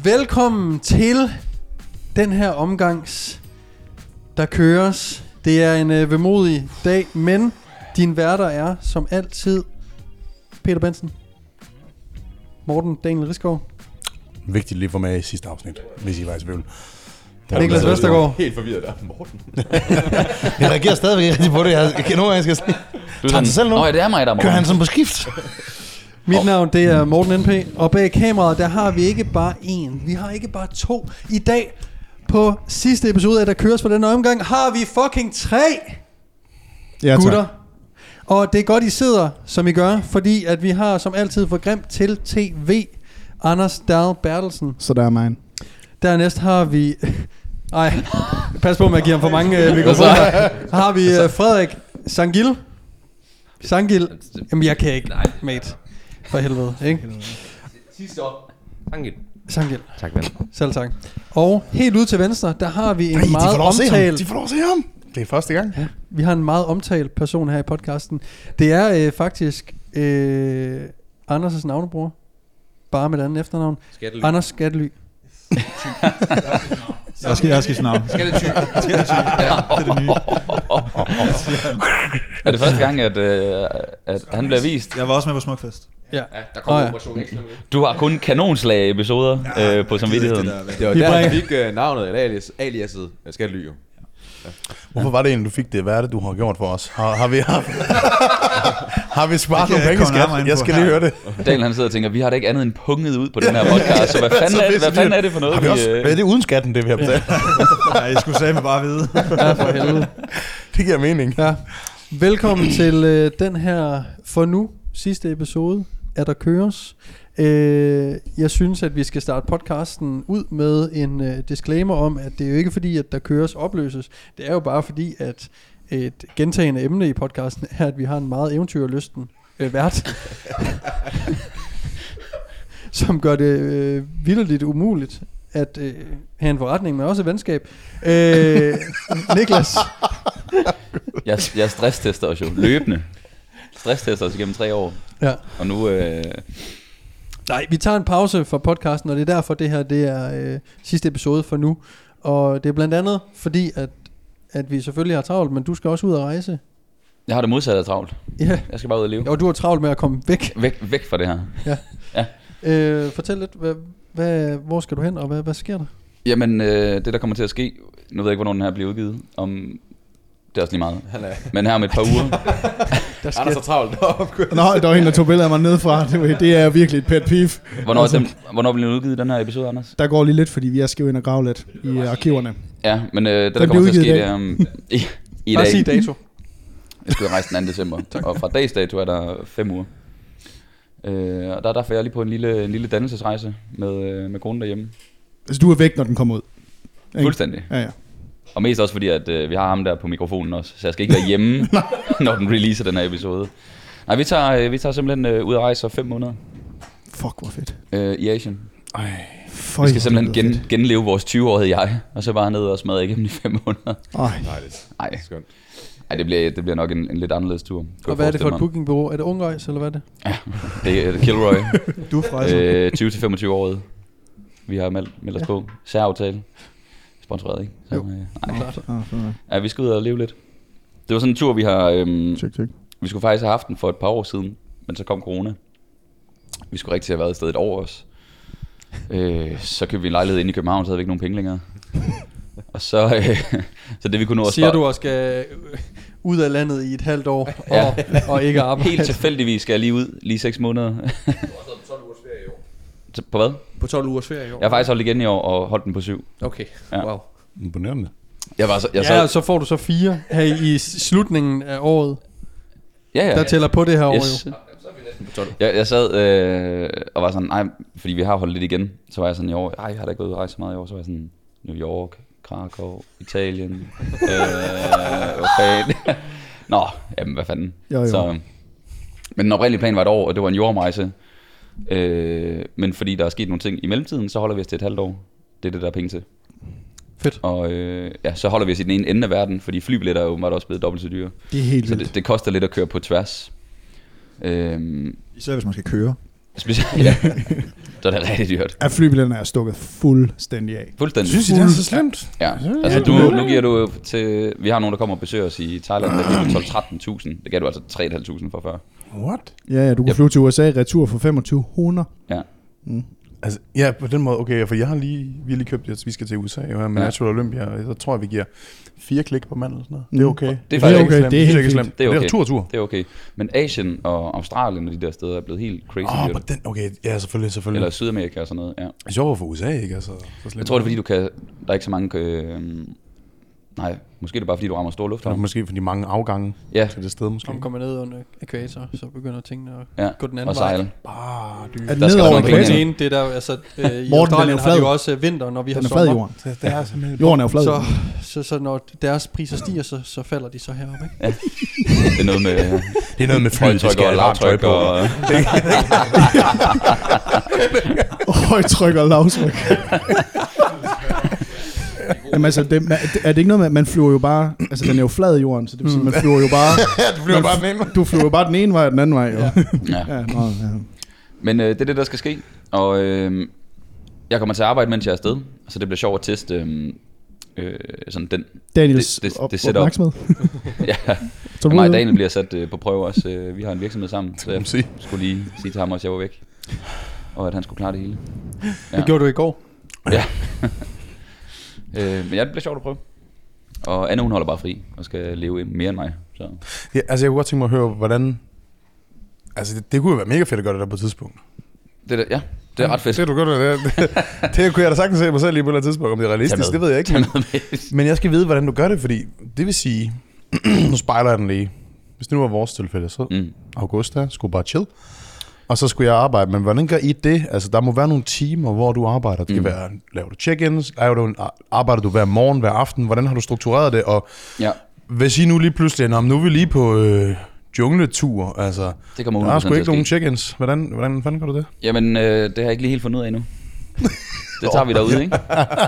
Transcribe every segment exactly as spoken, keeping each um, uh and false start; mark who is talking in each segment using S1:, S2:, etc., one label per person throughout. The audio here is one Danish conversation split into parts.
S1: Velkommen til den her omgangs, der køres. Det er en øh, vemodig dag, men din værter er som altid Peter Benson, Morten Daniel Risgaard.
S2: Vigtigt lige for mig i sidste afsnit, hvis I var i tvivl.
S1: Niklas Vestergaard.
S3: Helt forvirret der, Morten.
S2: Jeg reagerer stadigvæk ikke rigtig på det. Jeg kan nogle gange skal sige. Tager han sig selv nu?
S4: Nå ja, det er mig, der er Morten.
S2: Kører han sådan på skift?
S1: Mit navn, det er Morten N P, og bag kameraet, der har vi ikke bare én, vi har ikke bare to. I dag, på sidste episode af Der Køres for den omgang, har vi fucking tre
S5: ja,
S1: gutter. Og det er godt, I sidder, som I gør, fordi at vi har som altid for Grimt til T V Anders Dahl Bertelsen.
S5: Så der er mig.
S1: Dernæst har vi... Ej, pas på med at give ham for mange øh, mikrofoner. Så har vi øh, Frederik Sangil. Sangil. Jamen, jeg kan ikke, mate. For helvede, ikke?
S3: Sidste år. Sangil.
S1: Sangil.
S3: Tak, ven.
S1: Selv tak. Og helt ude til venstre, der har vi en
S2: Nej,
S1: meget omtalt...
S2: De får lov at se ham. Det er første gang.
S1: Ja, vi har en meget omtalt person her i podcasten. Det er øh, faktisk øh, Anders' navnebror. Bare med et andet efternavn.
S3: Skattely.
S1: Anders Skattely.
S5: Jeg skal, jeg skal sige navn.
S3: Skattetyg.
S5: Det er det nye.
S4: Er det første gang, at, øh, at han bliver vist?
S5: Jeg var også med på Smukfest.
S1: Ja.
S3: Ja, der kommer
S1: oh, ja.
S3: operation ekstra med.
S4: Du har kun kanonslag episoder ja, øh, på samvittigheden.
S3: Det var
S1: Vi
S3: der,
S1: bringer-
S3: han fik uh, navnet, eller alias, aliaset uh, Skattely, jo.
S2: Hvorfor var det egentlig, du fik det? Hvad er det, du har gjort for os? Har, har vi, har, har vi sparet
S5: Det kan
S2: nogle
S5: jeg
S2: penge i
S5: komme nærmere
S2: skat?
S5: ind
S2: Jeg
S5: på
S2: skal
S5: her.
S2: lige høre det.
S4: Daniel han sidder og tænker, vi har da ikke andet end punget ud på den her podcast, så hvad fanden, er, det, hvad fanden er det for noget?
S2: Har vi også,
S4: vi,
S2: er det uden skatten, det vi har betalt?
S5: Ja, jeg skulle sige mig bare vide.
S1: Ja, for helvede.
S2: Det giver mening.
S1: Ja. Velkommen til øh, den her for nu sidste episode af Der Køres. Øh, jeg synes, at vi skal starte podcasten ud med en øh, disclaimer om, at det er jo ikke fordi, at Der Køres opløses. Det er jo bare fordi, at et gentagende emne i podcasten er, at vi har en meget eventyrlysten øh, vært, som gør det øh, vildt umuligt at øh, have en forretning, men også et venskab. Øh, Niklas.
S4: jeg, jeg stresstester os jo løbende. Stresstester os igennem tre år.
S1: Ja.
S4: Og nu... Øh,
S1: Nej, vi tager en pause fra podcasten, og det er derfor, det her det er øh, sidste episode for nu. Og det er blandt andet fordi, at, at vi selvfølgelig har travlt, men du skal også ud og rejse.
S4: jeg har det modsatte af travlt.
S1: Ja,
S4: Jeg skal bare ud og leve.
S1: og du har travlt med at komme væk.
S4: Væk, væk fra det her.
S1: Ja.
S4: Ja.
S1: Øh, fortæl lidt, hvad, hvad, hvor skal du hen, og hvad, hvad sker der?
S4: Jamen, øh, det der kommer til at ske... Nu ved jeg ikke, hvornår den her bliver udgivet. Om, det er også lige meget. Men her om et par uger...
S1: Der sker,
S3: Anders er travlt deroppe.
S5: Nå, der var en, der tog billeder af mig nedefra. Det, var, det er virkelig et pet peeve.
S4: Hvornår, den, hvornår bliver den udgivet, den her episode, Anders?
S5: Der går lige lidt, fordi vi skal jo ind og grave lidt i arkiverne.
S4: Ja, men øh, det der
S5: Den
S4: kommer til
S5: bliver
S4: at ske,
S5: udgivet
S4: det er um, i, i
S1: bare
S4: dag.
S1: sig dato.
S4: Jeg skal rejse den anden december. Og fra dags dato er der fem uger. Øh, og der er derfor jeg er lige på en lille, en lille dannelsesrejse med, øh, med konen derhjemme.
S5: Altså, du er væk, når den kommer ud. Ikke?
S4: Fuldstændig.
S5: Ja, ja.
S4: Og mest også fordi, at øh, vi har ham der på mikrofonen også. Så jeg skal ikke være hjemme, når den releaser den her episode. Nej, vi tager, øh, vi tager simpelthen øh, ud og rejse fem måneder
S5: Fuck, hvor fedt.
S4: øh, i Asien.
S2: Ej.
S5: Føj,
S4: Vi skal simpelthen
S5: hvor
S4: gen,
S5: fedt.
S4: genleve vores tyve-årige jeg, og så bare ned og smadre igennem i fem måneder.
S5: Ej,
S3: Dejligt.
S4: Nej,
S3: Skønt.
S4: Ej, det bliver, det bliver nok en, en lidt anderledes tur.
S1: Og hvad er det for et bookingbureau? Er det Ungrejs, eller hvad er det?
S4: Det er Kilroy.
S5: du er fra
S4: øh, tyve til femogtyve året. Vi har meldt, meldt os ja. på. Særaftale. Sponsoreret, ikke? Så,
S1: Jo.
S4: øh, nej.
S1: Klart.
S4: Ja, vi skal ud og leve lidt. Det var sådan en tur, vi har... Øhm,
S5: Check, check.
S4: vi skulle faktisk have haft den for et par år siden, men så kom corona. Vi skulle rigtig have været et sted et år også. Øh, så købte vi en lejlighed inde i København, så havde vi ikke nogen penge længere. Og så, øh, så det vi kunne nå at
S1: Siger
S4: spare...
S1: du og skal ud af landet i et halvt år, og,
S4: Ja.
S1: og ikke arbejde?
S4: Helt tilfældigvis skal jeg lige ud, lige seks måneder.
S3: Du har taget på tolv ugers ferie i år.
S4: Så på hvad?
S3: På tolv ugers ferie i år?
S4: Jeg har faktisk holdt igen i år og holdt den på syv.
S3: Okay,
S4: Ja.
S3: wow.
S2: Imponerende.
S4: Jeg var så, jeg
S1: Ja,
S4: sad,
S1: og så får du så fire her i slutningen af året,
S4: ja, ja.
S1: der tæller på det her år
S4: Yes.
S1: jo.
S3: Så er vi næsten på tolv.
S4: Jeg, jeg sad øh, og var sådan, nej, fordi vi har holdt lidt igen. Så var jeg sådan i år, ej, jeg har da ikke gået ud og rejse så meget i år. Så var jeg sådan, New York, Krakow, Italien, øh, hvad fanden. Nå, jamen hvad fanden.
S5: Jo, jo.
S4: Så, men den oprindelige plan var et år, og det var en jordomrejse. Øh, men fordi der er sket nogle ting i mellemtiden, så holder vi os til et halvt år. Det er det, der er penge til.
S1: Fedt.
S4: Og øh, ja, så holder vi os i den ene ende af verden, fordi flybilletter er jo meget også blevet dobbelt så dyre.
S5: Det er helt
S4: Så
S5: vildt.
S4: det, det koster lidt at køre på tværs. Øhm,
S5: Især hvis man skal køre.
S4: Specielt, ja. Så er det rigtig dyrt.
S5: At flybilletterne er stukket fuldstændig af.
S4: Fuldstændig.
S2: Synes I, det er så slemt?
S4: Ja, altså du, nu giver du til... Vi har nogen, der kommer og besøger os i Thailand, der giver tolv til tretten tusind. Det gav du altså tre tusind fem hundrede for før.
S2: What?
S5: Ja, ja, du kan
S4: Yep.
S5: flyve til U S A retur for femogtyve hundrede.
S4: Ja.
S5: Mm.
S2: Altså, ja, på den måde, okay, for jeg har lige, vi har lige købt, at vi skal til U S A, jo, med
S4: Ja.
S2: Natural Olympia, og så tror jeg, vi giver fire klik på mand eller sådan noget. Det er
S5: Mm.
S2: okay.
S4: Det er
S2: Det er
S4: faktisk
S2: ikke
S5: okay.
S2: slemt.
S5: Det er
S2: Det er
S5: helt
S2: ikke
S5: fint.
S2: slemt.
S4: Det er okay.
S2: Det er tur-tur.
S4: Det er okay. Men Asien og Australien og de der steder er blevet helt crazy
S2: Åh,
S4: dyrt.
S2: på den, okay, ja, selvfølgelig, selvfølgelig.
S4: Eller Sydamerika og sådan noget, ja.
S2: Hvis jeg var fra U S A, ikke? Altså, så slemt.
S4: Jeg tror, det er fordi, du kan... Der er ikke så mange... Øh, nej, måske er det bare fordi, du rammer store
S2: Det er
S4: lufthavn.
S2: måske for de mange afgange
S4: Ja,
S2: til det sted, måske.
S1: Når man kommer ned under ekvator, så begynder tingene at
S4: ja.
S1: gå den anden
S4: Og
S1: vej.
S4: sejle.
S2: Bare dyrt.
S5: Er det
S4: Der skal
S5: ned over
S4: være noget
S5: ekvator?
S4: penge
S1: Det ene, det er der, altså, øh, i
S5: Morten, den
S1: Australien
S5: er jo
S1: har de
S5: flad.
S1: jo også øh, vinter, når vi
S5: Den
S1: har
S5: er flad,
S1: sommer.
S5: jorden.
S2: Det, det er simpelthen...
S5: Jorden er jo flad.
S1: Så, så, så når deres priser stiger, så, så falder de så heroppe, ikke?
S4: Ja. Det er noget med...
S2: Det er noget med flyet, det
S4: højtryk
S2: skal
S4: og
S2: have lavtryk
S4: lavtryk
S2: på.
S4: og...
S5: Højtryk og lavtryk. Jamen altså, det, man, er det ikke noget med, at man flyver jo bare... Altså, den er jo flad i jorden, så det vil sige, man flyver jo bare...
S2: Ja, du flyver bare den ene.
S5: Du flyver jo bare den ene vej og den anden vej, jo. Ja,
S4: Ja.
S5: ja, nå, ja.
S4: Men øh, det er det, der skal ske. Og øh, jeg kommer til at arbejde, mens jeg er afsted. Så det bliver sjovt at teste øh, øh, sådan den...
S5: Daniels
S4: Det- det-
S5: op-
S4: det setup.
S5: opmærksomhed.
S4: Ja,
S5: Så
S4: mig og Daniel bliver sat øh, på prøve også. Øh, vi har en virksomhed sammen, så
S2: man
S4: jeg
S2: sige.
S4: skulle lige sige til ham også, at jeg var væk. Og at han skulle klare det hele. Ja.
S1: Det gjorde du i går.
S4: Ja. øh, men ja, det bliver sjovt at prøve. Og Anne, hun holder bare fri og skal leve mere end mig. Så.
S2: Ja, altså, jeg kunne godt tænke mig at høre, hvordan... Altså, det, det kunne jo være mega fedt at gøre det der på et tidspunkt.
S4: Det der, ja, det er ret fedt.
S2: Det du gør det, det, det kunne jeg da sagtens se mig selv lige på et eller andet tidspunkt, om det er realistisk, det ved jeg ikke. Men, men jeg skal vide, hvordan du gør det, fordi det vil sige... nu spejler jeg den lige. Hvis det nu var vores tilfælde, så
S4: Mm.
S2: Augusta skulle bare chill. Og så skulle jeg arbejde, men hvordan gør I det? Altså, der må være nogle timer, hvor du arbejder. Det kan
S4: Mm.
S2: være, laver du check-ins? Laver du en, arbejder du hver morgen, hver aften? Hvordan har du struktureret det? Og
S4: Ja,
S2: hvis I nu lige pludselig, nå, nu er vi lige på øh, jungletur, altså,
S4: det kommer
S2: der
S4: hundrede
S2: er
S4: procent
S2: sgu ikke
S4: til at
S2: nogen
S4: ske.
S2: check-ins. Hvordan, hvordan fanden gør du det?
S4: Jamen, øh, det har jeg ikke lige helt fundet ud af endnu. Det tager vi derude, ikke?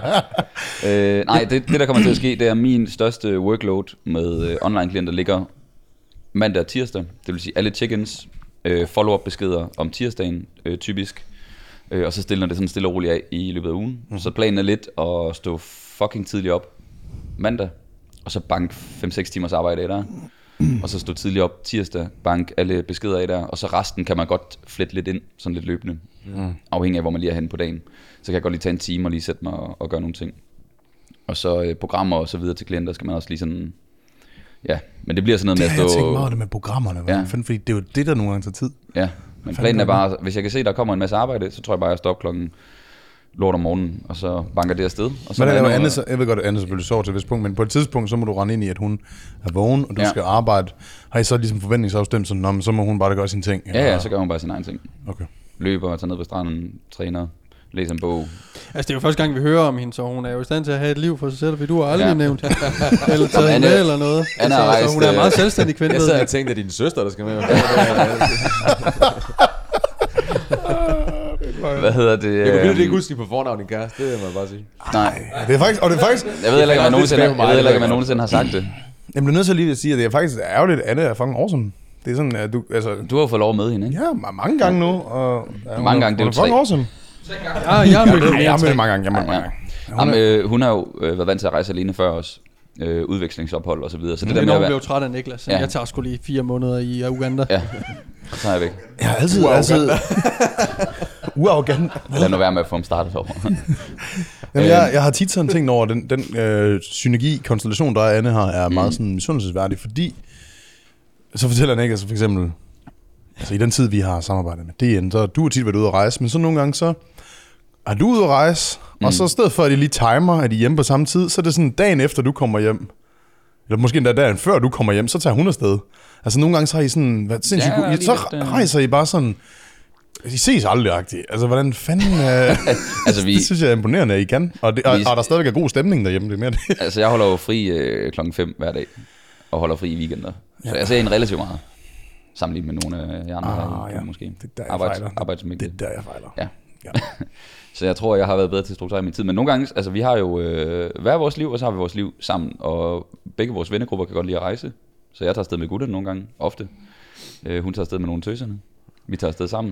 S4: øh, nej, det, det der kommer til at ske, det er min største workload med øh, online-klienter ligger mandag og tirsdag. Det vil sige alle check-ins, øh, follow-up beskeder om tirsdagen øh, typisk. Øh, og så stiller det sådan stille og roligt af i løbet af ugen. Mm-hmm. Så planen er lidt at stå fucking tidligt op mandag, og så bank fem seks timers arbejde af der. Og så stå tidligt op tirsdag, bank alle beskeder af der, og så resten kan man godt flette lidt ind, sådan lidt løbende, mm. afhængig af hvor man lige er henne på dagen. Så kan jeg godt lige tage en time og lige sætte mig og, og gøre nogle ting. Og så øh, programmer og så videre til klienter skal man også lige sådan, ja, men det bliver sådan noget
S2: Det
S4: med
S2: har jeg
S4: at
S2: tænkt
S4: stå,
S2: meget det med programmerne, hvordan
S4: Ja.
S2: fanden, fordi det er jo det, der nogle gange tager tid.
S4: ja, men planen er bare, hvis jeg kan se, der kommer en masse arbejde, så tror jeg bare, at jeg står op klokken lort om morgenen, og så banker det afsted. Og så
S2: Men
S4: er
S2: det er jo
S4: noget-
S2: andet, så, jeg ved godt, at Anne selvfølgelig sover til et vist punkt, men på et tidspunkt, så må du rende ind i, at hun er vågen, og du
S4: Ja.
S2: skal arbejde. Har I så ligesom forventningsafstemt sådan, "Nå, men så må hun bare gøre sine ting?
S4: Ja, ja, så gør hun bare sin egen ting.
S2: Okay.
S4: Løber, tager ned på stranden, træner, læser en bog.
S1: Altså, det er jo første gang, vi hører om hende, så hun er jo i stand til at have et liv for sig selv, fordi du har aldrig
S4: Ja.
S1: ja. nævnt eller taget
S4: Anne-
S1: hende med eller noget.
S4: Anne har
S1: altså,
S4: rejst,
S1: så hun er en
S4: øh,
S1: meget selvstændig kvinde.
S3: Jeg
S1: ved
S3: sad
S1: vi.
S3: og tænkte, at din søster, der skal med.
S4: Hvad hedder det?
S3: Jeg kunne virkelig ikke
S4: øhm,
S3: huske på fornavn din kæreste, det må jeg bare sige.
S4: Nej,
S2: Det er faktisk, og det er faktisk,
S4: jeg ved heller ikke, om jeg
S3: Det er
S4: nogensinde,
S3: lidt
S4: jeg
S3: skævt
S4: ved heller ikke, om jeg
S3: meget.
S4: nogensinde har sagt det.
S2: jeg bliver nødt til lige at sige, at det er faktisk ærgerligt, at Anne er fucking awesome. Det er sådan, at du, altså,
S4: Du har jo fået lov med hende, ikke?
S2: ja, ma- mange gange nu, og ja, hun
S4: Mange
S2: er-
S4: gange, det er
S2: hun
S4: jo
S2: fucking
S4: tre.
S2: awesome.
S1: Ja, jeg har mødt
S2: Nej,
S1: hende
S2: jeg har mødt
S1: mere
S2: hende mange gange, jeg har mødt
S4: Ja,
S2: hende
S4: ja.
S2: mange gange.
S4: Jamen, øh, hun har jo øh, været vant til at rejse alene før os. Øh, udvekslingsophold og så videre. Så det
S1: Det
S4: der
S1: er,
S4: med
S1: når
S4: at
S1: hun
S4: være...
S1: blev træt af Niklas.
S4: Ja.
S1: Jeg tager sgu lige fire måneder i Uganda.
S4: Ja, så er jeg væk.
S2: Jeg har altid, altid... Uarrogant.
S4: Lad nu være med at få ham startet over.
S2: Jamen, jeg, jeg har tit sådan tænkt over, den, den øh, synergi-konstellation, der er Anne har, er meget sådan misundelsesværdig, fordi... Så fortæller han ikke, altså for eksempel... Altså i den tid, vi har samarbejdet med D N, så du har tit været ude at rejse, men så nogle gange så... Er du ude at rejse, mm. og så i stedet for, at de lige timer, at de er hjemme på samme tid, så er det sådan dagen efter, du kommer hjem. Eller måske endda dagen før, du kommer hjem, så tager hun afsted. Altså nogle gange så har I sådan... Hvad, sindssygt
S4: Ja,
S2: ja,
S4: lige
S2: så
S4: lidt, øh.
S2: rejser I bare sådan... I ses aldrig-agtigt. Altså, hvordan fanden... Øh,
S4: Altså, vi,
S2: det synes jeg er imponerende, at I kan. Og, det, og,
S4: Vi-
S2: og der stadigvæk er god stemning derhjemme, det er mere det.
S4: altså, jeg holder jo fri øh, klokken fem hver dag. Og holder fri i weekender. Så jeg ser en relativt meget. Sammenlignet med nogle af jer andre
S2: Ah,
S4: her, i-
S2: ja.
S4: måske.
S2: Det er der, jeg
S4: Arbejds,
S2: fejler.
S4: arbejdsmængde.
S2: Det er der, jeg fejler.
S4: Ja.
S2: Ja.
S4: Så jeg tror, jeg har været bedre til at strukturere min tid. Men nogle gange, altså vi har jo øh, hver vores liv, og så har vi vores liv sammen. Og begge vores vennegrupper kan godt lide at rejse. Så jeg tager afsted med gutterne nogle gange, ofte. Øh, hun tager afsted med nogle af tøserne. Vi tager afsted sammen.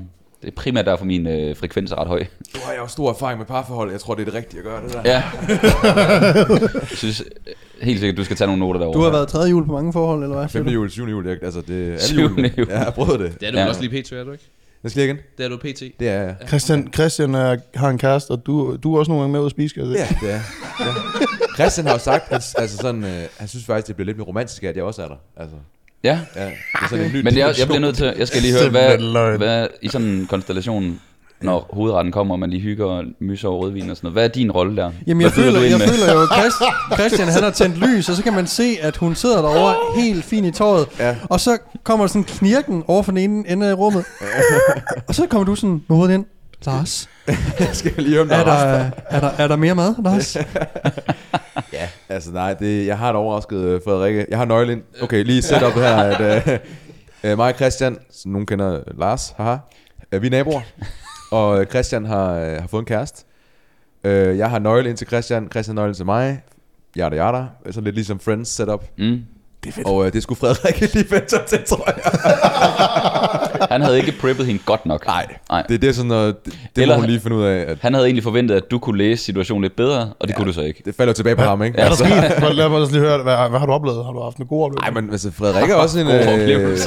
S4: Det er primært derfor, min øh, frekvens er ret høj.
S3: Du har jo stor erfaring med parforhold. Jeg tror, det er det rigtige at gøre, det der.
S4: Ja. Jeg synes helt sikkert, du skal tage nogle noter derovre.
S1: Du har været tredje jul på mange forhold, eller hvad?
S3: femte jul, syvende jul, altså det er alle
S4: Syvende
S3: julene.
S4: jul.
S3: Ja, jeg har prøvet det.
S6: Det er du
S4: Ja.
S6: ja. også lige P T, er du ikke?
S3: Jeg skal lige igen.
S6: Det er du P T.
S3: Det er jeg.
S2: Christian, Christian er, har en kæreste, og du, du er også nogle gange med ud at spise, skal jeg
S3: Ja, det er. Ja. Christian har jo sagt, at, altså sådan, øh, han synes faktisk, det bliver lidt mere romantisk, at jeg også er der. Altså,
S4: Ja,
S3: ja, det er sådan en ny
S4: men jeg, jeg bliver nødt til, jeg skal lige høre, hvad,
S2: Simpelthen løgn.
S4: hvad i sådan en konstellation, når hovedretten kommer, og man lige hygger og myser over rødvin og sådan noget. Hvad er din rolle der?
S1: Jamen jeg
S4: Hvad byder
S1: føler,
S4: du ind
S1: jeg
S4: med?
S1: føler jo, Christ, Christian han har tændt lys, og så kan man se, at hun sidder derovre helt fin i tøjet.
S3: Ja.
S1: Og så kommer der sådan knirken over for den ene ende af rummet. Og så kommer du sådan med hovedet ind. Lars,
S3: skal jeg lige høre, om der
S1: er
S3: er rester.
S1: der, er, der, er der mere mad, Lars?
S3: Ja, altså nej, det, jeg har et overrasket øh, Frederikke. Jeg har nøglen. Okay, lige sæt op her, at øh, øh, mig og Christian, som nogen kender Lars, haha, øh, vi er naboer. Og øh, Christian har, øh, har fået en kæreste. Øh, jeg har nøgle ind til Christian, Christian nøgle til mig. Yada yada. Så lidt ligesom Friends setup.
S4: Mm.
S2: Det er fedt.
S3: Og øh, det skulle Frederikke lige vente sig til, tror jeg.
S4: Han havde ikke preppet hende godt nok.
S3: Nej,
S4: Nej.
S3: det, det er sådan noget, det, det
S4: Eller
S3: må hun
S4: han-
S3: lige finde ud af. At
S4: Han havde egentlig forventet, at du kunne læse situationen lidt bedre, og det ja. kunne du så ikke.
S3: det falder jo tilbage på ham, ikke?
S4: Ja,
S2: Hvad er der sket? Lad mig også lige høre, hvad, hvad har du oplevet? Har du haft en god oplevelse?
S3: Nej, men altså, Frederikke er også en...
S4: Gode
S3: Øh,
S4: oplevelser.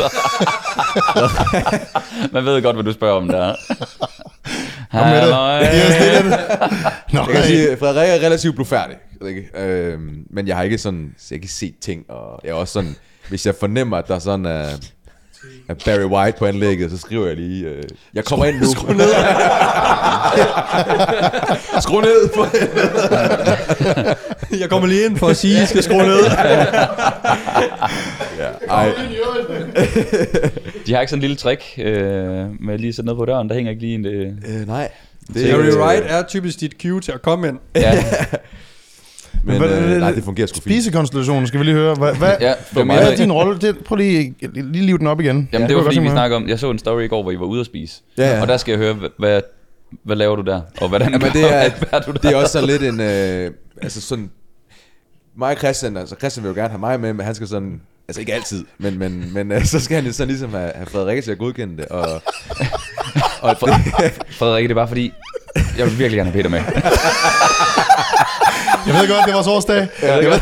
S4: Man ved godt, hvad du spørger om der.
S2: Kom med det.
S4: Halløj.
S2: Det er sådan lidt- Nå,
S3: jeg kan sige, at Frederikke er relativt blufærdig. Ikke? Øhm, men jeg har ikke sådan, jeg har ikke set ting, og jeg er også sådan, hvis jeg fornemmer, at der sådan er, er Barry White på anlægget, så skriver jeg lige, øh, jeg kommer ind nu. Skru ned. Skru ned. For
S1: Jeg kommer lige ind for at sige, at I skal skrue ned.
S3: ja, ej.
S4: De har ikke sådan en lille trick øh, med lige at sætte noget på døren. Der hænger ikke lige en... Øh,
S3: Øh, nej.
S4: Det er
S1: Barry
S4: jo-
S1: Wright er typisk dit cue til at komme ind.
S4: ja,
S3: Men
S2: Hvad-
S3: øh, nej, det fungerer sgu fint.
S2: Spisekonstellationen, skal vi lige høre. Hvad, hvad,
S4: ja, det var
S2: hvad er
S4: mere,
S2: din rolle? Det, prøv lige, lige live den op igen.
S4: jamen
S2: Ja,
S4: det
S2: kunne
S4: var
S2: jeg
S4: fordi
S2: godt
S4: vi
S2: tænke mig.
S4: snakkede om, jeg så en story i går, hvor I var ude at spise.
S3: Ja, ja.
S4: Og der skal jeg høre, hvad, hvad, hvad laver du der? Og hvordan
S3: Jamen, det er,
S4: hvad er du der?
S3: det er også sådan lidt en, øh, altså sådan, mig og Christian, altså Christian vil jo gerne have mig med, men han skal sådan, altså ikke altid, men, men, men øh, så skal han jo sådan ligesom have, have Frederikke til at godkende det, og, og det,
S4: Frederikke, det er bare fordi, jeg vil virkelig gerne have Peter med.
S2: Jeg ved godt, det var vores årsdag.
S4: Jeg ved godt.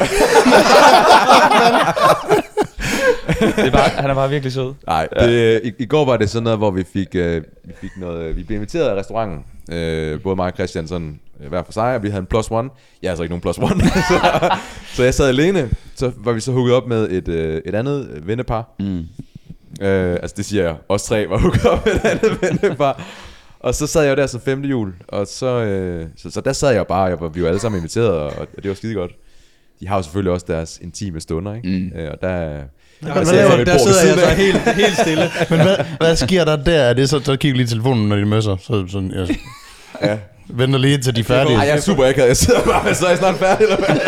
S4: det er bare, han er bare virkelig sød.
S3: nej, det, i, i går var det sådan noget, hvor vi fik, øh, vi fik noget, vi blev inviteret af restauranten, øh, både mig og Christian sådan, øh, hver for sig, og vi havde en plus one, jeg har altså ikke nogen plus one, så, så jeg sad alene, så var vi så hooket op med et, øh, et andet vennepar.
S4: Mm.
S3: Øh, altså det siger jeg, os tre var hooket op med et andet vennepar. Og så sad jeg jo der som femte jul, og så, øh, så, så der sad jeg jo bare, jeg var, vi var alle sammen inviteret, og, og det var skide godt. De har jo selvfølgelig også deres intime stunder, ikke?
S4: Mm.
S3: Øh, og der, der,
S1: Der, sidder, der sidder jeg så helt, helt stille.
S2: Men hvad, hvad sker der der? Er det så, så kigger lige i telefonen, når de møsser. Så sådan, jeg
S3: ja.
S2: venter lige til de er færdige.
S3: Ej, jeg er super akavet, jeg sidder bare, så er jeg snart færdig, eller hvad?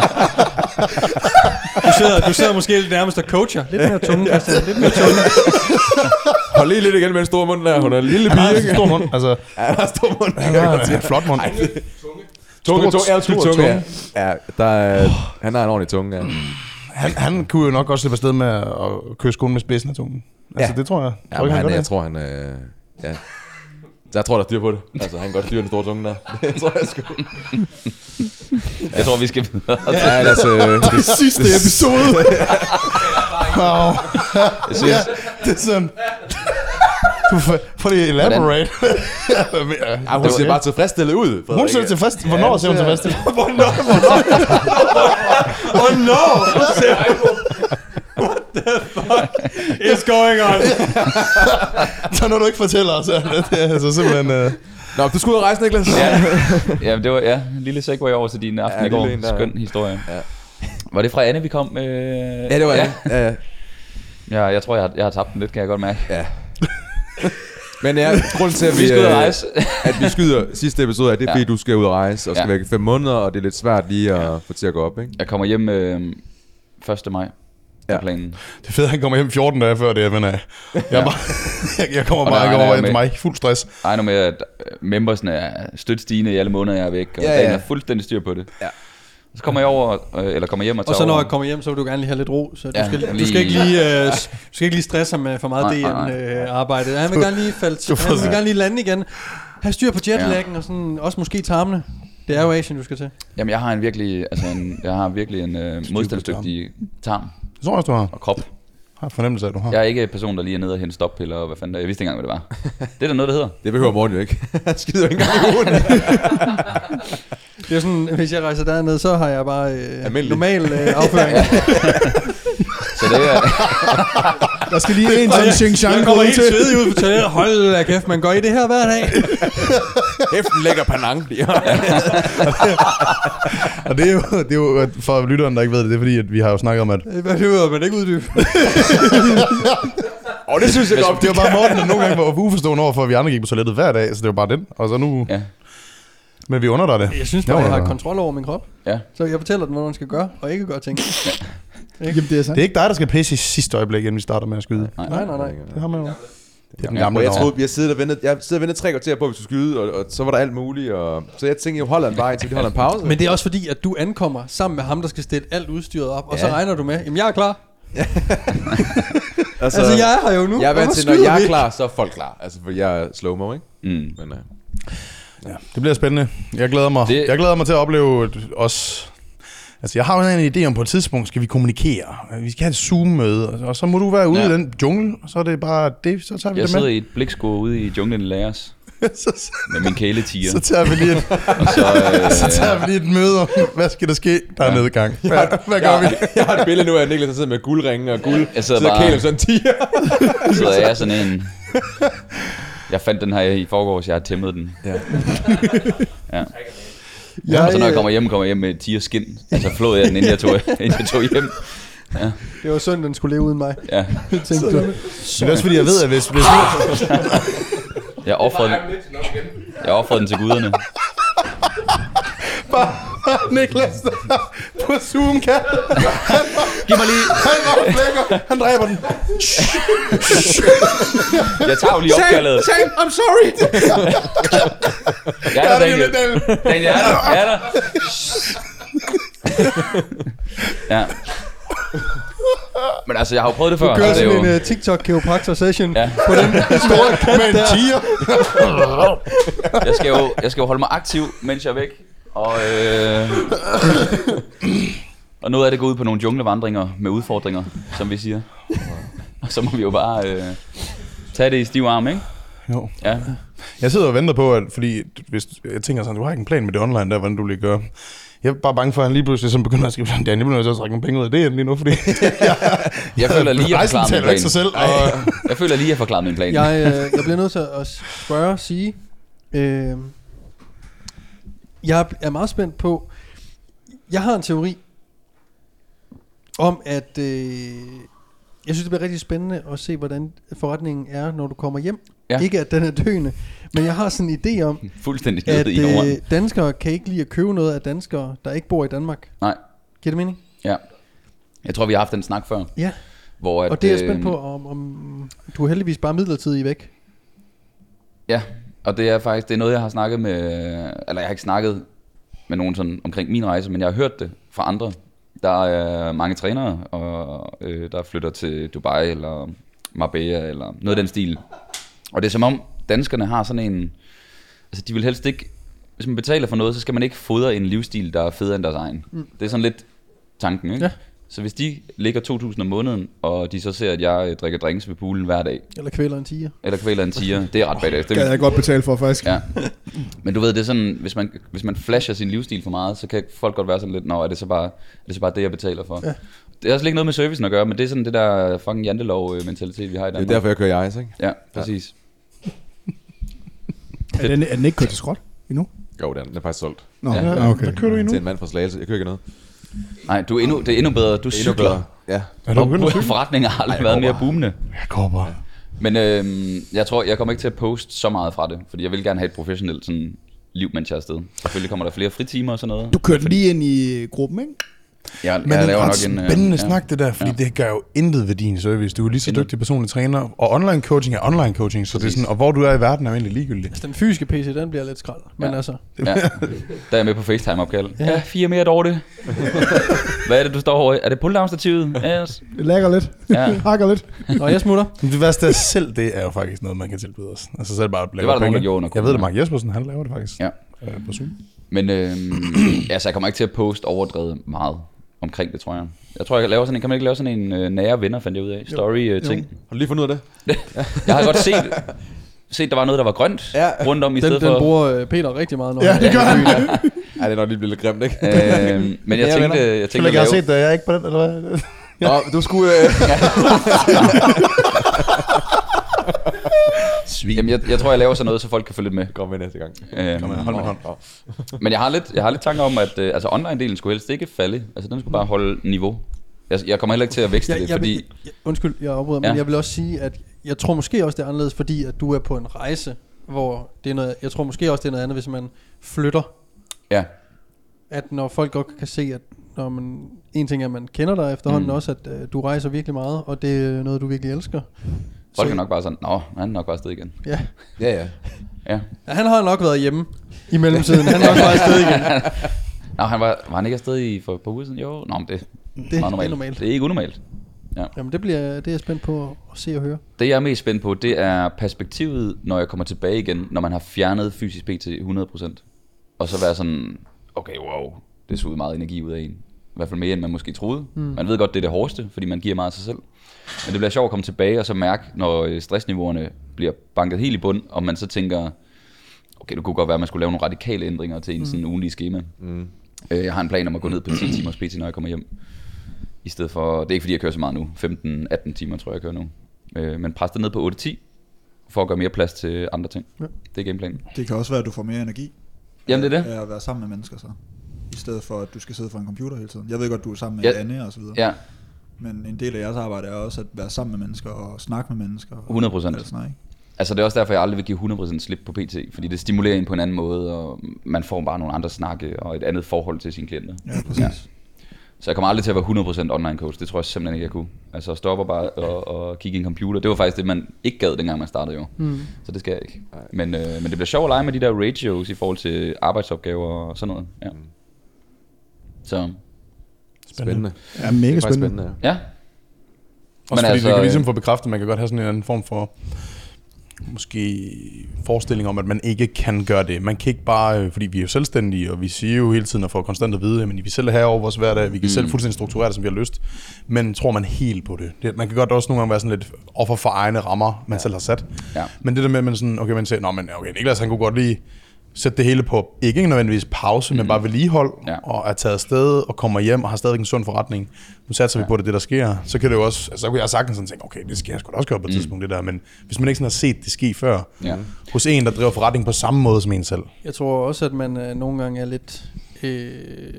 S1: Du sidder, du sidder måske lidt nærmest og coacher. Lidt mere tunge, Christian. Lidt mere tunge.
S3: Hold lige lidt igen med en stor mund der, hun er en lille
S2: Han har
S3: pige,
S2: en
S3: ikke?
S2: stor mund. Altså,
S3: Ja, han har stor mund.
S2: han har en flot mund.
S3: Tunge,
S2: Stor-
S3: tunge, ja,
S2: stor
S3: tunge,
S2: tunge.
S3: ja. Ja, der er, han har en ordentlig tunge, ja.
S2: Han, han kunne jo nok også slippe afsted med at kysse kun med spidsen af tungen. Altså,
S3: Ja.
S2: det tror jeg.
S3: Ja,
S2: Tror
S3: men
S2: ikke,
S3: han,
S2: gør
S3: jeg
S2: det?
S3: tror han, øh, ja. Så jeg tror der er styr på det. Altså han kan godt styre den store tunge der. Det tror jeg sgu.
S4: Jeg tror, vi skal videre.
S3: Ja, altså, det,
S2: Det sidste episode. Wow.
S4: Jeg synes,
S2: Ja, det er sådan... Du får, får lige elaborate.
S3: ej, hun ser bare tilfredsstillet ud.
S2: Hun ser tilfreds. Hvornår ser hun tilfreds?
S1: Hvornår? Hvornår? What the fuck is going on?
S2: Så når du ikke fortæller os, er det er altså simpelthen... Uh...
S3: Nå, du skulle ud og rejse, Niklas.
S4: ja, ja, det var ja, en lille segway over til din aften
S3: Ja,
S4: i går.
S3: lille en der,
S4: Skøn historie.
S3: Ja.
S4: Var det fra Anne, vi kom? Øh...
S3: Ja, det var
S4: ja.
S3: det. Ja, ja.
S4: Ja, jeg tror, jeg har, jeg har tabt den lidt, kan jeg godt mærke.
S3: Ja. Men ja, grunden til, at vi,
S4: Vi skal ud at
S3: øh,
S4: rejse.
S3: at vi skyder sidste episode, er det er,
S4: Ja.
S3: fordi du skal ud og rejse, og skal
S4: Ja.
S3: væk i fem måneder, og det er lidt svært lige at få til at gå op, ikke?
S4: Jeg kommer hjem øh, første maj. Ja.
S3: Ja.
S4: Planen.
S2: Det er fedt, at han kommer hjem fjorten dage før det, men uh, jeg, er bare, jeg, jeg kommer
S4: Og
S2: bare
S4: der-
S2: ikke
S4: der er
S2: over ind
S4: med-
S2: til mig. Fuld stress.
S4: Jeg regner med, at øh, membersne er stødt stigende i alle måneder, jeg er væk. Og
S3: Ja,
S4: ja, dagen
S3: ja.
S4: er fuldstændig styr på det.
S3: Ja.
S4: Så kommer jeg over, øh, eller kommer hjem og tager
S1: Og så når
S4: over.
S1: jeg kommer hjem, så vil du gerne lige have lidt ro. Så du,
S4: Ja,
S1: skal,
S4: lige-
S1: du, skal ikke lige, øh, du skal ikke lige stresse ham med for meget
S4: Nej, nej, nej.
S1: D M-arbejde. Han vil gerne lige falde til, han vil gerne lige lande igen. Have styr på jetlaggen og sådan, også måske tarmene. Det er jo Asien, du skal til.
S4: Jamen, jeg har en virkelig, altså en, jeg har virkelig en øh, modstandsdygtig tarm
S2: Det tror jeg også, du har.
S4: og krop.
S2: Jeg har fornemmelse af, at du har.
S4: Jeg er ikke en person, der lige er nede og hente stoppiller og hvad fanden der. Jeg vidste ikke engang, hvad det var. Det er der noget, der hedder.
S3: Det behøver Morten jo ikke. Han skider jo ikke engang i ugen.
S1: Det er sådan, hvis jeg rejser derned, så har jeg bare øh,
S3: Almindelig.
S1: normal øh, afføring.
S4: Så det er,
S5: Der skal lige en sådan
S1: Jeg
S5: Xinjiang
S1: kommer
S5: gå
S1: helt
S5: til.
S1: svedig ud på toilettet. Hold da kæft, man går i det her hver dag.
S3: Hæften lægger panang.
S2: Og det er, jo, det er jo, for lytteren, der ikke ved det, det er fordi, at vi har jo snakket om, at
S1: Hvad behøver man ikke uddybe?
S3: Og det synes jeg godt.
S2: det var bare Morten, der nogle gange var uforstående over, for at vi andre gik på toilettet hver dag, så det var bare den. Og så nu...
S4: ja.
S2: Men vi under dig det.
S1: Jeg synes
S2: Jeg
S1: bare, jeg
S2: under
S1: har
S2: dig.
S1: kontrol over min krop.
S4: Ja.
S1: Så jeg fortæller den, hvordan man skal gøre, og ikke gøre ting.
S5: Jamen, det er sandt.
S2: Det er ikke dig, der skal pisse i sidste øjeblik, inden vi starter med at skyde.
S4: Nej.
S1: Nej, nej, nej.
S2: Det har man jo. Det er den
S4: Ja,
S2: gamle
S3: Og jeg
S2: derovre.
S3: troede, vi har siddet og ventet, jeg sidder og ventet tre kvarter på, at vi skulle skyde, og, og så var der alt muligt. Og, så jeg tænkte, jeg holder en vej, indtil vi holder en pause.
S1: Men det er også fordi, at du ankommer sammen med ham, der skal stille alt udstyret op, og så
S3: Ja.
S1: regner du med, jamen jeg er klar.
S3: altså,
S1: Altså jeg er her jo nu.
S3: jeg er vant
S1: Hvorfor
S3: til, når
S1: skyder
S3: jeg
S1: vi
S3: er
S1: ikke?
S3: klar, så er folk klar. Altså, for jeg er slow-mo, ikke?
S4: Mm.
S3: Men, uh,
S2: Ja, det bliver spændende. Jeg glæder mig.
S4: Det-
S2: Jeg glæder mig til at opleve os. Altså, jeg har jo en idé om, på et tidspunkt skal vi kommunikere. Vi skal have et Zoom-møde, og så må du være ude
S4: Ja.
S2: i den jungle, og så er det bare det, så tager vi
S4: Jeg
S2: det
S4: sidder
S2: med.
S4: i et bliksko ude i junglen i Laos
S2: så,
S4: med min kæletiger.
S2: så, tager vi lige et,
S4: Og så, øh,
S2: så tager vi lige et møde om, hvad skal der ske? Der er
S4: Ja.
S2: nedgang. Hvad, hvad gør
S3: jeg,
S2: vi?
S3: jeg har et billede nu af Niklas, der sidder med guldringe og guld.
S4: Jeg sidder
S3: sidder
S4: bare-
S3: kæler sådan en tiger.
S4: sidder jeg sådan en... Jeg fandt den her i forgårs, jeg har tæmmet den.
S3: Ja.
S4: Ja.
S1: Jeg,
S4: Og så når jeg
S1: øh,
S4: kommer hjem, kommer jeg hjem med et tigerskin. Altså flåede jeg den, inden jeg tog, inden jeg tog hjem.
S1: Det var synd, den skulle leve uden mig.
S4: Ja.
S1: Tænkte du.
S2: Men det er også fordi, jeg ved, at hvis... hvis
S4: Jeg offrede, jeg offrede den til guderne.
S2: Niklas der på Zoom kan.
S4: Giv mig lige...
S2: Han var flækker. Han dræber den.
S4: Jeg tager jo lige opkaldet.
S2: Sam, I'm sorry.
S4: Jeg er der, Daniel. Daniel, jeg er der. Jeg er der. Ja. Men altså, jeg har jo prøvet det før.
S1: Du kører
S4: så det er
S1: sådan
S4: jo...
S1: en uh, TikTok-kiropraktor-session
S4: Ja.
S1: på den store kat
S2: Med en
S1: der.
S2: tiger.
S4: Jeg skal, jo, jeg skal jo holde mig aktiv, mens jeg er væk. Og, øh, og noget af det går ud på nogle junglevandringer med udfordringer, som vi siger. Og så må vi jo bare øh, tage det i stiv arm, ikke?
S2: Jo.
S4: Ja.
S2: Jeg sidder og venter på, at, fordi hvis, jeg tænker sådan, du har ikke en plan med det online der, hvordan du lige gør. Jeg er bare bange for, at han lige pludselig sådan begynder at skrive, Dan, jeg bliver nødt til at trække nogle penge ud af det lige nu, fordi
S4: Jeg føler lige, at jeg
S2: rejsen
S4: forklarer min
S2: taler ikke sig
S4: plan.
S2: selv. Og,
S4: Jeg føler lige, at jeg forklarer min plan.
S1: Jeg, øh, jeg bliver nødt til at spørge, sige. Øh, jeg er meget spændt på. Jeg har en teori om, at øh, jeg synes, det bliver rigtig spændende at se, hvordan forretningen er, når du kommer hjem.
S4: Ja.
S1: Ikke at den er døende, men jeg har sådan en idé om,
S4: Fuldstændig
S1: at
S4: nede i Norden.
S1: øh, danskere kan ikke lide at købe noget af danskere, der ikke bor i Danmark.
S4: Nej,
S1: Giver det mening?
S4: ja. Jeg tror, vi har haft den snak før.
S1: Ja,
S4: Hvor at,
S1: og det er jeg
S4: øh,
S1: spændt på, om, om du er heldigvis bare midlertidigt væk.
S4: Ja, og det er faktisk det er noget, jeg har snakket med... Eller jeg har ikke snakket med nogen sådan omkring min rejse, men jeg har hørt det fra andre. Der er mange trænere, og, øh, der flytter til Dubai eller Marbella eller noget af den stil. Og det er som om, danskerne har sådan en... Altså, de vil helst ikke... Hvis man betaler for noget, så skal man ikke fodre en livsstil, der er federe end deres egen. Mm. Det er sådan lidt tanken, ikke?
S1: Ja.
S4: Så hvis de ligger to tusind om måneden, og de så ser, at jeg øh, drikker drinks ved poolen hver dag,
S1: Eller kvæler en tiger.
S4: eller kvæler en tiger, det er ret badass. Det
S5: Kan
S4: vil-
S5: jeg godt betale for, faktisk.
S4: Ja. Men du ved, det er sådan, hvis man, hvis man flasher sin livsstil for meget, så kan folk godt være sådan lidt, nå, er det så bare, er det, så bare det, jeg betaler for?
S1: Ja.
S4: Det er også ikke noget med servicen at gøre, men det er sådan det der fucking jantelov-mentalitet, vi har i
S3: Det er
S4: Danmark.
S3: derfor, jeg kører i Ice, ikke?
S4: Ja, præcis.
S5: Er den, er den ikke kørt til skrot endnu?
S3: Jo, den, den er faktisk solgt.
S5: Nå,
S4: Ja.
S5: ja, okay.
S2: hvad kører du i nu?
S3: Til en mand fra Slagelse. Jeg kører ikke noget.
S4: Nej, du er endnu, det er endnu bedre. Du
S3: Det er endnu
S4: cykler.
S3: bedre. Ja.
S2: Er du begyndt at cykle?
S4: Forretningen har aldrig
S3: Ej, jeg
S4: været
S3: går
S4: mere
S3: bare.
S4: boomende.
S2: Jeg går bare.
S4: Men øhm, jeg tror, jeg kommer ikke til at poste så meget fra det, fordi jeg vil gerne have et professionelt sådan, liv, mens jeg er afsted. Selvfølgelig kommer der flere fritimer og sådan noget.
S5: Du kørte lige ind i gruppen, ikke?
S4: Jeg,
S2: Men
S4: jeg
S2: det er
S4: laver
S2: ret
S4: nok en, øh,
S2: spændende
S4: ja.
S2: snak, det der, fordi
S4: Ja.
S2: det gør jo intet ved din service. Du er lige så
S4: Intet.
S2: dygtig personlig træner, og online coaching er online coaching, så det er
S4: Præcis.
S2: sådan, og hvor du er i verden er jo egentlig ligegyldigt.
S1: Altså, den fysiske P C, den bliver lidt skrald. Men
S4: Ja.
S1: altså,
S4: Ja. Der er jeg med på FaceTime-opkald.
S1: Ja.
S4: Ja, fire mere dårligt. Hvad er det, du står over i? Er det pulldown-stativet? Yes.
S5: Det lægger lidt.
S4: Ja.
S5: Hakker lidt.
S1: når jeg smutter.
S2: Men det værste er selv, det er jo faktisk noget, man kan tilbyde os. Altså selv bare at lave
S4: Det var der nogen,
S2: penge.
S4: der gjorde under
S2: Jeg ved det,
S4: corona.
S2: Mark Jespersen, han laver det faktisk.
S4: Ja.
S2: Øh, på Zoom.
S4: Men øh, altså, jeg kommer ikke til at poste overdrevet meget omkring det, tror jeg. Jeg tror, jeg laver sådan en, kan man ikke lave sådan en øh, nære venner, fandt jeg ud af, story-ting.
S3: Har du lige fundet ud af det?
S4: Jeg har godt set, set, der var noget, der var grønt
S3: Ja.
S4: rundt om i
S1: Den,
S4: stedet
S1: den
S4: for...
S1: bruger øh, Peter rigtig meget, når
S5: Ja,
S1: han
S5: det gør
S1: er i
S5: han.
S1: byen.
S3: Ej, det er nok lige blevet lidt grimt, ikke?
S4: Øh, men jeg
S3: Nære
S4: tænkte,
S3: venner.
S4: jeg
S2: Jeg
S4: tænkte
S2: føler
S4: at
S2: ikke, jeg har
S4: lave...
S2: set det. Jeg er ikke på den, eller hvad?
S3: Nå, du skulle... Øh...
S2: Svin.
S4: Jamen, jeg, jeg tror, jeg laver sådan noget, så folk kan følge lidt med.
S3: Kom med næste gang.
S4: Øhm,
S2: Kom med, hold med hånd.
S4: Men jeg har lidt, jeg har lidt tanker om, at øh, altså online-delen skulle helst ikke falde. Altså, den skulle bare holde niveau. Jeg, jeg kommer heller ikke til at vækste
S1: Jeg,
S4: det,
S1: jeg,
S4: fordi...
S1: vil, jeg, undskyld, jeg afbryder,
S4: Ja.
S1: men jeg vil også sige, at jeg tror måske også, det er anderledes, fordi at du er på en rejse, hvor det er noget, jeg tror måske også, det er noget andet, hvis man flytter.
S4: Ja,
S1: At når folk godt kan se, at når man, en ting er, at man kender dig efterhånden
S4: Mm.
S1: også, at uh, du rejser virkelig meget, og det er noget, du virkelig elsker.
S4: folk
S1: Så-
S4: er nok bare sådan, nå, han er nok bare afsted igen.
S1: Ja.
S3: Ja, ja.
S4: Ja.
S1: Ja, han har nok været hjemme i mellemtiden. Han er nok bare afsted igen.
S4: Nå, han var, var han ikke afsted i for et par uger siden? Jo, nå, men det,
S1: Det,
S4: det er
S1: det
S4: normalt.
S1: er normalt.
S4: Det er ikke unormalt. Ja.
S1: Jamen, det, bliver, det er jeg spændt på at se og høre.
S4: Det jeg er mest spændt på, det er perspektivet, når jeg kommer tilbage igen, når man har fjernet fysisk P T hundrede procent. Og så være sådan, okay, wow, det suger meget energi ud af en. I hvert fald mere, end man måske troede. Mm. Man ved godt, det er det hårdeste, fordi man giver meget af sig selv. Men det bliver sjovt at komme tilbage og så mærke, når stressniveauerne bliver banket helt i bund, og man så tænker, okay, det kunne godt være, at man skulle lave nogle radikale ændringer til en mm. sådan ugenlig schema. Mm. Jeg har en plan om at gå ned på ti timers P T, når jeg kommer hjem. I stedet for, det er ikke fordi, jeg kører så meget nu. femten atten timer, tror jeg, jeg kører nu. Men pres det ned på otte ti, for at gøre mere plads til andre ting.
S1: Ja.
S4: Det er gameplanen.
S6: Det kan også være, at du får mere energi
S4: Jamen, det er det.
S6: af at være sammen med mennesker så. I stedet for, at du skal sidde foran en computer hele tiden. Jeg ved godt, du er sammen med
S4: Ja.
S6: Anne og så videre.
S4: Ja,
S6: Men en del af jeres arbejde er også at være sammen med mennesker og snakke med mennesker. Og
S4: hundrede procent.
S6: alt sådan noget, ikke?
S4: altså det er også derfor, jeg aldrig vil give hundrede procent slip på P T, fordi det stimulerer en på en anden måde, og man får bare nogle andre snakke og et andet forhold til sine klienter.
S6: Ja, præcis. Ja.
S4: Så jeg kommer aldrig til at være hundrede procent online coach. Det tror jeg simpelthen ikke, jeg kunne. Altså stopper bare og, og kigge i en computer. Det var faktisk det, man ikke gad, dengang man startede jo. Mm. Så det skal jeg ikke. Men, øh, men det bliver sjovt at lege med de der ratios i forhold til arbejdsopgaver og sådan noget. Ja. Så
S3: Spændende.
S5: Ja, mega
S3: Det er faktisk
S5: spændende.
S3: spændende, ja.
S4: ja.
S2: Også
S4: Men
S2: fordi
S4: altså,
S2: det kan ligesom
S4: øh,
S2: få bekræftet, at man kan godt have sådan en anden form for måske forestilling om, at man ikke kan gøre det. Man kan ikke bare, øh, fordi vi er jo selvstændige, og vi siger jo hele tiden og får konstant at vide, at vi selv er her over vores hverdag, vi kan mm. selv fuldstændig strukturere det, som vi har lyst. Men tror man helt på det? det? Man kan godt også nogle gange være sådan lidt offer for egne rammer, man ja. selv har sat.
S4: Ja.
S2: Men det der med, at man sådan, okay, man siger, nå, men okay, Niklas, han kunne godt lige sætte det hele på, ikke nødvendigvis pause, mm. men bare vedligehold,
S4: Ja.
S2: og er taget afsted og kommer hjem og har stadig en sund forretning. Nu satser ja. vi på det, det der sker. Så kan det jo også, altså, så kunne jeg sagtens sådan tænke, okay, det skal jeg sgu da også gøre på et mm. tidspunkt, det der. Men hvis man ikke sådan har set det ske før,
S4: Ja.
S2: hos en, der driver forretning på samme måde som en selv.
S1: Jeg tror også, at man øh, nogle gange er lidt øh,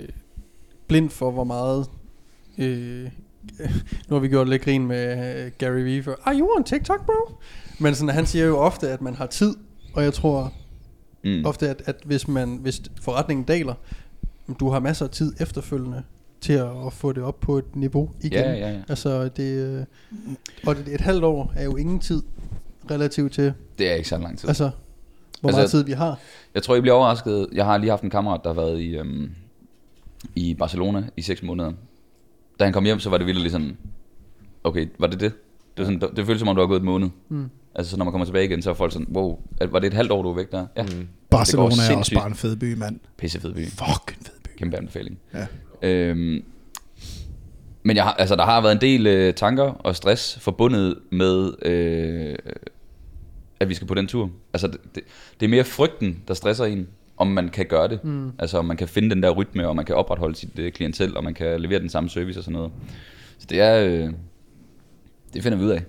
S1: blind for, hvor meget... Øh, nu har vi gjort lidt grin med øh, Gary Vee for, are you on TikTok, bro? Men sådan, han siger jo ofte, at man har tid, og jeg tror
S4: Mm.
S1: ofte, at, at hvis, man, hvis forretningen daler, du har masser af tid efterfølgende til at, at få det op på et niveau igen.
S4: Ja, ja, ja.
S1: Altså, det, øh, og det, et halvt år er jo ingen tid relativt til,
S4: Det er ikke så lang tid.
S1: altså, hvor
S4: Altså,
S1: meget tid vi har.
S4: Jeg tror, I bliver overrasket. Jeg har lige haft en kammerat, der har været i, øhm, i Barcelona i seks måneder. Da han kom hjem, så var det vildt sådan, okay, var det det? Det, var sådan, det føltes som om, du var gået et månede. Mm. Altså, så når man kommer tilbage igen, så er folk sådan, wow, var det et halvt år, du var væk der? Ja. Mm.
S5: Barcelona er også
S4: sindssygt.
S5: bare en fed by, mand.
S4: Pissefed by.
S5: Fuck en fed by.
S4: Kæmpe anbefaling.
S5: Ja.
S4: Øhm, men jeg har, altså, der har været en del øh, tanker og stress forbundet med, øh, at vi skal på den tur. Altså, det, det, det er mere frygten, der stresser en, om man kan gøre det. Mm. Altså, om man kan finde den der rytme, og man kan opretholde sit øh, klientel, og man kan levere den samme service og sådan noget. Så det er, øh, det finder vi ud af.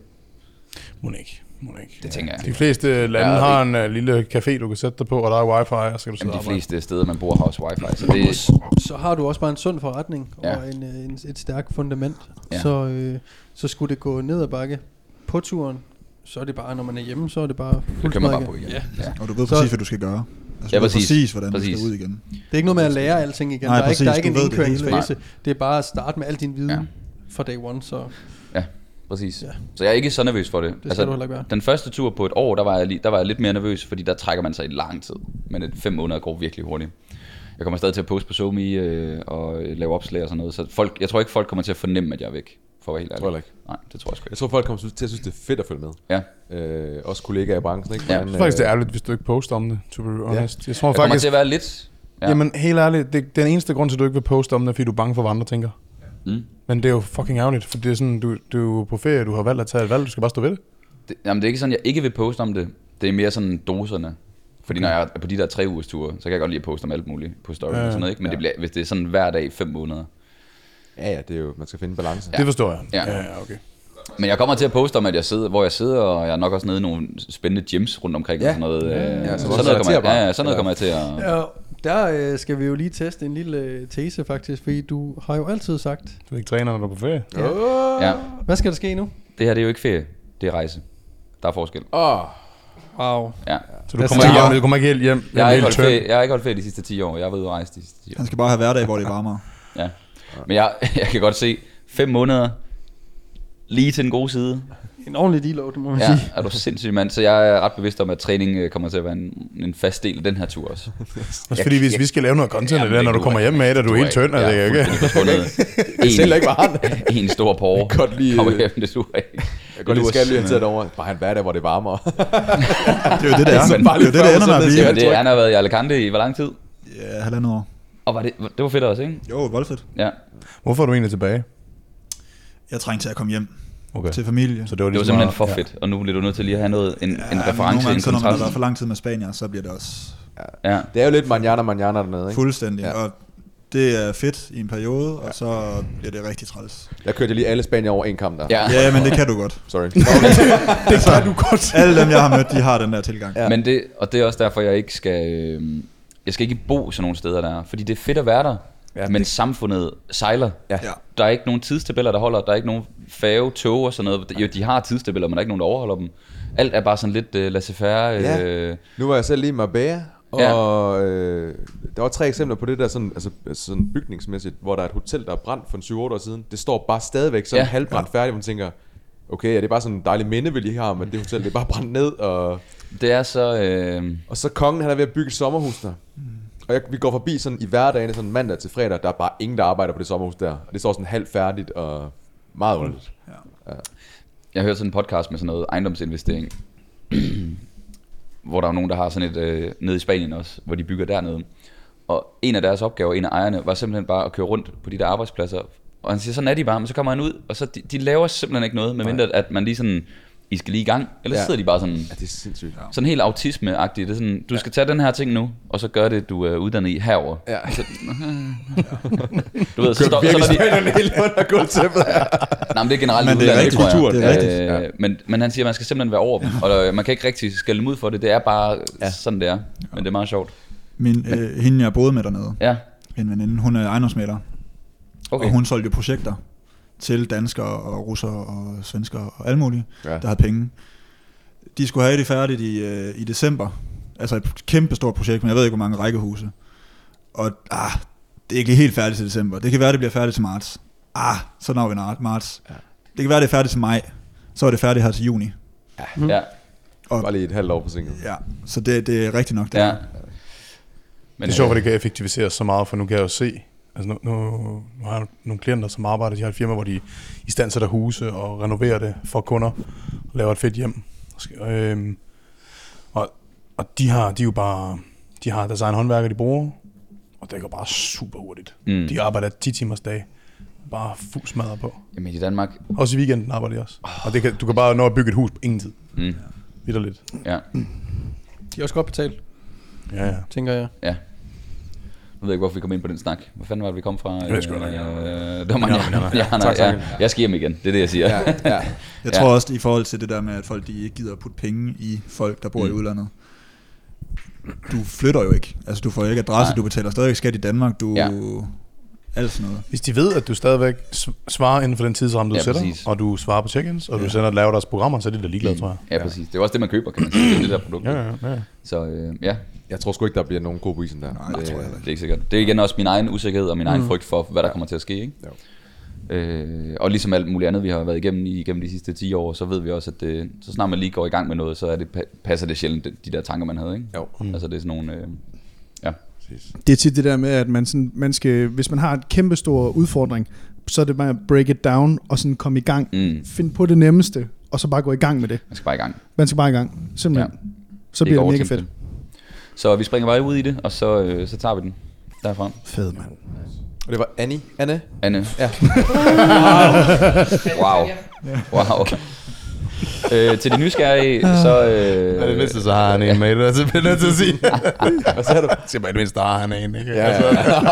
S2: Må ikke. Må ikke.
S4: Det tænker jeg.
S2: De fleste lande
S4: Ja,
S2: har en uh, lille café, du kan sætte dig på, og der er wifi, og så skal du sidde
S4: Jamen,
S2: og
S4: de
S2: arbejde.
S4: fleste steder, man bor, har også wifi. Så det,
S1: Så har du også bare en sund forretning
S4: Ja.
S1: og en, øh, en, et stærkt fundament.
S4: Ja.
S1: Så, øh, så skulle det gå ned ad bakke på turen, så er det bare, når man er hjemme, så er det bare
S4: det kan man bare på igen.
S1: Ja.
S4: Ja.
S6: Og du ved
S1: Så-
S6: præcis, hvad du skal gøre. Altså,
S4: Ja,
S6: du ved
S4: præcis.
S6: præcis, hvordan
S4: Præcis.
S6: du skal ud igen.
S1: Det er ikke noget med at lære alting igen.
S6: Nej,
S1: der er
S6: præcis,
S1: ikke, der er ikke
S6: du
S1: en
S6: ved det hele.
S1: indkøringsfase. Det er bare at starte med al din viden
S4: Ja.
S1: fra day one. Så
S4: Ja, præcis.
S1: Ja.
S4: Så jeg er ikke så nervøs for det.
S1: det skal du heller ikke være.
S4: Den første tur på et år, der var, jeg lige, der var jeg lidt mere nervøs, fordi der trækker man sig i lang tid. Men et fem måneder går virkelig hurtigt. Jeg kommer stadig til at poste på SoMe øh, og lave opslag og sådan noget. Så folk, jeg tror ikke, folk kommer til at fornemme, at jeg er væk. For at være helt ærlig.
S3: Tror jeg ikke.
S4: Nej, det tror jeg sgu
S3: Jeg
S4: ikke.
S3: tror, folk kommer til at synes, det er fedt at følge med.
S4: Ja.
S3: Øh, også kollegaer i branchen, ikke?
S4: Ja.
S3: Men,
S2: Jeg synes faktisk, det er ærligt, hvis du ikke poster om det, to be honest. Jeg tror
S4: Jeg kommer
S2: faktisk,
S4: til at være lidt...
S2: ja. Jamen helt ærligt, det, den eneste grund til, at du ikke vil poste om det, er, fordi du er bange for, hvad andre tænker.
S4: Mm.
S2: Men det er jo fucking ærgerligt, for det er sådan, du, du er jo på ferie, du har valgt at tage et valg, du skal bare stå ved det.
S4: Det, jamen det er ikke sådan, jeg ikke vil poste om det. Det er mere sådan doserne. Fordi okay. når jeg er på de der tre ugers ture, så kan jeg godt lide at poste om alt muligt på story
S2: Ja,
S4: og sådan noget, ikke? Men
S3: ja.
S4: det bliver, hvis det er sådan hver dag i fem måneder.
S3: Ja, ja, det er jo, man skal finde balance.
S2: Ja. Det forstår jeg.
S4: Ja.
S2: Ja, ja, okay.
S4: Men jeg kommer til at poste om, at jeg sidder, hvor jeg sidder, og jeg er nok også nede i nogle spændende gyms rundt omkring.
S3: Ja.
S4: Og sådan noget.
S3: Ja,
S4: Øh,
S3: ja, så
S4: sådan
S3: også
S4: noget kommer jeg,
S3: relaterbart.
S4: ja, ja, sådan noget
S3: Ja.
S4: kommer jeg til at...
S1: Ja, der øh, skal vi jo lige teste en lille øh, tese faktisk, fordi du har jo altid sagt,
S2: Du er ikke træner, når du er på ferie.
S4: Ja.
S1: hvad skal der ske nu?
S4: Det her det er jo ikke ferie, det er rejse. Der er forskel.
S3: Åh,
S1: Wow.
S4: Ja.
S2: Så du
S1: Jeg
S2: kommer,
S1: siger-
S2: ikke, du kommer ikke helt hjem.
S4: Jeg har,
S2: helt
S4: ikke holdt
S2: tørt.
S4: ferie, jeg har ikke holdt ferie de sidste ti år. Jeg har været ude at rejse de sidste ti år.
S6: Han skal bare have hverdag, hvor det er varmere.
S4: Ja. Men jeg, jeg kan godt se, fem måneder lige til den gode side.
S1: En ordentlig deload, må man
S4: Ja,
S1: sige.
S4: er du sindssygt, mand. Så jeg er ret bevidst om, at træning øh, kommer til at være en, en fast del af den her tur også.
S2: Også fordi hvis vi skal lave noget content af
S4: Jamen,
S2: det,
S4: det
S2: når du
S4: duer
S2: kommer
S4: ikke.
S2: hjem med det, er du
S4: Det
S2: helt
S4: duer
S2: tynd.
S4: ikke.
S2: Altså,
S4: Jeg er
S2: ikke?
S4: fuldstændig forsvundet.
S3: jeg sælger ikke varen.
S4: En stor porre.
S3: Jeg kan godt lide-
S4: Kommer hjem, det duer ikke.
S3: Jeg kan godt lide
S4: duer
S3: skal lige
S4: simpelthen.
S3: til over. Bare en hverdag, hvor det er varmere.
S6: Det er jo det, det er.
S3: sådan
S6: Det
S3: bare
S6: er jo
S3: lidt
S6: det, det ender med at
S3: før,
S6: blive.
S4: Ja, det, han har været i Alicante i hvor lang tid?
S6: Ja, halvandet år.
S4: Og var det, det var fedt også, ikke?
S6: Jo, voldfedt.
S4: Ja.
S2: Hvorfor er du egentlig tilbage?
S6: Jeg trængte til at komme hjem
S2: Okay.
S6: til familie.
S2: Så det var,
S4: Det var
S2: ligesom
S4: simpelthen for
S2: meget-
S4: fedt, og nu bliver du nødt til lige at have noget, en,
S6: Ja,
S4: en
S6: men
S4: reference,
S6: nogle gange,
S4: en
S6: så når man har
S4: kontrast.
S6: været for lang tid med Spanier, så bliver det også
S4: Ja.
S3: Det er jo lidt manjana manjana dernede, ikke?
S6: fuldstændig.
S3: Ja.
S6: Og det er fedt i en periode, og så bliver det rigtig træls.
S3: Der kørte jeg lige alle spanier over en kamp der.
S4: Ja.
S6: Ja, men det kan du godt.
S3: Sorry.
S2: Det kan du godt.
S6: Alle dem, jeg har mødt, de har den der tilgang.
S3: Ja.
S4: Men det, og det er også derfor, jeg ikke skal, øh, jeg skal ikke bo sådan nogle steder der, fordi det er fedt at være der,
S3: Ja,
S4: men
S3: det-
S4: samfundet sejler.
S3: Ja.
S6: Ja.
S4: Der er ikke nogen tidstabeller, der holder, der er ikke nogen færge, tog og sådan noget. Jo, de har tidstabeller, men der er ikke nogen, der overholder dem. Alt er bare sådan lidt uh, laissez-faire.
S3: Ja.
S4: Øh,
S3: Nu var jeg selv lige i Marbella, og øh, der var tre eksempler på det der sådan, altså, sådan bygningsmæssigt, hvor der er et hotel, der er brændt for en syv otte år siden. Det står bare stadigvæk sådan
S4: Ja.
S3: ja. halvbrændt færdigt, hvor man tænker, okay, ja, det er bare sådan en dejlig minde, vi lige har, men det hotel, det er bare brændt ned. Og,
S4: det er så... Øh,
S3: og så kongen, han er ved at bygge et sommerhus der. Og jeg, vi går forbi sådan i hverdagen, sådan mandag til fredag, der er bare ingen, der arbejder på det sommerhus der. Og det står sådan halvt færdigt og meget underligt.
S4: jeg har hørt sådan en podcast med sådan noget ejendomsinvestering, hvor der er nogen, der har sådan et øh, nede i Spanien også, hvor de bygger dernede. Og en af deres opgaver, en af ejerne, var simpelthen bare at køre rundt på de der arbejdspladser. Og han siger, sådan er de bare, men så kommer han ud, og så de, de laver simpelthen ikke noget, medmindre at man lige sådan, I skal lige i gang. Ellers
S3: Ja.
S4: ja. sidder de bare sådan,
S3: Ja, det er sindssygt. Ja.
S4: sådan helt autisme-agtigt. Det er sådan, du skal tage den her ting nu, og så gør det, du er uddannet i herover.
S3: Ja.
S4: Så, du ved, så, står, så
S3: Virkelig
S4: når de,
S3: spændende helt under gulvtæppet.
S4: nej, men det er generelt
S6: Men
S4: i
S6: det er
S4: udlandet,
S6: rigtigt,
S4: tror jeg.
S6: kultur, det er rigtigt,
S4: Øh,
S3: ja.
S4: men, men han siger, at man skal simpelthen være over dem, og øh, man kan ikke rigtig skælde dem ud for det. Det er bare
S3: Ja.
S4: ja. sådan, det er. Men det er meget sjovt.
S6: Min, øh, hende, jeg boede med dernede,
S4: Ja,
S6: en veninde, hun er ejendomsmægler,
S4: okay.
S6: og hun solgte jo projekter til danskere og russere og svenskere og alle mulige,
S3: Ja.
S6: der havde penge. De skulle have det færdigt i, øh, i december. Altså et kæmpe stort projekt, men jeg ved ikke, hvor mange rækkehuse. Og ah, det er ikke lige helt færdigt til december. Det kan være, det bliver færdigt til marts. Ah, så når vi nær- marts.
S3: Ja.
S6: Det kan være, det er færdigt til maj. Så er det færdigt her til juni.
S4: Ja,
S6: Og,
S3: Bare lige et halvt år forsinket.
S6: ja, så det, det er rigtigt nok. Det
S4: ja.
S6: er.
S4: Men,
S2: Det er sjovt,
S4: øh,
S2: at det kan effektiviseres så meget, for nu kan jeg jo se, altså nu, nu, nu har jeg nogle klienter, som arbejder, de har et firma, hvor de i stand sætter huse og renoverer det for kunder, og laver et fedt hjem. Øhm, og, og de har, de er jo bare, de har deres egen håndværker, de bruger, og det går bare super hurtigt.
S4: Mm.
S2: De arbejder ti timers dag, bare fuld smadret på.
S4: Jamen i Danmark,
S2: Også i weekenden arbejder de også. Og det kan, du kan bare nå at bygge et hus på ingen tid.
S4: mm,
S2: Vitterligt.
S4: ja,
S1: De er også godt betalt,
S2: Ja, ja.
S1: tænker jeg.
S4: ja. Jeg ved ikke, hvorfor vi kom ind på den snak. Hvor fanden var det, vi kom fra?
S2: Jeg ved sgu ikke.
S4: Øh, det var man,
S2: Ja,
S4: ja,
S2: men, ja,
S4: ja, nej,
S3: tak, tak.
S4: ja, jeg skal hjem igen, det er det, jeg siger.
S3: Ja, ja.
S6: Jeg
S4: Ja.
S6: tror også, i forhold til det der med, at folk de ikke gider at putte penge i folk, der bor mm. i udlandet. Du flytter jo ikke. Altså, du får ikke adresse,
S4: Nej.
S6: du betaler stadig skat i Danmark, du...
S4: Ja.
S6: Alt sådan noget.
S2: Hvis de ved, at du stadigvæk s- svarer inden for den tidsramme, du
S4: Ja,
S2: sætter,
S4: præcis.
S2: og du svarer på check-ins, og du
S6: Ja.
S2: sender at lave deres programmer, så er de da ligeglade, tror jeg.
S4: Ja, præcis. Det er også det, man køber, kan man sige. Det er det der produkt.
S2: Ja, ja, ja.
S4: Så øh, ja,
S3: Jeg tror sgu ikke, der bliver nogen ko på isen der.
S6: Nej,
S3: det,
S6: det tror jeg
S4: Det er ikke sikkert. Det er igen også min egen usikkerhed og min egen frygt for, hvad der kommer til at ske. Ikke? Øh, og ligesom alt muligt andet, vi har været igennem igennem de sidste ti år, så ved vi også, at det, så snart man lige går i gang med noget, så er det, passer det sjældent, de der tanker, man havde. Ikke?
S3: Jo.
S2: Mm.
S4: Altså det er sådan nogle... Øh, ja.
S5: Det er tit det der med, at man, sådan, man skal, hvis man har et kæmpe stor udfordring, så er det bare at break it down og sådan komme i gang.
S4: Mm.
S5: Find på det nemmeste, og så bare gå i gang med det.
S4: Man skal bare i gang.
S5: Man skal bare i gang. Simpelthen. Ja. Så
S4: Ikke
S5: bliver det mega
S4: overtænke
S5: fedt.
S4: det. Så vi springer bare ud i det, og så, øh, så tager vi den derfra.
S5: Fed, mand.
S3: Og det var Annie. Anne?
S4: Anne.
S3: Ja.
S4: Wow. Wow. øh, til de nysgerrige, så... Øh,
S2: Ja, det mindste, så har han en med det, altså bliver jeg nødt til at sige. Hvad sagde du? Siger bare, det mindste, har han en, ikke?
S3: Ja,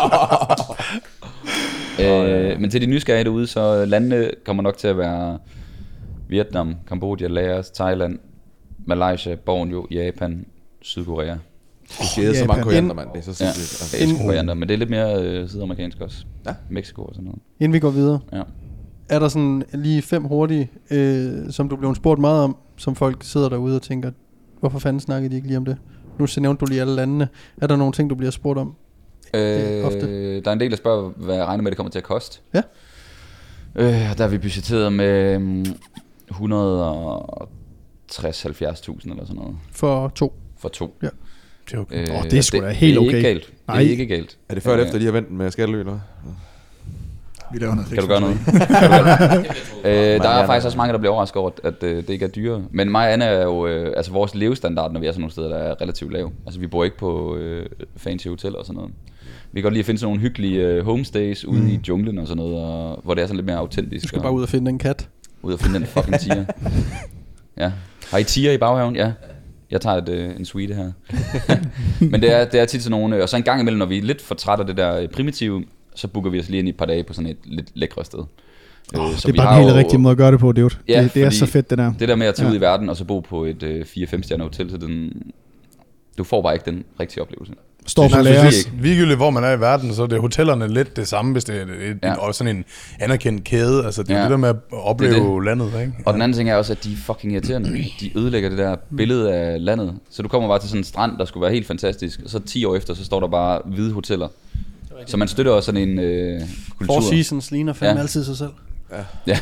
S3: ja.
S4: øh, men til de nysgerrige derude, så landene kommer nok til at være Vietnam, Kambodja, Laos, Thailand, Malaysia, Borneo, Japan, Sydkorea.
S3: Det er så mange
S5: Japan.
S3: koriander, mand. Det er så
S4: Ja,
S3: sindssygt.
S4: det er sgu varianter, men det er lidt mere øh, sydamerikansk også.
S3: Ja.
S4: Mexico og sådan noget.
S1: Inden vi går videre,
S4: Ja.
S1: er der sådan lige fem hurtige, øh, som du blev spurgt meget om, som folk sidder derude og tænker, hvorfor fanden snakkede de ikke lige om det? Nu så nævnte du lige alle landene. Er der nogle ting, du bliver spurgt om?
S4: Øh,
S1: ofte.
S4: der er en del, der spørger, hvad jeg regner med, det kommer til at koste.
S1: Ja.
S4: Øh, der er vi budgetteret med um, et hundrede og tres til halvfjerds tusind eller sådan noget.
S1: For to.
S4: For to.
S1: Ja.
S2: Det er okay.
S5: Åh, det er sgu da helt
S4: det er
S5: okay.
S4: Ikke galt. Det
S5: Nej.
S4: er ikke galt.
S3: Er det før eller
S4: Øh,
S3: efter, de har ventet med skatteløb, eller hvad?
S6: Vi laver noget
S4: Kan du gøre noget? øh, der er faktisk også mange, der bliver overrasket over, at øh, det ikke er dyre. Men mig og Anna er jo, øh, altså vores levestandard, når vi er sådan nogle steder, der er relativt lav. Altså vi bor ikke på øh, fancy hoteller og sådan noget. Vi kan godt lide at finde sådan nogle hyggelige øh, homestays ude mm. i junglen og sådan noget, og, hvor det er sådan lidt mere autentisk.
S1: Du skal bare ud og finde en kat.
S4: Ud og finde den fucking tiger. Ja. Har I tiger i baghaven? Ja. Jeg tager et, øh, en suite her. Men det er, det er tit sådan nogle, og så en gang imellem, når vi er lidt for trætte af det der primitive, så booker vi os lige ind i et par dage på sådan et lidt lækre sted.
S5: Oh,
S4: øh,
S5: det er bare den helt rigtige måde at gøre det på, dude.
S4: Ja,
S5: det, det er
S4: fordi
S5: så fedt, det der.
S4: Det der med at tage
S5: Ja.
S4: ud i verden, og så bo på et øh, fire fem stjerner hotel, så den, du får bare ikke den rigtige oplevelse.
S5: Står for
S4: synes
S5: lærer.
S4: vi ikke.
S2: Ligegyldigt hvor man er i verden, så er det hotellerne lidt det samme, hvis det er et,
S4: Ja.
S2: ja. og sådan en anerkendt kæde. Altså det er
S4: Ja.
S2: ja. det der med at opleve
S4: Det er det.
S2: landet, ikke?
S4: Og den anden ting er også, at de er fucking irriterende. De ødelægger det der billede af landet. Så du kommer bare til sådan en strand, der skulle være helt fantastisk, og så ti år efter, så står der bare hvide hoteller. Så man støtter også sådan en øh, kultur.
S1: Four Seasons ligner fandme
S4: Ja.
S1: altid sig selv.
S4: Ja.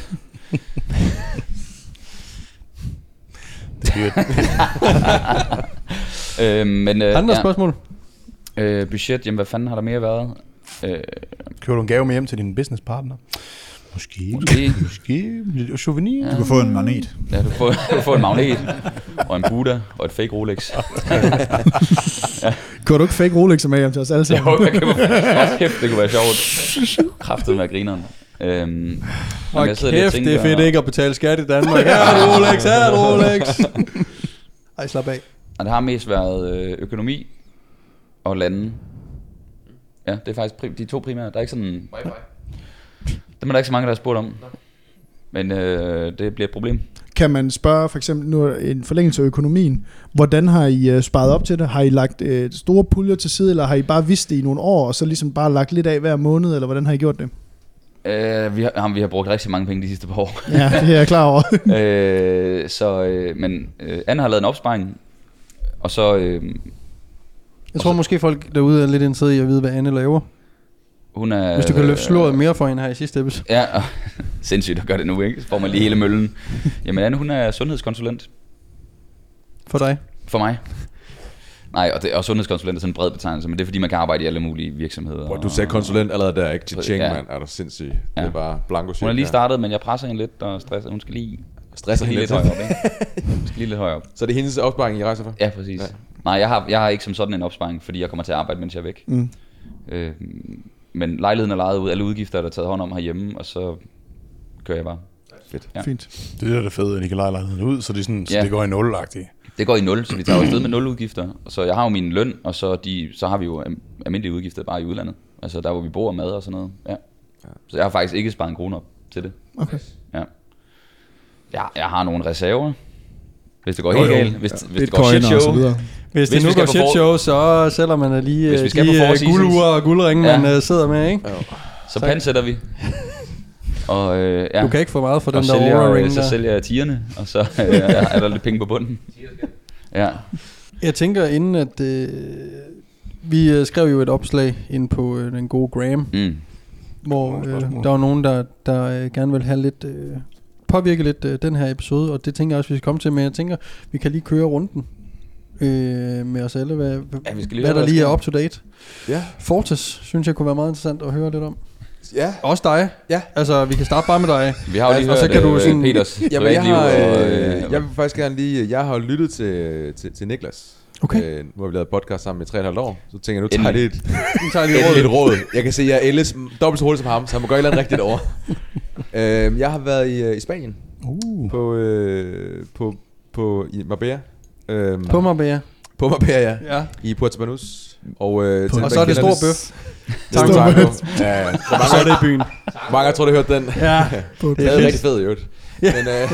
S2: Det er dyrt.
S4: øh, men, øh,
S1: Andre
S4: ja.
S1: spørgsmål?
S4: Øh, budget, jamen hvad fanden har der mere været? Øh,
S2: Køber du en gave med hjem til din businesspartner? Måske.
S4: Måske.
S2: Måske. Lidt souvenir.
S6: Du kan få en magnet.
S4: ja, du får, du får en magnet, og en Buddha, og et fake Rolex.
S5: Kunne du ikke fake Rolex med hjem til os alle
S4: Jeg
S5: sammen?
S4: håber, jeg kan også kæft, det kunne være sjovt. Kraftet med at grineren. Øhm,
S1: Og
S4: jeg sidder lige og
S1: kæft, det er
S4: tænker-
S1: fedt ikke at betale skat i Danmark. Her er et Rolex, her er et Rolex. Ej, slap af.
S4: Og det har mest været øh, økonomi og lande. Ja, det er faktisk pri- de to primære. Der er ikke sådan... Dem er der ikke så mange, der har spurgt om. Men øh, det bliver et problem.
S5: Kan man spørge for eksempel nu en forlængelse af økonomien, hvordan har I uh, sparet op til det? Har I lagt uh, store puljer til side, eller har I bare vidst det i nogle år, og så ligesom bare lagt lidt af hver måned, eller hvordan har I gjort det?
S4: Øh, vi, har, jamen, vi har brugt rigtig mange penge de sidste par år.
S5: Ja, det er jeg klar over.
S4: øh, så, øh, men øh, Anne har lavet en opsparing. Og så... Øh,
S1: Jeg tror måske folk derude er lidt interesseret i at vide, hvad Anne laver.
S4: hun er...
S1: Hvis du kan løfte slået mere for hende her i sidste episode.
S4: Ja, og, sindssygt at gøre det nu, ikke? Så får man lige hele møllen. Jamen Anne, hun er sundhedskonsulent
S1: For dig.
S4: for mig. Nej, og, det, og sundhedskonsulent er sådan en bred betegnelse, men det er fordi, man kan arbejde i alle mulige virksomheder.
S3: Hvor du sagde konsulent allerede der, ikke? Cha-ching,
S4: Ja.
S3: mand. Er du sindssyg?
S4: Ja.
S3: Det er bare blanco
S4: Hun er lige startet, men jeg presser hende lidt og stresser. Hun skal lige,
S3: Stresser
S4: lige
S3: hende
S4: lidt
S3: lidt.
S4: højere op, ikke? Hun skal lige lidt højere op.
S3: Så det er hendes opsparing, I rejser for?
S4: Ja, præcis.
S3: Ja.
S4: Nej, jeg har, jeg har ikke som sådan en opsparing, fordi jeg kommer til at arbejde, mens jeg er væk.
S5: Mm.
S4: Øh, men lejligheden er lejet ud, alle udgifter er der taget hånd om herhjemme, og så kører jeg bare.
S3: Fedt.
S4: Ja.
S5: Fint.
S2: Det er det, der er fedt, at I kan lege lejligheden ud, så det, er sådan, så
S4: Ja.
S2: det går i nul-agtigt.
S4: Det går i nul, så vi tager jo afsted med nul udgifter. Så jeg har jo min løn, og så, de, så har vi jo am- almindelige udgifter bare i udlandet. Altså der, hvor vi bor, mad og sådan noget. Ja. Så jeg har faktisk ikke sparet en krone op til det.
S5: Okay.
S4: Ja. Jeg, jeg har nogle reserver, hvis det går
S2: Jo,
S4: helt
S2: jo.
S4: galt. Hvis, hvis det
S5: Bitcoin
S4: går shit
S5: og så
S4: show.
S5: videre.
S1: Hvis,
S4: Hvis
S1: det
S4: vi
S1: nu
S4: skal
S1: går
S4: på
S1: shit
S4: for-
S1: show, så sælger man da lige
S4: Hvis vi
S1: øh,
S4: skal på
S1: de
S4: Four
S1: øh,
S4: Seasons.
S1: guldure og guldringe,
S4: Ja.
S1: man øh, sidder med, ikke?
S4: Så pansætter vi. Og, øh, ja.
S1: Du kan ikke få meget for den
S4: og
S1: der
S4: sælger,
S1: Aura ring
S4: så
S1: der.
S4: sælger jeg tigerne, og så øh, er der lidt penge på bunden. Ja.
S1: Jeg tænker inden at øh, vi øh, skrev jo et opslag ind på øh, den gode Graham,
S4: Mm.
S1: hvor øh, der var nogen der der øh, gerne vil have lidt øh, påvirke lidt øh, den her episode, og det tænker jeg også vi skal komme til, men jeg tænker vi kan lige køre runden øh, med os alle, hvad,
S4: Ja, vi skal lige
S1: hvad
S4: høre,
S1: der lige er
S4: sker.
S1: up to date.
S3: Ja.
S1: Fortis synes jeg kunne være meget interessant at høre lidt om.
S3: Ja.
S1: Også dig.
S3: Ja.
S1: Altså vi kan starte bare med dig.
S4: Vi har jo lige
S1: og så
S4: hørt
S1: kan du
S4: øh,
S1: sådan-
S4: Peters
S3: Jamen, jeg,
S4: privatliv.
S3: har,
S4: og,
S3: øh,
S4: øh,
S3: jeg vil faktisk gerne lige, jeg har lyttet til, til, til Niklas.
S1: Okay.
S3: Øh, nu har vi lavet podcast sammen i tre og et halvt år, så tænker jeg, nu tager jeg
S4: Endelig.
S3: lidt,
S1: Vi tager lige
S3: endelig
S1: råd.
S3: et råd. Jeg kan se, at jeg er ellers dobbelt så hurtigt som ham, så han må gøre et eller andet rigtigt over. øh, jeg har været i, øh, i Spanien
S2: Uh.
S3: på, øh, på, på i Marbella. Øh,
S1: På Marbella.
S3: på Marbella, ja.
S1: Ja.
S3: I Puerto Banús. Og, øh, til
S1: Og
S3: dem,
S1: så er
S3: der
S1: det
S3: kender
S1: stor bøf.
S3: Tak,
S5: Stor
S3: tak.
S5: bøf.
S3: Ja, ja.
S1: Og så er det i byen.
S3: Mange har tror, det hørte den.
S1: Ja.
S3: Det er rigtig fed, jo. Men, øh,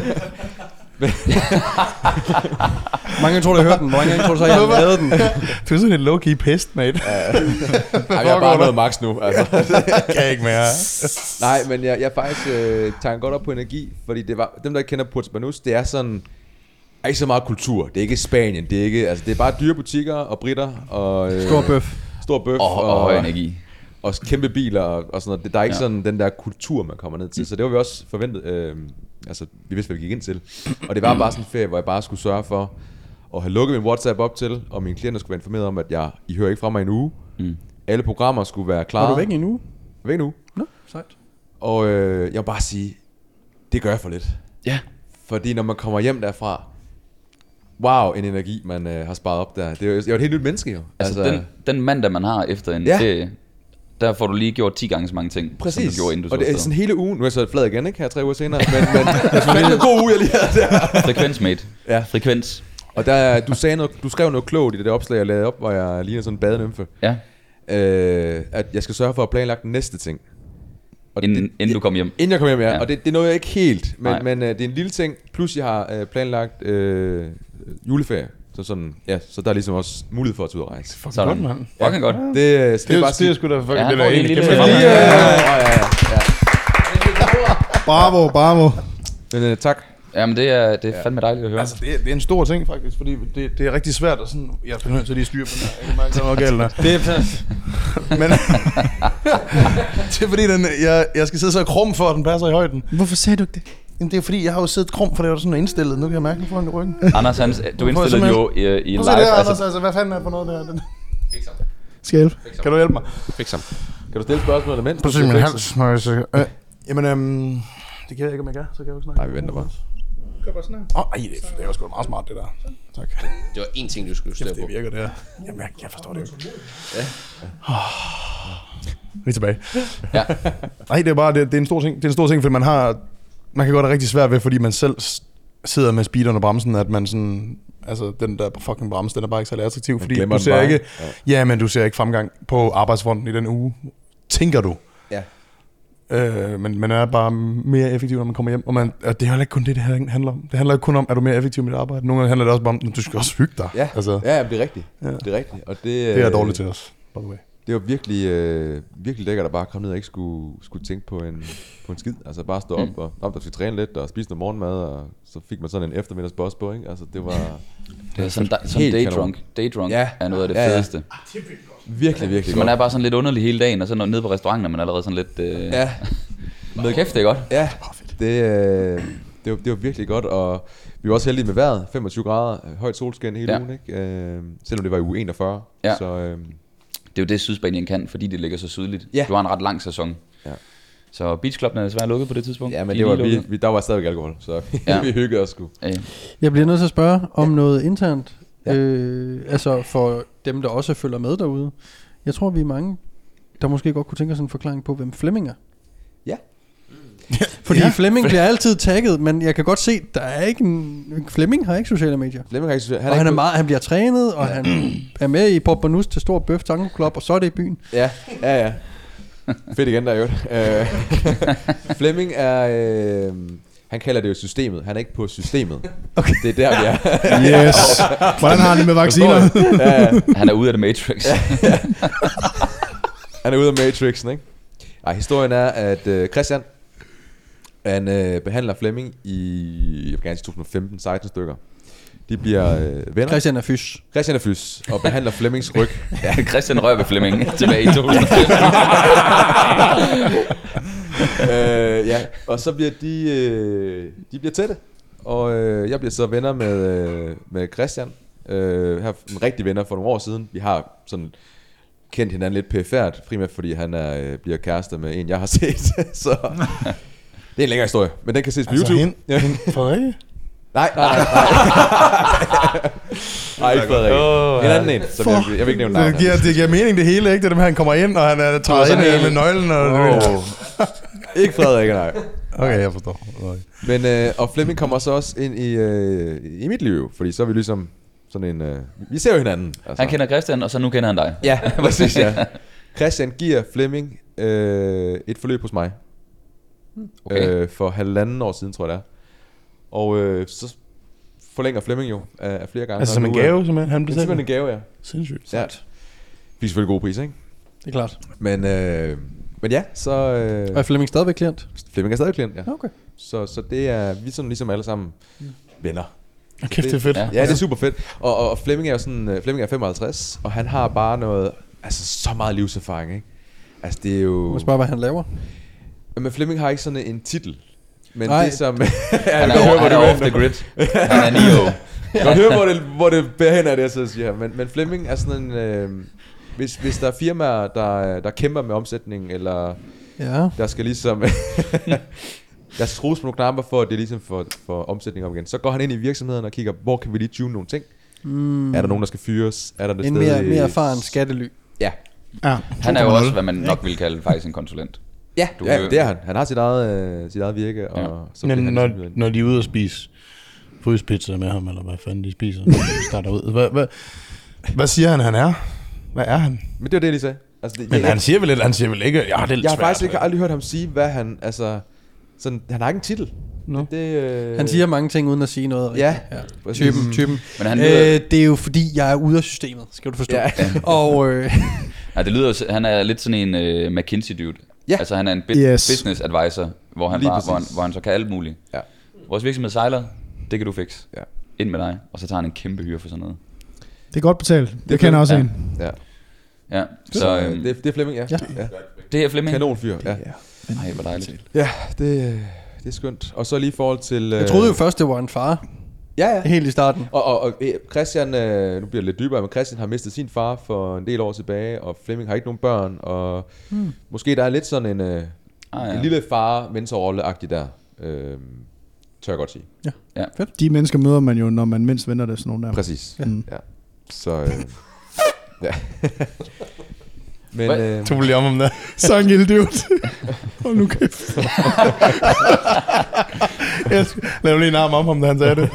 S1: Mange tror, du har hørt den. Hvor mange gange tror du så, jeg har lavet den?
S2: Du er sådan en low-key pest, mate.
S3: ej, jeg har bare noget max nu. Altså.
S2: Jeg kan ikke mere.
S3: Nej, men jeg, jeg faktisk øh, tager godt op på energi, fordi det var, dem, der ikke kender Puerto Banús, det er sådan, er ikke så meget kultur. Det er ikke Spanien, det er ikke, altså det er bare dyre butikker og britter og øh,
S1: Stor bøf.
S3: stor bøf
S4: og, og høj energi.
S3: og kæmpe biler og, og sådan noget. Det, der er ikke
S4: Ja.
S3: ja. sådan den der kultur, man kommer ned til. Så det var vi også forventet. Øh, altså, vi vidste, hvad vi gik ind til. Og det var bare sådan en ferie, hvor jeg bare skulle sørge for at have lukket min WhatsApp op til, og mine klienter skulle være informeret om, at jeg, I hører ikke fra mig i en uge.
S4: Mm.
S3: Alle programmer skulle være klar.
S1: Var du væk i en uge?
S3: Væk nu.
S1: Nå, sejt.
S3: Og øh, jeg vil bare sige, det gør jeg for lidt.
S4: Ja.
S3: Fordi når man kommer hjem derfra, wow, en energi, man øh, har sparet op der. Det er jo, jeg er jo et helt nyt menneske, jo.
S4: Altså, den, den mandag, man har efter en
S3: Ja.
S4: ferie, der får du lige gjort ti gange så mange ting,
S3: Præcis.
S4: som du gjorde, inden du
S3: og det er
S4: tog
S3: sådan
S4: afsted.
S3: hele ugen. Nu er jeg så flad igen, ikke? Her tre uger senere. Men, men det er en god uge, jeg lige havde der.
S4: Frekvens, mate.
S3: Ja.
S4: Frekvens.
S3: Og der, du, sagde noget, du skrev noget klogt i det der opslag, jeg lavede op, hvor jeg ligner sådan en badenymfe.
S4: Ja,
S3: Øh, at jeg skal sørge for at planlægge den næste ting. Og
S4: inden,
S3: det,
S4: inden du kom hjem.
S3: Inden jeg kommer hjem, ja.
S4: Ja.
S3: ja. Og det, det nåede jeg ikke helt. Men,
S4: Nej.
S3: men øh, det er en lille ting. Plus jeg har øh, planlagt øh, juleferie. Så, sådan, ja, så der er ligesom også mulighed for at tage ud og rejse.
S4: Sådan.
S2: Godt, mand.
S4: Fucking godt.
S3: Det, øh, så
S2: Det
S3: det
S2: er,
S3: er bare
S2: det er sgu da fucking
S4: Ja,
S2: det
S4: han
S2: der
S4: får lige
S2: egentlig
S4: en lille-
S2: kæmpe
S3: Ja,
S2: far.
S3: ja, ja, ja, ja.
S5: Bravo, bravo.
S3: Men øh, tak.
S4: Jamen, det er, det er fandme dejligt at høre.
S2: Altså, det er, det er en stor ting, faktisk, fordi det, det er rigtig svært at sådan... Jeg bliver nødt til at lige styre på den her. Jeg kan mærke, der er noget galt der.
S1: Det er
S2: Men det er fordi, den, jeg, jeg skal sidde så krum for, at den passer i højden.
S5: Hvorfor sagde du ikke det?
S2: Jamen, det er fordi, jeg har jo siddet krum, for det var sådan indstillet. Nu kan jeg mærke, at foran i ryggen.
S4: Anders, han, du indstillede
S2: simpelthen-
S4: jo i, i
S2: Prøv at se det
S4: live.
S2: her, Anders.
S4: Altså,
S2: Altså, hvad fanden er det for noget der? Den...
S5: Skal jeg hjælpe?
S2: Kan du hjælpe mig?
S3: Fik sammen. Kan du stille spørgsmål eller mens?
S2: Prøv at se
S3: du
S2: min
S3: fikser?
S2: hals, når jeg så... Øh, jamen, øhm, det kan jeg ikke, om jeg kan. Så kan jeg jo ikke snakke.
S3: Nej, vi venter bare.
S5: Gør bare sådan her.
S2: Åh, oh, det, det var sgu da meget smart, det der. Tak.
S7: Det var én ting, du skulle justere
S2: Kæft,
S7: på.
S2: det virker, det her. Jamen, jeg, jeg forstår det jo ikke. Ja. Vi er tilbage.
S4: Ja.
S2: Nej, det er bare, det, det er en stor ting. Det er en stor ting, fordi man har... Man kan godt have rigtig svært ved, fordi man selv s- sidder med speederen og bremsen, at man sådan... Altså, den der fucking bremse, den er bare ikke særlig attraktiv, fordi
S3: glemmer
S2: du
S3: den
S2: ser
S3: bare.
S2: ikke... Ja. ja, men du ser ikke fremgang på arbejdsfronten i den uge. Tænker du.
S3: Ja.
S2: Øh, men man er bare mere effektiv, når man kommer hjem. Og, man, og det er jo ikke kun det, det her handler om. Det handler ikke kun om, at du er mere effektiv med dit arbejde. Nogle gange handler det også bare om, at du skal også hygge dig.
S3: Ja,
S2: Altså,
S3: ja, jamen, det er rigtigt.
S2: Ja.
S3: Det er rigtigt. Og det,
S2: det er jeg dårligt til os, by the way.
S3: Det var virkelig, øh, virkelig lækkert at bare komme ned og ikke skulle, skulle tænke på en, på en skid. Altså bare stå op
S4: Mm.
S3: og op, der skal træne lidt og spise noget morgenmad, og så fik man sådan en eftermiddagsboss på, ikke? Altså det var
S4: det er sådan, da, sådan
S3: Helt
S4: daydrunk. Daydrunk
S3: Ja.
S4: er noget af det
S3: Ja, ja.
S4: fedeste.
S3: virkelig, virkelig
S4: Så man
S3: godt.
S4: er bare sådan lidt underlig hele dagen, og så når nede på restauranten er man allerede sådan lidt... Øh,
S3: Ja,
S4: med kæft, det er godt.
S3: ja. Det, øh, det, var, det var virkelig godt, og vi var også heldige med vejret. femogtyve grader, højt solskin hele
S4: Ja.
S3: ugen, ikke? Øh, selvom det var i uge enogfyrre.
S4: Ja.
S3: Så øh,
S4: Det er jo det, Sydspanien kan, fordi det ligger så sydligt.
S3: Ja.
S4: Du har en ret lang sæson.
S3: Ja.
S4: Så beachklubben er desværre lukket på det tidspunkt.
S3: ja, men
S4: De
S3: det
S4: er
S3: var
S4: lige
S3: vi,
S4: lukket.
S3: vi, der var stadigvæk alkohol, så
S4: Ja.
S3: vi hyggede os sgu.
S4: Ja.
S1: Jeg bliver nødt til at spørge om noget internt.
S3: Ja.
S1: Øh, altså for dem, der også følger med derude. Jeg tror, vi er mange, der måske godt kunne tænke sig en forklaring på, hvem Flemming er.
S3: Ja.
S1: Fordi
S2: Ja.
S1: ja. Flemming bliver altid tagget, men jeg kan godt se, der er ikke en... Flemming har ikke sociale medier.
S3: Flemming har ikke,
S1: Han og han, er
S3: ikke-
S1: meget, han bliver trænet, og han er med i Port Banús til Stor Bøf Tango Club, og så er det i byen.
S3: Ja, ja, ja. Fedt igen der, jo. Øh, Flemming er... Øh, han kalder det jo systemet. Han er ikke på systemet.
S1: Okay.
S3: Det er der, vi er.
S5: Yes. Hvordan har han det med vacciner?
S3: Ja, ja.
S4: Han er ude af The Matrix.
S3: Han er ude af Matrixen, ikke? Ej, historien er, at øh, Christian, han øh, behandler Flemming i, jeg vil gerne sige to tusind og femten, seksten stykker. De bliver øh, venner.
S1: Christian er fys.
S3: Christian er fys og behandler Flemmings ryg.
S4: Ja, Christian rører ved Flemming tilbage i to tusind og fem.
S3: øh, ja, og så bliver de, øh, de bliver tætte. Og øh, jeg bliver så venner med, øh, med Christian. Øh, her en rigtig venner for nogle år siden. Vi har sådan kendt hinanden lidt perifært, primært fordi han er, øh, bliver kærester med en, jeg har set. Så det er en længere historie, men den kan ses på
S2: Altså,
S3: YouTube.
S2: hende,
S3: Ja.
S2: hende Frederikke?
S3: Nej, nej, nej. Nej, ikke Frederik. En anden en, som jeg, jeg vil ikke nævne navn.
S2: Det giver, det giver mening det hele, ikke? Det er dem, han kommer ind, og han er træet ind
S3: sådan
S2: med
S3: en-
S2: nøglen. Og
S3: Oh. Ikke Frederik, nej.
S2: Okay, jeg forstår. Okay.
S3: Men, øh, og Flemming kommer så også ind i, øh, i mit liv, fordi så er vi ligesom sådan en... Øh, vi ser jo hinanden. Altså.
S4: Han kender Christian, og så nu kender han dig.
S3: Ja, præcis, ja. Christian giver Flemming øh, et forløb hos mig.
S4: Okay.
S3: Øh, for halvanden år siden, tror jeg det er. Og øh, så forlænger Flemming jo af, af flere gange.
S2: Altså
S3: og
S2: som en
S3: nu er-
S2: gave, simpelthen, han
S3: Det er
S2: betaler?
S3: simpelthen en gave, ja.
S2: Sindssygt.
S3: Ja. Fik selvfølgelig gode priser, ikke?
S1: Det er klart.
S3: Men, øh, men ja, så... Øh,
S1: Og er Flemming stadigvæk klient?
S3: Flemming er stadig klient, ja.
S1: Okay.
S3: Så, så det er, vi er sådan ligesom alle sammen venner.
S2: Kæft, det er fedt.
S4: Ja.
S3: Ja, det er super fedt. Og, og, og Flemming er jo sådan, uh, Flemming er femoghalvtreds, og han har bare noget, altså så meget livserfaring, ikke? Altså det er
S1: Du
S3: jo...
S1: må spørge, hvad han laver.
S3: Men Flemming har ikke sådan en titel. Men
S1: Nej.
S3: det som...
S4: Han
S3: jeg
S4: er,
S3: kan høre,
S4: over,
S3: hvor
S4: han er
S3: det
S4: off the
S3: vender.
S4: grid. Han er Neo.
S3: Jeg kan høre, hvor det, hvor det bærer hen af det, jeg sidder og siger. Men, men Flemming er sådan en... Øh, hvis, hvis der er firmaer, der, der kæmper med omsætning, eller
S1: Ja.
S3: der skal ligesom... der skrues på nogle knapper for, at det ligesom får, får omsætning op igen. Så går han ind i virksomheden og kigger, hvor kan vi lige tune nogle ting?
S1: Mm.
S3: Er der nogen, der skal fyres? Er der et
S1: En
S3: sted
S1: mere,
S3: i-
S1: mere erfaren skattely.
S3: Ja.
S5: Ja.
S4: Han er jo også, hvad man nok ville kalde faktisk en konsulent.
S3: Ja,
S4: Du
S3: ja
S4: kan-
S3: det er han. Han har sit eget, øh, sit eget virke. Og
S4: Ja.
S3: så bliver
S2: Men
S3: han
S2: når,
S3: ligesom-
S2: når de er ude og spise frysepizza med ham, eller hvad fanden de spiser, når de starter ud. Hvad, hvad, hvad siger han, han er? Hvad er han?
S3: Men det var det, jeg lige sagde. Altså, det,
S2: Men
S3: jeg,
S2: han siger vel lidt, han siger vel ikke, ja, det er lidt
S3: jeg har
S2: svært.
S3: faktisk ikke aldrig hørt ham sige, hvad han... Altså, sådan, han har ikke en titel.
S2: Nå.
S3: Det, øh,
S1: Han siger mange ting uden at sige noget rigtigt.
S3: Ja,
S1: ja.
S3: præcis.
S1: Typen, typen.
S4: Men han lyder,
S1: Øh, det er jo fordi, jeg er ude af systemet, skal du forstå.
S3: Ja.
S1: Og øh,
S4: ja, det lyder jo, han er lidt sådan en uh, McKinsey-dude.
S3: Ja.
S4: Altså han er en bi-
S5: Yes.
S4: business advisor, hvor han,
S3: Lige
S4: bare, hvor, han,
S3: præcis.
S4: hvor han så kan alt muligt.
S3: Ja.
S4: Vores virksomhed sejler, det kan du fikse.
S3: Ja.
S4: Ind med dig, og så tager han en kæmpe hyre for sådan noget.
S5: Det er godt betalt. Det,
S3: er
S5: det kender også
S4: ja.
S5: en.
S3: Ja.
S4: Ja,
S3: Så,
S4: så
S3: øh,
S4: øhm,
S3: det, det er Flemming, ja.
S1: Ja.
S3: ja.
S4: det er Flemming.
S3: Kanonfyr, ja.
S4: Nej, hvor dejligt.
S3: Ja, det, det er skønt. Og så lige i forhold til...
S1: jeg troede jo først, det var en far.
S3: Ja, ja.
S1: Helt i starten.
S3: Og, og, og øh, Christian, øh, nu bliver det lidt dybere, men Christian har mistet sin far for en del år tilbage, og Flemming har ikke nogen børn, og hmm. måske der er lidt sådan en, øh,
S4: Ah,
S3: en
S4: ja.
S3: lille far-mentorrolle-agtig der, øh, tør jeg godt sige.
S5: De mennesker møder man jo, når man mindst venter det, sådan nogle der.
S3: Præcis.
S5: Ja.
S3: Ja. Så, øh, ja. Men,
S4: Hvad?
S3: øh,
S2: Du vil lige om ham der.
S5: Så en lille dude. Hold nu kæft.
S2: Jeg laver lige en arm om ham, da han sagde det.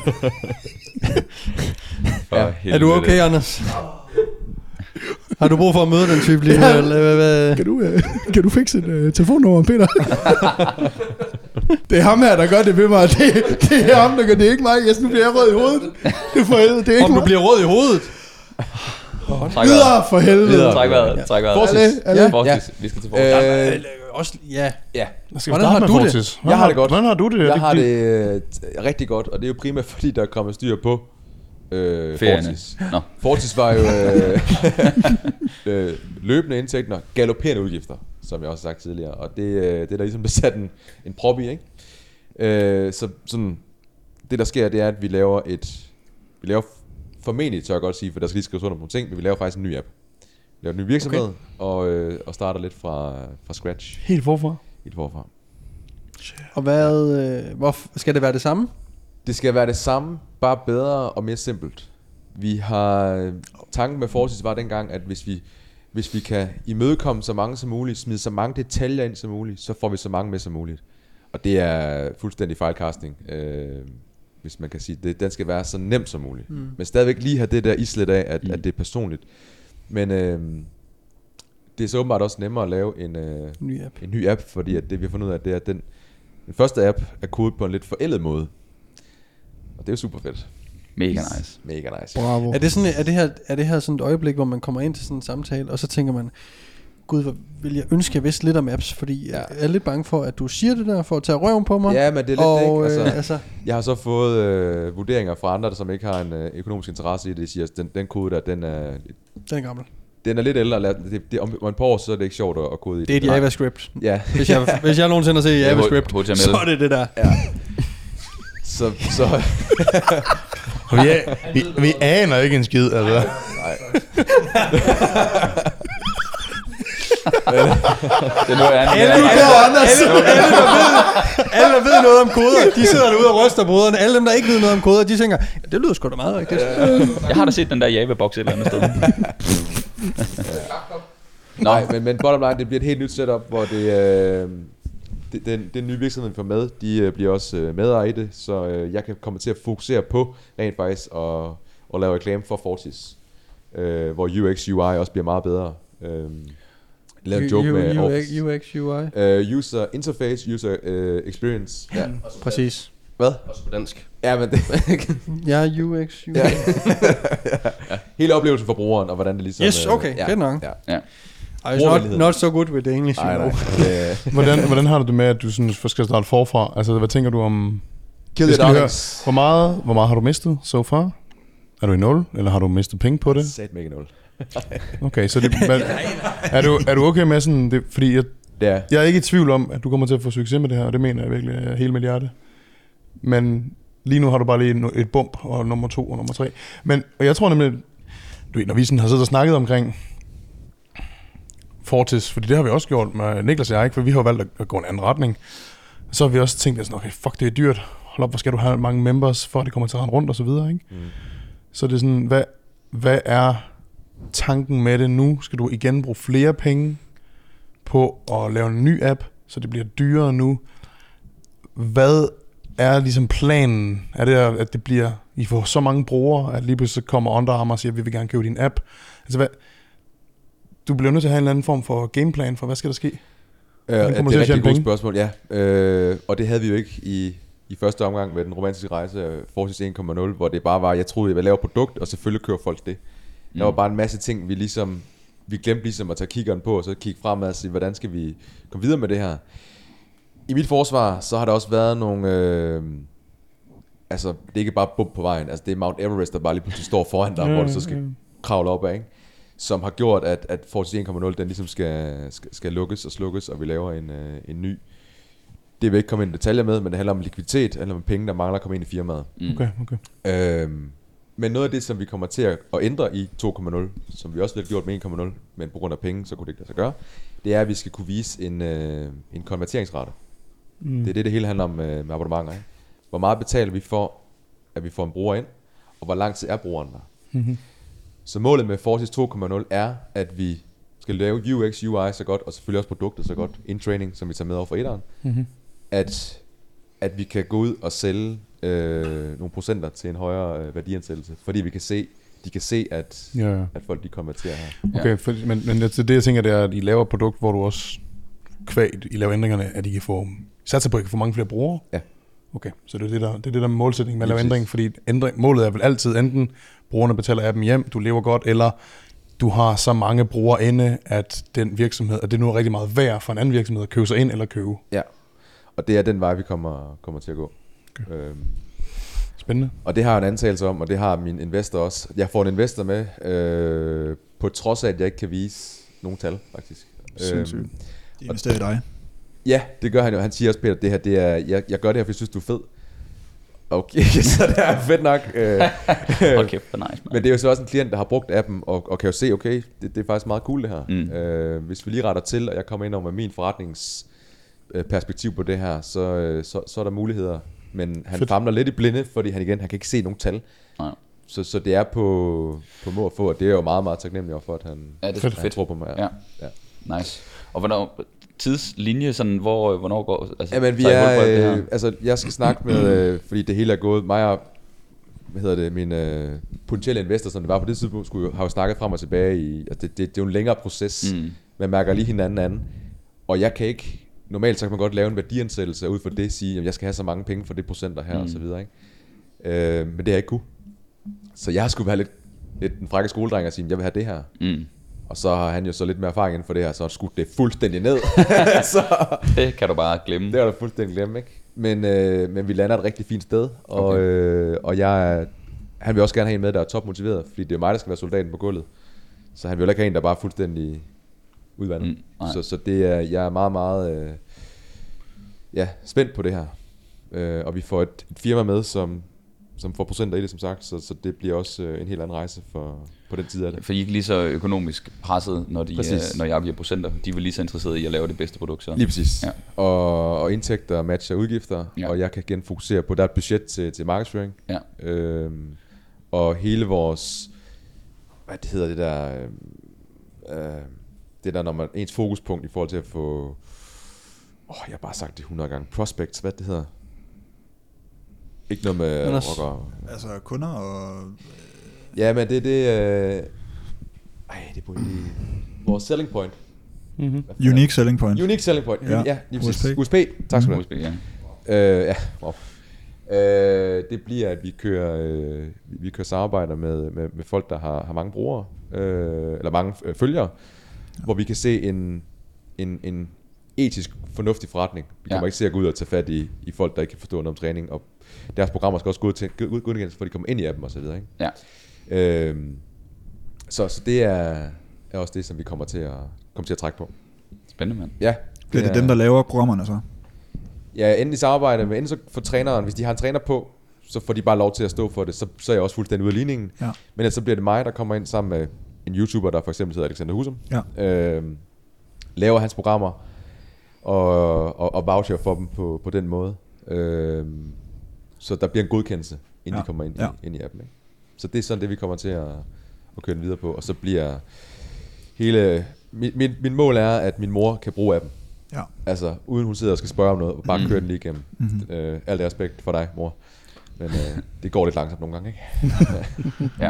S4: For
S3: Ja.
S1: Er du okay, Anders? Har du brug for at møde den type lige?
S5: Ja.
S1: Eller hvad- hvad-
S5: Kan du, øh, kan du fikse et øh, telefonnummer, Peter? Det er ham her, der gør det ved mig. Det, det er ham, der gør det. Det er ikke mig. Jeg, nu bliver jeg rød i hovedet. Det er for helvede. Det er ikke
S1: Om du
S5: mig.
S1: bliver rød i hovedet?
S4: Træk vejret.
S5: Videre for helvede.
S3: Videre.
S4: Træk vejret. Træk vejret.
S3: Forsis.
S5: Alle, alle.
S1: Ja.
S4: Forsis. Vi skal til forsis.
S3: øh,
S1: Også, ja.
S3: ja,
S2: Skal
S1: Hvordan
S2: vi
S1: har
S2: starte
S1: du
S2: med
S1: det?
S2: Fortis?
S3: Jeg har det godt.
S2: Hvordan har du det?
S3: jeg har det øh, t- rigtig godt, og det er jo primært fordi, der er kommet styr på øh,
S4: Ferierne.
S3: Fortis.
S4: Nå.
S3: Fortis var jo øh, øh, løbende indtægter, galopperende udgifter, som jeg også har sagt tidligere, og det, øh, det er der ligesom blev sat en, en prop i, ikke? Øh, så sådan, det der sker, det er, at vi laver et, vi laver formentlig, tør jeg godt sige, for der skal lige skrives under på nogle ting, men vi laver faktisk en ny app. Vi laver en ny virksomhed, okay. og, øh, og starter lidt fra, fra scratch,
S2: Helt forfra.
S3: helt forfra.
S1: Og hvad, øh, hvor skal det være det samme?
S3: Det skal være det samme, bare bedre og mere simpelt. Vi har tanken med Fortis var dengang, at hvis vi hvis vi kan imødekomme så mange som muligt, smide så mange detaljer ind som muligt, så får vi så mange med som muligt. Og det er fuldstændig fejlcasting, øh, hvis man kan sige det. Den skal være så nemt som muligt, mm. men stadigvæk lige have det der islet af, at, mm. at det er personligt. Men øh, det er så åbenbart også nemmere at lave en, øh,
S1: Ny app.
S3: en ny app, fordi at det vi har fundet ud af, det er, at den, den første app er kodet på en lidt forældet måde. Og det er jo super fedt.
S4: Mega nice.
S3: Mega nice.
S5: Bravo.
S1: Er det, sådan, er, det her, er det her sådan et øjeblik, hvor man kommer ind til sådan en samtale, og så tænker man, gud, hvor vil jeg ønske, jeg vidste lidt om apps, fordi
S3: Ja.
S1: jeg er lidt bange for, at du siger det der, for at tage røven på mig.
S3: Ja, men det er lidt
S1: og,
S3: det, ikke?
S1: øh,
S3: Altså,
S1: altså,
S3: jeg har så fået øh, vurderinger fra andre, der som ikke har en øh, økonomisk interesse i det. De siger, at den, den kode der, den er,
S1: den er gammel.
S3: den er lidt ældre. Lad- Det, det, om, om et par år, så er det ikke sjovt at, at kode i
S1: Det er et
S3: Nej.
S1: JavaScript.
S3: Ja,
S1: Hvis jeg, hvis jeg nogensinde har set JavaScript,
S4: H T M L.
S1: så er det det der.
S3: så, så
S2: Og vi, er, vi, vi aner ikke en skid, altså.
S3: nej.
S4: Det er noget andet.
S1: Alle, alle, alle, alle, der ved, alle, der ved noget om koder, de sidder derude og ryster på hovederne. Alle dem, der ikke ved noget om koder, de tænker, ja, det lyder sgu da meget rigtigt.
S4: Jeg har da set den der Java-boks et eller andet sted.
S3: Nej, men, men bottom line, det bliver et helt nyt setup, hvor det, øh, det den, den nye virksomhed, vi får med, de øh, bliver også øh, medejer i det, så øh, jeg kan komme til at fokusere på rent faktisk og, og lave reklame for Fortis, øh, hvor U X U I også bliver meget bedre. Øh, lave en joke med
S1: U X, U X, U I.
S3: uh, user interface, user uh, experience. Ja.
S1: Præcis.
S3: Hvad?
S7: Også på dansk.
S3: Ja, men det,
S1: Ja, U X, U I.
S3: ja. Hele oplevelsen for brugeren og hvordan det ligesom.
S1: Yes, okay,
S3: ja,
S1: fedt nok.
S3: Ja.
S4: Ja.
S1: I was not, not so good with the English, you
S3: Nej,
S1: know.
S3: nej. Øh,
S2: Hvordan, hvordan har du det med, at du sådan skal starte forfra? Altså, hvad tænker du om...
S3: Kill
S2: Det
S3: the
S2: skal vi høre.
S3: darlings.
S2: Hvor meget, hvor meget har du mistet so far? Er du i nul, eller har du mistet penge på det?
S3: Sat mig ikke nul.
S2: Okay, så det, men, er, du, er du okay med sådan... Det, fordi jeg,
S3: Det er.
S2: jeg er ikke i tvivl om, at du kommer til at få succes med det her, og det mener jeg virkelig af hele mit hjerte. Men lige nu har du bare lige et- et bump, og nummer to og nummer tre. Men og jeg tror nemlig, du ved, når vi sådan har siddet og snakket omkring Fortis, fordi det har vi også gjort med Niklas og jeg, ikke? For vi har jo valgt at- at gå en anden retning. Så har vi også tænkt, sådan, okay, fuck, det er dyrt. Hold op, hvor skal du have mange members, for at det kommer til at rende rundt og så videre, ikke?
S3: Mm.
S2: Så det er sådan, hvad, hvad er tanken med det nu? Skal du igen bruge flere penge på at lave en ny app, så det bliver dyrere nu? Hvad er ligesom planen? Er det, at det bliver, I får så mange brugere, at lige pludselig kommer Under Armour og siger, at vi vil gerne købe din app? Altså, hvad, du bliver nødt til at have en eller anden form for gameplan for, hvad skal der ske?
S3: Øh,
S2: kommer
S3: det
S2: til
S3: er
S2: at
S3: et rigtig
S2: tjene
S3: godt
S2: penge.
S3: spørgsmål, ja. Øh, og det havde vi jo ikke i, i første omgang med den romantiske rejse af Fortis en komma nul, hvor det bare var, jeg troede, jeg ville lave et produkt, og selvfølgelig kører folk det. Der var bare en masse ting, vi ligesom, vi glemte ligesom at tage kiggeren på, og så kigge fremad og sige, hvordan skal vi komme videre med det her. I mit forsvar, så har der også været nogle, øh, altså det er ikke bare bump på vejen, altså det er Mount Everest, der bare lige pludselig står foran dig, hvor du så skal kravle op af, ikke? Som har gjort, at, at Fortis en komma nul, den ligesom skal, skal, skal lukkes og slukkes, og vi laver en, øh, en ny. Det vil jeg ikke komme ind i detaljer med, men det handler om likviditet, det handler om penge, der mangler at komme ind i firmaet.
S4: Mm.
S2: Okay, okay.
S3: Øhm, men noget af det, som vi kommer til at, at ændre i to komma nul, som vi også ville have gjort med en komma nul, men på grund af penge, så kunne det ikke lade sig gøre, det er, at vi skal kunne vise en, øh, en konverteringsrate. Mm. Det er det, det hele handler om øh, med abonnementer. Ikke? Hvor meget betaler vi for, at vi får en bruger ind, og hvor lang tid er brugeren der?
S2: Mm-hmm.
S3: Så målet med Fortis to komma nul er, at vi skal lave U X, U I så godt, og selvfølgelig også produktet så godt, in training, som vi tager med over for etteren,
S2: Mm-hmm.
S3: at, at vi kan gå ud og sælge øh, nogle procenter til en højere øh, værdiansættelse, fordi vi kan se, de kan se, at,
S2: Ja, ja.
S3: at folk de konverterer her.
S2: Okay, for, men, men det, det jeg tænker, det er, at I laver et produkt, hvor du også kvæg, I laver ændringerne, at I kan få, satser på, at I kan få mange flere brugere?
S3: Ja.
S2: Okay, så det er det, der, det er det der er målsætning med at
S3: Lige
S2: lave ændring,
S3: præcis.
S2: fordi ændring, målet er vel altid enten, brugerne betaler appen hjem, du lever godt, eller du har så mange brugere inde, at den virksomhed, at det nu er rigtig meget værd for en anden virksomhed at købe sig ind eller købe.
S3: Ja, og det er den vej, vi kommer, kommer til at gå.
S2: Okay.
S3: Øhm,
S2: Spændende.
S3: og det har jeg en antagelse om, og det har min investor også. Jeg får en investor med, øh, på trods af, at jeg ikke kan vise nogen tal, faktisk.
S5: Sindssygt.
S3: Øhm,
S6: De investerer i dig.
S3: Ja, det gør han jo. Han siger også, Peter, det her, det er, jeg, jeg gør det her, fordi jeg synes, du er fed. Okay, så det er fedt nok. Øh,
S4: Hold kæft, hvor nice, man.
S3: Men det er jo så også en klient, der har brugt appen, og, og kan jo se, okay, det, det er faktisk meget cool det her.
S4: Mm.
S3: Øh, hvis vi lige retter til, og jeg kommer ind over med min forretningsperspektiv på det her, så, øh, så, så er der muligheder. Men han
S2: Fedt.
S3: famler lidt i blinde, fordi han igen, han kan ikke se nogen tal.
S4: Nej.
S3: Så, så det er på, på må og få, og det er jo meget, meget taknemmelig over for, at han,
S4: Ja, det er
S3: han
S4: fedt.
S3: tror på mig.
S4: Ja.
S3: Ja.
S4: Nice. Og hvornår, tidslinje, sådan, hvor, hvornår går, altså,
S3: Jamen vi
S4: tager I hul på alt det
S3: er,
S4: her?
S3: øh, altså jeg skal snakke med, øh, fordi det hele er gået, mig og, hvad hedder det, min øh, potentielle investor, som det var på det tidspunkt, skulle jo, har jo snakket frem og tilbage i, altså det, det, det er jo en længere proces,
S4: Mm.
S3: man mærker lige hinanden anden, og jeg kan ikke, normalt så kan man godt lave en værdiansættelse, og ud fra det sige, at jeg skal have så mange penge for det procenter her,
S4: Mm.
S3: og så videre, ikke? Øh, men det har jeg ikke kunne, så jeg skulle være lidt, lidt en frække skoledreng og sige, jeg vil have det her,
S4: Mm.
S3: Og så har han jo så lidt mere erfaring inden for det her, så har skudt det fuldstændig ned. så
S4: Det kan du bare glemme.
S3: det var da fuldstændig glemme, ikke? Men, øh, men vi lander et rigtig fint sted, og,
S4: Okay.
S3: øh, og jeg er, han vil også gerne have en med, der er topmotiveret, fordi det er jo mig, der skal være soldaten på gulvet. Så han vil ikke have en, der bare er fuldstændig udvandet.
S4: Mm, nej.
S3: så, så det er, jeg er meget, meget øh, ja, spændt på det her. Øh, og vi får et, et firma med, som, som får procenter i det, som sagt, så, så det bliver også øh, en helt anden rejse for, på den tid af det.
S4: For I er ikke lige så økonomisk presset, når, de,
S3: Præcis.
S4: øh, når jeg bliver procenter. De er vel lige så interesserede i at lave det bedste produkt. Så.
S3: Lige præcis.
S4: Ja.
S3: Og, og indtægter matcher udgifter,
S4: Ja.
S3: og jeg kan igen fokusere på, der er et budget til, til markedsføring.
S4: Ja.
S3: Øhm, og hele vores, hvad det hedder det der, øh, øh, det der, når man, ens fokuspunkt i forhold til at få, åh, jeg har bare sagt det hundrede gange, prospects, hvad det hedder? Ikke noget med
S1: Anders.
S3: rocker.
S6: Altså kunder og...
S3: Ja, men det er det, øh, ej, det burde lige, vores selling point.
S2: Mm-hmm.
S3: Hvad fanden er
S6: Unique selling point.
S3: det? Unique selling point,
S6: Ja.
S3: ja, ja lige præcis.
S6: U S P.
S3: U S P, tak skal du have.
S4: U S B, ja.
S3: Øh, ja, wow. øh, det bliver, at vi kører, øh, vi- vi kører samarbejder med, med, med folk, der har, har mange brugere, øh, eller mange øh, følgere, ja. hvor vi kan se en, en, en etisk fornuftig forretning. Vi
S4: Ja.
S3: kommer ikke til at gå ud og tage fat i, i folk, der ikke kan forstå noget om træning, og deres programmer skal også gå til gå- godkendes, for de kommer ind i appen og så videre, ikke?
S4: Ja.
S3: Øh, så, så det er, er også det, som vi kommer til at, kommer til at trække på.
S4: Spændende, mand.
S3: Ja,
S6: Bliver det dem, der laver programmerne så?
S3: Ja, enten i samarbejde med, enten så for træneren, hvis de har en træner på, så får de bare lov til at stå for det, så, så er jeg også fuldstændig ude af ligningen.
S6: Ja.
S3: Men ellers så bliver det mig, der kommer ind sammen med en YouTuber, der for eksempel hedder Alexander Husum,
S6: Ja.
S3: øh, laver hans programmer, og, og, og voucher for dem på, på den måde. Øh, så der bliver en godkendelse, inden
S6: Ja.
S3: de kommer ind,
S6: Ja.
S3: i, ind i appen. Ikke? Så det er sådan det, vi kommer til at, at køre den videre på, og så bliver hele... Min, min, min mål er, at min mor kan bruge appen.
S6: Ja.
S3: Altså, uden hun sidder og skal spørge om noget, og bare
S4: Mm.
S3: køre den lige igennem.
S6: Mhm.
S3: Øh, alt respekt for dig, mor. Men øh, det går lidt langsomt nogle gange, ikke?
S4: Ja.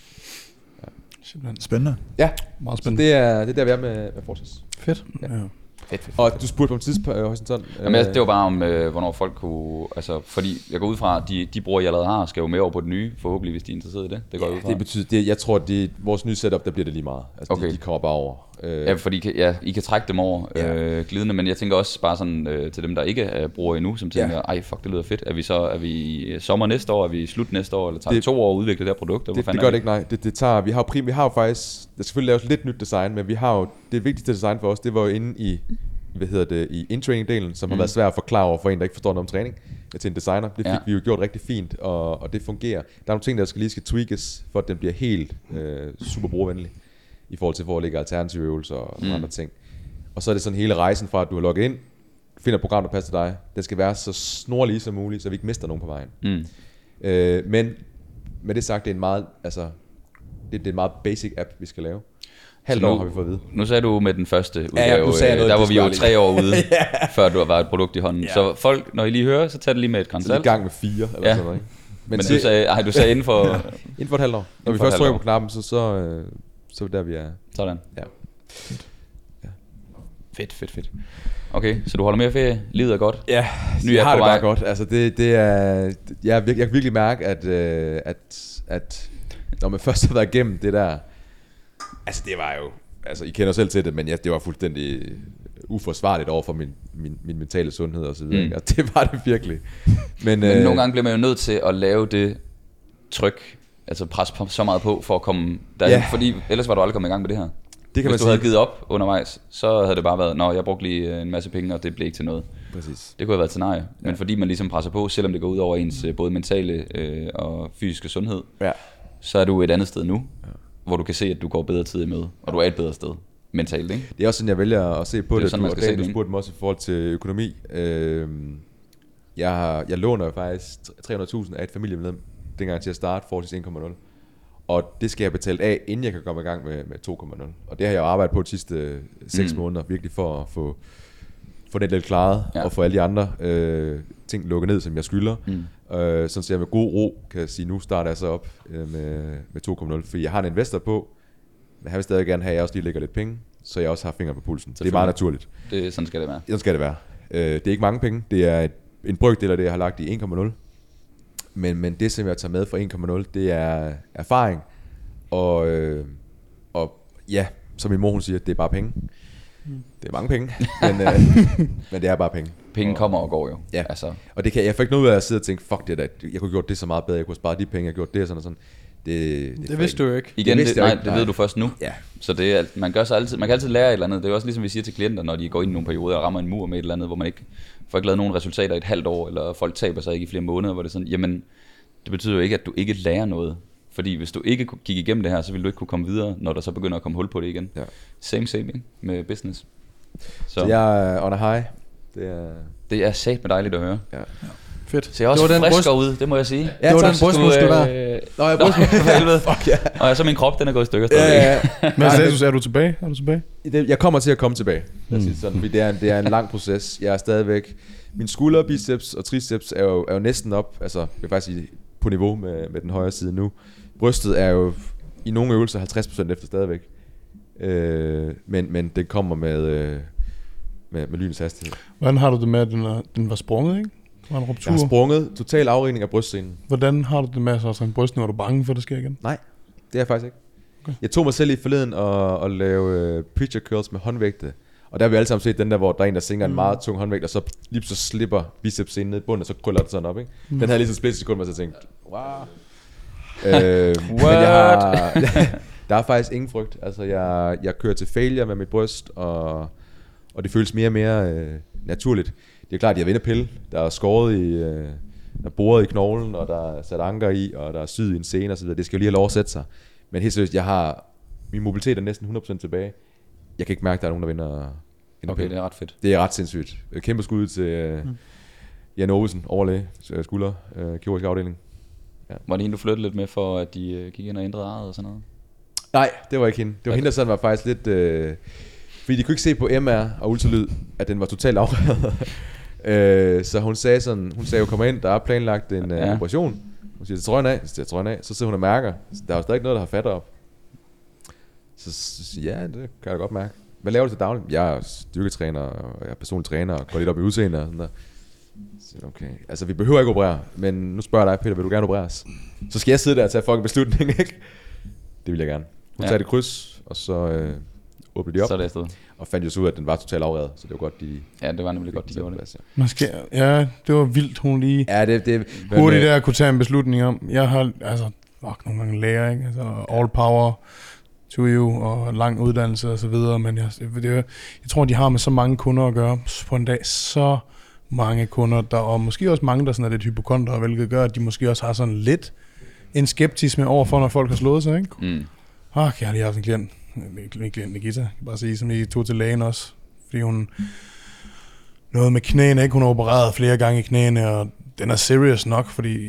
S2: Simpelthen.
S6: Spændende.
S3: Ja,
S2: Meget
S3: så
S2: spændende.
S3: det er, det er der, vi er med, med Forces.
S1: Fedt.
S2: Ja.
S4: Fedt, fedt.
S3: Og du spurgte på en tidshorisont.
S4: Jamen, altså, det var bare om, øh, hvornår folk kunne... Altså, fordi jeg går ud fra, at de, de brugere, jeg allerede har, skal jo med over på det nye, forhåbentlig, hvis de er interesseret i det. Det går jeg ud fra.
S3: det betyder, det, jeg tror, at det, vores nye setup, der bliver det lige meget. Altså,
S4: Okay.
S3: de, de kommer bare over. Øh,
S4: Ja, fordi I kan, ja, I kan trække dem over
S3: Ja.
S4: øh, glidende, men jeg tænker også bare sådan øh, til dem, der ikke er brugere endnu, som tænker,
S3: Ja.
S4: ej fuck, det lyder fedt. Er vi så er vi i sommer næste år, er vi i slut næste år, eller tager det,
S3: Det-
S4: det to år at udvikle det her produkt? Eller
S3: det,
S4: hvad
S3: det
S4: fanden
S3: gør
S4: er
S3: det ikke, nej. Det, det tager, vi har jo prim, vi har jo faktisk, der skal selvfølgelig laves lidt nyt design, men vi har jo, det vigtigste design for os, det var jo inde i, hvad hedder det, i in-training-delen, som mm. har været svært at forklare over for en, der ikke forstår noget om træning, til en designer. Det fik
S4: Ja.
S3: vi jo gjort rigtig fint, og, og det fungerer. Der er nogle ting, der skal lige skal tweakes, for at den bliver helt øh, super brugervenlig, i forhold til, hvor ligger alternative øvelser og mm. andre ting. Og så er det sådan hele rejsen fra, at du har logget ind, finder et program, der passer til dig. Det skal være så snorlige som muligt, så vi ikke mister nogen på vejen.
S4: Mm.
S3: Øh, men med det sagt, det er en meget, altså, det, det er en meget basic app, vi skal lave. Halvt
S4: Så nu-
S3: år har vi fået at vide.
S4: Nu sagde du med den første
S3: ja,
S4: udgave,
S3: nu sagde jeg
S4: øh,
S3: noget,
S4: der
S3: det
S4: var vi
S3: skulle
S4: jo
S3: jeg
S4: tre
S3: lige-
S4: år ude, før du var et produkt i hånden.
S3: Ja.
S4: Så folk, når I lige hører, så tag det lige med et
S3: Så vi er i
S4: kransalt.
S3: gang med fire, eller
S4: Ja.
S3: sådan noget, ikke?
S4: Men,
S3: Men,
S4: du sagde, ej, du sagde inden for...
S3: inden for et halvt år. Når vi
S4: for et
S3: først
S4: halvt
S3: trykker
S4: år.
S3: på knappen, så, så, øh, så er det der, vi er.
S4: Sådan.
S3: Ja.
S4: Fedt, fedt, fedt. Okay, så du holder mere ferie, livet er godt.
S3: Ja,
S4: Ny
S3: jeg
S4: app
S3: har
S4: på
S3: det
S4: vej.
S3: bare godt. Altså, det, det er, jeg, er virke, jeg kan virkelig mærke, at, øh, at, at når man først har været igennem det der, altså det var jo, altså I kender selv til det, men ja, det var fuldstændig uforsvarligt over for min, min, min mentale sundhed og så videre.
S4: Mm.
S3: Mm. Det var det virkelig. Men,
S4: Men
S3: øh,
S4: nogle gange bliver man jo nødt til at lave det tryk, altså pres på, så meget på for at komme derhen,
S3: Ja.
S4: fordi ellers var du aldrig kommet i gang med det her.
S3: det kan
S4: Hvis
S3: man
S4: du havde
S3: sige.
S4: givet op undervejs, så havde det bare været, nå, jeg brugte lige en masse penge, og det blev ikke til noget.
S3: Præcis.
S4: Det kunne have været til nej, men fordi man ligesom presser på, selvom det går ud over ens øh, både mentale øh, og fysiske sundhed,
S3: Ja.
S4: så er du et andet sted nu, ja. hvor du kan se, at du går bedre tid i møde, og du er et bedre sted mentalt, ikke?
S3: Det er også sådan, jeg vælger at se på
S4: Det er
S3: det.
S4: sådan,
S3: Du,
S4: man
S3: og
S4: skal se
S3: Dan,
S4: det,
S3: du
S4: ikke?
S3: spurgte mig også i forhold til økonomi. Øhm, jeg, har, jeg låner jo faktisk tre hundrede tusind af et familiemedlem, dengang til at starte Fortis en komma nul. Og det skal jeg betale af, inden jeg kan komme i gang med, med to komma nul. Og det har jeg jo arbejdet på de sidste seks
S4: Mm.
S3: måneder, virkelig for at få, få den lidt klaret,
S4: Ja.
S3: ja. og få alle de andre øh, ting lukket ned, som jeg skylder.
S4: Mm.
S3: Øh, sådan så jeg med god ro kan sige, nu starter jeg så op øh, med, med to komma nul. Fordi jeg har en investor på, men han vil stadig gerne have, at jeg også lige lægger lidt penge, så jeg også har fingre på pulsen. Det er meget naturligt.
S4: Det, sådan skal det være.
S3: Sådan skal det være. Øh, det er ikke mange penge. Det er et, en brøkdel af det, jeg har lagt i en komma nul. Men, men det, som jeg tager med fra en komma nul, det er erfaring. Og, øh, og ja, som min mor hun siger, det er bare penge. Det er mange penge, men, øh, men det er bare penge.
S4: Penge kommer og går jo.
S3: Ja.
S4: Altså,
S3: Og det kan, jeg fik noget ud af at sidde og tænke, fuck det der, jeg kunne have gjort det så meget bedre, jeg kunne spare de penge, jeg gjort det og sådan og sådan. Det, det,
S1: Det vidste du jo ikke.
S4: igen,
S3: Det
S4: det,
S3: vidste jeg
S4: nej,
S3: ikke,
S4: det
S3: nej.
S4: ved du først nu.
S3: Ja.
S4: Så det er, man, gør så altid, man kan altid lære et eller andet. Det er jo også ligesom vi siger til klienter, når de går ind i nogle perioder og rammer en mur med et eller andet, hvor man ikke får ikke lavet nogen resultater i et halvt år, eller folk taber sig ikke i flere måneder, hvor det er sådan, jamen, det betyder jo ikke, at du ikke lærer noget. Fordi hvis du ikke gik igennem det her, så vil du ikke kunne komme videre, når der så begynder at komme hul på det igen.
S3: Ja.
S4: Same, same, ikke? Med business. Så,
S3: Så jeg er on a high. Det er...
S4: det er sat med dejligt at høre.
S3: Ja.
S1: Fedt.
S4: Ser også
S1: det var den
S4: friskere
S1: bryst,
S4: ud, det må jeg sige.
S3: Ja,
S1: det var
S3: tak.
S1: den brystmuskel der.
S4: Øh,
S3: Nå, jeg
S4: Nå,
S3: brugte
S4: for helvede.
S3: Fuck ja.
S4: Og så min krop, den er gået i stykker
S3: Ja,
S4: stadigvæk.
S3: ja, ja.
S2: Men status, er du tilbage? Er du tilbage?
S3: Det, jeg kommer til at komme tilbage. Lad os sige det sådan, fordi det er, en, det er en lang proces. Jeg er stadigvæk... Min skulder, biceps og triceps er jo, er jo næsten op. Altså, jeg vil faktisk sige, på niveau med, med den højre side nu. Brystet er jo i nogle øvelser halvtreds procent efter stadigvæk. Øh, men, men det kommer med, øh, med, med lynets hastighed.
S2: Hvordan har du det med, at den, er, den var sprunget, ikke? Det var en ruptur.
S3: Jeg har sprunget total afrigning af brystscenen.
S2: Hvordan har du det med at træne bryst nu? Er du bange for, at det sker igen?
S3: Nej, det er jeg faktisk ikke.
S2: Okay.
S3: Jeg tog mig selv i forleden at, at lave uh, preacher curls med håndvægte. Og der har vi alle sammen set den der, hvor der er en, der sænker mm. en meget tung håndvægt, og så lige så slipper bicepsen ned i bunden, og så krøller det sådan op, ikke? Mm. Den havde lige så split sekund, hvor jeg tænkte, wow. øh, men jeg har, der er faktisk ingen frygt. Altså, jeg, jeg kører til failure med mit bryst, og, og det føles mere og mere øh, naturligt. Det er klart, at jeg vinder pille. Der er skåret i, øh, der er boret i knoglen, og der er sat anker i, og der er syet i en scene og så videre. Det skal jo lige have lov at sætte sig. Men helt seriøst, jeg har, min mobilitet er næsten hundrede procent tilbage. Jeg kan ikke mærke, at der er nogen, der vinder, vinder
S4: Okay,
S3: pille.
S4: det er ret fedt.
S3: Det er ret sindssygt. Kæmpe skud til øh, mm. Jan Ovesen, overlæge, skulder, øh, kirurgisk afdeling. Ja.
S4: Var det hende, du flyttede lidt med, for at de øh, gik ind og ændrede arret og sådan noget?
S3: Nej, det var ikke hende. Det var
S4: Okay.
S3: hende, der sådan var faktisk lidt... Øh, fordi de kunne ikke se på M R og ultralyd, at den var totalt afrevet. øh, så hun sagde sådan, hun sagde jo, kom ind, der er planlagt en
S4: Ja.
S3: øh, operation. Hun siger, trøjen af, så siger trøjen af. Så sidder hun og mærker, der er jo stadig ikke noget, der har fat op. Så, så siger ja, det kan jeg godt mærke. Hvad laver du til daglig? Jeg er styrketræner, og jeg er personlig træner, og går lidt op i udseende og sådan der. Så, okay, altså vi behøver ikke operere, men nu spørger jeg dig, Peter, vil du gerne opereres? Så skal jeg sidde der og tage fucking beslutning, ikke? Det vil jeg gerne. Hun
S4: Ja.
S3: tager det kryds, og så øh, åbnede de op,
S4: Så er det afsted.
S3: og fandt jo så ud af, at den var totalt afrevet, så det var godt, de...
S4: Ja, det var nemlig godt, de gjorde det.
S3: plads, ja.
S2: Måske, ja, det var vildt, hun lige
S3: Ja, det... det men,
S2: hurtigt
S3: øh,
S2: der kunne tage en beslutning om. Jeg har, altså, nok nogle gange lærer, ikke? Altså, all power to you, og lang uddannelse og så videre, men jeg, det, jeg tror, de har med så mange kunder at gøre på en dag, så mange kunder, der, og måske også mange, der sådan er lidt hypokondere, hvilket gør, at de måske også har sådan lidt en skeptisme overfor, når folk har slået sig, ikke?
S4: Mm.
S2: Ah, jeg har lige haft en klient, en klient Nikita, kan jeg bare sige, som lige tog til lægen også, fordi hun noget med knæene, ikke? Hun har opereret flere gange i knæene, og den er serious nok, fordi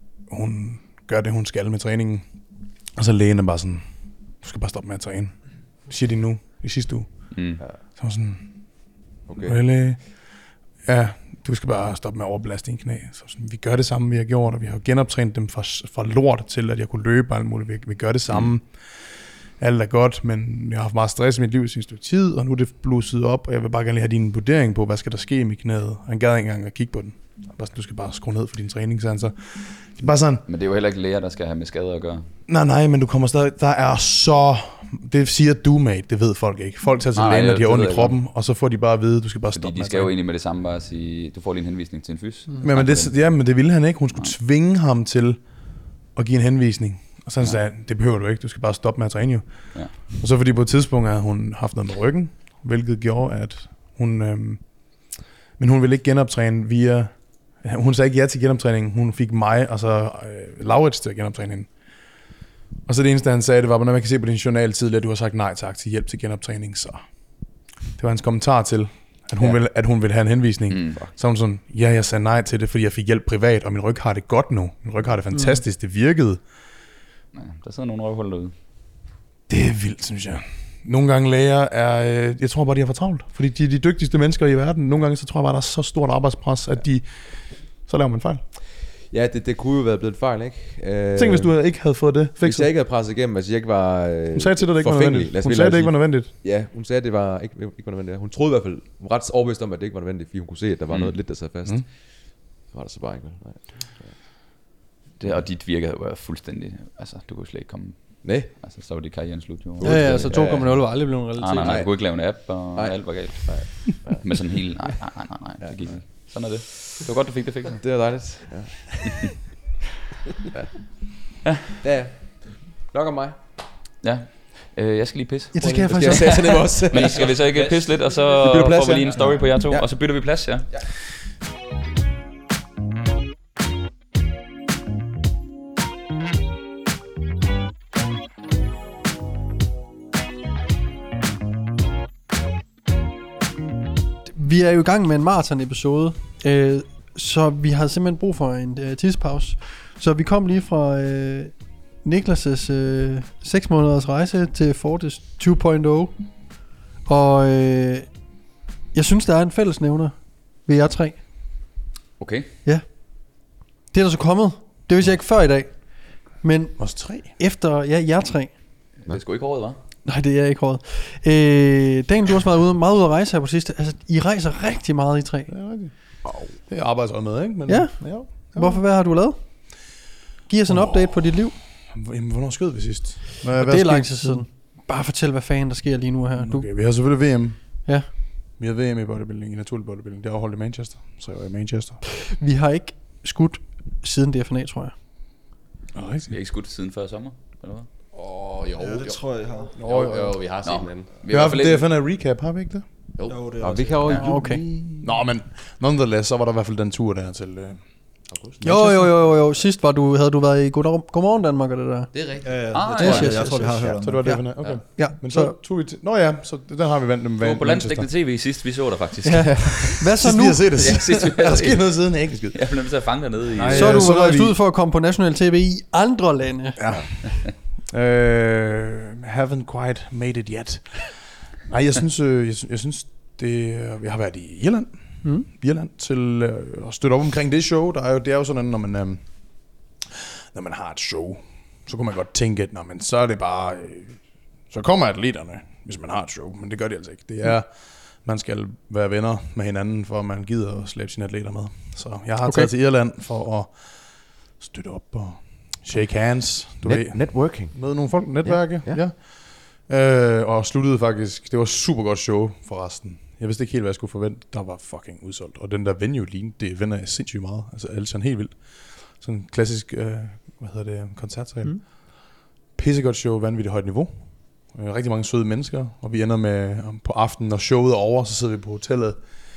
S2: hun gør det, hun skal med træningen. Og så lægen er bare sådan, du skal bare stoppe med at træne. Det siger de nu, i sidste uge.
S4: Mm.
S2: Så var sådan,
S3: okay.
S2: really? Ja, du skal bare stoppe med at overbelaste dine knæ. Så sådan, vi gør det samme, vi har gjort, og vi har jo genoptrænet dem fra, fra lort til, at jeg kunne løbe alt muligt. Vi, vi gør det samme. Mm. Alt er godt, men jeg har haft meget stress i mit liv i sidste tid, og nu er det blusset op, og jeg vil bare gerne lige have din vurdering på, hvad skal der ske i mit knæet. Han gad ikke engang at kigge på den. Du skal bare skrue ned for din træning, så det er bare sådan,
S4: Men det er jo heller ikke læger, der skal have med skader at gøre.
S2: nej, nej, men du kommer stadig, der er så, det siger du, mate, det ved folk ikke. Folk tager til
S4: Nej,
S2: lægen, når
S4: det-
S2: de har
S4: det
S2: ondt
S4: ved
S2: i
S4: jeg
S2: kroppen, og så får de bare at vide, du skal bare
S4: Fordi
S2: stoppe
S4: de
S2: med at
S4: skal jo
S2: træne.
S4: egentlig med det samme bare sige, du får lige en henvisning til en fys.
S2: Men, men det, ja, men det ville han ikke. Hun skulle tvinge ham til at give en henvisning. Og så sagde han, det behøver du ikke, du skal bare stoppe med at træne jo.
S4: Ja.
S2: Og så fordi på et tidspunkt havde hun haft noget med ryggen, hvilket gjorde, at hun... Øhm, men hun ville ikke genoptræne via... Hun sagde ikke ja til genoptræningen. Hun fik mig og så øh, Laurits til at genoptræne hende. Og så det eneste, han sagde, det var, når man kan se på din journal tidligere, at du har sagt nej tak til hjælp til genoptræning. Så det var hans kommentar til, at hun,
S3: Ja.
S2: ja. ville, at hun ville have en henvisning.
S4: Mm.
S2: Så var hun sådan, ja, jeg sagde nej til det, fordi jeg fik hjælp privat, og min ryg har det godt nu. Min ryg har det fantastisk, det virkede.
S4: Ja, der sidder nogle røvhuller derude.
S2: Det er vildt, synes jeg. Nogle gange læger er, øh, jeg tror bare, de har for travlt. Fordi de er de dygtigste mennesker i verden. Nogle gange, så tror jeg bare, der er så stort arbejdspres, at de, så laver man fejl.
S3: Ja, det, det kunne jo være blevet en fejl, ikke? Øh,
S2: Tænk, hvis du ikke havde fået det
S3: Hvis
S2: fikset.
S3: jeg ikke havde presset igennem, hvis jeg ikke var øh,
S2: Hun sagde til dig, det ikke var
S3: forfængelig,
S2: nødvendigt.
S3: lad os
S2: Hun
S3: vel
S2: sagde, det
S3: sige.
S2: ikke var nødvendigt.
S3: Ja, hun sagde, at det var ikke, ikke var nødvendigt. Hun troede i hvert fald, hun var ret overbevist om, at det ikke var nødvendigt, fordi hun kunne se, at der var
S4: Mm.
S3: noget lidt, der sad fast.
S2: Mm.
S3: Så var der så bare ikke vel. Nej.
S4: Det, og dit virke havde jo været fuldstændig, altså du kunne slet ikke komme
S3: Nej.
S4: Altså, så var det karrieren slut, jo.
S1: Ja, ja, så to komma nul var aldrig blevet en realitet.
S4: Nej, nej, nej,
S3: Nej.
S4: du kunne ikke lave en app, og
S3: Nej.
S4: alt var galt. Nej. Med sådan helt, nej, nej, nej, nej, nej, det gik ikke. Sådan er det. Det var godt, du fik det fikset.
S3: Det er dejligt. Ja. ja. ja. Ja, ja. Nok om mig.
S4: Ja. Øh, jeg skal lige pisse.
S1: Ja, det skal jeg
S3: Skal
S1: faktisk
S3: jeg
S1: også.
S3: sætte dem også?
S4: Men skal vi så ikke pisse lidt, og så
S3: bytter plads,
S4: får vi lige
S3: ja.
S4: en story på jer to,
S3: Ja.
S4: og så bytter vi plads, ja.
S3: Ja.
S1: Vi er jo i gang med en maraton-episode, øh, så vi har simpelthen brug for en øh, tidspause. Så vi kom lige fra øh, Niklas' øh, seks måneders rejse til Fortis to punkt nul. Og øh, jeg synes, der er en fællesnævner ved jer tre.
S4: Okay.
S1: Det er der så kommet. Det vidste jeg ikke før i dag. Men
S2: Os tre.
S1: efter, ja, jer tre.
S4: Det er sgu ikke hårdt, hva'?
S1: Nej, det er ikke hårdt. Øh, Daniel, du har også været ude, meget ude at rejse her på sidste. Altså, I rejser rigtig meget, I tre.
S2: Det er rigtigt. Det er arbejdsøjet med, ikke? Men,
S1: Ja.
S2: ja.
S1: Hvorfor, hvad har du lavet? Giv os en
S2: Åh.
S1: update på dit liv.
S2: Jamen, hvornår skød vi sidst? Hvad,
S1: Og
S2: hvad
S1: det er
S2: skete
S1: lang tid siden. Bare fortæl, hvad fanden der sker lige nu her. Du,
S2: Okay, vi har selvfølgelig V M.
S1: Ja.
S2: Vi har V M i bodybuilding, i naturlig bodybuilding. Det er afholdt i Manchester, så jeg var i Manchester.
S1: vi har ikke skudt siden D F N A, tror jeg.
S2: Er det
S4: Vi
S2: rigtigt?
S4: har ikke skudt siden før sommer, eller hvad?
S3: Åh, oh, jo,
S6: Ja, det
S3: jo.
S6: tror jeg, jeg har.
S3: Jo, jo, jo, vi har set
S4: Nå.
S3: hinanden.
S2: Vi har haft D F N A recap, har vi ikke det?
S3: Jo,
S6: Jo, det er
S3: og
S6: også-
S3: vi kan jo
S1: Ja, okay.
S2: Nå, men nonetheless, så var der i hvert fald den tur der til... Øh,
S3: august.
S1: Jo, jo, jo, jo, jo. Sidst var du, havde du været i Godmorgen, Godmorgen Danmark og det der.
S3: Det er rigtigt.
S6: Ja, ja, det
S4: Ah,
S6: tror
S1: yes,
S6: jeg,
S1: yes,
S6: jeg tror, vi
S1: yes,
S6: har hørt om
S2: så det var
S6: det.
S2: D F N A, okay.
S1: Ja,
S2: Men så tog vi til... Nå ja, så den har vi vandt dem
S4: Du var på landsdækkende tv sidst, vi så dig faktisk.
S1: Ja. Hvad så
S2: Sidst
S1: nu?
S2: vi har set det.
S4: Ja, sidst vi
S2: Er der
S4: har
S2: sket
S4: set
S2: noget siden? Jeg er ikke skid.
S4: Jeg blev nødt til at fange dig nede i...
S2: Nej.
S1: Så er du
S2: så var
S1: rejst
S2: vi-
S1: ud for at komme på national tv i andre lande.
S2: Ja. øh, haven't quite made it yet. Nej, jeg synes, øh, jeg, sy- jeg synes det, øh, jeg har været i Irland,
S1: Mm.
S2: Irland til øh, at støtte op omkring det show. Der er jo, det er jo sådan, når man, øh, når man har et show, så kunne man godt tænke, at når man, så er det bare, øh, så kommer atleterne, hvis man har et show, men det gør de altså ikke. Det er, man skal være venner med hinanden, for at man gider at slæbe sine atleter med. Så jeg har
S1: Okay.
S2: okay. taget til Irland for at støtte op og shake hands, du ved.
S3: Net- networking.
S2: Med nogle folk, netværke,
S3: Ja,
S2: ja. ja. Øh, og sluttede faktisk, det var super godt show forresten. Jeg vidste ikke helt, hvad jeg skulle forvente. Der var fucking udsolgt. Og den der venue lignede, det vender jeg sindssygt meget. Altså alt sådan helt vildt. Sådan en klassisk, øh, hvad hedder det, koncertsal.
S1: Mm.
S2: Mm. Pissegodt show, vanvittigt højt niveau. Øh, rigtig mange søde mennesker. Og vi ender med, om på aftenen, når showet er over, så sidder vi på hotellet.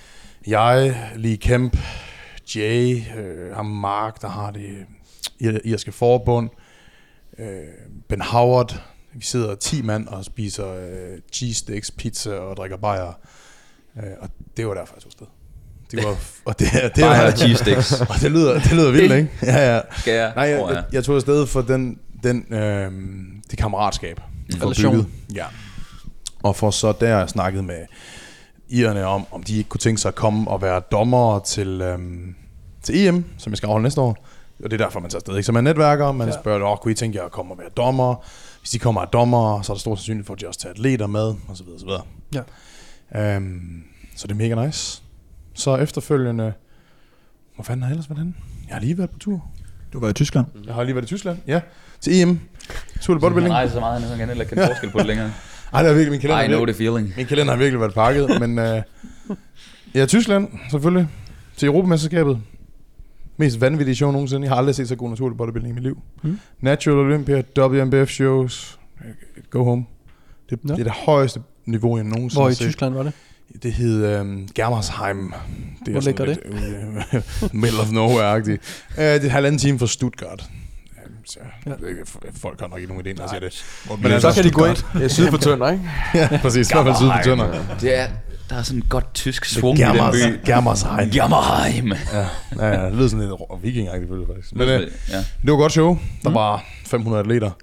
S2: Jeg, Lee Kemp, Jay, øh, ham Mark, der har det ir- irske forbund, øh, Ben Howard. Vi sidder ti mand og spiser øh, cheese sticks, pizza og drikker bajer. Øh, og det var derfor, jeg tog sted. Det var, og det, det
S4: Bajer
S2: var,
S4: og cheese sticks.
S2: og det lyder, det lyder vildt, ikke? Ja, ja.
S4: Skal jeg?
S2: Nej, jeg,
S4: tror
S2: jeg, jeg tog afsted for den, den, øh, det kammeratskab, vi får
S1: Relation.
S2: bygget. Ja. Og for så der snakket med irerne om, om de ikke kunne tænke sig at komme og være dommere til, øhm, til E M, som jeg skal afholde næste år. Og det er derfor, man tager afsted. Ikke? Så man netværker, man ja. spørger, åh, kunne I tænke jer at komme og være dommer? Hvis de kommer af dommer, så er der stor sandsynlighed for, at de også tager atleter med, og så videre, så videre.
S1: Ja.
S2: Øhm, så det er mega nice. Så efterfølgende, hvor fanden har jeg ellers været henne? Jeg har lige været på tur.
S6: Du var i Tyskland.
S2: Jeg har lige været i Tyskland, ja. Til E M. Tur til bodybuilding.
S4: Han rejser så meget, han kan heller ikke kende forskel på det længere.
S2: Ej, det er virkelig min kalender.
S4: I know
S2: virkelig-
S4: the feeling.
S2: Min kalender har virkelig været pakket, men øh, ja, Tyskland selvfølgelig. Til Europamesterskabet. Mest vanvittige show nogensinde. Jeg har aldrig set så god naturlig bodybuilding i mit liv.
S1: Mm.
S2: Natural Olympia, W M B F shows. Go home. Det,
S1: Ja.
S2: det er det højeste niveau, jeg nogensinde
S1: Hvor
S2: har
S1: i
S2: set.
S1: Tyskland var det?
S2: Det hed øh, Germersheim. Det
S1: Hvor ligger
S2: det? Uh, middle of nowhere-agtigt. Uh, det er halvanden time fra Stuttgart. Uh, så,
S1: Ja.
S2: ja. Folk har nok ikke nogen idé, når jeg siger det.
S6: Men
S1: Så kan de gå ind.
S3: Det er syd for Tønder, ikke?
S2: Ja, præcis. I hvert fald syd for Tønder.
S4: Det er, der er sådan en godt tysk svung i den
S2: Germers,
S4: by.
S2: Germersheim.
S4: Jammerheim.
S2: Ja, ja, ja, det lyder sådan lidt rå- vikingagtigt, føler jeg faktisk. Men øh,
S4: ja.
S2: det var et godt show. Der
S1: Mm.
S2: var fem hundrede atleter.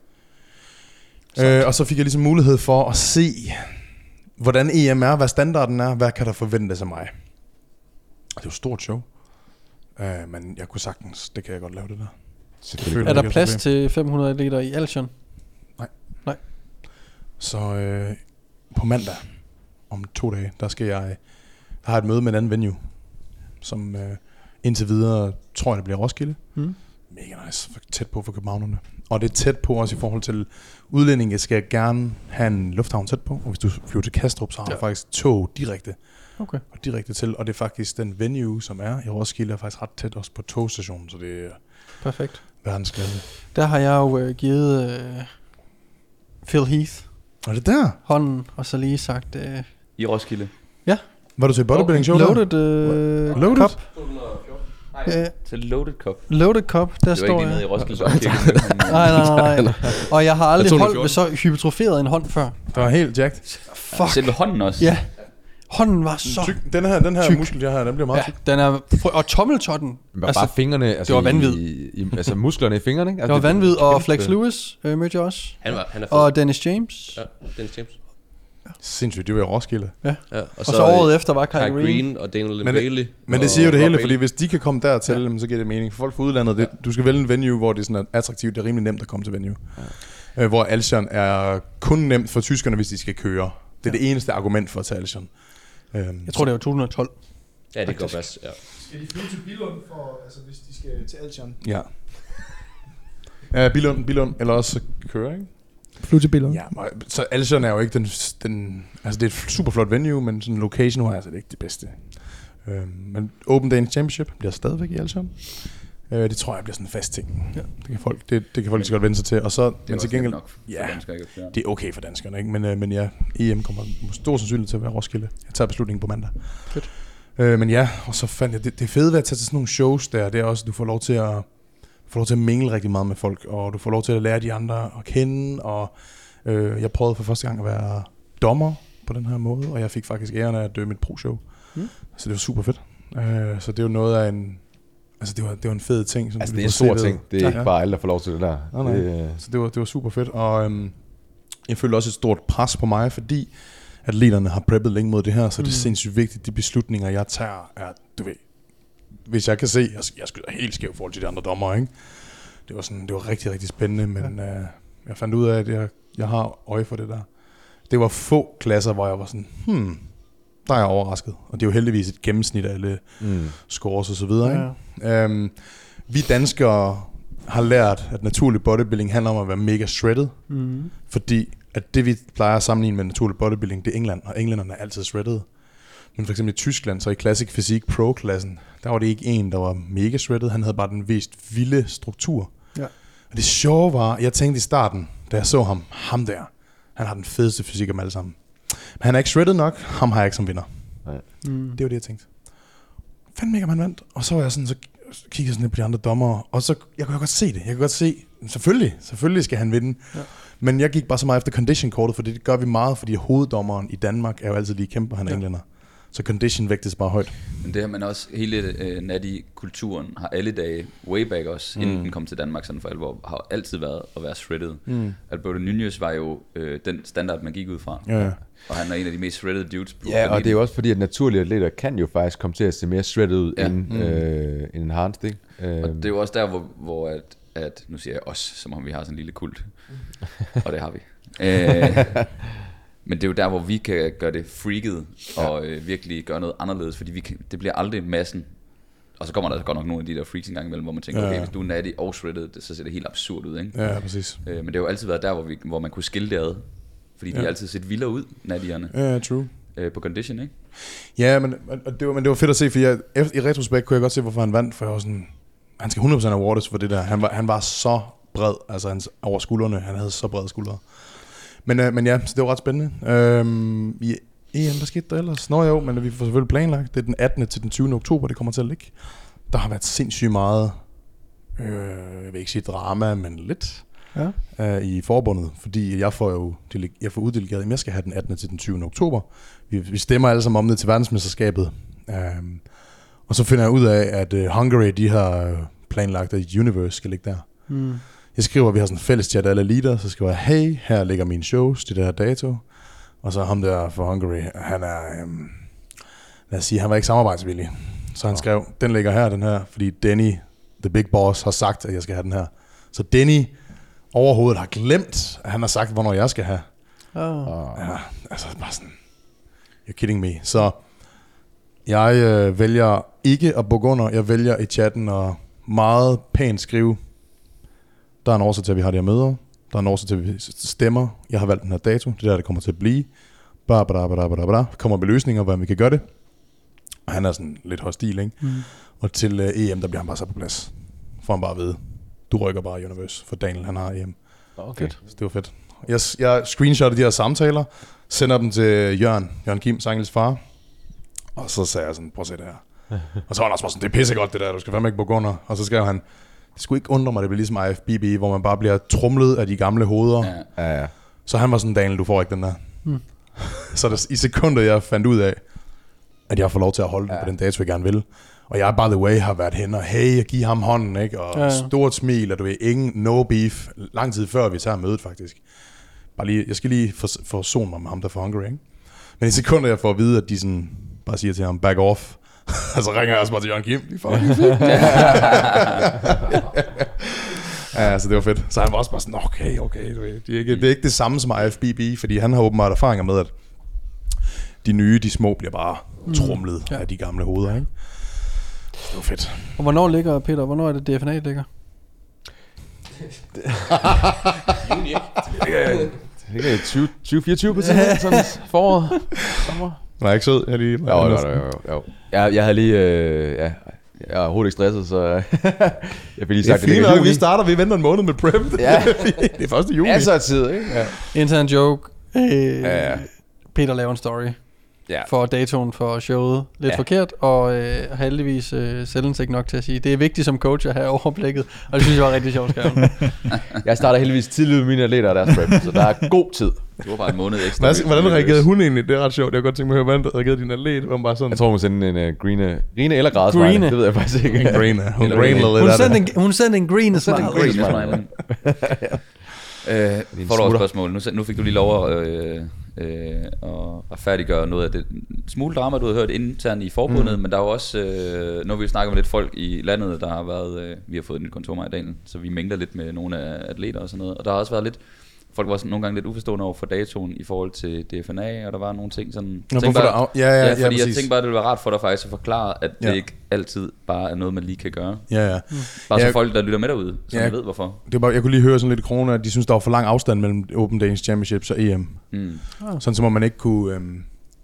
S2: Øh, og så fik jeg ligesom mulighed for at se, hvordan E M er, hvad standarden er, hvad kan der forventes af mig. Det var et stort show. Øh, men jeg kunne sagtens, det kan jeg godt lave det der.
S3: Selvfølgelig.
S1: Er
S2: ikke
S1: der
S2: et
S1: plads
S2: problem.
S1: til fem hundrede liter i Altion?
S2: Så øh, på mandag, om to dage, der skal jeg, der har et møde med en anden venue, som øh, indtil videre, tror jeg, det bliver Roskilde.
S1: Mm.
S2: Mega nice, for- tæt på for københavnerne. og det er tæt på også i forhold til udlændinge skal gerne have en lufthavn tæt på, og hvis du flyver til Kastrup, så har du ja. faktisk tog direkte,
S1: okay.
S2: og direkte til, og det er faktisk den venue, som er i Roskilde, er faktisk ret tæt også på togstationen, så det er
S1: perfekt.
S2: Verdensklasse.
S1: Der har jeg jo øh, givet øh, Phil Heath
S2: Og det der?
S1: hånden, og så lige sagt... Øh,
S4: I Roskilde.
S1: Ja.
S2: Var du til bodybuilding show?
S1: Loaded, øh,
S2: Loaded?
S1: Cup.
S4: Nej, til Loaded Cup.
S1: Loaded Cup, der
S4: det var
S1: står
S4: ikke lige nede i
S1: jeg.
S4: Roskilde.
S1: nej, nej, nej. Og jeg har aldrig
S3: to
S1: holdt
S3: fjorten
S1: med så hypertroferet en hånd før.
S2: Det var helt jacked.
S1: Fuck.
S4: Selve hånden også.
S1: Ja. Hånden var så
S2: Tyk. Den her, den her
S1: tyk.
S2: muskel, jeg har, den bliver meget
S1: ja,
S2: tyk.
S1: den er og tommeltotten.
S3: Men altså, bare fingrene, altså
S1: det var vanvid.
S3: I, i, altså musklerne i fingrene, ikke? Altså,
S1: Det var vanvid, og
S3: kæmpe-
S1: Flex Lewis øh, mødte jeg også.
S7: Han, var, han er fed.
S1: Og Dennis James.
S7: Ja, Dennis James.
S2: Sindssygt, det var i Roskilde.
S7: Ja, og,
S1: Og så året efter var Kai
S7: Kai
S1: Green.
S7: Green og Daniel
S2: Men
S7: Bailey.
S2: det, men det
S7: og
S2: siger jo det
S7: Rob
S2: hele,
S7: Bailey.
S2: fordi hvis de kan komme dertil, ja. så giver det mening. For folk fra udlandet, det, du skal vælge en venue, hvor det sådan er attraktivt, det er rimelig nemt at komme til venue. Ja. Øh, hvor Alshon er kun nemt for tyskerne, hvis de skal køre. Det er ja. det eneste argument for at tage Alshon. Øhm,
S1: Jeg tror, det var to tusind og tolv.
S7: Ja, det går bedst, ja.
S5: Skal de flyve til Billund, for, altså, hvis de skal til Altion?
S2: Ja. Ja, Billund, Billund, eller også køre, ikke?
S5: Flyve til Billund?
S2: Ja, så Alshon er jo ikke den, den... Altså, det er et super flot venue, men sådan location er altså det ikke det bedste. Øhm, men Open Danish Championship bliver stadigvæk i Alshon. Øh, det tror jeg bliver sådan en fast ting. Ja. Det kan folk, det, det kan folk lige så godt vende sig til. Og så,
S4: Det er
S2: men
S4: også
S2: til gengæld,
S4: nok for
S2: ja,
S4: danskere, ikke? Ja.
S2: det er okay for danskerne, ikke? Men, øh, men ja, E M kommer stor sandsynlighed til at være Roskilde. Jeg tager beslutningen på mandag.
S1: Fedt.
S2: Øh, men ja, og så fandt jeg, det, det fede ved at tage til sådan nogle shows der, det er også, at du får lov til at, får lov til at mingle rigtig meget med folk, og du får lov til at lære de andre at kende, og øh, jeg prøvede for første gang at være dommer på den her måde, og jeg fik faktisk æren af at dømme et pro-show. Mm. Så det var super fedt. Øh, så det er jo noget af en... Altså det var, det var en fed ting. Sådan,
S3: Altså
S2: du
S3: det er en
S2: får
S3: stor
S2: set
S3: ting. Det er
S2: Ja.
S3: ikke bare alle, der får lov til det der.
S2: Nej, nej.
S3: Det,
S2: Så det var, det var super fedt, og øhm, jeg følte også et stort pres på mig, fordi atleterne har preppet længe mod det her, så mm. det er sindssygt vigtigt, de beslutninger, jeg tager, er, du ved, hvis jeg kan se, jeg, jeg skyder helt skæv i forhold til de andre dommer, ikke? Det var sådan, det var rigtig, rigtig spændende, men ja. øh, jeg fandt ud af, at jeg, jeg har øje for det der. Det var få klasser, hvor jeg var sådan, hmm, der er jeg overrasket, og det er jo heldigvis et gennemsnit af alle mm. scores og så videre, ikke? Ja. Øhm, vi danskere har lært, at naturlig bodybuilding handler om at være mega shredded, mm. fordi at det vi plejer at sammenligne med naturlig bodybuilding, det er England, og englænderne er altid shredded. Men for eksempel i Tyskland, så i Classic Physique Pro-klassen, der var det ikke en, der var mega shredded, han havde bare den mest vilde struktur. Ja. Og det sjove var, jeg tænkte i starten, da jeg så ham, ham der, han har den fedeste fysik om alle sammen. Men han er ikke shredded nok, ham har jeg ikke som vinder. Mm. Det var det, jeg tænkte. Fanden ikke, om han vandt. Og så var jeg sådan, så kiggede jeg sådan lidt på de andre dommere, og så, jeg kunne godt se det. Jeg kunne godt se, selvfølgelig, selvfølgelig skal han vinde. Ja. Men jeg gik bare så meget efter condition-kortet, for det gør vi meget, fordi hoveddommeren i Danmark er jo altid lige kæmpe, han er ja. englænder. Så condition vægtes bare højt.
S4: Men det har man også, hele øh, natty-kulturen har alle dage, way back også, mm. inden den kom til Danmark sådan for alvor, har altid været at være shredded. Mm. Alberto Nunez var jo øh, den standard, man gik ud fra.
S2: Ja, ja.
S4: Og han er en af de mest shredded dudes på
S3: ja,
S4: planeten.
S3: og det er jo også fordi, at naturlige atleter kan jo faktisk komme til at se mere shredded ud
S4: ja.
S3: end,
S4: mm.
S3: øh, end enhanced, ikke?
S4: Og det er jo også der, hvor, hvor at, at, nu siger jeg os, som om vi har sådan en lille kult. Og det har vi. Æh, men det er jo der, hvor vi kan gøre det freaket, og øh, virkelig gøre noget anderledes, fordi vi kan, det bliver aldrig massen. Og så kommer der godt nok nogle af de der freaks en gang imellem, hvor man tænker, ja. okay, hvis du er natty og shredded, så ser det helt absurd ud, ikke?
S2: Ja, præcis.
S4: Øh, men det har jo altid været der, hvor, vi, hvor man kunne skille det ad, fordi ja. de altid set vildere ud, nattyerne.
S2: Ja, true.
S4: Øh, på condition, ikke?
S2: Ja, men, og det var, men det var fedt at se, for jeg, i retrospekt kunne jeg godt se, hvorfor han vandt, for jeg var sådan, han skal hundrede procent awards for det der. Han var, han var så bred, altså hans, over skuldrene, han havde så brede skuldre. Men, øh, men ja, så det var ret spændende. Øhm, I E M, hvad skete der ellers? Nå jo, men vi får selvfølgelig planlagt. Det er den attende til den tyvende oktober, det kommer til at ligge. Der har været sindssygt meget, øh, jeg vil ikke sige drama, men lidt ja. øh, i forbundet. Fordi jeg får jo jeg får uddelegeret, at jeg skal have den attende til den tyvende oktober. Vi, vi stemmer alle sammen om det til verdensmesterskabet. Øhm, og så finder jeg ud af, at uh, Hungary, de har planlagt, at Universe skal ligge der. Mm. Jeg skriver, at vi har sådan en fælles chat af alle leader, så skriver jeg, hey, her ligger mine shows, det der dato. Og så ham der for Hungary, han er, øhm, lad os sige, han var ikke samarbejdsvillig. Så han skrev, den ligger her, den her, fordi Denny, the big boss, har sagt, at jeg skal have den her. Så Denny overhovedet har glemt, at han har sagt, hvornår jeg skal have. Oh. Ja, altså bare sådan, you're kidding me. Så jeg øh, vælger ikke at bukke under, jeg vælger i chatten og meget pænt skrive, Der er en årsag til, at vi har de her møder. Der er en årsag til, at vi stemmer. Jeg har valgt den her dato. Det er der, det kommer til at blive. Bla, bla, bla, bla, bla. Kommer med løsninger, hvordan vi kan gøre det. Og han er sådan lidt hostil, ikke? Mm. Og til uh, E M, der bliver han bare sat på plads. For han bare ved, du rykker bare Universe, for Daniel, han har E M.
S3: Okay.
S2: Så det var fedt. Jeg, jeg screenshottede de her samtaler, sender dem til Jørgen, Jørgen Kim, Sangels far. Og så sagde jeg sådan, prøv at se det her. Og så var han også sådan, det er pissegodt det der, du skal fandme ikke bukke under. Og så skrev han, det skulle ikke undre mig, det bliver ligesom I F B B, hvor man bare bliver trumlet af de gamle hoveder.
S4: Ja.
S3: Ja, ja.
S2: Så han var sådan, Daniel, du får ikke den der. Mm. Så det, i sekunder, jeg fandt ud af, at jeg får lov til at holde den ja. på den dato, jeg gerne vil. Og jeg, by the way, har været hen og, hey, jeg giver ham hånden, ikke? Og ja, ja. stort smil, og du ved, ingen no beef. Lang tid før vi tager mødet, faktisk. Bare lige, jeg skal lige forsone mig med ham, der for Hungary, ikke? Men i sekunder, jeg får at vide, at de sådan, bare siger til ham, back off. Og så ringer jeg også bare til Jørgen Kim. Vi får ja, så det var fedt. Så han var også bare sådan, okay, okay. Du ved, det, er ikke, det er ikke det samme som I F B B, fordi han har åbenbart erfaringer med, at de nye, de små, bliver bare trumlet mm. ja. af de gamle hoveder, ikke? Det var fedt.
S1: Og hvornår ligger, Peter, hvornår er det D F N A ligger?
S3: Juni, ikke? Det er tyve fireogtyve på tiden, sådan foråret, sommer.
S2: Nej, ikke sød. Jeg lige...
S3: Jo, jo, jo, jo, jo. Jeg, jeg havde lige... Øh, ja, jeg er overhovedet ikke stresset, så... jeg fik lige sagt,
S2: det er fint nok, vi starter, vi venter en måned med prep.
S3: Ja.
S2: Det er første juni.
S3: Altså tid, ikke? Ja.
S1: Intern joke. Øh,
S3: ja, ja.
S1: Peter laver en story.
S3: Ja.
S1: For datoen for showet lidt ja. forkert, og øh, heldigvis øh, selvindsigt nok til at sige, det er vigtigt som coach at have overblikket, og det synes jeg var rigtig sjovt skrevet.
S3: Jeg starter heldigvis tidligt med mine atleter og deres prep, så der er god tid.
S4: Det var bare en måned ekstra.
S2: Hvad, hvordan reagerede hun egentlig? Det er ret sjovt. Jeg har godt tænkt mig at høre, hvordan reagerede din atlet? Var bare sådan...
S3: Jeg tror, hun sendte en uh, grine, grine eller grædesmiley. Det ved jeg faktisk ikke.
S2: En grine. Hun,
S1: hun, sendte en, hun sendte en grine smiley.
S4: Øh, får du også spørgsmål. Nu, nu fik du lige lov at, øh, øh, at retfærdiggøre noget af det smule drama, du har hørt internt i forbundet, mm. men der er jo også, øh, nu har vi jo snakket med lidt folk i landet, der har været, øh, vi har fået et nyt kontor i dagen, så vi mængler lidt med nogle af atleter og sådan noget, og der har også været lidt, folk var sådan nogle gange lidt uforstående over for datoen i forhold til D F N A, og der var nogle ting sådan...
S2: Nå,
S3: tænkte
S2: bare,
S3: der,
S2: ja, ja,
S3: ja, fordi
S2: ja,
S3: jeg tænkte bare, det ville være rart for dig faktisk at forklare, at ja. det ikke altid bare er noget, man lige kan gøre.
S2: Ja, ja.
S3: Mm. Bare så
S2: ja,
S3: folk, der lytter med derude, så
S2: ja,
S3: man ved hvorfor.
S2: Det var bare, jeg kunne lige høre sådan lidt i corona, at de synes, der var for lang afstand mellem Open Danish Championships og E M. Mm. Sådan så må man ikke kunne... Øhm,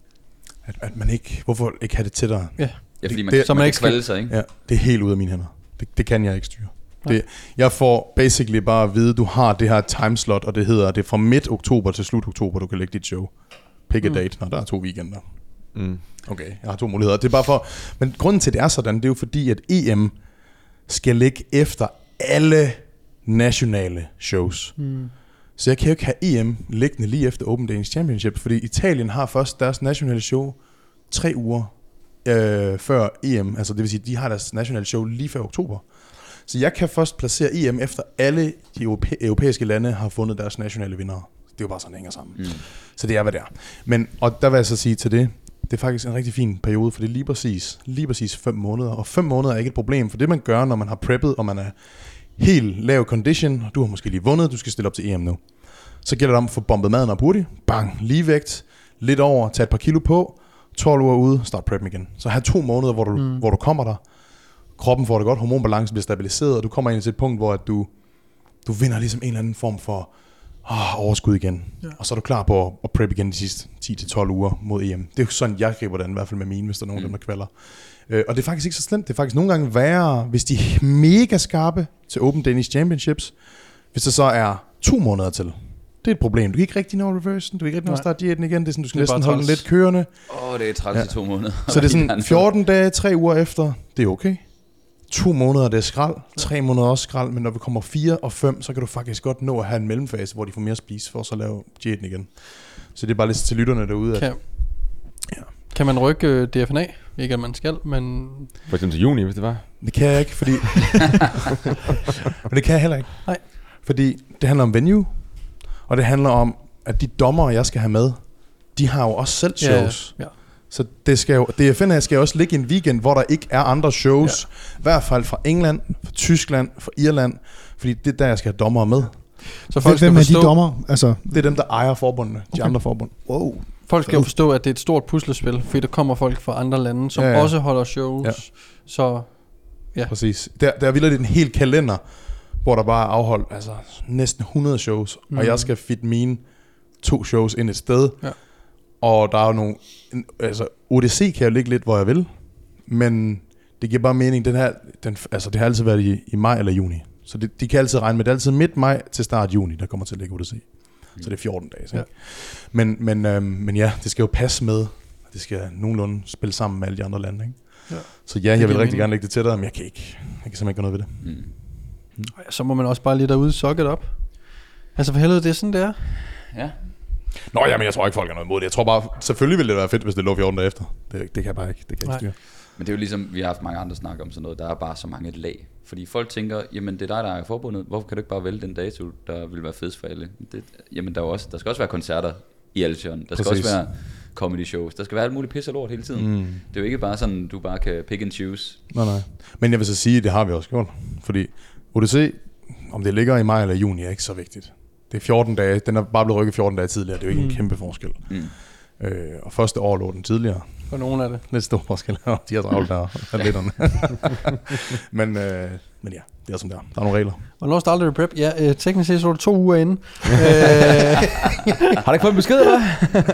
S2: at, at man ikke... Hvorfor ikke have det tættere?
S1: Ja,
S4: ja fordi man,
S2: det,
S4: det, så man, man ikke kvalde sig, ikke?
S2: Ja, det er helt ude af mine hænder. Det, det kan jeg ikke styre. Det, jeg får basically bare at vide, du har det her timeslot, og det hedder, det er fra midt oktober til slut oktober, du kan lægge dit show. Pick a mm. date, når der er to weekender. Mm. Okay, jeg har to muligheder. Det er bare for, men grunden til, det er sådan, det er jo fordi, at E M skal ligge efter alle nationale shows. Mm. Så jeg kan jo ikke have E M liggende lige efter Open Danish Championship, fordi Italien har først deres nationale show tre uger øh, før E M. Altså det vil sige, de har deres nationale show lige før oktober. Så jeg kan først placere E M efter alle de europæ- europæiske lande har fundet deres nationale vindere. Det er jo bare sådan, det hænger sammen. Mm. Så det er, hvad det er. Men, og der vil jeg så sige til det, det er faktisk en rigtig fin periode, for det er lige præcis, lige præcis fem måneder. Og fem måneder er ikke et problem, for det man gør, når man har preppet, og man er helt lav condition, og du har måske lige vundet, du skal stille op til E M nu. Så gælder det om at få bombet maden op hurtigt. Bang, lige vægt, lidt over, tage et par kilo på, tolv uger ude, start preppen igen. Så have to måneder, hvor du, mm. hvor du kommer der. Kroppen får det godt, hormonbalancen bliver stabiliseret, og du kommer ind til et punkt, hvor at du, du vinder ligesom en eller anden form for åh, overskud igen. Ja. Og så er du klar på at, at prep igen de sidste ti til tolv uger mod E M. Det er jo sådan, jeg griber den, i hvert fald med mine, hvis der er nogen mm. af dem, der kvalder. Øh, og det er faktisk ikke så slemt. Det er faktisk nogle gange værre, hvis de er mega skarpe til Open Danish Championships, hvis der så er to måneder til. Det er et problem. Du kan ikke rigtig nå reversen, du kan ikke rigtig nå at starte diæten igen. Det er sådan, du skal næsten holde den lidt kørende.
S4: Åh, oh, det er træls ja. i to måneder.
S2: Så det er sådan fjorten dage, tre uger efter, det er okay. To måneder, det er skrald. Tre måneder også skrald. Men når vi kommer fire og fem, så kan du faktisk godt nå at have en mellemfase, hvor de får mere spise, for så at lave diæten igen. Så det er bare lidt til lytterne derude.
S1: Kan,
S2: at, ja.
S1: kan man rykke D F N A? Ikke at man skal, men...
S3: For eksempel til juni, hvis det var.
S2: Det kan jeg ikke, fordi... men det kan jeg heller ikke.
S1: Nej.
S2: Fordi det handler om venue, og det handler om, at de dommere, jeg skal have med, de har jo også selv shows. Ja, ja. Så det skal jo, D F N A skal jo også ligge en weekend, hvor der ikke er andre shows. Ja. I hvert fald fra England, fra Tyskland, fra Irland. Fordi det er der, jeg skal have dommere med.
S1: Så folk
S5: Hvem
S1: skal forstå,
S5: er de dommer? Altså,
S2: det er dem, der ejer forbundene. De okay. andre forbund.
S1: Wow. Folk skal jo forstå, at det er et stort puslespil, fordi der kommer folk fra andre lande, som ja, ja. også holder shows. Ja. Så ja.
S2: Præcis. Der, der er vildt en hel kalender hvor der bare er afholdt altså, næsten hundrede shows, mm. og jeg skal fit mine to shows ind et sted,
S1: ja.
S2: og der er jo nogle, altså O D C kan jo ligge lidt, hvor jeg vil, men det giver bare mening, den her, den, altså det har altid været i, i maj eller juni, så det, de kan altid regne med, det er altid midt maj til start juni, der kommer til at ligge O D C, mm. så det er fjorten dage, så, ja. men, men, øhm, men ja, det skal jo passe med, det skal nogenlunde spille sammen med alle de andre lande, ikke? Ja. Så ja, jeg vil rigtig mening. gerne lægge det til dig, men jeg kan ikke, jeg kan simpelthen ikke gøre noget ved det. Mm.
S1: Mm. Så må man også bare lige derude sokke det op. Altså for helvede, det er sådan, det er.
S4: Ja.
S2: Nå ja, men jeg tror ikke, folk har noget imod det. Jeg tror bare, selvfølgelig ville det være fedt, hvis det lå fjorten dage efter. Det, det kan jeg bare ikke, det kan jeg ikke styre.
S4: Men det er jo ligesom, vi har haft mange andre snakker om sådan noget. Der er bare så mange lag. Fordi folk tænker, jamen det er dig, der er forbundet. Hvorfor kan du ikke bare vælge den dato, der vil være fedest for alle? Det, jamen der, er også, der skal også være koncerter i Altion. Der skal Præcis. også være comedy shows. Der skal være alt muligt pis og lort hele tiden. Mm. Det er jo ikke bare sådan, du bare kan pick and choose.
S2: Nej, nej. Men jeg vil så sige, det har vi også gjort. Fordi O D C, om det ligger i maj eller juni, er ikke så vigtigt. Det er fjorten dage. Den er bare blevet rykket fjorten dage tidligere. Det er jo ikke mm. en kæmpe forskel. Mm. Øh, og første år lå den tidligere.
S1: For nogen er det.
S2: Lidt stor forskel. De har travlt der. Atleterne. men, øh, men ja, det er som der. Der er nogle regler.
S1: Og når startede det prep? Ja, øh, teknisk set så var det to uger inden. øh.
S3: Har du ikke fået en besked, eller?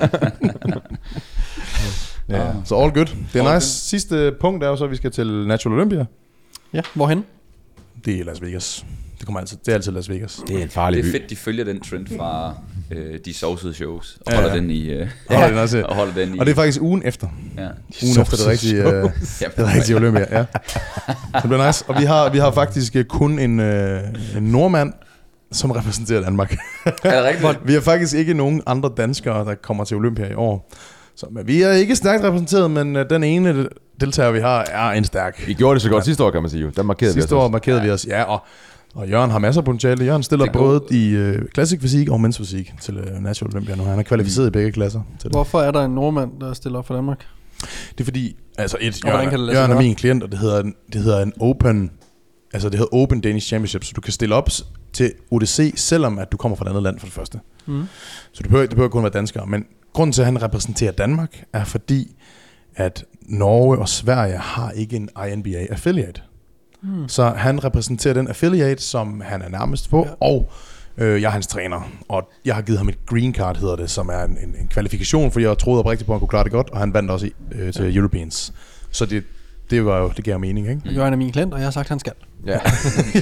S2: Ja, så all good. Det er nice. Sidste punkt er jo så, at vi skal til Natural Olympia.
S1: Ja, hvorhen?
S2: Det er Las Vegas. Det kommer altid. Det er altid Las Vegas.
S3: Det er en farlig by.
S4: Det er fedt, de følger den trend fra øh, de sovsede shows og holder ja, ja. den i øh,
S2: ja. og, den
S4: og holder den i.
S2: Og det er faktisk ugen efter.
S4: Ja.
S2: Ugen efter det rigtige, øh, det rigtige Olympia. Ja. Det bliver nice. Og vi har vi har faktisk kun en, øh, en nordmand, som repræsenterer Danmark.
S4: Er det rigtigt?
S2: Vi har faktisk ikke nogen andre danskere, der kommer til Olympia i år. Så men vi er ikke stærkt repræsenteret, men uh, den ene deltager, vi har, er en stærk.
S3: Vi gjorde det så godt ja. sidste år, kan man sige. Der markerede
S2: sidste
S3: vi os
S2: år markerede ja. vi os, ja. Og, og Jørgen har masser af potentiale. Jørgen stiller både i uh, Classic Fysik og Men's Fysik til uh, National Olympia nu. Han er kvalificeret mm. i begge klasser. Til
S1: Hvorfor er der en nordmand, der stiller op for Danmark?
S2: Det er fordi, altså et, Jørgen, Jørgen er min klient, og det hedder, det hedder en open, altså det hedder Open Danish Championship, så du kan stille op til O D C, selvom at du kommer fra et andet land for det første. Mm. Så det behøver, det behøver kun være danskere, men grunden til, at han repræsenterer Danmark, er fordi, at Norge og Sverige har ikke en I N B A affiliate. Hmm. Så han repræsenterer den affiliate, som han er nærmest på, ja. og øh, jeg er hans træner. Og jeg har givet ham et green card, hedder det, som er en, en, en kvalifikation, fordi jeg troede oprigtigt på, at han kunne klare det godt, og han vandt også i, øh, til ja. Europeans. Så det, det var jo, det gav mening, ikke?
S1: Mm. Jørgen er min klient, og jeg har sagt, at han skal.
S4: Ja. Det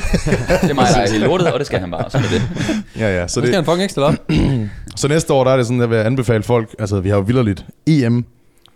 S4: er mig, der er helt lortet, og det skal han bare. Sådan er det.
S2: Ja, ja. Så,
S1: så det skal han fucking ikke stille op.
S2: Så næste år, der er det sådan, at jeg vil anbefale folk, altså vi har jo vildt E M,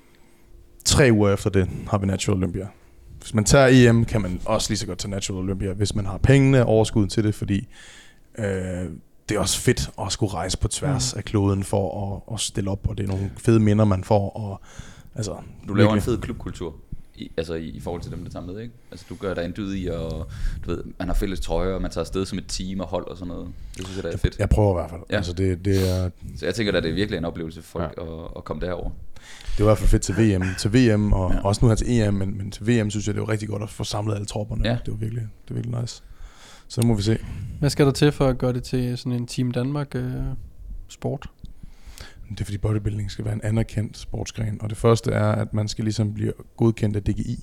S2: tre uger efter det har vi Natural Olympia. Hvis man tager E M, kan man også lige så godt tage Natural Olympia, hvis man har pengene overskud til det, fordi øh, det er også fedt at skulle rejse på tværs mm. af kloden for at, at stille op, og det er nogle fede minder, man får. Og, altså,
S4: du laver virkelig en fed klubkultur. I, altså i, i forhold til dem, der tager med, ikke? Altså du gør dig en dyd i, og du ved, man har fælles trøjer, og man tager afsted som et team og hold og sådan noget. Det synes jeg, det er fedt.
S2: Jeg prøver i hvert fald. Ja. Altså, det, det er...
S4: Så jeg tænker, at det er virkelig en oplevelse for folk ja. at, at komme derover.
S2: Det var i hvert fald fedt til V M, til V M og ja. også nu her til E M, men, men til V M synes jeg, det var rigtig godt at få samlet alle tropperne. Ja. Det var virkelig, det var virkelig nice. Så nu må vi se.
S1: Hvad skal der til for at gøre det til sådan en Team Danmark øh, sport?
S2: Det er fordi bodybuilding skal være en anerkendt sportsgren, og det første er, at man skal ligesom blive godkendt af D G I.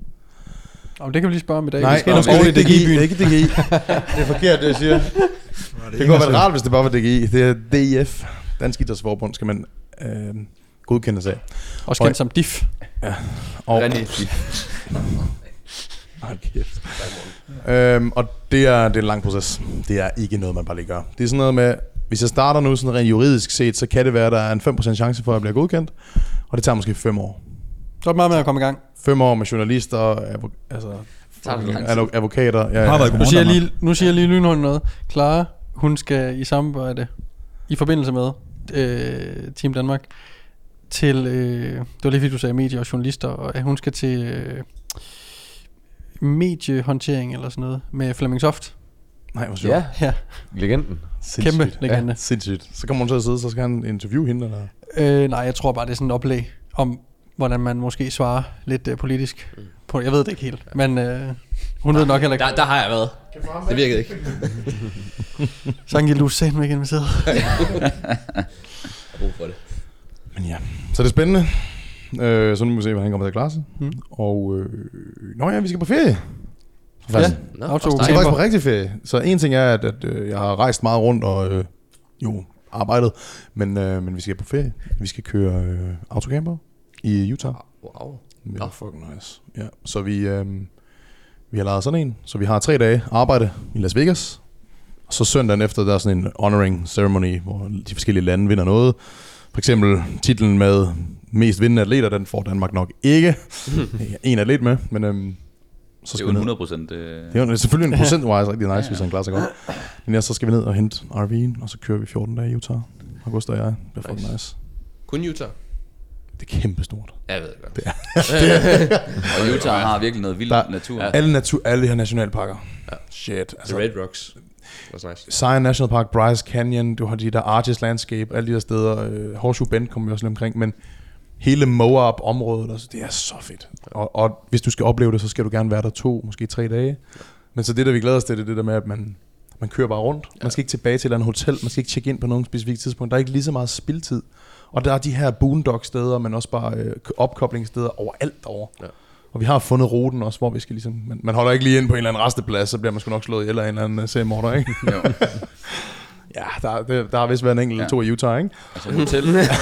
S1: Og det kan vi lige spørge om i dag.
S2: Nej,
S1: det
S2: er ikke D G I. Det er ikke D G I. Det er forkert, det jeg siger. Det kunne være rart, hvis det bare var D G I. Det er D I F. Dansk Idrætsforbund skal man øh, godkende sig af.
S1: Også kendt som D I F.
S2: Ja. Og, øhm, og det er, det er en lang proces. Det er ikke noget, man bare lige gør. Det er sådan noget med, hvis jeg starter nu sådan rent juridisk set, så kan det være, at der er en fem procent chance for, at jeg bliver godkendt. Og det tager måske fem år.
S1: Så er det meget med at komme i gang.
S2: Fem år med journalister, advo- altså, adv- advokater. Ja, ja.
S1: Nu siger jeg lige, nu siger jeg lige lynhånden noget. Clara, hun skal i samarbejde, i forbindelse med øh, Team Danmark, til, øh, det var lige fordi du sagde medier og journalister, og hun skal til øh, mediehåndtering eller sådan noget, med Flemming Soft.
S2: Nej, hvor sjovt.
S3: Ja,
S1: ja.
S3: Legenden.
S1: Sindssygt. Kæmpe legende.
S2: Ja, sindssygt. Så kommer hun til at sidde, så skal han interviewe hende, eller?
S1: Øh, nej, jeg tror bare, det er sådan et oplæg om, hvordan man måske svarer lidt øh, politisk. Mm. På, jeg ved det ikke helt, men øh, hun nej, ved nok heller ikke.
S7: Der, der har jeg været. Det virkede ikke.
S1: Så kan du sætte mig ikke inviteret.
S7: Brug for det.
S2: Men ja, så det er spændende. Øh, så nu må vi se, hvordan han kommer til at klare sig. Mm. Og, øh, nå ja, vi skal på ferie. Faktisk.
S1: Ja,
S7: Nå,
S1: auto.
S2: Jeg skal faktisk på rigtig ferie. Så en ting er, at, at øh, jeg har rejst meget rundt og øh, jo arbejdet, men, øh, men vi skal på ferie. Vi skal køre øh, autocamper i Utah.
S7: Wow.
S2: Men
S7: Nå.
S2: fucking nice. Ja, så vi, øh, vi har lavet sådan en. Så vi har tre dage arbejde i Las Vegas. Og så søndagen efter, der er sådan en honoring ceremony, hvor de forskellige lande vinder noget. For eksempel titlen med mest vindende atleter, den får Danmark nok ikke. En atlet med, men øhm, så
S4: Det er
S2: skal
S4: jo
S2: vi ned.
S4: hundrede procent. Øh...
S2: Det er jo selvfølgelig en procent-wise rigtig nice, hvis han klarer sig godt. Men ja, så skal vi ned og hente R V'en, og så kører vi fjorten dage i Utah. August og jeg. Det er fucking nice.
S7: Kun Utah?
S2: Det er kæmpestort.
S7: Ja, jeg ved det godt.
S2: Det er.
S4: Og Utah har virkelig noget vild
S2: Der-
S4: natur.
S7: Ja.
S2: Alle, natur, alle de her nationalparker.
S7: Ja.
S2: Shit.
S7: The
S2: Altså,
S7: Red Rocks. Det var nice.
S2: Zion National Park, Bryce Canyon, du har de der Arches Landscape, alle de der steder. Øh, Horseshoe Bend kommer vi også lidt omkring, men hele Moab-området, altså, det er så fedt. Og, og hvis du skal opleve det, så skal du gerne være der to, måske tre dage. Men så det, der vi glæder os til, det er det der med, at man, man kører bare rundt. Man skal ikke tilbage til et eller andet hotel, man skal ikke tjekke ind på nogen specifikt tidspunkt. Der er ikke lige så meget spildtid. Og der er de her boondock-steder, men også bare øh, opkoblingssteder overalt derovre.
S7: Ja.
S2: Og vi har fundet ruten også, hvor vi skal ligesom... Man, man holder ikke lige ind på en eller anden resteplads, så bliver man sgu nok slået ihjel af en eller anden uh, seriemorder, ikke?
S4: Jo.
S2: Ja, der, der, der har vist været en enkelt
S4: Ja.
S2: ja. to i Utah, ikke?
S4: Altså hotel.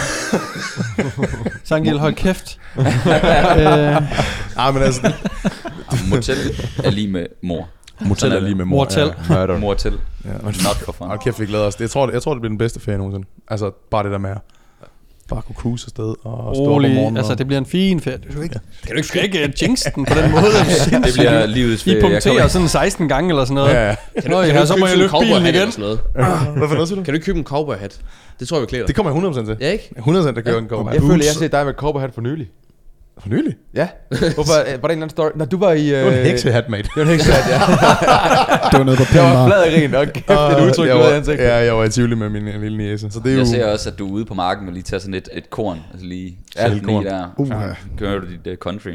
S1: Sangil, hold kæft. øh,
S2: Nej, men altså...
S4: Motel er lige med mor.
S2: Motel er lige med mor.
S1: Mortel.
S2: Ja, murder.
S4: Motel.
S2: Ja, men,
S4: Not for fun.
S2: hold kæft, vi glæder os. Jeg tror, jeg tror, det bliver den bedste ferie nogensinde. Altså, bare det der med at bare kunne cruise afsted og stå op om
S1: rolig,
S2: morgenen.
S1: altså
S2: og-
S1: det bliver en fin ferie. Du skal ikke,
S7: Kan du ikke
S1: du skal ikke jinx den på den måde.
S4: Det bliver livets
S1: I
S4: ferie. Jeg
S1: punkterer
S4: kommer-
S1: sådan seksten gange eller sådan noget.
S2: Ja, ja.
S7: Kan
S1: Nå,
S7: du,
S1: ja,
S7: kan du
S1: så
S7: ikke
S1: må
S7: købe
S1: jeg
S7: sådan en
S1: løfte bilen
S7: cowboyhat
S1: igen.
S7: eller sådan noget?
S2: Hvorfor noget siger du?
S7: Kan du ikke købe en cowboyhat? Det tror jeg, vi klæder
S2: Det
S7: dig.
S2: kommer jeg hundrede procent til.
S7: Ja, ikke?
S2: hundrede procent, der kører en cowboy.
S3: Jeg føler, jeg har set dig med cowboyhat for nylig.
S2: For nylig.
S3: Ja. Hvorfor? Var det en eller anden story? Nå, du var i...
S2: Det var en
S3: øh,
S2: heksehat, mate.
S3: Det var en heksehat, ja.
S5: Det var noget på
S3: Jeg var
S5: pæn
S3: flad i ren, og kæft, det udtryk,
S2: jeg
S3: du
S2: var,
S3: havde i ansigtet.
S2: Ja, jeg var i Tivoli med min lille niece. Så det er jo...
S4: Jeg ser også, at du er ude på marken og lige tager sådan et, et korn. Altså lige
S2: Ja,
S4: sætte
S2: et
S4: den i
S2: korn.
S4: der.
S5: Uh,
S4: Så
S5: ja.
S4: kører du dit uh, country.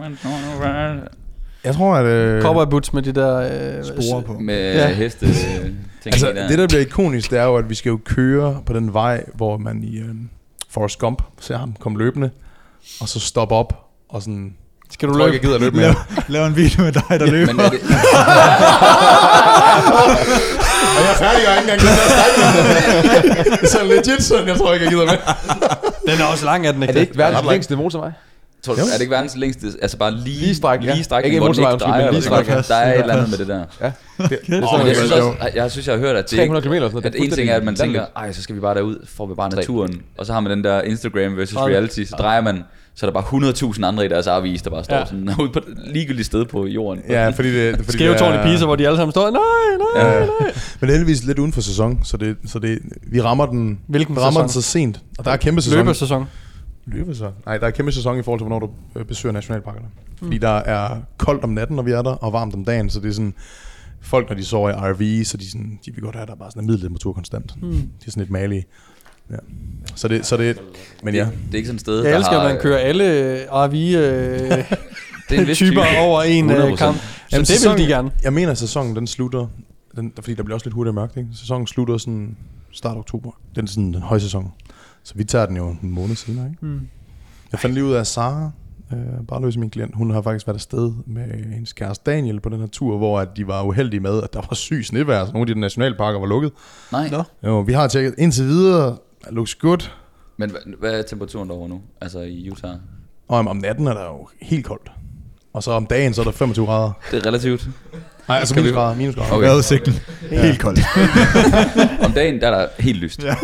S2: Jeg tror, at... Øh,
S1: Cowboy boots med de der... Øh,
S6: Spore på.
S4: Med
S1: Ja.
S4: ja. heste ting
S2: Altså,
S4: i der.
S2: det der bliver ikonisk, det er jo, at vi skal jo køre på den vej, hvor man i øh, Forrest Gump ser ham komme løbende, og så stoppe op, og sådan...
S1: Skal du
S2: Jeg tror
S1: løbe?
S2: ikke, jeg gider løbe mere.
S6: Lav, lav en video med dig, der løber.
S4: Men er det,
S2: Og jeg er færdig, og jeg ikke engang gider at snakke. Det er sådan legit sådan, jeg tror ikke, jeg gider med.
S1: Den er også lang, er den
S3: Er
S1: ikke?
S3: det ikke verdens længste motorvej?
S4: tror du, er det ikke verdens længste, altså bare lige,
S3: Lige strækning, ja.
S4: lige strækning,
S3: Ikke
S4: hvor den
S3: motorvej,
S4: ikke
S3: undskyld,
S4: drejer,
S3: men lige
S4: eller sådan
S6: strækning.
S4: noget. Der er et
S6: Det
S4: eller andet
S6: pas.
S4: med det der.
S3: Ja. Det, det er
S4: Og
S3: sådan,
S4: jeg synes
S3: det
S4: også, jeg, jeg synes, jeg har hørt, at det
S3: tre
S4: ikke,
S3: hundrede kilometer eller sådan
S4: at
S3: noget.
S4: en ting er, at man tænker,
S3: latterligt.
S4: ej, så skal vi bare derud, får vi bare
S3: Tre.
S4: naturen. Og så har man den der Instagram versus
S1: tredive.
S4: reality, så drejer man, så er der bare hundrede tusind andre i deres R V's, der bare står
S1: Ja.
S4: sådan ude på et ligegyldigt sted på jorden.
S2: Ja, fordi det, fordi
S1: Skæve
S2: det
S1: tårn i
S2: er-
S1: Pisa, hvor de alle sammen står, nej, nej,
S2: Ja.
S1: nej.
S2: Men det er heldigvis lidt uden for sæson, så det, så det, vi rammer den,
S1: Hvilken
S2: vi rammer den
S1: sæson?
S2: så sent. Og der er kæmpe sæson.
S1: Løbesæson.
S2: Løbesæson? Nej, der er kæmpe sæson i forhold til, hvornår du øh, besøger nationalparkerne. Fordi der er koldt om natten, når vi er der, og varmt om dagen, så det er sådan... Folk, når de sover i R V, så de, sådan, de vil godt have, der er bare sådan en middeltemperatur konstant.
S1: Mm.
S2: De er sådan lidt malige. Ja. Så det, så det, men ja.
S4: Det, det er ikke sådan et sted,
S1: Jeg
S4: der
S1: elsker,
S4: har,
S1: at man kører alle R V
S4: det er en vis
S1: typer
S4: type.
S1: over en
S4: hundrede
S1: øh,
S4: procent.
S1: kamp. Så
S2: Jamen,
S1: det vil
S2: sæsonen-
S1: de gerne.
S2: Jeg mener, at sæsonen den slutter, den, fordi der bliver også lidt hurtigt mørkt, ikke? Sæsonen slutter sådan start oktober. Den er sådan den højsæson. Så vi tager den jo en måned senere, ikke?
S1: Mm.
S2: Jeg fandt lige ud af, at Sara, øh, bare løs min klient, hun har faktisk været afsted med hendes kæreste Daniel på den her tur, hvor at de var uheldige med, at der var syg snevejr, så nogle af de nationalparker var lukket.
S4: Nej,
S1: Nå.
S2: Jo, vi har tjekket indtil videre, looks good.
S4: men hvad, hvad er temperaturen derovre nu? Altså i Utah?
S2: Og om, om natten er der jo helt koldt. Og så om dagen, så er der femogtyve grader.
S4: Det er relativt.
S2: Nej, altså
S4: Kan vi-
S2: minusgrader, minusgrader.
S4: Okay.
S6: Vejrudsigten. Helt koldt.
S4: Om dagen, der er der helt lyst.
S6: Ja.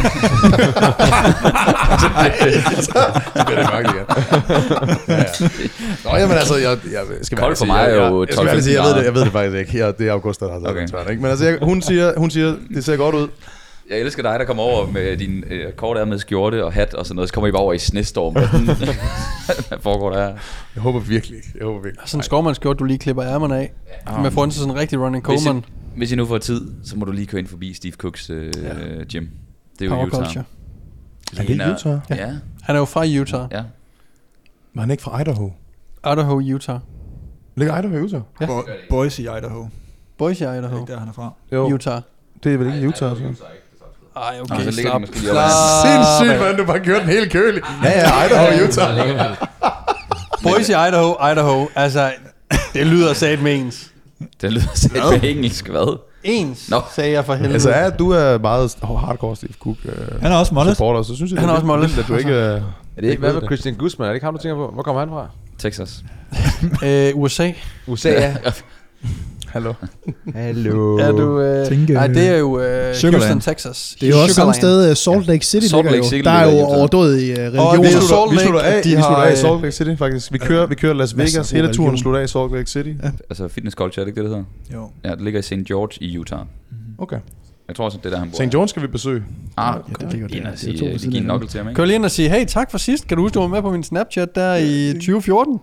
S2: Så bliver det mørkt igen. ja, ja. Nå, jamen altså, jeg, jeg skal være
S4: Koldt for
S2: ærlig
S4: mig
S2: sige,
S4: er
S2: jeg,
S4: jo
S2: jeg, jeg, skal være ærlig sige, jeg ved
S4: tolv
S2: det, jeg ved det faktisk ikke. Jeg, det er August, der har taget
S4: Okay.
S2: okay. svært, ikke? Men altså, jeg, hun, siger, hun siger, det ser godt ud.
S4: Jeg elsker dig, der kommer over med din øh, kortærmede skjorte og hat og sådan noget. Så kommer I bare over i snestorm. Hvad foregår der her?
S2: Jeg håber virkelig ikke. Jeg håber virkelig.
S1: Sådan en skovmandsskjort, du lige klipper ærmerne af. Med foran til sådan en rigtig running
S4: Hvis I,
S1: Coleman.
S4: hvis I nu får tid, så må du lige køre ind forbi Steve Cooks øh,
S1: Ja.
S4: gym. Det er jo
S1: Power
S4: Utah.
S1: culture.
S2: Er det i Utah?
S4: Ja. ja.
S1: Han er jo fra Utah.
S4: ja.
S2: Var han ikke fra Idaho?
S1: Idaho, Utah.
S2: Ligger Idaho i Utah?
S1: Ja.
S6: Bo- Boise i Idaho.
S1: Boise,
S6: Det er
S1: Idaho.
S6: ikke der, han er fra.
S2: Jo,
S1: Utah.
S2: det er vel ikke i Utah, så.
S1: Ej,
S4: Nå,
S1: okay,
S4: så ligger de
S1: slap.
S4: måske lige over.
S2: Sindssygt, hvordan du bare kørte den helt kølig. Ja, ja, Idaho, Utah.
S1: Boise, Idaho, Idaho. Altså, det lyder sat med ens.
S4: Det lyder selv på engelsk, hvad?
S1: Ens,
S4: Nå.
S1: sagde jeg for helvede.
S2: Altså, er, du er meget hardcore Steve Cook uh,
S6: Han er også mollet.
S2: supporter, så synes jeg,
S1: Han
S2: det
S1: er også mollet.
S2: vildt, at du ikke... Uh,
S3: Er det ikke, hvad
S2: ved
S3: med Christian Guzman? Er det ikke ham, du tænker på? Hvor kommer han fra?
S4: Texas.
S1: øh, U S A.
S3: U S A, ja.
S2: Hallo.
S3: Hallo.
S1: Er du... Øh,
S5: Tænke-
S1: nej, det er jo øh,
S6: Sugarland.
S1: Houston, Texas.
S5: Det er jo også samme
S1: Sugarland.
S5: sted, uh, Salt Lake City
S4: Salt
S5: ligger
S4: Lake
S5: jo.
S4: City
S5: Der er
S4: ligger
S5: jo
S4: i Utah.
S5: overdådig uh,
S1: Og
S5: religion.
S1: vi
S2: Vi
S1: er
S2: slutter,
S1: Salt
S2: vi
S1: Lake,
S2: slutter af,
S1: at de
S2: vi slutter
S1: har,
S2: af i
S1: øh,
S2: Salt Lake City, faktisk. Vi kører, vi kører Las
S5: Masser
S2: Vegas.
S5: af
S2: Hele turen
S5: religion.
S2: slutter af i Salt Lake City.
S4: Altså fitness culture, er det ikke det, det hedder?
S6: Jo.
S4: Ja, det ligger i Saint George i Utah.
S2: Okay.
S4: Jeg tror også, det er der, han bor.
S2: Saint John skal vi besøge.
S4: Ah,
S5: Ja, det ligger
S4: det
S5: der.
S4: er
S5: Det er to ved
S4: sige,
S5: siden
S4: de giver en
S5: af
S4: nokkel til ham, ikke?
S1: Kør lige ind og sige, hey, tak for sidst. Kan du huske, du var med på min Snapchat der i tyve fjorten?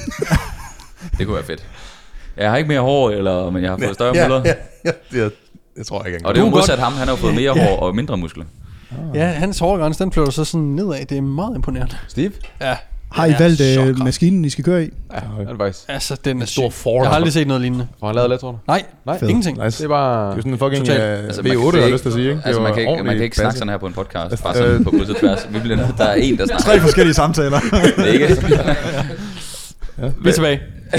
S4: Det kunne være fedt. Jeg har ikke mere hår, eller, men jeg har fået større
S2: Ja,
S4: muller.
S2: ja, ja, det er, jeg tror ikke
S4: Og
S2: engang.
S4: det er jo
S1: Du er
S4: modsat ham, han har jo fået mere hår og mindre muskler.
S1: Ja, hans hårgrænse, den flytter så sådan nedad. Det er meget imponerende.
S3: Steve?
S1: Ja,
S5: Har I
S1: Ja,
S5: valgt
S1: så
S5: uh,
S1: godt.
S5: maskinen, I skal køre i?
S3: Ja, han er faktisk.
S1: altså, den er
S2: stor
S1: syg.
S2: Ford.
S1: Jeg har aldrig set noget lignende.
S3: Får han lavet let, tror du?
S1: Nej,
S3: Nej.
S5: Fed.
S1: ingenting.
S2: Nice.
S3: Det er bare...
S2: Det er jo sådan en fucking
S1: Totalt.
S2: uh,
S4: Altså,
S2: V
S4: man kan-
S2: otte,
S4: det er
S2: har jeg
S4: ikke-
S2: lyst til at sige, ikke?
S4: Altså,
S2: Det
S4: man
S2: var
S4: kan, ikke, man
S2: ordentlig
S4: kan ikke snakke
S2: basse.
S4: sådan her på en podcast,
S2: Altså,
S4: bare sådan
S2: øh,
S4: på kryds og tværs. Vi bliver nødt, der er en, der snakker.
S6: Tre forskellige samtaler.
S4: Det er ikke.
S1: Vi er tilbage.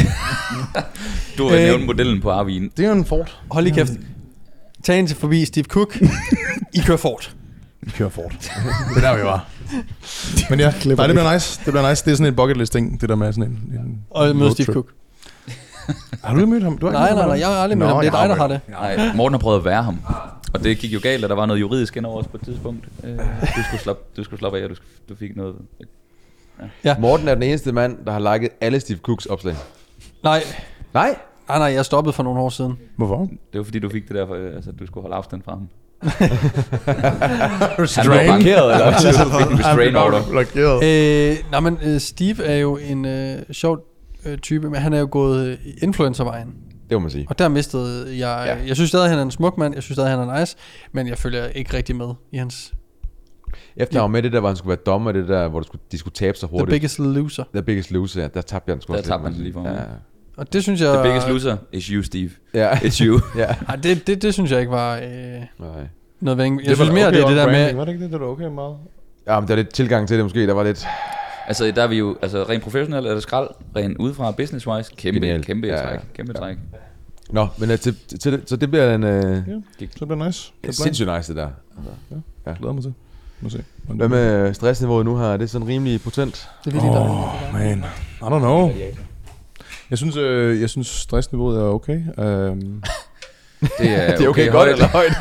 S4: Du har
S1: Øh,
S4: nævnt modellen på Arvin.
S2: Det er en Ford.
S1: Hold lige kæft. Tag ind til forbi Steve Cook. I kører Ford.
S2: Vi kører Ford. Det er der, vi var. Men ja, nej, det bliver nice. Det bliver nice. Det er sådan en bucket list ting, det der med sådan en... en
S1: Og møde Steve
S2: roadtrip.
S1: Cook.
S2: Har du ikke mødt ham? Du har ikke
S1: Nej,
S2: mødt
S1: nej,
S2: ham?
S1: nej, jeg har aldrig mødt
S2: Nå,
S1: ham. Det er
S2: jeg
S1: dig, der
S2: har
S1: har det.
S4: Nej, Morten har prøvet at være ham. Og det gik jo galt, at der var noget juridisk ind over os på et tidspunkt. Øh, Du skulle slappe, du skulle slappe af, og du, skulle- du fik noget.
S3: Morten er den eneste mand, der har liket alle Steve Cooks opslag.
S1: Nej,
S3: Nej.
S1: nej, nej, jeg stoppede for nogle år siden.
S2: Hvorfor?
S4: Det var fordi, du fik det der, for, altså, du skulle holde afstand fra ham. Han
S2: Restrain.
S4: var markeret, eller så fik du restrain order.
S2: Blokeret.
S1: Øh, nej, men øh, Steve er jo en øh, sjov øh, type, men han er jo gået øh, influencervejen.
S3: Det må man sige.
S1: Og der mistede jeg...
S3: Ja.
S1: Ja. Jeg synes stadig, han er en smuk mand. Jeg synes stadig, han er nice. Men jeg følger ikke rigtig med i hans...
S3: Efter han var med det der, hvor han skulle være dommer, det der, hvor de skulle, de skulle tabe sig
S1: The
S3: hurtigt.
S1: Biggest Loser.
S3: The Biggest Loser, ja. Der tabte jeg den sgu
S4: Der
S3: også
S4: tabte
S3: lidt,
S4: han lige for
S3: må jeg
S4: mig.
S3: sige.
S1: Og det synes jeg...
S4: The biggest loser is you, Steve.
S3: Ja. Ja.
S4: It's you.
S3: ja.
S1: Ej, det, det, det synes jeg ikke var øh,
S3: Nej.
S1: noget væng. Jeg
S2: var
S1: synes mere,
S2: okay
S1: det er det der
S2: branding,
S1: med...
S2: Var det ikke det, det var okay meget?
S3: Ja, men der er lidt tilgang til det måske. Der var lidt...
S4: Altså, der er vi jo, altså rent professionelt er det skrald, rent udefra business-wise, kæmpe,
S3: Genialt.
S4: kæmpe
S3: Ja,
S4: træk,
S3: ja.
S4: kæmpe træk.
S3: Nå, men uh, til, til, til, så det bliver en... Uh,
S2: Ja, så det bliver nice. Det bliver
S3: sindssygt nice, det der.
S2: glæder mig til. Må se.
S3: Hvad med stressniveauet nu her? Er det sådan rimelig potent?
S1: Det er virkelig
S2: Åh,
S1: dejligt.
S2: man. I don't know. Jeg synes, øh, jeg synes stressniveauet er okay. Um,
S4: Det er,
S3: Det er okay, godt eller højt?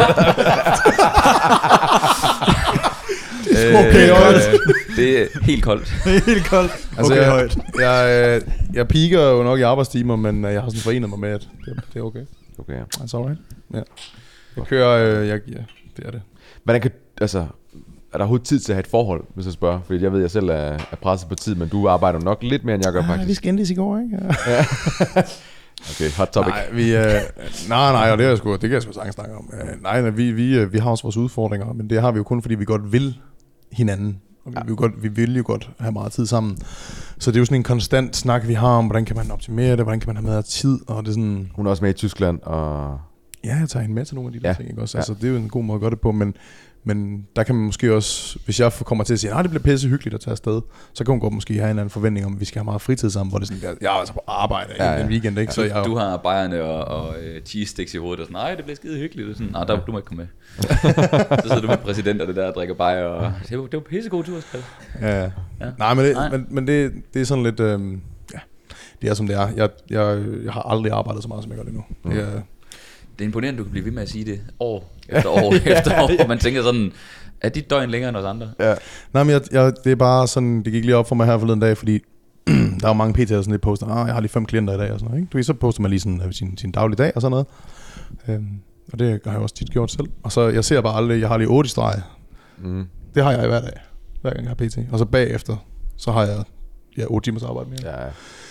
S5: Okay,
S4: øh,
S5: højt.
S4: det er helt koldt.
S6: Helt koldt.
S2: altså,
S6: Okay,
S2: jeg,
S6: højt.
S2: jeg, øh, jeg piker jo nok i arbejdstimer, men øh, jeg har sådan forenet mig med, at det, det er okay.
S3: Okay, ja.
S2: That's alright. Ja. Jeg kører, øh, jeg, ja, det er det.
S3: Hvordan kan... Altså... Er der overhovedet tid til at have et forhold, hvis jeg spørger? Fordi jeg ved, at jeg selv er, er presset på tid, men du arbejder nok lidt mere, end jeg gør faktisk.
S2: vi skændtes i går, ikke? Ja.
S3: Okay, hot topic.
S2: Nej, vi, øh, nej, nej, og det, er jeg sgu, det kan jeg sgu sagtens snakke om. Øh, nej, nej, vi, vi, øh, vi har også vores udfordringer, men det har vi jo kun, fordi vi godt vil hinanden. Og vi, ja. vi, vil godt, vi vil jo godt have meget tid sammen. Så det er jo sådan en konstant snak, vi har om, hvordan kan man optimere det, hvordan kan man have mere tid, og det er sådan...
S3: Hun er også med i Tyskland, og...
S2: Ja, jeg tager hende med til nogle af de der
S3: Ja.
S2: ting, ikke også?
S3: Ja.
S2: Altså, det er jo en god måde at gøre det på, men, men der kan man måske også, hvis jeg kommer til at sige, nej, det bliver pisse hyggeligt at tage afsted, så kan hun godt måske have en eller anden forventning om, at vi skal have meget fritid sammen, hvor det er sådan, jeg er altså på arbejde
S3: Ja,
S2: ja,
S3: ja.
S2: en weekend, ikke? Så jeg,
S4: Du har bajerne og, og uh, cheese sticks i hovedet, og sådan, nej, det bliver skide hyggeligt. Og sådan, nej, der, du må ikke komme med. Så sidder du med præsident og det der og drikker bajer, og det var, det var pissegod tur, Skald.
S2: ja, ja.
S4: Ja.
S2: Nej, men, det,
S4: Nej.
S2: men, men det, det er sådan lidt, øhm, ja, det er som det er. Jeg, jeg, jeg har aldrig arbejdet så meget, som jeg gør det nu. Mm. Det er,
S4: Det er imponerende, du kan blive ved med at sige det år efter år efter år. Og man tænker sådan, er dit døgn længere end os andre?
S3: Ja.
S2: nej, men jeg, jeg, det er bare sådan, det gik lige op for mig her forleden dag, fordi der er jo mange P T'er, der sådan lidt poster, ah, jeg har lige fem klienter i dag og sådan noget, ikke? Du ved, så poster man lige sådan øh, sin, sin daglige dag og sådan noget. Øhm, og det har jeg også tit gjort selv. Og så, jeg ser bare aldrig, jeg har lige otte i streg.
S3: Mm.
S2: Det har jeg hver dag, hver gang jeg har P T. Og så bagefter, så har jeg ja, otte timers arbejde mere.
S3: Ja, ja.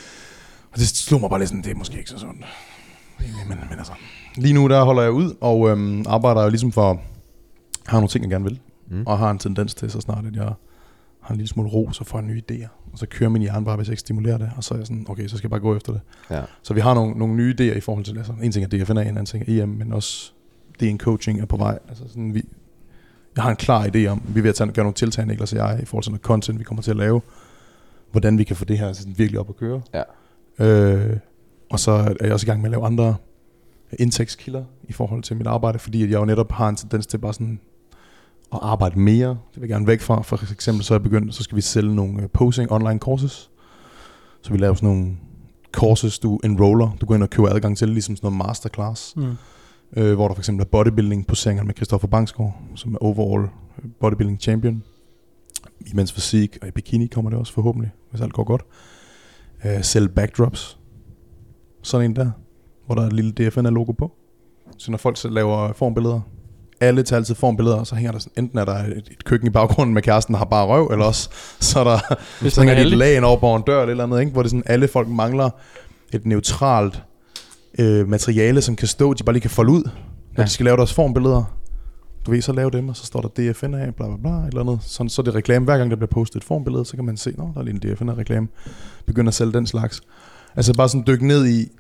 S2: Og det slog mig bare lidt sådan, det er måske ikke så sundt. Egentlig, Men, men altså, lige nu der holder jeg ud, og øhm, arbejder jo ligesom for, har nogle ting, jeg gerne vil.
S3: Mm.
S2: Og har en tendens til, så snart at jeg har en lille smule ro, så får jeg nye idéer. Og så kører min hjerne bare, hvis jeg ikke stimulerer det. Og så er jeg sådan, okay, så skal jeg bare gå efter det.
S3: Ja.
S2: Så vi har nogle, nogle nye idéer i forhold til, altså, en ting er D F N A, en anden ting er E M, men også D N Coaching er på vej. Altså sådan, vi, jeg har en klar idé om, vi er ved at tage, gøre nogle tiltag, Niklas og jeg, i forhold til noget content, vi kommer til at lave. Hvordan vi kan få det her sådan virkelig op at køre.
S3: Ja.
S2: Øh, og så er jeg også i gang med at lave andre indtægtskilder i forhold til mit arbejde, fordi at jeg jo netop har en tendens til bare sådan at arbejde mere. Det vil jeg gerne væk fra. For eksempel så er jeg begyndt, så skal vi sælge nogle uh, posing online courses. Så vi laver sådan nogle courses, du enroller, du går ind og køber adgang til, ligesom sådan noget masterclass, mm. øh, hvor der for eksempel er bodybuilding poseringer med Christoffer Bangsgaard, som er overall bodybuilding champion. I mens fysik og i bikini kommer det også forhåbentlig, hvis alt går godt. Øh, sælge backdrops. Sådan en der, hvor der er et lille D F N-logo på. Så når folk så laver formbilleder, alle tager altid formbilleder, og så hænger der sådan, enten er der et, et køkken i baggrunden med kæresten, der har bare røv, eller også så er der så hænger de et lagen over på en dør eller, eller andet, ikke? Hvor det sådan, alle folk mangler et neutralt øh, materiale, som kan stå, de bare lige kan folde ud, når ja. de skal lave deres formbilleder. Du ved, så lave dem, og så står der D F N af, bla bla bla, eller andet. Sådan, så er det reklame. Hver gang der bliver postet et formbillede, så kan man se, nå, der er lige en D F N-reklame. Begynder at sælge den slags. Altså bare sådan dykke ned i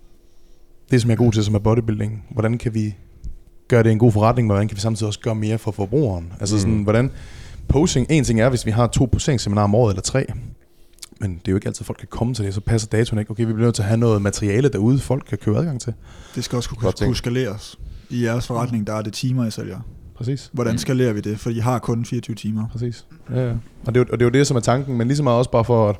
S2: det, som jeg er god til, som er bodybuilding. Hvordan kan vi gøre det en god forretning, men hvordan kan vi samtidig også gøre mere for forbrugeren? Altså mm. sådan, hvordan posing, en ting er, hvis vi har to poseringsseminarer om året eller tre, men det er jo ikke altid, folk kan komme til det, så passer datoen ikke. Okay, vi bliver nødt til at have noget materiale derude, folk kan købe adgang til.
S6: Det skal også kunne, kunne skaleres. I jeres forretning, der er det timer, I sælger.
S2: Præcis.
S6: Hvordan skalerer vi det? For I har kun fireogtyve timer.
S2: Præcis. Ja, ja. Og, det er, og det er jo det, som er tanken, men ligesom også bare for, at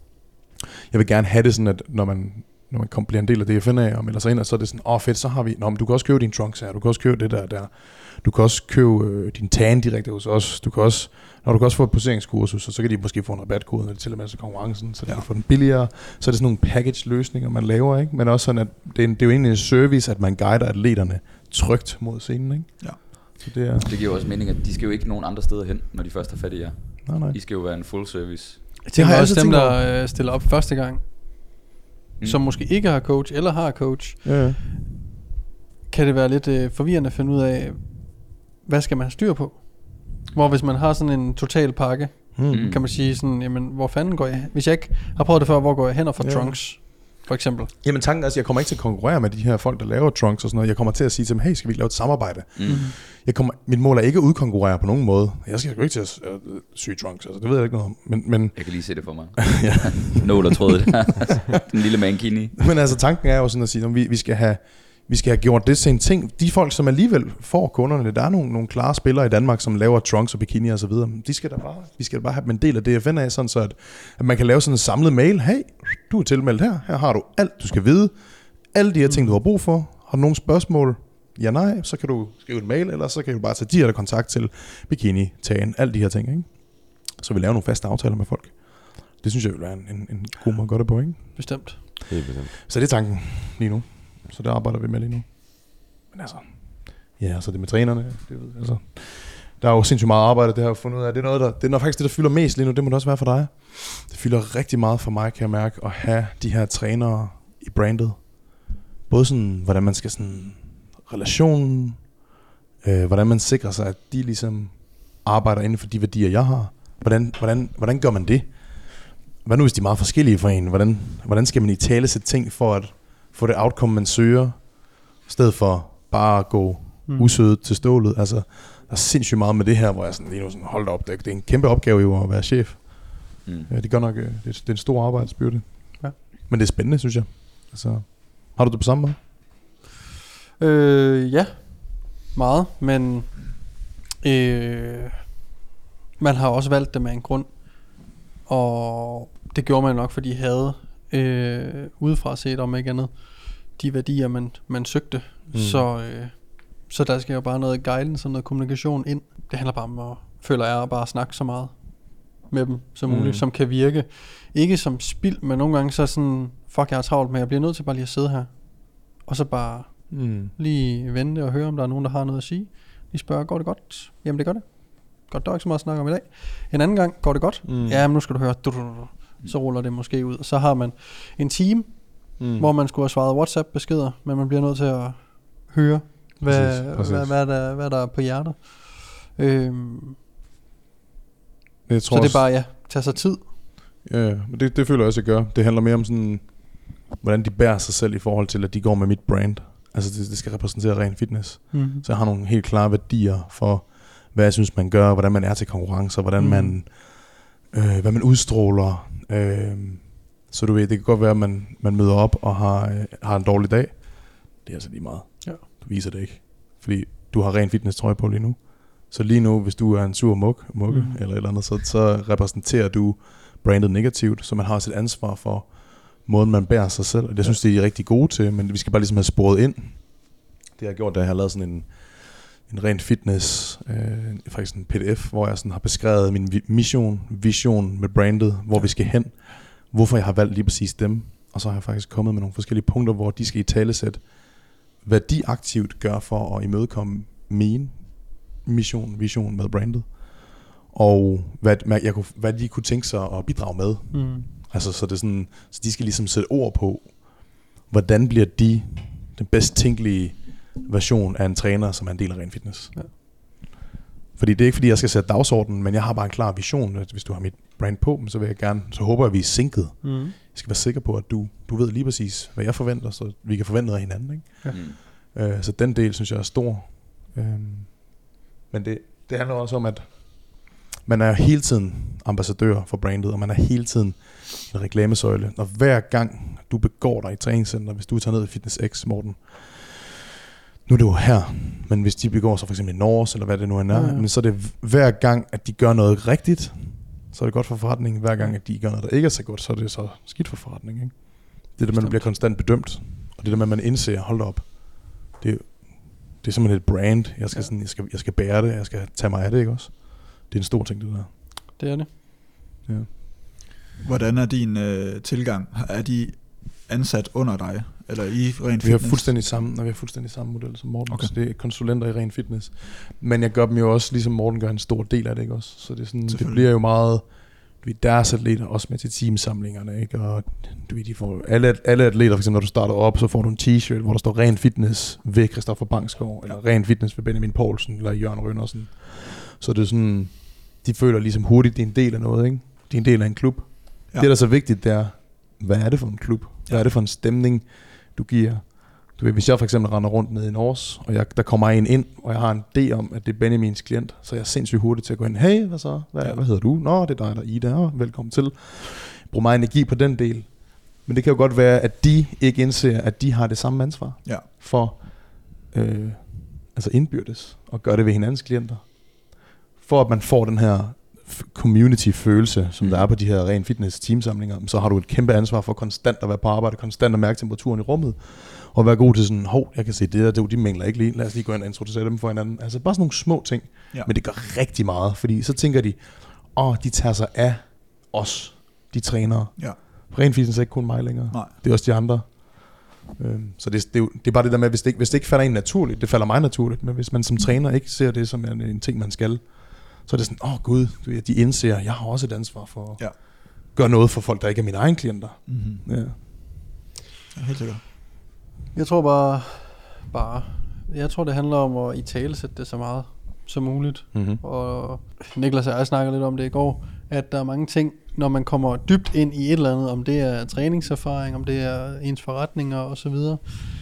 S2: jeg vil gerne have det sådan, at når man når man kommer, bliver en del af D F N A og melder sig ind, og så er det sådan, åh oh, fedt, så har vi, nå, men du kan også købe din trunks her, du kan også købe det der, der. Du kan også købe øh, din tan direkte hos os, du kan også, når du kan også få et poseringskursus, og så kan de måske få en rabatkode, når de til og med til konkurrencen, så de ja. kan få den billigere. Så er det sådan nogle package-løsninger, man laver, ikke? Men også sådan, at det er, en, det er jo egentlig en service, at man guider atleterne trygt mod scenen, ikke? Ja. Så det, er,
S4: det giver jo også mening, at de skal jo ikke nogen andre steder hen, når de først har fat i jer. Nej, nej. I skal jo være en full service.
S1: Jeg tænker også dem, der øh, stiller op første gang, mm. som måske ikke har coach, eller har coach, ja, ja. kan det være lidt øh, forvirrende at finde ud af, hvad skal man have styr på? Hvor hvis man har sådan en total pakke, mm. kan man sige sådan, jamen hvor fanden går jeg, hvis jeg ikke har prøvet det før, hvor går jeg hen og får ja. trunks, for eksempel?
S2: Jamen tanken er, at jeg kommer ikke til at konkurrere med de her folk, der laver trunks og sådan noget. Jeg kommer til at sige til dem, hey, skal vi lave et samarbejde? Mm. Jeg kommer, mit mål er ikke at udkonkurrere på nogen måde. Jeg skal jo ikke til at uh, sy trunks, altså, det ved jeg ikke noget om. Men, men
S4: jeg kan lige se det for mig. ja. Nål og tråd der. Den lille mankini.
S2: Men altså tanken er jo sådan at sige, at vi, vi skal have Vi skal have gjort det til en ting. De folk, som alligevel får kunderne, der er nogle, nogle klare spillere i Danmark, som laver trunks og bikini og så videre. De skal da bare, vi skal da bare have dem en del af D F N af, sådan så at, at man kan lave sådan en samlet mail. Hey, du er tilmeldt her. Her har du alt, du skal vide. Alle de her ting, du har brug for. Har du nogle spørgsmål? Ja, nej. Så kan du skrive en mail, eller så kan du bare tage direkte kontakt til bikini, tagen, alle de her ting. Ikke? Så vi laver nogle faste aftaler med folk. Det synes jeg vil være en, en, en god måde at gøre det på, ikke?
S1: Bestemt.
S3: Det er bestemt.
S2: Så det er tanken lige nu. Så der arbejder vi med lige nu. Men altså, ja, så det med trænerne, det ved, altså, der er jo sindssygt meget arbejde, det har jeg fundet ud af. Det er noget, der, det er faktisk det, der fylder mest lige nu, det må det også være for dig. Det fylder rigtig meget for mig, kan jeg mærke, at have de her trænere i brandet. Både sådan, hvordan man skal sådan, relationen, øh, hvordan man sikrer sig, at de ligesom arbejder inden for de værdier, jeg har. Hvordan, hvordan, hvordan gør man det? Hvad nu, hvis de er meget forskellige for en? Hvordan, hvordan skal man i tale sætte ting for at få det outcome, man søger, i stedet for bare at gå mm. usødet til stålet. Altså, der er sindssygt meget med det her, hvor jeg sådan, lige nu sådan, hold op, det er en kæmpe opgave jo at være chef. Mm. Ja, det gør nok, det er, det er en stor arbejdsbyrde. Ja. Men det er spændende, synes jeg. Altså, har du det på samme måde?
S1: Øh, ja, meget, men øh, man har også valgt det med en grund, og det gjorde man nok, fordi I havde Øh, udefra set om ikke andet de værdier man, man søgte. mm. så, øh, så der skal jo bare noget guidance og noget kommunikation ind. Det handler bare om at, føler jeg, bare at snakke så meget med dem som muligt, mm. som kan virke ikke som spild, men nogle gange så sådan, fuck jeg er travlt, men jeg bliver nødt til bare lige at sidde her og så bare mm. lige vente og høre om der er nogen der har noget at sige. De spørger, går det godt? Jamen det gør det. Godt, der er ikke så meget at snakke om i dag. En anden gang, går det godt? Mm. Ja, men nu skal du høre. Du, du, du. Så ruller det måske ud. Og så har man en team, mm. hvor man skulle have svaret WhatsApp-beskeder, men man bliver nødt til at høre, hvad, præcis, præcis. Hvad, hvad, der, hvad der er på hjertet. Øhm,
S2: jeg tror
S1: så det er bare, ja, tage sig tid.
S2: Ja, men det, det føler jeg også, at jeg gør. Det handler mere om sådan, hvordan de bærer sig selv i forhold til, at de går med mit brand. Altså det, det skal repræsentere ren fitness. Mm. Så jeg har nogle helt klare værdier for, hvad jeg synes, man gør, hvordan man er til konkurrencer, hvordan mm. man, øh, hvad man udstråler. Øh, så du ved, det kan godt være, at man, man møder op og har, øh, har en dårlig dag. Det det er altså lige meget.
S1: Ja.
S2: Du viser det ikke. Fordi du har ren fitness trøje på lige nu. Så lige nu, hvis du er en sur muk, mukke, mm. eller et eller andet, så, så repræsenterer du brandet negativt, så man har også et ansvar for måden, man bærer sig selv. Og det ja. synes jeg, de er rigtig gode til, men vi skal bare ligesom have sporet ind. Det jeg har gjort, da jeg har lavet sådan en, en ren fitness, øh, faktisk en P D F, hvor jeg sådan har beskrevet min vi- mission, vision med brandet, hvor ja. vi skal hen, hvorfor jeg har valgt lige præcis dem. Og så har jeg faktisk kommet med nogle forskellige punkter, hvor de skal i talesæt, hvad de aktivt gør for at imødekomme min mission, vision med brandet, og hvad, jeg kunne, hvad de kunne tænke sig at bidrage med. Mm. Altså, så, det er sådan, så de skal ligesom sætte ord på, hvordan bliver de den bedst tænkelige version af en træner, som er en del af ren fitness. Ja. Fordi det er ikke fordi, jeg skal sætte dagsordenen, men jeg har bare en klar vision, at hvis du har mit brand på, så vil jeg gerne, så håber jeg, at vi er sinket. Mm. Jeg skal være sikker på, at du, du ved lige præcis, hvad jeg forventer, så vi kan forvente af hinanden. Ikke? Ja. Mm. Øh, så den del, synes jeg er stor. Øhm, men det, det handler også om, at man er hele tiden ambassadør for brandet, og man er hele tiden en reklamesøjle. Og hver gang du begår dig i træningscenter, hvis du tager ned i Fitness X, Morten, nu er det jo her, men hvis de begår sig for eksempel i Norge, eller hvad det nu er, ja, ja. Men så er det hver gang, at de gør noget rigtigt, så er det godt for forretningen. Hver gang, at de gør noget, der ikke er så godt, så er det så skidt for forretningen. Ikke? Det er det, man bliver konstant bedømt, og det er det, man indser, hold da op. Det er, det er simpelthen et brand. Jeg skal, ja. sådan, jeg, skal, jeg skal bære det, jeg skal tage mig af det, ikke også? Det er en stor ting, det der.
S1: Det er det.
S2: Ja.
S6: Hvordan er din øh, tilgang? Er de ansat under dig? Eller i ren fitness?
S2: Vi har fuldstændig samme, vi har fuldstændig samme model som Morten. Okay. Så det er konsulenter i ren fitness. Men jeg gør dem jo også, ligesom Morten gør, en stor del af det, ikke også? Så det, er sådan, det bliver jo meget, du ved, deres atleter også med til teamsamlingerne, ikke? Og du ved, de får, alle, alle atleter, for eksempel når du starter op, så får du en t-shirt, hvor der står ren fitness ved Christoffer Bangsgaard, eller ren fitness ved Benjamin Poulsen, eller Jørgen Rønnersen. Så det er sådan, de føler ligesom hurtigt, det er en del af noget, ikke? De er en del af en klub. Ja. Det, der er så vigtigt, det er, hvad er det for en klub? Hvad er det for en stemning, du giver? Du ved, hvis jeg for eksempel render rundt nede i Norge, og jeg, der kommer en ind, og jeg har en idé om, at det er Benjamins klient, så jeg er sindssygt hurtigt til at gå ind, hey, hvad så? Hvad, ja. hvad hedder du? Nå, det er dig, der er Ida, og velkommen til. Brug meget energi på den del. Men det kan jo godt være, at de ikke indser, at de har det samme ansvar
S6: ja.
S2: for øh, altså indbyrdes, og gøre det ved hinandens klienter. For at man får den her community-følelse, som mm. der er på de her ren fitness teamsamlinger, så har du et kæmpe ansvar for konstant at være på arbejde, konstant at mærke temperaturen i rummet, og være god til sådan, hov, jeg kan se det der, de mangler ikke lige, lad os lige gå ind og introducere dem for hinanden. Altså bare sådan nogle små ting, ja. Men det gør rigtig meget, fordi så tænker de, åh, de tager sig af os, de trænere.
S6: Ja.
S2: Ren fitness er ikke kun mig længere,
S6: Nej.
S2: Det er også de andre. Øhm, så det, det, det er bare det der med, hvis det, ikke, hvis det ikke falder en naturligt, det falder mig naturligt, men hvis man som træner ikke ser det som en, en ting, man skal, så er det sådan, åh oh, gud, de indser, jeg har også et ansvar for at ja. gøre noget for folk, der ikke er mine egne klienter.
S6: Mm-hmm.
S2: Ja.
S6: Ja, helt sikkert.
S1: Jeg tror bare, bare, jeg tror det handler om at italesætte det så meget som muligt. Mm-hmm. Og Niklas og jeg snakkede lidt om det i går, at der er mange ting, når man kommer dybt ind i et eller andet, om det er træningserfaring, om det er ens forretninger og så videre,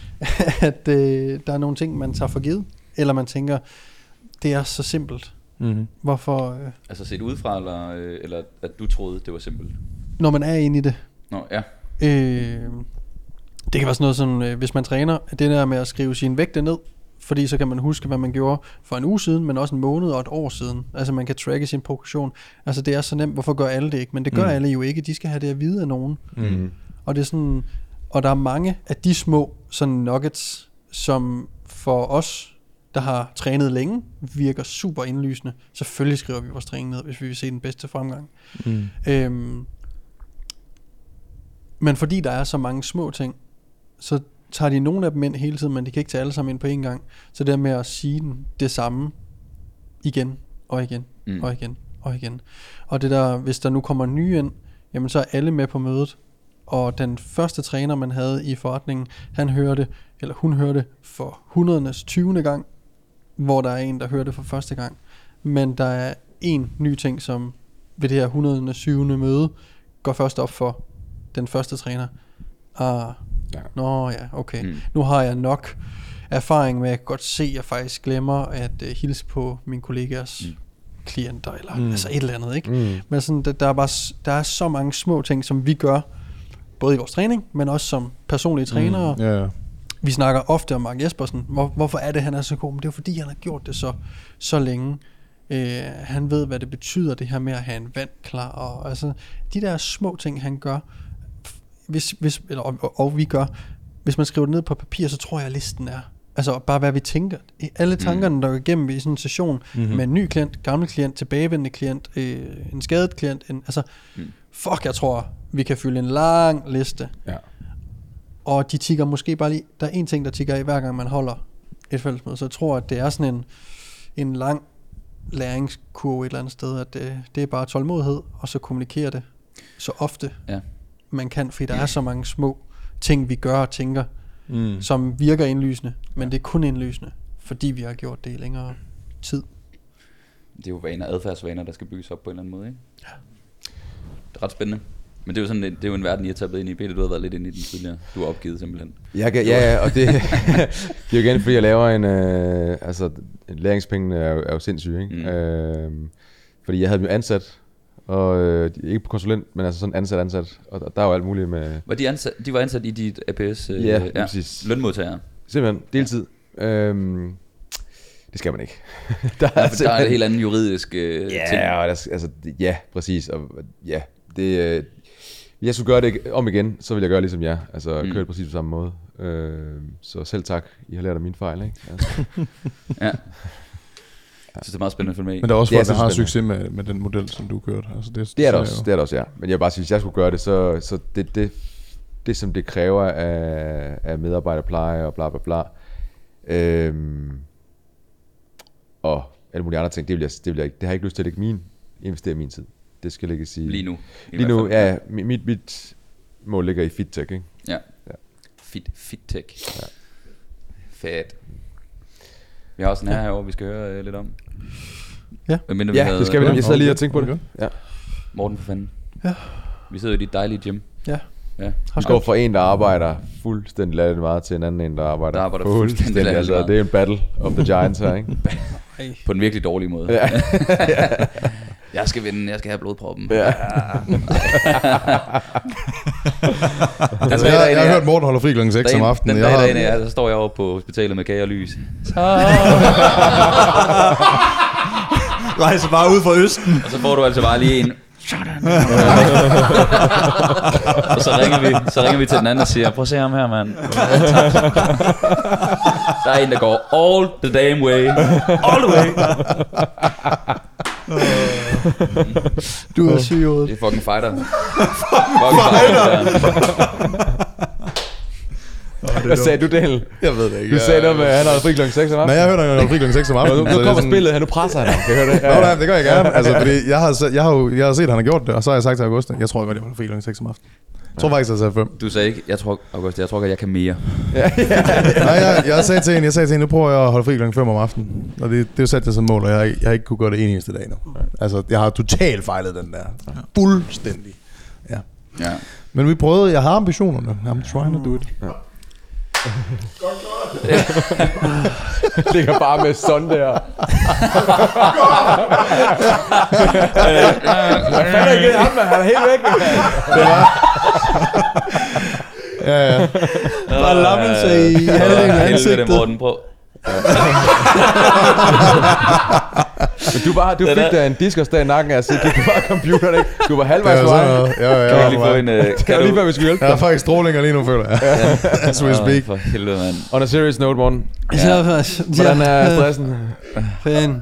S1: at øh, der er nogle ting, man tager for givet, eller man tænker, det er så simpelt. Mm-hmm. Hvorfor? Øh,
S4: altså set udefra, eller, øh, eller at du troede, det var simpelt?
S1: Når man er inde i det.
S4: Nå, ja.
S1: Øh, det kan være sådan noget som, øh, hvis man træner, det der med at skrive sine vægte ned, fordi så kan man huske, hvad man gjorde for en uge siden, men også en måned og et år siden. Altså man kan tracke sin progression. Altså det er så nemt, hvorfor gør alle det ikke? Men det gør mm. alle jo ikke. De skal have det at vide af nogen. Mm. Og det er sådan, og der er mange af de små sådan nuggets, som for os, der har trænet længe, virker super indlysende. Selvfølgelig skriver vi vores træning ned, hvis vi vil se den bedste fremgang. Mm. Øhm, men fordi der er så mange små ting, så tager de nogle af dem ind hele tiden, men de kan ikke tage alle sammen ind på en gang. Så det med at sige den, det samme igen og igen mm. og igen og igen. Og det der, hvis der nu kommer nye ind, jamen så er alle med på mødet. Og den første træner, man havde i forretningen, han hørte, eller hun hørte for hundredenes tyvende gang, hvor der er en, der hører det for første gang. Men der er en ny ting, som ved det her hundredenes syvende møde, går først op for den første træner. Ah, ja. Nå ja, okay. Mm. Nu har jeg nok erfaring med, at jeg kan godt se, at jeg faktisk glemmer at uh, hilse på mine kollegers mm. klienter, eller mm. altså et eller andet, ikke? Mm. Men sådan, der, der, er bare, der er så mange små ting, som vi gør, både i vores træning, men også som personlige trænere,
S2: mm. yeah.
S1: vi snakker ofte om Mark Jespersen. Hvor, hvorfor er det, han er så god? Men det er jo fordi, han har gjort det så, så længe. Øh, han ved, hvad det betyder, det her med at have en vand klar. Og, altså, de der små ting, han gør, hvis, hvis, eller, og, og vi gør, hvis man skriver det ned på papir, så tror jeg, at listen er. Altså bare hvad vi tænker. Alle tankerne, mm. der går igennem i sådan en session mm-hmm. med en ny klient, gammel klient, tilbagevendende klient, øh, en skadet klient. En, altså, mm. fuck, jeg tror, vi kan fylde en lang liste. Ja. Og de tigger måske bare lige, der er en ting, der tigger i hver gang man holder et fællesmøde. Så jeg tror, at det er sådan en, en lang læringskurve et eller andet sted, at det, det er bare tålmodighed, og så kommunikere det så ofte ja. man kan, fordi der er så mange små ting, vi gør og tænker, mm. som virker indlysende, men det er kun indlysende, fordi vi har gjort det i længere tid.
S4: Det er jo vaner, adfærdsvaner, der skal bygges op på en eller anden måde, ikke? Ja. Det er ret spændende. Men det er jo sådan, det er jo en verden, I har taget ind i. Peter, du har været lidt inde i den tidligere. Du har opgivet simpelthen.
S3: Ja, ja, ja, og det, det er jo igen, fordi jeg laver en, øh, altså læringspengene er jo, er jo sindssyge, ikke? Mm. Øh, fordi jeg havde dem ansat, og øh, ikke på konsulent, men altså sådan ansat ansat, og der, der er jo alt muligt med...
S4: Var de, ansat, de var ansat i dit A P S? Øh,
S3: ja, ja, præcis.
S4: Lønmodtagere?
S3: Simpelthen, deltid. Ja. Øhm, det skal man ikke.
S4: der, er, ja, der er et helt andet juridisk øh,
S3: ja,
S4: ting.
S3: Og der, altså, ja, præcis. Og ja, det... Øh, hvis jeg skulle gøre det om igen, så ville jeg gøre ligesom jer. Altså mm. køre det præcis på samme måde. Øh, så selv tak, I har lært af mine fejl, ikke? Altså.
S4: ja. Jeg synes, det er meget spændende at følge med i.
S2: Men der er også folk, der har succes med, med den model, som du kørte. Altså, det,
S3: det er det også, det er det også, ja. Men jeg vil bare sige, hvis jeg skulle gøre det, så, så det, det, det, som det kræver af, af medarbejderpleje og bla bla bla, øhm, og alle mulige andre ting, det vil jeg, det vil jeg ikke. Det har jeg ikke lyst til at lægge min, investere min tid. Det skal lægges i...
S4: Lige nu.
S3: Lige nu, ja. Mit, mit mål ligger i FitTech, ikke?
S4: Ja. ja. Fit, FitTech. Ja. Fedt. Vi har også en her herovre, vi skal høre uh, lidt om.
S1: Ja,
S3: mindre, ja havde, det skal vi. Jeg sidder lige og tænker på det. Ja.
S4: Morten, for fanden.
S1: Ja.
S4: Vi sidder i dit dejlige gym.
S1: Ja.
S4: Ja.
S3: Vi går fra en, der arbejder fuldstændig latterligt meget, til en anden en, der arbejder,
S4: der arbejder
S3: fuldstændig, fuldstændig altså, meget. Det er en battle of the giants her, ikke?
S4: På en virkelig dårlig måde.
S3: Ja.
S4: Jeg skal vinde, jeg skal have blodproppen.
S3: Ja.
S2: altså, jeg, jeg har hørt Morten holder fri klokken seks om aftenen.
S4: Den dag, der inde, ja, så står jeg over på hospitalet med kage og lys.
S6: Rejser bare ud fra Østen.
S4: Og så får du altså bare lige en... og så ringer vi så ringer vi til den anden og siger, prøv at se ham her, mand. Der er en, der går all the damn way. All the way.
S1: Du er syg ud.
S4: Det er fucking fighter. Fucking fighter.
S3: Hvad sagde du, Daniel?
S2: Jeg ved det ikke.
S3: Du sagde noget med, at han havde fri klokken seks om aftenen.
S2: Nej, jeg hørte, at han havde fri klokken seks om aftenen.
S3: Nu kommer spillet her, nu presser han ham. Kan jeg høre det?
S2: Ja, ja. Det gør jeg gerne. Altså, fordi jeg har, jeg, har jo, jeg har set, at han har gjort det, og så har jeg sagt til Augusta, jeg tror godt, jeg holder fri klokken seks om aftenen. Jeg tror faktisk, jeg sagde fem.
S4: Du sagde ikke, jeg tror, Augusta, jeg tror godt, jeg kan mere.
S2: ja, ja, ja. Nej, jeg, jeg sagde til hende, jeg sagde til hende, nu prøver jeg at holde fri klokken fem om aftenen. Og det, det er jo sat jeg som mål, og jeg har, jeg har ikke kunne gøre det en eneste dag nu. Altså, jeg har totalt fejlet den der. Fuldstændig. Ja.
S4: Ja.
S2: Men vi prøvede, jeg har ambitionerne. I'm trying to do it. Ja.
S3: Ligger bare med sådan der. Hvad fanden er ikke ham, han er helt væk.
S2: Det var. Ja, ja.
S1: Bare lammelse i halvdelen af ansigtet.
S4: Morten, prøv.
S3: Men du, bare, du fik da en diskersdag i nakken af, så gik du bare computeren, ikke? Du var halvvejs på vejen.
S2: Ja, ja, ja.
S4: Kan jeg lige få en... Uh,
S3: kan du lige før, vi skal hjælpe dig?
S2: Jeg har faktisk strålinger lige nu, føler jeg. Ja. As we speak.
S4: For helvede, mand.
S3: On a serious note, Morten.
S1: Ja.
S3: Hvordan er stressen?
S1: Fan.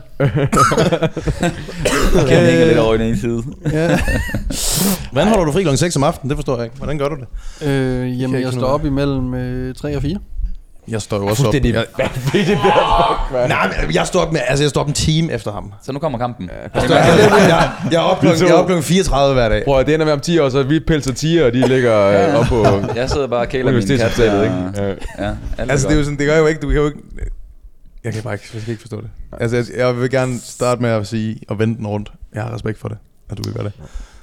S4: Kan hænge lidt over i den ene side.
S1: Ja.
S2: Hvordan holder du fri klokken seks om aftenen? Det forstår jeg ikke. Hvordan gør du det?
S1: Øh, jamen, jeg står op imellem øh, tre og fire.
S2: Jeg står jo også op.
S3: Det er vanvittigt.
S2: Nej, men jeg står op med, altså jeg står op en time efter ham.
S4: Så nu kommer kampen.
S2: Jeg, jeg, jeg, jeg er op klokken, jeg er op klokken fireogtredive hver dag.
S3: Prøv at det ender med om ti år, så vi pelser tiger, og de ligger ja. op på...
S4: Jeg sidder bare og kæler min kat der.
S3: Ikke?
S4: Ja,
S2: altså det er jo sådan, det gør jo ikke, du kan jo ikke... Jeg kan bare ikke, jeg kan ikke forstå det. Altså jeg, jeg vil gerne starte med at sige, og vende den rundt. Jeg har respekt for det, at du kan gøre det.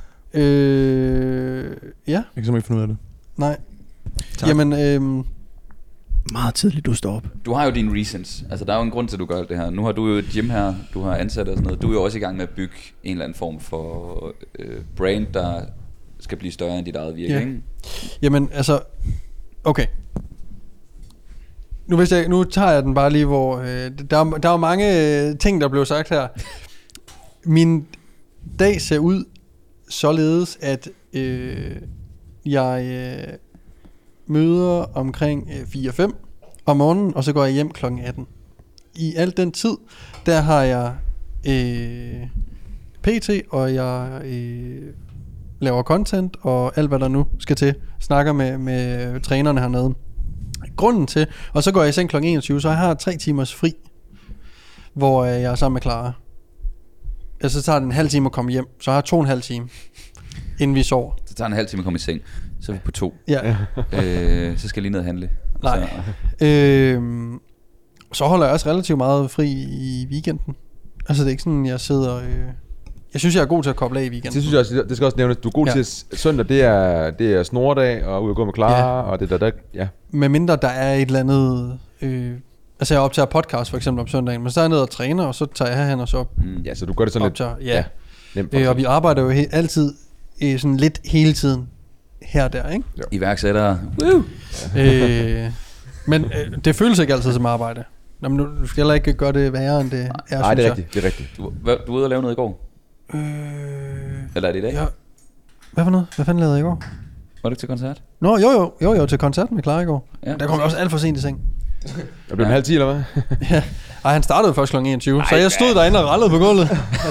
S1: Øh, ja.
S2: Jeg kan simpelthen ikke finde ud af det.
S1: Nej. Tak. Jamen, øh,
S5: meget tidligt, du står op.
S4: Du har jo dine reasons. Altså, der er jo en grund til, at du gør alt det her. Nu har du jo et gym her, du har ansat og sådan noget. Du er jo også i gang med at bygge en eller anden form for øh, brand, der skal blive større end dit eget virke,
S1: ja.
S4: ikke?
S1: Jamen, altså, okay. nu, hvis jeg, nu tager jeg den bare lige, hvor øh, der, er- der er mange øh, ting, der blev sagt her. Min dag ser ud således, at øh, jeg øh, møder omkring øh, fire fem om morgenen, og så går jeg hjem klokken atten. I al den tid, der har jeg øh, P T, og jeg øh, laver content, og alt hvad der nu skal til. Snakker med, med trænerne hernede. Grunden til, og så går jeg i seng klokken enogtyve, så jeg har tre timers fri, hvor øh, jeg er sammen med Clara. Altså, så tager det en halv time at komme hjem, så jeg har to og en halv time, inden vi sover.
S4: Så tager en halv time at komme i seng. Så er vi på to.
S1: Ja.
S4: øh, så skal jeg lige ned og handle.
S1: Nej.
S4: Så,
S1: Øhm, så holder jeg også relativt meget fri i weekenden. Altså, det er ikke sådan, jeg sidder... Øh, jeg synes, jeg er god til at koble af i weekenden.
S3: Det synes jeg også, det skal også nævnes. Du er god
S1: Ja.
S3: til at søndag, det er, det er snordag, og ud og gå med Clara,
S1: Ja.
S3: og det der, der, ja.
S1: Med mindre der er et eller andet... Øh, altså, jeg optager podcast for eksempel om søndagen, men så er jeg nede og træner, og så tager jeg herhen og så
S4: mm.
S3: Ja, så du gør det sådan lidt
S1: optager. Ja.
S3: nemt.
S1: Øh, og vi arbejder jo he- altid øh, sådan lidt hele tiden her og der, ikke?
S4: Iværksættere. Woo!
S1: øh, men øh, det føles ikke altid som arbejde. Nå, men nu skal jeg heller ikke gøre det værre, end det er,
S3: Nej, det er
S1: synes
S3: rigtigt, det er rigtigt.
S4: Du, hvad, du var ude og lave noget i går?
S1: jeg. Øh,
S4: Eller er det i dag?
S1: ja. Hvad for noget? Hvad fanden lavede jeg i går?
S4: Var du ikke til koncert?
S1: Nå, jo jo, jo jo, til koncerten med Clara i går.
S4: Ja.
S1: Der kom jeg også alt for sent i seng.
S3: Jeg blev en halv ti, eller hvad?
S1: Ja. Ej, han startede først klokken enogtyve, så jeg stod derinde og rallede på gulvet.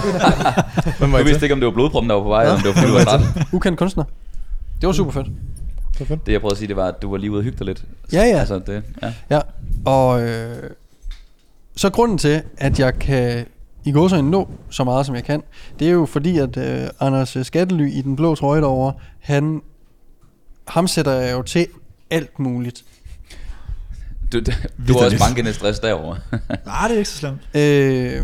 S4: Du vidste ikke, om det var blodproppen, der var på vej, eller om det var fordi, du var træt.
S1: Ukendt kunstner. Det var super fedt.
S4: Det jeg prøvede at sige, det var, at du var lige ude og hygge dig lidt.
S1: Ja, ja.
S4: Altså, det, ja.
S1: Ja, og øh, så grunden til, at jeg kan i gåseøjne nå så meget, som jeg kan, det er jo fordi, at øh, Anders Skattely i den blå trøje derovre, han, ham sætter jeg jo til alt muligt.
S4: Du, du, du har også bankende stress derovre.
S6: Nej, det er ikke så slemt.
S1: Øh,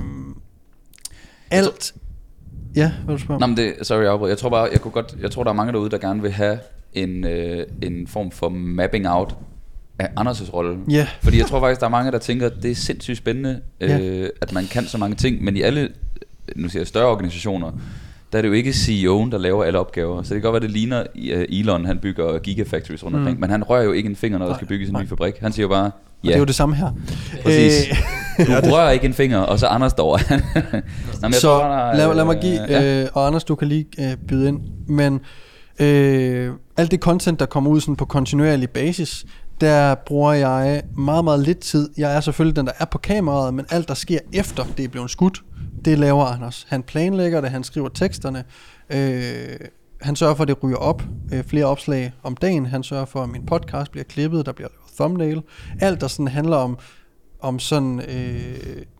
S1: alt... Ja, hvad du spørger
S4: Nå,
S1: om?
S4: men det, sorry, jeg afbryder. Jeg tror bare, jeg kunne godt, jeg tror, der er mange derude, der gerne vil have en, øh, en form for mapping out af Anders' rolle.
S1: Ja.
S4: Fordi jeg tror faktisk, der er mange, der tænker, at det er sindssygt spændende, øh,
S1: Ja.
S4: at man kan så mange ting, men i alle, nu siger jeg større organisationer, der er det jo ikke C E O'en, der laver alle opgaver. Så det kan godt være, det ligner uh, Elon, han bygger gigafactories rundt omkring, mm. men han rører jo ikke en finger, når der
S1: Nej,
S4: skal bygges en
S1: nej.
S4: ny fabrik. Han siger jo bare,
S1: Og
S4: ja,
S1: det er jo det samme her.
S4: præcis.
S1: Øh,
S4: Du rører ikke en finger, og så Anders derovre. Nå, men jeg
S1: så
S4: tror bare, der,
S1: lad, lad mig give,
S4: øh, ja.
S1: øh, og Anders, du kan lige øh, byde ind, men øh, alt det content, der kommer ud sådan på kontinuerlig basis, der bruger jeg meget, meget lidt tid. Jeg er selvfølgelig den, der er på kameraet, men alt, der sker efter det er blevet skudt, det laver Anders. Han planlægger det, han skriver teksterne, øh, han sørger for, at det ryger op, øh, flere opslag om dagen, han sørger for, at min podcast bliver klippet, der bliver lavet thumbnail. Alt, der sådan handler om, om sådan øh,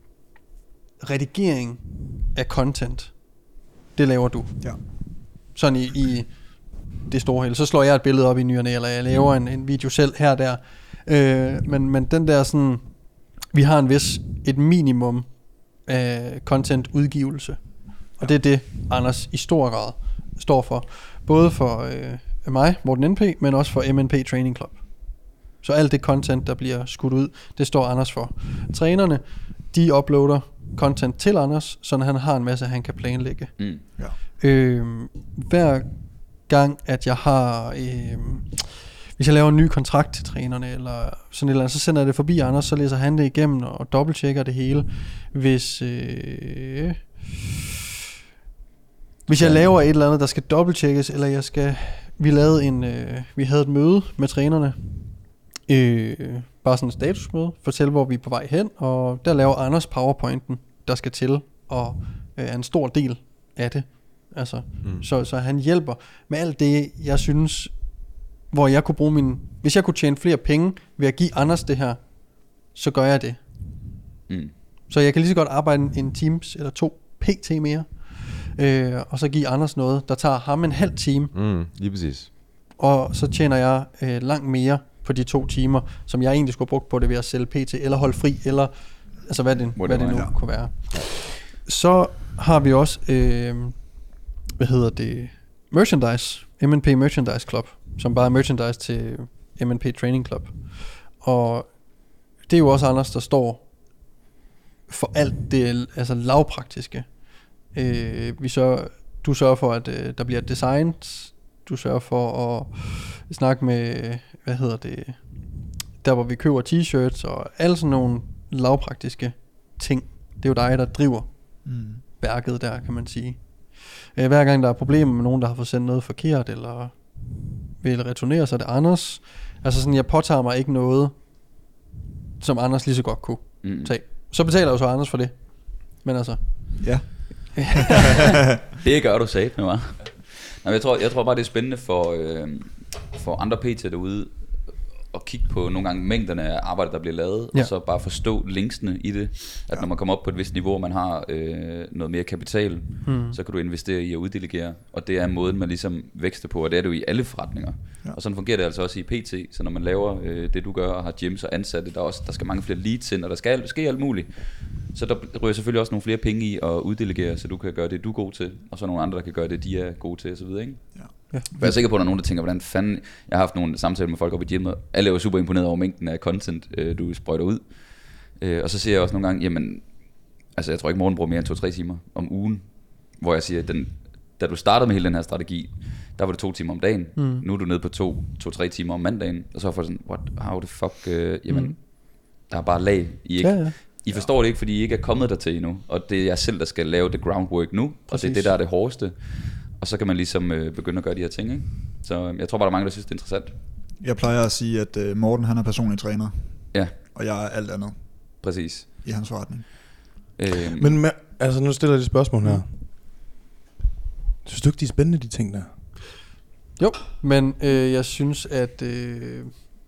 S1: redigering af content, det laver du.
S6: Ja.
S1: Sådan i, i det store hele. Så slår jeg et billede op i ny og næ, eller jeg laver en, en video selv her og der. Øh, men, men den der sådan, vi har en vis, et minimum af content udgivelse. Og det er det, Anders i stor grad står for. Både for øh, mig, Morten N P, men også for M N P Training Club. Så alt det content, der bliver skudt ud, det står Anders for. Trænerne, de uploader content til Anders, så han har en masse, han kan planlægge.
S4: Mm.
S1: Øh, hver gang, at jeg har... Øh, hvis jeg laver en ny kontrakt til trænerne, eller sådan et eller andet, så sender jeg det forbi Anders, så læser han det igennem og dobbelttjekker det hele. Hvis... Øh, hvis jeg laver et eller andet, der skal dobbelttjekkes, eller jeg skal... Vi lavede en... Øh, vi havde et møde med trænerne. Øh, bare sådan et statusmøde. Fortæl, hvor vi er på vej hen. Og der laver Anders PowerPointen, der skal til. Og øh, er en stor del af det. Altså, mm. så, så han hjælper med alt det, jeg synes... Hvor jeg kunne bruge min... Hvis jeg kunne tjene flere penge ved at give Anders det her, så gør jeg det.
S4: Mm.
S1: Så jeg kan lige så godt arbejde en, en Teams eller to pt mere. Øh, og så give Anders noget, der tager ham en halv time.
S3: Mm, lige præcis.
S1: Og så tjener jeg øh, langt mere på de to timer, som jeg egentlig skulle have brugt på det ved at sælge pt, eller holde fri, eller altså hvad det, hvad det nu
S6: ja.
S1: kunne være. Så har vi også, øh, hvad hedder det, merchandise, M N P Merchandise Club, som bare er merchandise til M N P Training Club. Og det er jo også Anders, der står for alt det altså lavpraktiske. Øh, vi sørger, du sørger for, at øh, der bliver designet. Du sørger for at snakke med, hvad hedder det, der hvor vi køber t-shirts og alle sådan nogle lavpraktiske ting. Det er jo dig, der driver
S6: Mm.
S1: værket der, kan man sige. Øh, hver gang der er problemer med nogen, der har fået sendt noget forkert, eller vil returnere, så er det Anders. Altså sådan, jeg påtager mig ikke noget, som Anders lige så godt kunne
S4: Mm.
S1: tage. Så betaler jeg jo så Anders for det. Men altså...
S6: Ja.
S4: Det gør du sagt med mig. Nej, jeg tror, jeg tror bare, det er spændende for, øh, for andre P T'er derude at kigge på nogle gange mængderne af arbejde, der bliver lavet,
S1: Ja.
S4: og så bare forstå linksene i det. At ja. Når man kommer op på et vist niveau, og man har øh, noget mere kapital,
S1: Hmm.
S4: så kan du investere i at uddelegere. Og det er måden, man ligesom vækster på, og det er det jo i alle forretninger.
S6: Ja.
S4: Og sådan fungerer det altså også i P T. Så når man laver øh, det, du gør, og har gyms og ansatte, der, også, der skal mange flere leads ind, og der skal ske alt muligt. Så der ryger selvfølgelig også nogle flere penge i at uddelegere, så du kan gøre det, du er god til, og så nogle andre, der kan gøre det, de er gode til, og så videre, ikke?
S6: Ja.
S1: Ja.
S4: For jeg er sikker på, at der er nogen, der tænker, hvordan fanden... Jeg har haft nogle samtaler med folk oppe i gymmet. Alle er jo super imponeret over mængden af content, øh, du sprøjter ud. Øh, og så siger jeg også nogle gange, jamen... Altså, jeg tror ikke, morgen bruger mere end to-tre timer om ugen. Hvor jeg siger, den, da du startede med hele den her strategi, der var det to timer om dagen.
S1: Mm.
S4: Nu er du nede på to, to-tre timer om mandagen. Og så er folk sådan, what, how the fuck... Øh, jamen,
S1: Mm.
S4: der er bare lag. I, ikke,
S1: Ja, ja.
S4: I forstår det ikke, fordi I ikke er kommet dertil endnu. Og det er jeg selv, der skal lave det groundwork nu. Præcis. Og det er det, der er det hårdeste. Og så kan man ligesom øh, begynde at gøre de her ting, ikke? Så øh, jeg tror bare, der er mange, der synes, det er interessant.
S6: Jeg plejer at sige, at øh, Morten han er personlig træner,
S4: Ja,
S6: og jeg er alt andet
S4: præcis.
S6: i hans forretning.
S4: Øh,
S2: Men med, altså, nu stiller jeg et spørgsmål her. Synes du ikke, de er spændende, de ting der?
S1: Jo, men øh, jeg synes, at øh,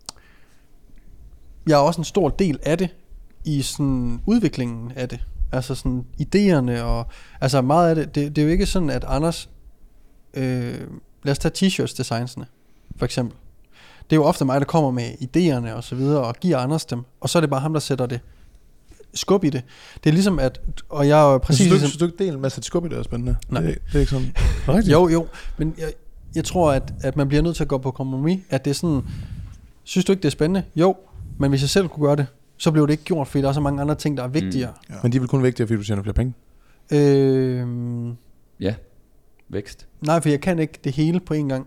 S1: jeg er også en stor del af det i sådan udviklingen af det. Altså sådan idéerne og altså meget af det. Det, det er jo ikke sådan, at Anders, øh, lad os tage t-shirts designsene for eksempel. Det er jo ofte mig, der kommer med idéerne og så videre og giver Anders dem, og så er det bare ham, der sætter det skub i det. Det er ligesom at, og jeg er jo præcis
S2: Synes du, ikke,
S1: ligesom,
S2: synes du ikke, delen med at sætte skub i det er spændende?
S1: Nej.
S2: Det, det er ikke sådan. Er det rigtigt?
S1: jo jo, men jeg, jeg tror, at, at man bliver nødt til at gå på kompromis, at det er sådan, synes du ikke, det er spændende? Jo, men hvis jeg selv kunne gøre det, så blev det ikke gjort, fordi der er så mange andre ting, der er vigtigere.
S6: Ja.
S2: Men de er vel kun vigtige, fordi du tjener flere penge?
S1: Mm. Øh,
S4: ja, vækst.
S1: nej, for jeg kan ikke det hele på en gang.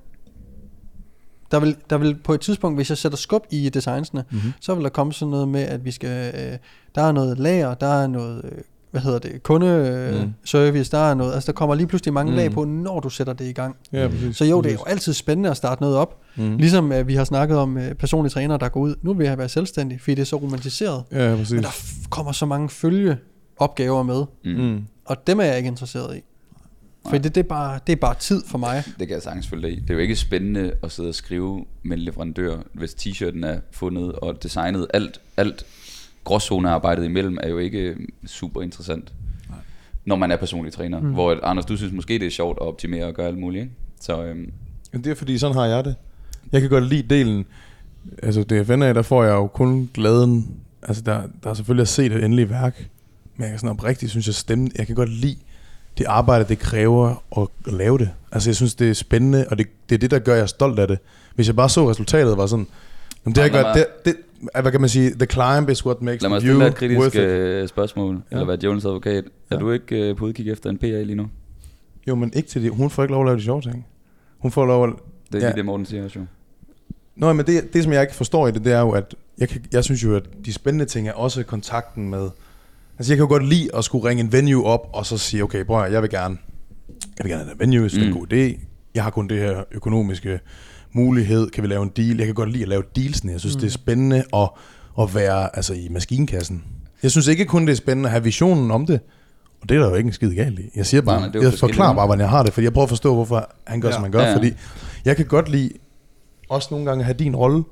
S1: Der vil, der vil på et tidspunkt, hvis jeg sætter skub i designsene,
S2: Mm-hmm.
S1: så vil der komme sådan noget med, at vi skal, øh, der er noget lager, der er noget, øh, hvad hedder det, kundeservice,
S2: Mm.
S1: øh, service, der er noget, altså der kommer lige pludselig mange
S2: Mm.
S1: lag på, når du sætter det i gang.
S2: Ja, præcis.
S1: Så jo, det er jo altid spændende at starte noget op.
S2: Mm.
S1: Ligesom at vi har snakket om uh, personlige trænere, der går ud. Nu vil jeg være selvstændig, fordi det er så romantiseret.
S2: Ja, præcis.
S1: Men der f- kommer så mange følgeopgaver med,
S4: Mm.
S2: Mm.
S1: og dem er jeg ikke interesseret i. For det, det, er bare, det er bare tid for mig.
S4: Det kan jeg sagtens følge dig i. Det er jo ikke spændende at sidde og skrive med en leverandør, hvis t-shirten er fundet og designet. Alt, alt gråzonearbejdet imellem er jo ikke super interessant,
S6: Nej.
S4: når man er personlig træner.
S1: Mm.
S4: Mm. Hvor Anders, du synes måske, det er sjovt at optimere og gøre alt muligt, ikke? Så øhm,
S2: Men det er fordi, sådan har jeg det. Jeg kan godt lide delen. Altså D F N A, der får jeg jo kun glæden. Altså der, der er selvfølgelig at se det endelige værk. Men jeg kan sådan oprigtigt, synes jeg stemmen. Jeg kan godt lide det arbejde, det kræver at lave det. Altså jeg synes, det er spændende, og det, det er det, der gør jeg stolt af det. Hvis jeg bare så resultatet, var sådan, jamen, det har ikke
S4: Lad
S2: været, det, det, hvad kan man sige, the climb is what makes
S4: lad mig
S2: you
S4: stille dig et kritisk
S2: worth it.
S4: øh, spørgsmål,
S2: Ja.
S4: eller være djævelens advokat.
S2: Ja.
S4: Er du ikke øh, på udkig efter en P A lige nu?
S2: Jo, men ikke til det. Hun får ikke lov at lave de sjove ting. Hun får lov at...
S4: Det er
S2: Ja.
S4: lige det, Morten siger også jo.
S2: Nå, men det, det, som jeg ikke forstår i det, det er jo, at jeg, kan, jeg synes jo, at de spændende ting er også kontakten med... Altså, jeg kan jo godt lide at skulle ringe en venue op, og så sige, okay, bror, jeg vil gerne... Jeg vil gerne have en venue, så det er en
S4: Mm.
S2: god idé. Jeg har kun det her økonomiske mulighed. Kan vi lave en deal? Jeg kan godt lide at lave dealsene. Jeg synes, mm. det er spændende at, at være altså, i maskinkassen. Jeg synes ikke kun, det er spændende at have visionen om det. Og det er der jo ikke en skid galt i. Jeg siger bare,
S4: Nej, nej, det er jo
S2: jeg
S4: forskelligt,
S2: forklarer
S4: ikke?
S2: bare, hvordan jeg har det, fordi jeg prøver at forstå, hvorfor han gør,
S6: Ja.
S2: som han gør.
S4: Ja, ja.
S2: Fordi jeg kan godt lide også nogle gange at have din rolle,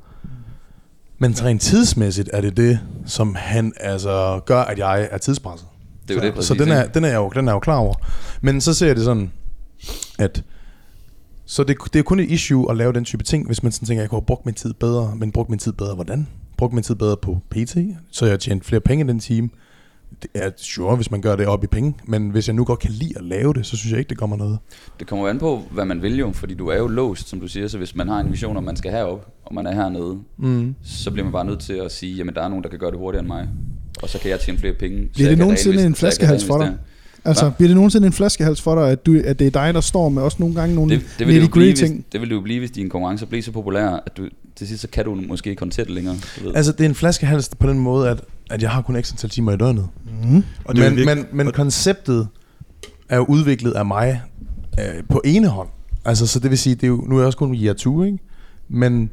S2: men rent tidsmæssigt er det det, som han altså gør, at jeg er tidspresset.
S4: Det er jo
S2: så,
S4: det præcis,
S2: så den er,
S4: ikke?
S2: den, er jeg jo, den er jeg jo klar over. Men så ser jeg det sådan, at så det, det er kun et issue at lave den type ting, hvis man sådan tænker, at jeg kunne have brugt min tid bedre. Men brugt min tid bedre hvordan? Brugt min tid bedre på P T, så jeg har tjent flere penge i den time. Det er sure, hvis man gør det op i penge. Men hvis jeg nu godt kan lide at lave det, så synes jeg ikke, det kommer noget.
S4: Det kommer jo an på, hvad man vil jo, fordi du er jo låst, som du siger, så hvis man har en vision, om man skal herop, og man er hernede,
S2: Mm.
S4: så bliver man bare nødt til at sige, jamen der er nogen, der kan gøre det hurtigere end mig, og så kan jeg tjene flere penge. så
S5: Bliver
S4: jeg
S5: det
S4: kan
S5: nogensinde
S4: reinvestere-
S5: en
S4: så jeg kan
S5: flaskehals for dig?
S4: reinvestere.
S5: Altså,
S4: Hva?
S5: bliver det nogensinde en flaskehals for dig, at, du, at det er dig, der står med også nogle gange nogle
S4: Det, det, vil det, jo blive, hvis,
S5: ting?
S4: det vil det jo blive, hvis din konkurrence bliver så populær, at du til sidst så kan du måske ikke håndtere det længere. Du ved.
S2: Altså, det er en flaskehals på den måde, at, at jeg har kun x antal timer i døgnet.
S5: Mm.
S6: Og det er
S2: Men,
S6: jo
S2: men, men konceptet er jo udviklet af mig øh, på ene hånd. Altså, så det vil sige, det er jo, nu er jeg også kun year to, ikke? Men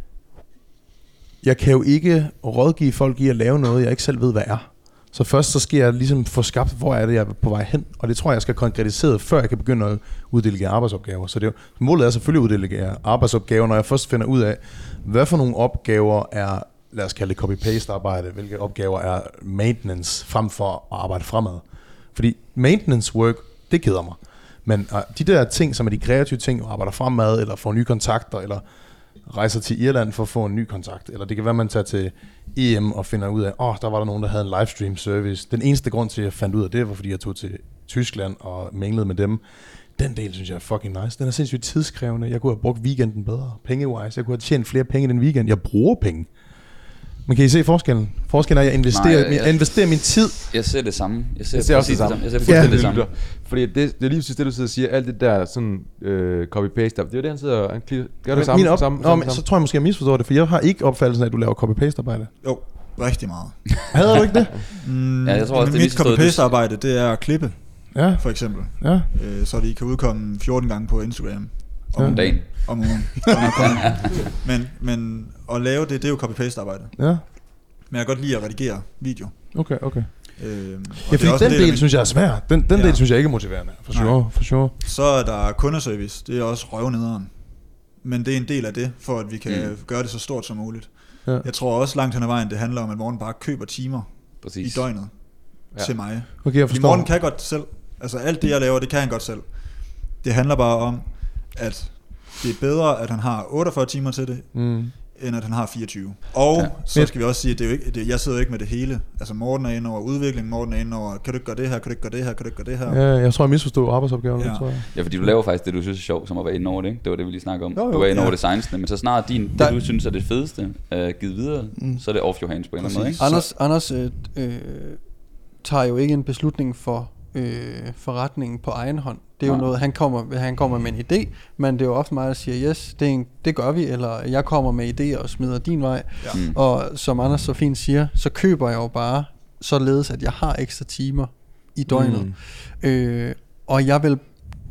S2: jeg kan jo ikke rådgive folk i at lave noget, jeg ikke selv ved, hvad er. Så først så skal jeg ligesom få skabt, hvor er det, jeg er på vej hen. Og det tror jeg, jeg skal konkretisere, før jeg kan begynde at uddelegere arbejdsopgaver. Så det er jo, målet er selvfølgelig at uddelegere arbejdsopgaver, når jeg først finder ud af, hvad for nogle opgaver er, lad os kalde det copy-paste arbejde, hvilke opgaver er maintenance frem for at arbejde fremad. Fordi maintenance work, det keder mig. Men uh, de der ting, som er de kreative ting, at arbejde fremad, eller få nye kontakter, eller rejser til Irland for at få en ny kontakt, eller det kan være, man tager til E M og finder ud af, åh, oh, der var der nogen, der havde en livestream service. Den eneste grund til, at jeg fandt ud af det, var fordi jeg tog til Tyskland og minglede med dem. Den del, synes jeg er fucking nice. Den er sindssygt tidskrævende. Jeg kunne have brugt weekenden bedre. Penge-wise. Jeg kunne have tjent flere penge den weekend. Jeg bruger penge. Men kan I se forskellen? Forskellen er, at jeg investerer,
S4: Nej,
S2: Nej,
S4: jeg-
S2: jeg investerer min tid.
S4: Jeg ser det samme. Jeg ser,
S3: Jeg ser også
S4: præcis
S3: det samme.
S4: Jeg ser
S3: Ja.
S4: fuldstændig
S5: Ja.
S4: det samme.
S3: Fordi det, det er lige præcis det, du sidder og siger. Alt det der sådan øh, copy-paste, det er jo det, han sidder og han kli- gør det samme.
S2: Min op-
S3: samme,
S2: Nå,
S3: samme,
S2: men så
S3: samme.
S2: tror jeg måske, jeg misforstår det, for jeg har ikke opfattelsen af, at du laver copy-paste arbejde.
S6: Jo, rigtig meget.
S2: Havde du ikke det?
S6: Mm,
S4: Ja, jeg tror også, det er
S6: mit
S4: misforstået.
S6: copy-paste arbejde, det er at klippe,
S2: Ja,
S6: for eksempel.
S2: ja.
S6: Øh, så de kan udkomme fjorten gange på Instagram.
S2: Ja.
S4: Om dagen.
S6: Om ugen. Sådan er kommet. men, men at lave det, det er jo copy-paste arbejde.
S2: Ja,
S6: Men jeg kan godt lide at redigere video.
S2: okay, okay.
S6: Øh, og
S2: Ja,
S6: det
S2: fordi
S6: er også
S2: den
S6: en del af
S2: del,
S6: min-
S2: synes jeg er svær. Den, den
S6: Ja.
S2: del synes jeg ikke er motiverende. For
S6: Nej.
S2: sure, for sure.
S6: Så er der kundeservice, det er også røvnederen. Men det er en del af det, for at vi kan
S4: Mm.
S6: mm. gøre det så stort som muligt.
S2: Ja.
S6: Jeg tror også langt hen ad vejen, det handler om, at Morten bare køber timer
S4: Præcis.
S6: i døgnet
S3: Ja.
S6: ja. til mig.
S2: Okay, jeg
S6: Fordi
S2: forstår.
S6: Morten kan godt selv. Altså alt det, jeg laver, det kan han godt selv. Det handler bare om, at det er bedre, at han har otteogfyrre timer til det,
S2: Mm.
S6: end at han har fireogtyve. Og
S4: Ja.
S6: ja. så skal vi også sige, at det er jo ikke, det, jeg sidder jo ikke med det hele. Altså Morten er inde over udvikling, Morten er inde over, kan du ikke gøre det her, kan du ikke gøre det her, kan du ikke gøre det her.
S2: Ja, jeg tror, jeg misforstod arbejdsopgaven.
S6: Ja.
S2: Ja. Tror jeg.
S4: Ja, fordi du laver faktisk det, du synes er sjovt, som at være inde over det, ikke? Det var det, vi lige snakkede om.
S2: Jo, jo,
S4: Du er inde
S6: ja.
S4: over designsene, men så snart din,
S1: Der-
S4: det, du synes er det fedeste, uh, givet videre, mm. så er det off your hands på en eller anden måde, ikke?
S1: Anders, Anders øh, øh, tager jo ikke en beslutning for øh, forretningen på egen hånd. Det er jo
S4: Nej.
S1: noget, han kommer, han kommer med en idé, men det er jo ofte mig, der siger, yes, det, er en, det gør vi, eller jeg kommer med idéer og smider din vej.
S6: Ja.
S4: Mm.
S1: Og som Anders så fint siger, så køber jeg jo bare, således at jeg har ekstra timer i døgnet. Mm. Øh, og jeg vil...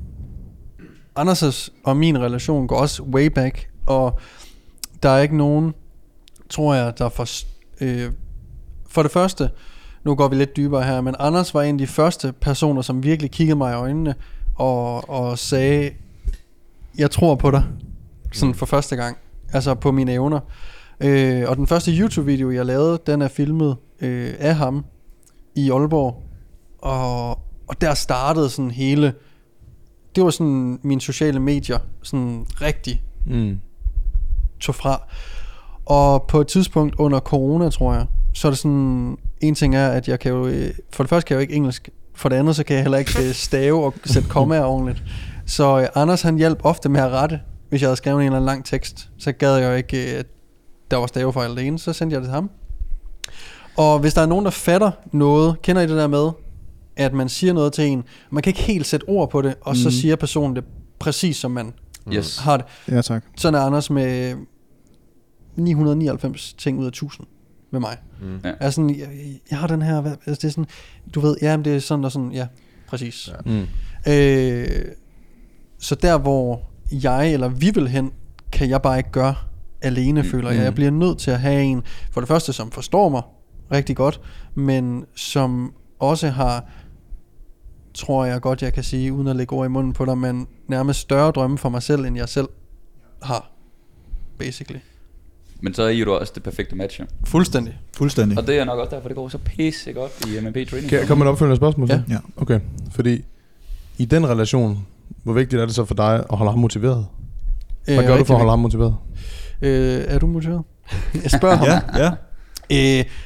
S1: Anders' og min relation går også way back, og der er ikke nogen, tror jeg, der for... Øh, for det første, nu går vi lidt dybere her, men Anders var en af de første personer, som virkelig kiggede mig i øjnene og, og sagde, jeg tror på dig, sådan for første gang, altså på mine evner. Øh, og den første YouTube-video, jeg lavede, den er filmet øh, af ham i Aalborg, og, og der startede sådan hele, det var sådan mine sociale medier, sådan rigtig
S2: Mm.
S1: tog fra. Og på et tidspunkt under corona, tror jeg, så er det sådan, en ting er, at jeg kan jo, øh, for det første kan jeg jo ikke engelsk, for det andet, så kan jeg heller ikke øh, stave og sætte kommaer ordentligt. Så øh, Anders, han hjalp ofte med at rette, hvis jeg havde skrevet en eller anden lang tekst, så gad jeg jo ikke, øh, at der var stavefejl alene, så sendte jeg det til ham. Og hvis der er nogen, der fatter noget, kender I det der med, at man siger noget til en, man kan ikke helt sætte ord på det, og mm. så siger personen det præcis, som man
S4: Yes.
S1: har det.
S5: Ja, tak.
S1: Sådan er Anders med ni hundrede nioghalvfems ting ud af tusind med mig.
S3: Mm.
S4: Ja.
S1: Altså sådan, jeg, jeg har den her, hvad, altså det er sådan, du ved, ja, men det er sådan og sådan, ja, præcis.
S3: Ja.
S2: Mm.
S1: Øh, så der, hvor jeg eller vi vil hen, kan jeg bare ikke gøre alene, mm. føler jeg. Jeg bliver nødt til at have en, for det første, som forstår mig rigtig godt, men som også har, tror jeg godt, jeg kan sige, uden at lægge ord i munden på dig, men nærmest større drømme for mig selv, end jeg selv har, basically.
S4: Men så er I jo også det perfekte match, jo.
S1: Fuldstændig.
S6: Fuldstændig.
S4: Og det er nok også derfor, det går så pisse godt i M M P Training.
S2: Kan jeg komme med et opfølgende spørgsmål? Så?
S1: Ja.
S6: Ja.
S2: Okay, fordi i den relation, hvor vigtigt er det så for dig at holde ham motiveret? Hvad
S1: Øh,
S2: gør du
S1: rigtig
S2: for at holde ham motiveret?
S1: Øh, er du motiveret? Jeg spørger ham.
S6: Ja, ja.
S1: Øh,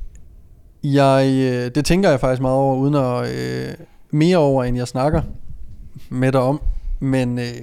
S1: jeg, øh, det tænker jeg faktisk meget over, uden at øh, mere over, end jeg snakker med dig om. Men øh,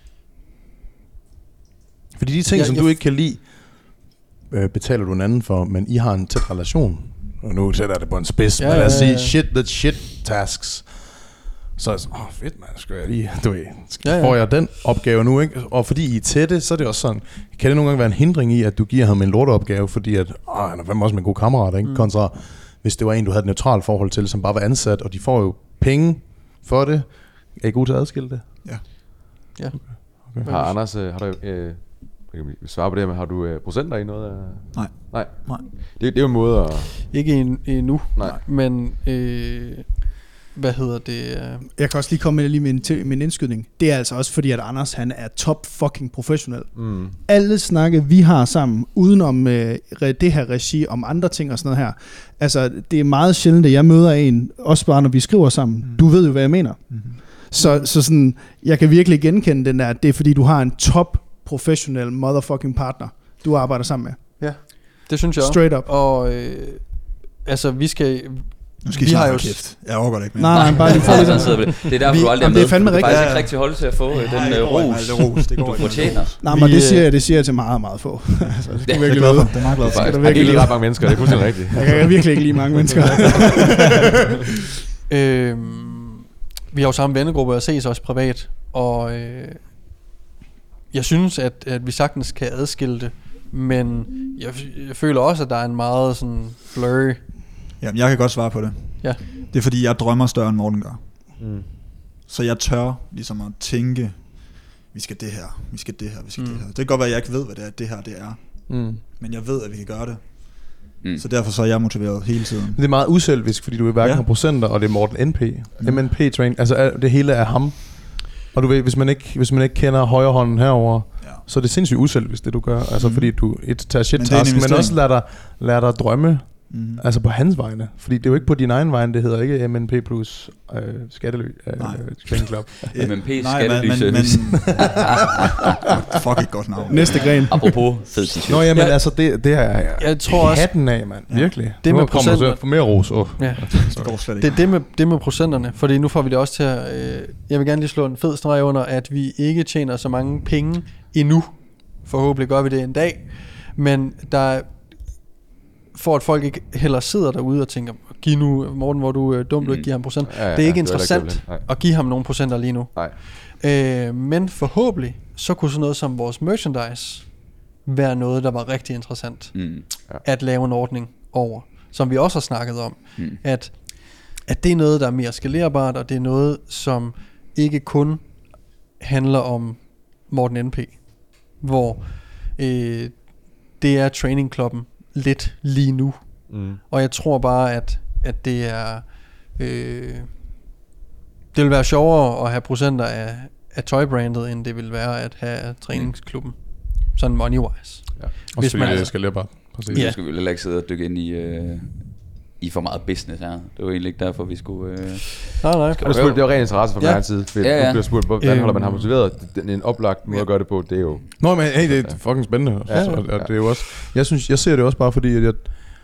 S2: Fordi de ting,
S1: Jeg-
S2: som
S1: jeg-
S2: du ikke kan lide, øh, betaler du en anden for, men I har en tæt relation. Og nu sætter jeg det på en spids,
S1: Ja,
S2: ja, men lad os
S1: ja, ja.
S2: sige shit that shit tasks. Så er jeg sådan, åh fedt man, skal jeg lige, du ved, skal,
S1: Ja,
S2: ja,
S1: ja.
S2: ja. får jeg den opgave nu, ikke? Og fordi I er tætte, så er det også sådan, kan det nogle gange være en hindring i, at du giver ham en lorteopgave, fordi at, åh, han er fandme også med en god kammerat, ikke? Mm. Kontra, hvis det var en, du havde et neutralt forhold til, som bare var ansat, og de får jo penge for det. Er I gode til at adskille det?
S6: Ja.
S1: Ja.
S2: Okay.
S3: Har Anders, øh, har du, øh, jeg kan svare på det her, men har du øh, procenter i noget af...
S6: Nej.
S3: Nej.
S6: Nej.
S3: Det, det er jo en måde at...
S1: Ikke en, endnu,
S3: Nej.
S1: men øh, hvad hedder det? Øh,
S5: Jeg kan også lige komme med lige med en, til, med en indskydning. Det er altså også fordi, at Anders han er top fucking professionel.
S3: Mm.
S5: Alle snakke, vi har sammen, udenom øh, det her regi, om andre ting og sådan noget her. Altså, det er meget sjældent, at jeg møder en, også bare når vi skriver sammen. Mm. Du ved jo, hvad jeg mener. Mm. Så, så sådan, jeg kan virkelig genkende den der, det er fordi, du har en top professionel motherfucking partner, du arbejder sammen med.
S1: ja, det synes jeg.
S5: Straight up.
S1: Og øh, altså, vi skal...
S6: Nu skal I
S1: Vi har
S6: snart
S1: jo
S6: jo
S1: s-
S6: kæft. Jeg overgår det ikke mere.
S5: Nej, nej, bare lige få
S4: Nej,
S5: lidt.
S4: sådan sidder vi det. Det er derfor,
S5: Vi-
S4: du aldrig er
S5: Jamen,
S4: med.
S5: det er fandme
S4: Du kan
S5: rigtigt.
S4: faktisk
S6: Ja,
S4: ikke
S6: ja.
S4: rigtig holde til at få øh,
S6: Nej,
S4: den
S6: det
S4: øh,
S6: går ikke,
S4: ros,
S6: det ros, det går
S4: du
S6: ikke.
S4: fortjener.
S5: Nej, men
S1: Vi,
S5: det
S1: øh,
S5: siger jeg, det siger jeg til meget, meget få. altså, det skal
S6: Jeg
S5: du
S6: er
S5: virkelig
S6: glad
S5: vide.
S6: for. Det er meget glad for.
S5: Skal du
S3: Jeg kan ikke
S5: virkelig
S3: lide
S5: vide.
S3: ret mange mennesker, det er fuldstændig rigtigt.
S5: Jeg kan virkelig ikke lide mange mennesker.
S1: Øhm, vi har jo samme vennegruppe og ses også privat, og øh, jeg synes, at, at vi sagtens kan adskille det, men jeg, jeg føler også, at der er en meget sådan blurry.
S6: Jamen, jeg kan godt svare på det.
S1: Ja.
S6: Det er fordi, jeg drømmer større end Morten gør.
S3: Mm.
S6: Så jeg tør ligesom at tænke, vi skal det her, vi skal det her, vi skal
S1: Mm.
S6: det her. Det kan godt være, at jeg ikke ved, hvad det er, det her det er.
S2: Mm.
S6: Men jeg ved, at vi kan gøre det.
S4: Mm.
S6: Så derfor så er jeg motiveret hele tiden.
S2: Men det er meget uselvisk, fordi du er hverken
S6: Ja.
S2: har procenter, og det er Morten N P.
S6: Ja.
S2: M N P train, altså al- det hele er ham. Og du ved, hvis man ikke, hvis man ikke kender højre hånden herover,
S6: Ja.
S2: så er det sindssygt uselvisk, det du gør. Altså
S6: Mhm.
S2: fordi du et tager shit
S6: Men det er en
S2: task, men
S6: investering.
S2: også lader dig, lader dig drømme,
S6: Mm.
S2: altså på hans vegne. Fordi det er jo ikke på din egen vegne, det hedder ikke M N P plus øh, skattelø øh,
S6: Nej.
S2: training club.
S4: M N P
S6: Nej, men,
S4: skattelyservice.
S6: men, men fuck et godt navn.
S5: Næste gren.
S4: Apropos fed t-shirt.
S2: Nå jamen,
S1: Ja.
S2: altså det, det er
S1: Jeg tror også,
S2: hatten af, mand.
S6: Ja.
S2: Virkelig.
S1: Det
S2: Nu
S1: med
S2: kommer du så
S1: procenter-
S2: for mere ros. Oh.
S1: ja,
S6: Det går slet
S1: det
S6: ikke.
S1: er det med, det med procenterne, fordi nu får vi det også til at, øh, jeg vil gerne lige slå en fed streg under, at vi ikke tjener så mange penge endnu. Forhåbentlig gør vi det en dag, men der er, for at folk ikke heller sidder derude og tænker, giv nu, Morten, hvor du er dum, du ikke giver ham procent.
S3: Ja, ja,
S1: Det er ikke
S3: ja, det er heller ikke
S1: interessant
S3: det, nej.
S1: at give ham nogle procenter lige nu.
S3: Nej.
S1: Øh, men forhåbentlig, så kunne sådan noget som vores merchandise være noget, der var rigtig interessant
S4: Mm.
S1: at lave en ordning over, som vi også har snakket om,
S4: Mm.
S1: at, at det er noget, der er mere skalerbart, og det er noget, som ikke kun handler om Morten N P, hvor øh, det er trainingklubben lidt lige nu,
S3: Mm.
S1: og jeg tror bare, at, at det er øh, det vil være sjovere at have procenter af, af tøjbrandet, end det vil være at have træningsklubben, sådan money-wise.
S3: Ja.
S2: Også
S1: Hvis
S2: fordi
S1: man
S2: det
S1: altså-
S2: skal lære bare. Præcis.
S1: Ja.
S4: Nu skal vi heller ikke sidde og dykke ind i, øh, i for meget business her. Det var egentlig ikke derfor, vi skulle... Øh...
S1: Nej, nej.
S3: Og det er jo ren interesse fra
S1: Ja.
S3: min side.
S4: Ja, ja.
S3: Du bliver spurgt, hvordan holder man ham
S1: Øhm.
S3: motiveret? Det er en oplagt måde at gøre det på, det er jo...
S2: Nå, men hey, det er fucking spændende.
S3: Ja,
S2: Ja,
S3: ja.
S2: og, og det er jo også, jeg synes, jeg ser det også bare fordi, at jeg,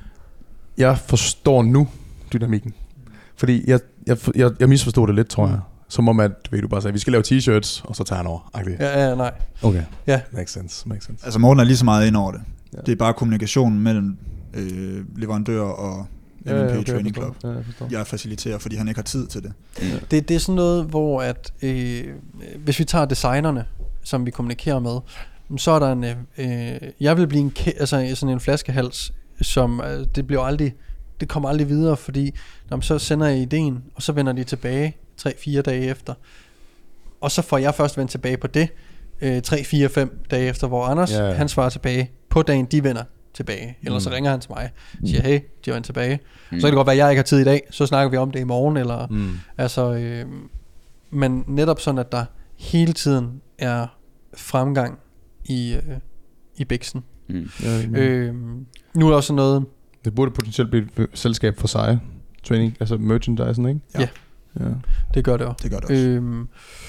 S2: jeg forstår nu dynamikken. Fordi jeg, jeg, jeg, jeg misforstod det lidt, tror jeg. Som om, at ved du bare sagde, vi skal lave t-shirts, og så tager han over. Okay.
S1: Ja, ja, nej.
S2: Okay.
S1: Ja.
S2: Makes sense, makes sense.
S6: Altså Morten er lige så meget ind over det.
S3: Ja.
S6: Det er bare kommunikationen mellem øh, leverandør og M N P
S2: okay,
S6: Training
S2: jeg
S6: Club.
S2: forstår. Ja, jeg forstår.
S6: Jeg faciliterer, fordi han ikke har tid til det.
S1: Det, det er sådan noget, hvor at, øh, hvis vi tager designerne, som vi kommunikerer med, så er der en, øh, jeg vil blive en, kæ- altså sådan en flaskehals, som øh, det bliver aldrig, det kommer aldrig videre, fordi når så sender jeg ideen, og så vender de tilbage tre fire dage efter, og så får jeg først vendt tilbage på det, øh, tre fire fem dage efter, hvor Anders,
S2: Ja, ja.
S1: han svarer tilbage på dagen, de vender tilbage, eller så ringer han til mig, siger, hey, de er vendt tilbage,
S4: Mm.
S1: så kan det godt være, at jeg ikke har tid i dag, så snakker vi om det i morgen, eller
S2: Mm.
S1: altså, øh, men netop sådan, at der hele tiden er fremgang i, øh, i biksen.
S4: Mm.
S2: Ja, mm.
S1: Øh, nu er der også noget,
S2: Det burde potentielt blive et selskab for sig. Training, altså merchandising, ikke?
S1: Ja.
S2: Ja.
S1: det gør det også.
S6: Det gør det også.
S1: Øh,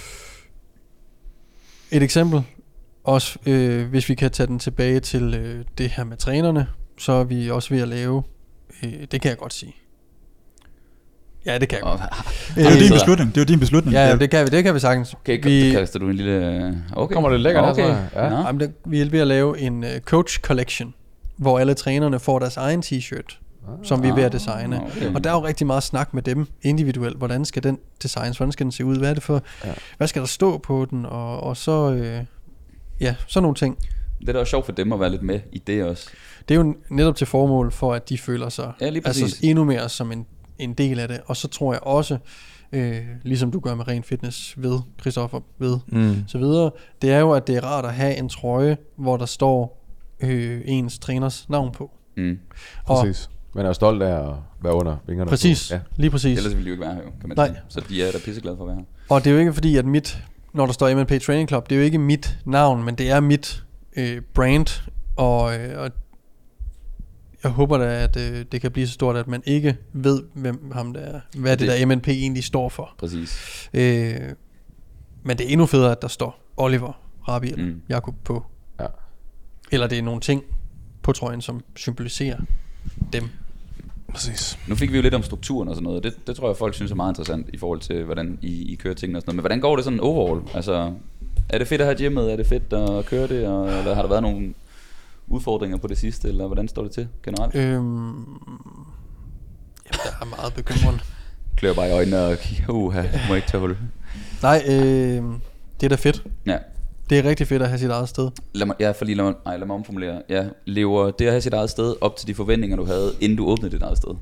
S1: et eksempel, også øh, hvis vi kan tage den tilbage til øh, det her med trænerne, så er vi også ved at lave, øh, det kan jeg godt sige. Ja, det kan jeg
S4: Og,
S1: godt.
S6: Det er jo
S1: Øh,
S6: din beslutning. Det er jo din beslutning.
S1: Ja, ja, det kan vi, det kan vi sagtens.
S4: okay,
S1: vi,
S4: vi, kaster du en lille... Okay.
S3: Kommer det lækkert her,
S4: okay.
S3: tror jeg. Ja.
S4: Nå.
S1: Jamen, det, vi er ved at lave en uh, coach collection, hvor alle trænerne får deres egen t-shirt som vi er ved at designe.
S4: Okay.
S1: Og der er jo rigtig meget snak med dem individuelt. Hvordan skal den designs? Hvordan skal den se ud? Hvad er det for?
S3: Ja.
S1: Hvad skal der stå på den? Og, og så, øh, ja, sådan nogle ting.
S4: Det er da også sjovt for dem at være lidt med i det også.
S1: Det er jo netop til formål for, at de føler sig
S4: Ja, lige præcis.
S1: altså endnu mere som en, en del af det. Og så tror jeg også, øh, ligesom du gør med ren fitness ved, Christoffer ved,
S2: Mm.
S1: så videre, det er jo, at det er rart at have en trøje, hvor der står øh, ens træners navn på.
S4: Mm.
S1: Og
S2: Præcis.
S3: Man er jo stolt af at være under vingerne.
S1: præcis,
S3: på. Ja.
S1: lige præcis.
S4: Ellers ville de jo ikke være her, jo, kan man
S1: Nej.
S4: sige. Så de er da pisseglade for at være her.
S1: Og det er jo ikke fordi, at mit, når der står M N P Training Club, det er jo ikke mit navn, men det er mit øh, brand, og, øh, og jeg håber da, at øh, det kan blive så stort, at man ikke ved, hvem ham der er, hvad det,
S4: Det-
S1: det der M N P egentlig står for.
S4: Præcis.
S1: Øh, men det er endnu federe, at der står Oliver, Rabi eller
S4: Mm.
S1: mm. Jakob på.
S3: Ja.
S1: Eller det er nogle ting på trøjen, som symboliserer dem.
S2: Præcis.
S4: Nu fik vi jo lidt om strukturen og sådan noget. Det, det tror jeg, folk synes er meget interessant i forhold til, hvordan I, I kører tingene og sådan noget. Men hvordan går det sådan overall? Altså, er det fedt at have gymmet? Er det fedt at køre det? Og, eller har der været nogle udfordringer på det sidste? Eller hvordan står det til generelt?
S1: Øhm, jamen, der er meget bekymrende.
S4: Klør bare i øjnene og kigger, uha, må ikke tage hul.
S1: Nej, øh, det er da fedt.
S4: Ja.
S1: Det er rigtig fedt at have sit eget sted.
S4: Lad mig, ja, for lige lad mig, ej, lad mig omformulere. Ja, lever det at have sit eget sted op til de forventninger, du havde, inden du åbnede dit eget sted?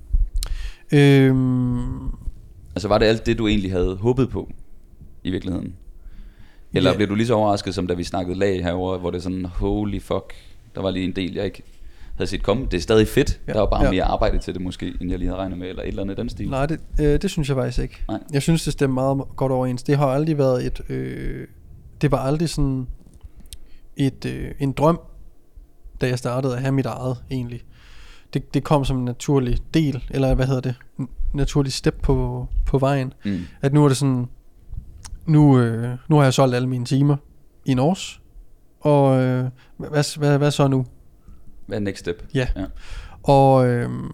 S1: Øhm,
S4: Altså var det alt det, du egentlig havde håbet på i virkeligheden? Eller
S1: Ja.
S4: blev du lige så overrasket, som da vi snakkede lag herovre, hvor det er sådan, holy fuck, der var lige en del, jeg ikke havde set komme. Det er stadig fedt,
S1: Ja.
S4: der var bare
S1: Ja.
S4: mere arbejde til det måske, end jeg lige havde regnet med, eller et eller andet i den stil.
S1: nej, det, øh, det synes jeg faktisk ikke.
S4: Nej.
S1: Jeg synes, det stemmer meget godt overens. Det har aldrig været et... Øh, det var aldrig sådan et, øh, en drøm, da jeg startede at have mit eget, egentlig. Det, det kom som en naturlig del, eller hvad hedder det? En naturlig step på, på vejen.
S4: Mm.
S1: At nu er det sådan... Nu, øh, nu har jeg solgt alle mine timer i en års. Og øh, hvad, hvad, hvad så nu?
S4: Hvad er next step?
S1: Ja.
S4: Ja.
S1: Og øhm,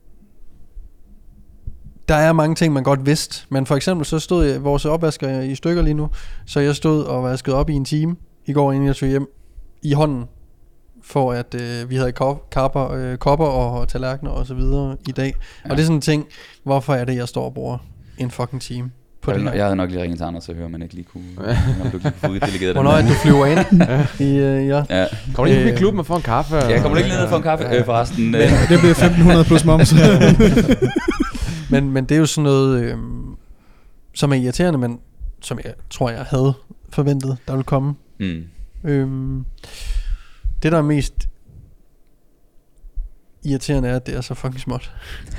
S1: der er mange ting, man godt vidste. Men for eksempel så stod jeg, vores opvasker er i stykker lige nu, så jeg stod og vaskede op i en time i går, inden jeg tog hjem, i hånden, for at øh, vi havde kop, kapper, øh, kopper og tallerkener og så videre i dag.
S4: Ja.
S1: Og det er sådan en ting, hvorfor er det, jeg står og bruger en fucking time på
S4: Jeg,
S1: det
S4: ville,
S1: her?
S4: jeg havde nok lige ringet til Anders og høre, om man ikke lige kunne, om du ikke lige kunne få uddelegeret den.
S1: Hvornår er det, du flyver ind i, øh, ja.
S4: Ja.
S3: Kommer du ikke
S1: Øh,
S3: ind i klubben og får en kaffe?
S4: Ja, kommer du ikke ned og få en kaffe? Øh, forresten. Øh,
S5: Det bliver femten hundrede plus moms.
S1: Men, men det er jo sådan noget, øh, som er irriterende, men som jeg tror, jeg havde forventet, der ville komme.
S4: mm.
S1: Øhm, det der er mest irriterende er, at det er så fucking småt.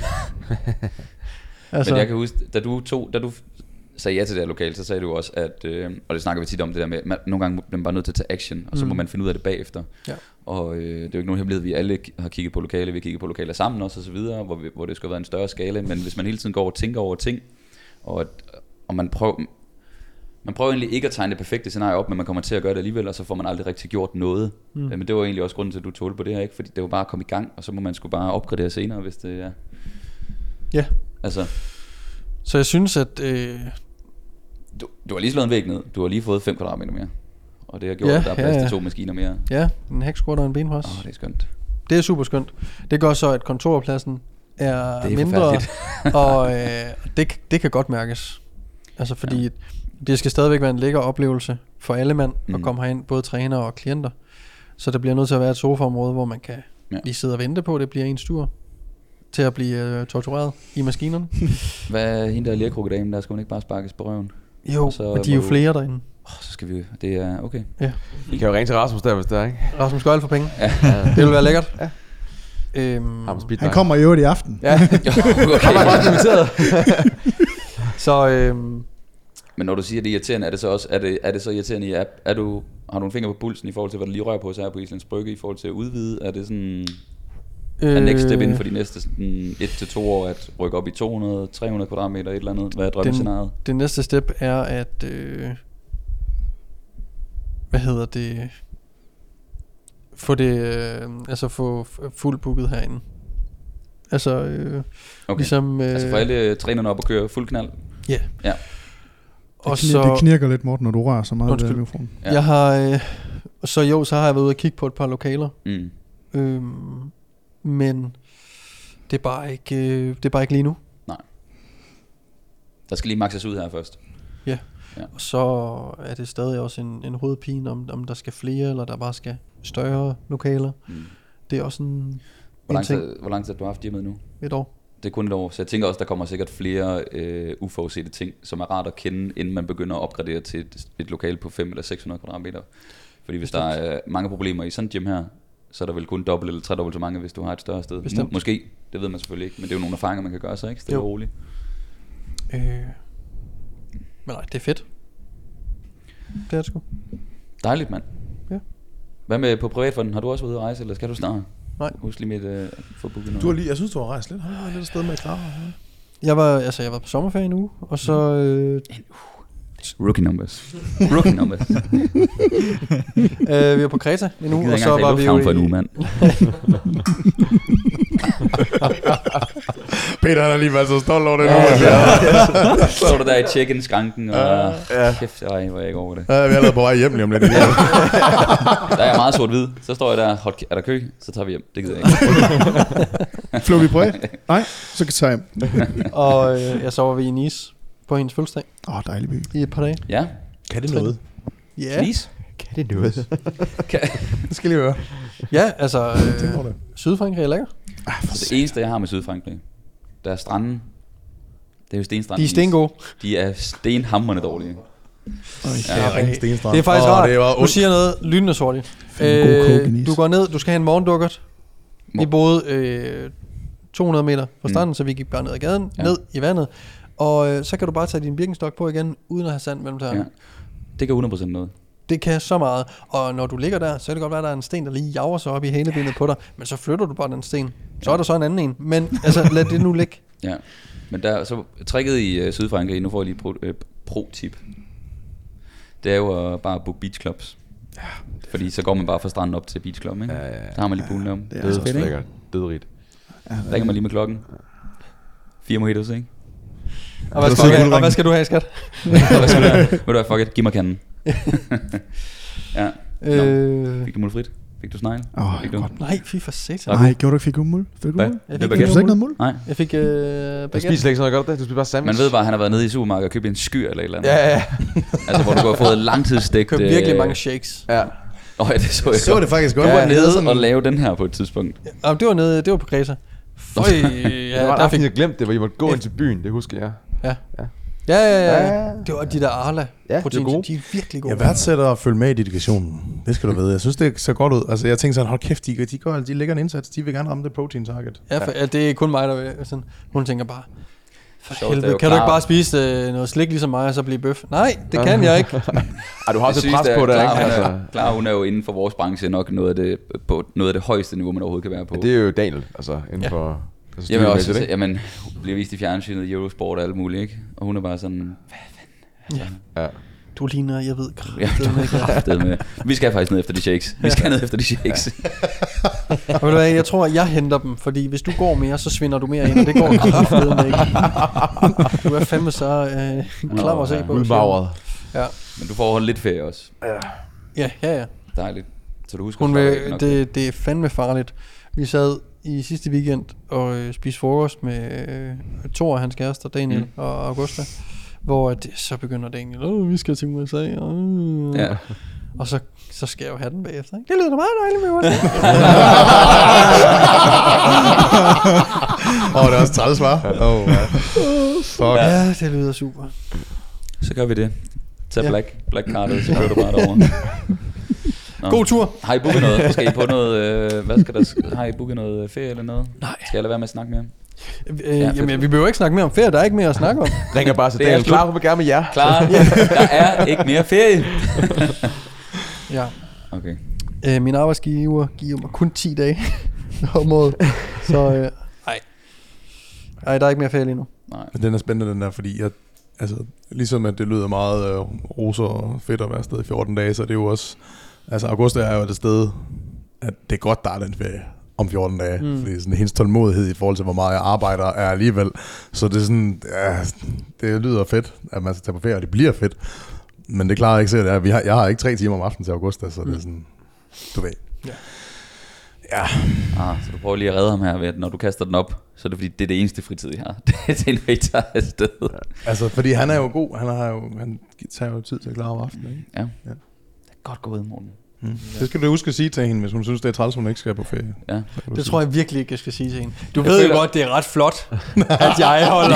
S1: altså,
S4: Men jeg kan huske, da du, tog, da du sagde ja til det her lokale, så sagde du også, at, øh, og det snakker vi tit om det der med, man, nogle gange bliver man bare nødt til at tage action, og så
S1: Mm.
S4: må man finde ud af det bagefter.
S1: Ja.
S4: Og øh, det er jo ikke nogen hemmelighed, vi alle har kigget på lokale, vi har kigget på lokaler sammen også og så videre, hvor, vi, hvor det skal være en større skala, men hvis man hele tiden går og tænker over ting, og, at, og man prøver, man prøver egentlig ikke at tegne det perfekte scenarie op, men man kommer til at gøre det alligevel, og så får man aldrig rigtig gjort noget.
S1: Mm.
S4: Mm. Men det var egentlig også grunden til, at du tålte på det her, ikke? Fordi det var bare at komme i gang, og så må man sgu bare opgradere senere, hvis det er...
S1: Ja.
S4: Altså,
S1: Så jeg synes, at... Øh,
S4: du, du har lige slået en væg ned. Du har lige fået fem kvadratmeter mere. Og det har gjort,
S1: Ja,
S4: at der er plads
S1: ja, ja.
S4: til to maskiner mere.
S1: ja, en hæksquat og en benpres.
S4: Åh, oh, det er skønt.
S1: Det er super skønt. Det gør så, at kontorpladsen er,
S4: Det er
S1: mindre,
S4: forfærdeligt.
S1: og øh, det, det kan godt mærkes. Altså fordi ja. det skal stadigvæk være en lækker oplevelse for alle mand mm. at
S4: Mm.
S1: komme herind, både trænere og klienter. Så der bliver nødt til at være et sofaområde, hvor man kan
S4: Ja.
S1: lige sidde og vente på, at det bliver ens tur til at blive øh, tortureret i maskinerne.
S4: Hvad er hende der lerkrukkedamen, der skal hun ikke bare sparkes på røven?
S1: Jo,
S4: Og så
S1: og de er jo
S4: må du-
S1: flere derinde.
S4: Oh, så skal vi... Det er okay.
S3: I kan jo ringe til Rasmus der, hvis det er, ikke?
S1: Rasmus Gøjl for penge.
S4: Ja.
S1: Det vil være lækkert.
S3: Ja.
S1: Øhm,
S3: Ham speed
S5: Han kommer i øvrigt i aften.
S3: Ja,
S4: okay.
S3: han var godt inviteret.
S1: så øhm,
S4: Men når du siger, det er irriterende, er det så også er det, er det så irriterende i app? Er du, har du en finger på pulsen i forhold til, hvad der lige rører på sig her på Islands Brygge, i forhold til at udvide? Er det sådan... Er next step inden for de næste sådan, et til to år at rykke op i to hundrede til tre hundrede kvadratmeter, et eller andet? Hvad er drømmescenariet?
S1: det næste step er at øh, hvad hedder det, få det øh, altså få f- fuldt booket herinde. Altså øh,
S4: Okay.
S1: ligesom øh,
S4: Altså for alle trænerne op og køre fuld knald?
S1: ja.
S4: Ja.
S1: Og
S5: Det, knir,
S1: så
S5: det knirker lidt, Morten, når du rører så meget ved
S1: Undskyld.
S5: mikrofonen.
S4: Ja.
S1: jeg har øh, så jo, så har jeg været ude og kigge på et par lokaler.
S4: Mm.
S1: Øhm, men Det er bare ikke, øh, det er bare ikke lige nu.
S4: Nej. Der skal lige maxes ud her først.
S1: Ja.
S4: Ja.
S1: Og så er det stadig også en, en hovedpine, om, om der skal flere, eller der bare skal større lokaler.
S4: Mm.
S1: Det er også en,
S4: Hvor
S1: en
S4: lang,
S1: ting.
S4: tid, hvor lang tid har du haft hjemmet nu?
S1: Et år.
S4: Det er kun et år, så jeg tænker også, der kommer sikkert flere øh, uforudsete ting, som er rart at kende, inden man begynder at opgradere til et, et lokale på fem eller seks hundrede kvadratmeter. Fordi hvis der er mange problemer i sådan et gym her, så er der vel kun dobbelt eller tredobbelt så mange, hvis du har et større sted.
S1: Bestemt.
S4: Måske, det ved man selvfølgelig ikke, men det er jo nogle erfaringer, man kan gøre sig, ikke? Stille og roligt.
S1: Øh. Men nej, det er fedt. Det er det sgu.
S4: Dejligt, mand.
S1: Ja.
S4: Hvad med på privatfonden? Har du også været ude at rejse, eller skal du snart?
S1: Nej.
S4: Husk lige med øh, få booket noget.
S2: Du har lige, jeg synes, du har rejst lidt. Har du været lidt afsted med Clara?
S1: Jeg var, altså, jeg var på sommerferie en uge, og så... Øh,
S4: Rookie numbers. Rookie numbers.
S1: øh, vi var på Kreta en uge, og så var vi jo
S4: for en uge,
S1: i...
S4: mand.
S2: Peter, han er lige været så stolt over det nu.
S4: Så var du der i check-in-skanken, og
S2: Ja.
S4: kæft, ej, hvor jeg ikke over det.
S2: Ja, vi er allerede på vej hjem lige om lidt.
S4: Der er jeg meget sort-hvid. Så står jeg der, hot, er der kø? Så tager vi hjem. Det gider jeg ikke.
S5: Flå vi bredt? Nej, så kan jeg hjem.
S1: Og øh, jeg så var vi i Nice på hendes fødselsdag
S5: Åh, oh, dejlig by.
S1: i et par dage.
S4: Ja,
S2: Kan det noget?
S1: Ja,
S4: please.
S3: Kan det noget?
S2: Det skal lige høre.
S1: ja altså,
S2: Tænk over
S1: øh,
S2: det.
S1: Sydfrankrig er lækker.
S4: Så det eneste, jeg har med Sydfrankrig, der er stranden. Det er jo stenstranden.
S1: De er stengode.
S4: De er stenhamrende dårlige.
S5: Øj.
S2: Det er rigtig stenstrand.
S1: Det er faktisk
S2: Åh,
S1: rart.
S2: det var
S1: Du
S2: ondt.
S1: siger noget lynende sortigt.
S5: Fandme god coke i Nice.
S1: Du går ned, du skal have en morgendukkert. Vi
S4: Mor-
S1: boede øh, to hundrede meter fra stranden, mm. så vi gik bare ned ad gaden,
S4: Ja.
S1: ja. ned i vandet. Og øh, så kan du bare tage din Birkenstock på igen, uden at have sand mellem tæerne.
S4: Ja. Det gør hundrede procent noget.
S1: Det kan så meget. Og når du ligger der, så kan det godt være, at der er en sten, der lige jager sig op i halebenet på dig. Men så flytter du bare den sten. Så er der så en anden en. Men altså, lad det nu ligge.
S4: Ja. Men der så tricket i uh, Sydfrankrig, nu får jeg lige pro, øh, pro-tip. Det er jo uh, bare at book beach clubs. Ja. Fordi så går man bare fra stranden op til beach club, ikke?
S3: Ja, ja, ja.
S4: Så har man lige poolen om.
S5: det er
S4: Det
S5: så
S4: er fedt, ikke?
S3: Lækkert. Dødrigt.
S4: Der kan man lige med klokken. Fire mojitos, ikke?
S1: Og hvad,
S5: Du
S1: skal
S5: sidder
S1: du, have,
S5: guldringen.
S1: og hvad skal du have, skat?
S4: Hvad skal du have? Ved du hvad, fuck it, giv mig kanden. Ja.
S1: Øh,
S4: Fik du mulfrit? Fik du snegl?
S5: Åh,
S4: Fik du?
S1: nej, fy for satan.
S5: Nej, gjorde du ikke fik umul? Fik du
S4: Hvad?
S5: umul?
S1: Jeg
S4: Det
S1: fik,
S4: var
S5: Fik du så ikke noget mul?
S4: Nej.
S1: jeg fik øh,
S3: Du
S1: baguette.
S3: spiser slet ikke sådan noget godt, det? Du spiser bare sandwich.
S4: Man ved bare, at han har været nede i supermarkedet og købt en skyr eller et eller andet.
S3: Ja, ja.
S4: Altså, hvor du har fået langtidsstegt...
S1: Købte virkelig mange shakes.
S3: Ja.
S4: Åh, oh, ja, det så jeg
S2: Så var det faktisk godt.
S4: Du var
S2: Ja, det havde
S4: nede
S2: sådan-
S4: og lave den her på et tidspunkt.
S1: Og det var nede, det var på Kreta. Føj,
S3: Ja,
S1: ja,
S3: det var en
S1: der
S3: aften,
S1: fik,
S3: jeg glemte det, hvor I måtte gå ind til byen. Det husker jeg.
S1: ja, ja, ja,
S3: Ja.
S1: ja. Det var de der Arla
S3: Ja,
S1: protein,
S3: det er gode.
S1: de er virkelig gode.
S2: Jeg værdsætter at følge med i dedikationen. Det skal du vide. Jeg synes, det ser godt ud. Altså, jeg tænker sådan, hold kæft, de, de, går, de lægger en indsats. De vil gerne ramme det protein target.
S1: Ja, for, ja, det er kun mig, der vil sådan. Hun tænker bare, for
S4: Sjovt, det er
S1: helvede,
S4: jo
S1: kan du ikke
S4: klar-
S1: bare spise øh, noget slik ligesom mig, og så blive bøf? Nej, det kan jeg ikke.
S3: Ej, du har også et
S4: sygeste
S3: pres
S4: er,
S3: på det,
S4: klar,
S3: ikke?
S4: hun er,
S3: Altså,
S4: klar, hun er jo inden for vores branche nok noget af det, på noget af det højeste niveau, man overhovedet kan være på.
S3: det er jo Daniel, altså inden
S1: Ja.
S3: for... Altså,
S4: Jeg vil også
S3: styrkemæssigt,
S4: sige, jamen, hun bliver vist i fjernsynet, Eurosport og alt muligt, ikke? Og hun er bare sådan, hvad fanden?
S3: Ja.
S1: Du ligner, jeg ved,
S4: Ja, du er kraftet med. Vi skal faktisk ned efter de shakes. Vi skal ned efter de shakes.
S1: Og ved du hvad, jeg tror, at jeg henter dem, fordi hvis du går mere, så svinder du mere ind, og det går kraftedeme ikke. Du er fandme så øh, klam at se på.
S3: Udmagret.
S1: Ja,
S4: Men du får holdt lidt ferie også.
S1: ja, ja. ja.
S4: Dejligt. Så du husker
S1: Hun
S4: at
S1: vil,
S4: slappe af nok.
S1: det, det er fandme farligt. Vi sad i sidste weekend og øh, spiste frokost med øh, Thor og hans kæreste, Daniel mm. og Augusta, hvor det, så begynder Daniel, åh, vi skal til U S A. Øh.
S4: Ja.
S1: Og så, så skal jeg jo have den bagefter. Ikke? Det lyder da meget dejligt med U S A.
S2: Åh, oh, det er også træls, var. Åh, ja. Fuck.
S1: Ja, det lyder super.
S4: Så gør vi det. Tag
S1: Ja.
S4: black, black cardet, så kører du bare derovre. Nå.
S1: God tur.
S4: Har I booket noget? Skal I på noget, øh, hvad skal der, sk- har I booket noget ferie eller noget?
S1: Nej.
S4: Skal jeg lade være med at snakke med ham?
S1: Øh,
S4: Ja,
S1: jamen, vi behøver ikke snakke mere om ferie. Der er ikke mere at snakke om.
S3: Ringer bare til
S4: Det er
S3: Daniel.
S4: slut.
S3: Klar, hun vil gerne med jer.
S4: Klar, der er ikke mere ferie.
S1: Ja.
S4: Okay.
S1: Øh, min arbejdsgiver giver mig kun ti dage om året. Så øh, nej. Nej, der er ikke mere ferie lige nu.
S4: Nej.
S2: Men den er spændende, den der, fordi jeg, altså, ligesom at det lyder meget øh, roser og fedt at være afsted i fjorten dage, så er det jo også, altså august er jo et sted, at det er godt, der er den ferie om fjorten dage, mm. fordi sådan hendes tålmodighed i forhold til, hvor meget jeg arbejder, er alligevel, så det er sådan, ja, det lyder fedt, at man skal tage på ferie, og det bliver fedt, men det klarer jeg ikke selv, vi har, jeg har ikke tre timer om aftenen til august, så mm. det er sådan, du ved.
S1: Ja.
S2: Ja.
S4: Ah, så du prøver lige at redde ham her ved, at når du kaster den op, så er det fordi, det er det eneste fritid, jeg har. Det er til en rigtig afsted.
S2: Altså, fordi han er jo god. Han, har jo, han tager jo tid til at klare om aftenen, ikke?
S4: Ja.
S2: Ja.
S4: Det er godt gået, Morten.
S2: Mm. Det skal du huske at sige til hende, hvis hun synes, det er træls, hun ikke skal på ferie.
S4: Ja.
S1: Det tror jeg virkelig ikke, jeg skal sige til hende. Du
S4: Jeg
S1: ved
S4: føler-
S1: jo godt, det er ret flot, at jeg holder...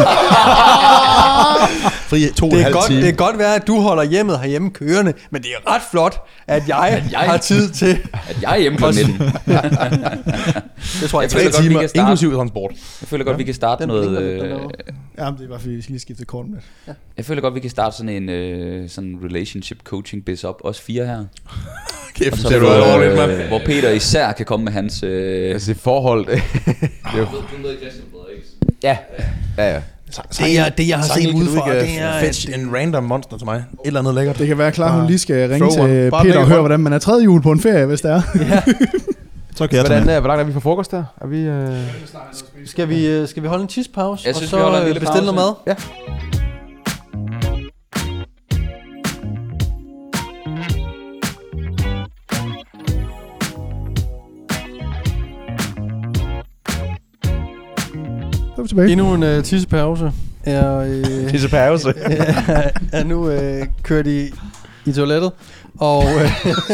S2: Fri to og
S1: Det
S2: en
S1: er,
S2: halv
S1: godt,
S2: time.
S1: det er godt være, at du holder hjemmet herhjemme kørende, men det er ret flot, at jeg,
S4: At jeg-
S1: har tid til...
S4: At jeg er hjemme på nitten.
S1: Det tror jeg,
S4: Jeg føler
S1: jeg
S4: godt, vi
S2: timer,
S4: kan starte.
S2: inklusive transport.
S4: Jeg føler godt, vi kan starte
S1: Den
S4: noget...
S1: blinker lidt
S4: Øh,
S1: dernede.
S5: Ja, det er bare fordi, vi skal lige skifte kort med.
S4: jeg føler godt, vi kan starte sådan en øh, sådan relationship coaching biz op. Også fire her.
S2: Kæft,
S4: Og så
S2: ser du
S4: hvor,
S2: alvorligt, mand.
S4: øh, hvor Peter især kan komme med hans... Øh,
S3: Altså, forhold... det er jo, ja. Ja, ja.
S1: Det, jeg, det, jeg har set udefra, det er...
S2: Fetch en random monster til mig. Et eller andet lækkert.
S5: Det kan være klar, hun lige skal ringe
S2: throw
S5: til
S2: one. Bare
S5: Peter og
S2: lægge
S5: høre,
S2: one.
S5: hvordan man er tredje jul på en ferie, hvis det er.
S6: Så kan jeg tage
S3: Hvordan
S6: med.
S3: er, hvor langt er vi fra frokost der? Er vi... Øh...
S1: Skal vi, øh, skal vi holde en tidspause,
S4: Jeg
S1: og
S4: synes,
S1: så
S4: vi holder en
S1: øh,
S4: lille
S1: bestille
S4: pause.
S1: noget mad?
S3: Ja.
S5: Så er vi tilbage.
S1: Endnu en øh, tissepause er, øh,
S2: Tisse pause.
S1: er, er nu øh, kørt i, i toilettet. Og øh,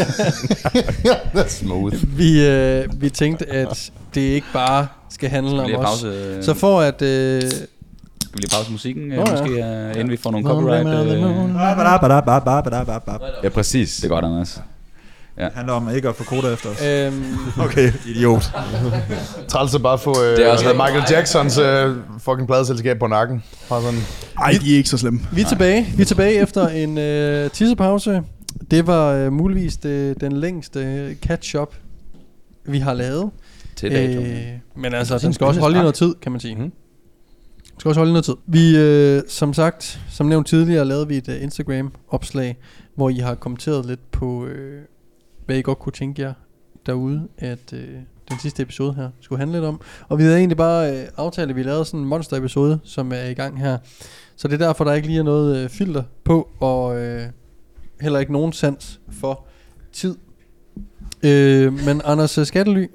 S2: Smooth.
S1: vi, øh, vi tænkte, at det ikke bare skal handle
S4: skal
S1: om
S4: vi lige have
S1: os.
S4: pause, øh,
S1: Så for at... Øh,
S4: skal vi lige pause musikken, øh,
S1: Nå, ja.
S4: måske, øh, inden vi får nogle
S1: Moon,
S4: copyright.
S1: moon,
S4: Øh,
S1: moon.
S3: Ja, præcis.
S4: det er godt, Anders.
S6: Det handler om ikke at få koder efter os.
S1: øhm,
S6: Okay, idiot.
S2: Træls at bare få øh,
S4: Det er også-
S2: Michael Jacksons øh, fucking pladeselskab på nakken. Bare sådan.
S5: Ej, de er ikke så slemme.
S1: vi er tilbage. Vi er tilbage efter en øh, tissepause. Det var øh, muligvis det, den længste catch-up, vi har lavet.
S4: Til dato.
S1: Øh, men altså,
S2: Det er
S1: den
S2: en
S1: skal også
S2: spændende
S1: holde i
S2: start.
S1: noget tid, kan man sige.
S2: Mhm.
S1: Den skal også holde i noget tid. Vi, øh, som sagt, som nævnt tidligere, lavede vi et uh, Instagram-opslag, hvor I har kommenteret lidt på, øh, hvad I godt kunne tænke jer derude, at øh, den sidste episode her skulle handle lidt om. Og vi havde egentlig bare øh, aftalt, at vi lavede sådan en monster-episode, som er i gang her. Så det er derfor, der ikke lige er noget øh, filter på, og øh, heller ikke nogen sans for tid. Øh, men Anders øh, Skattely,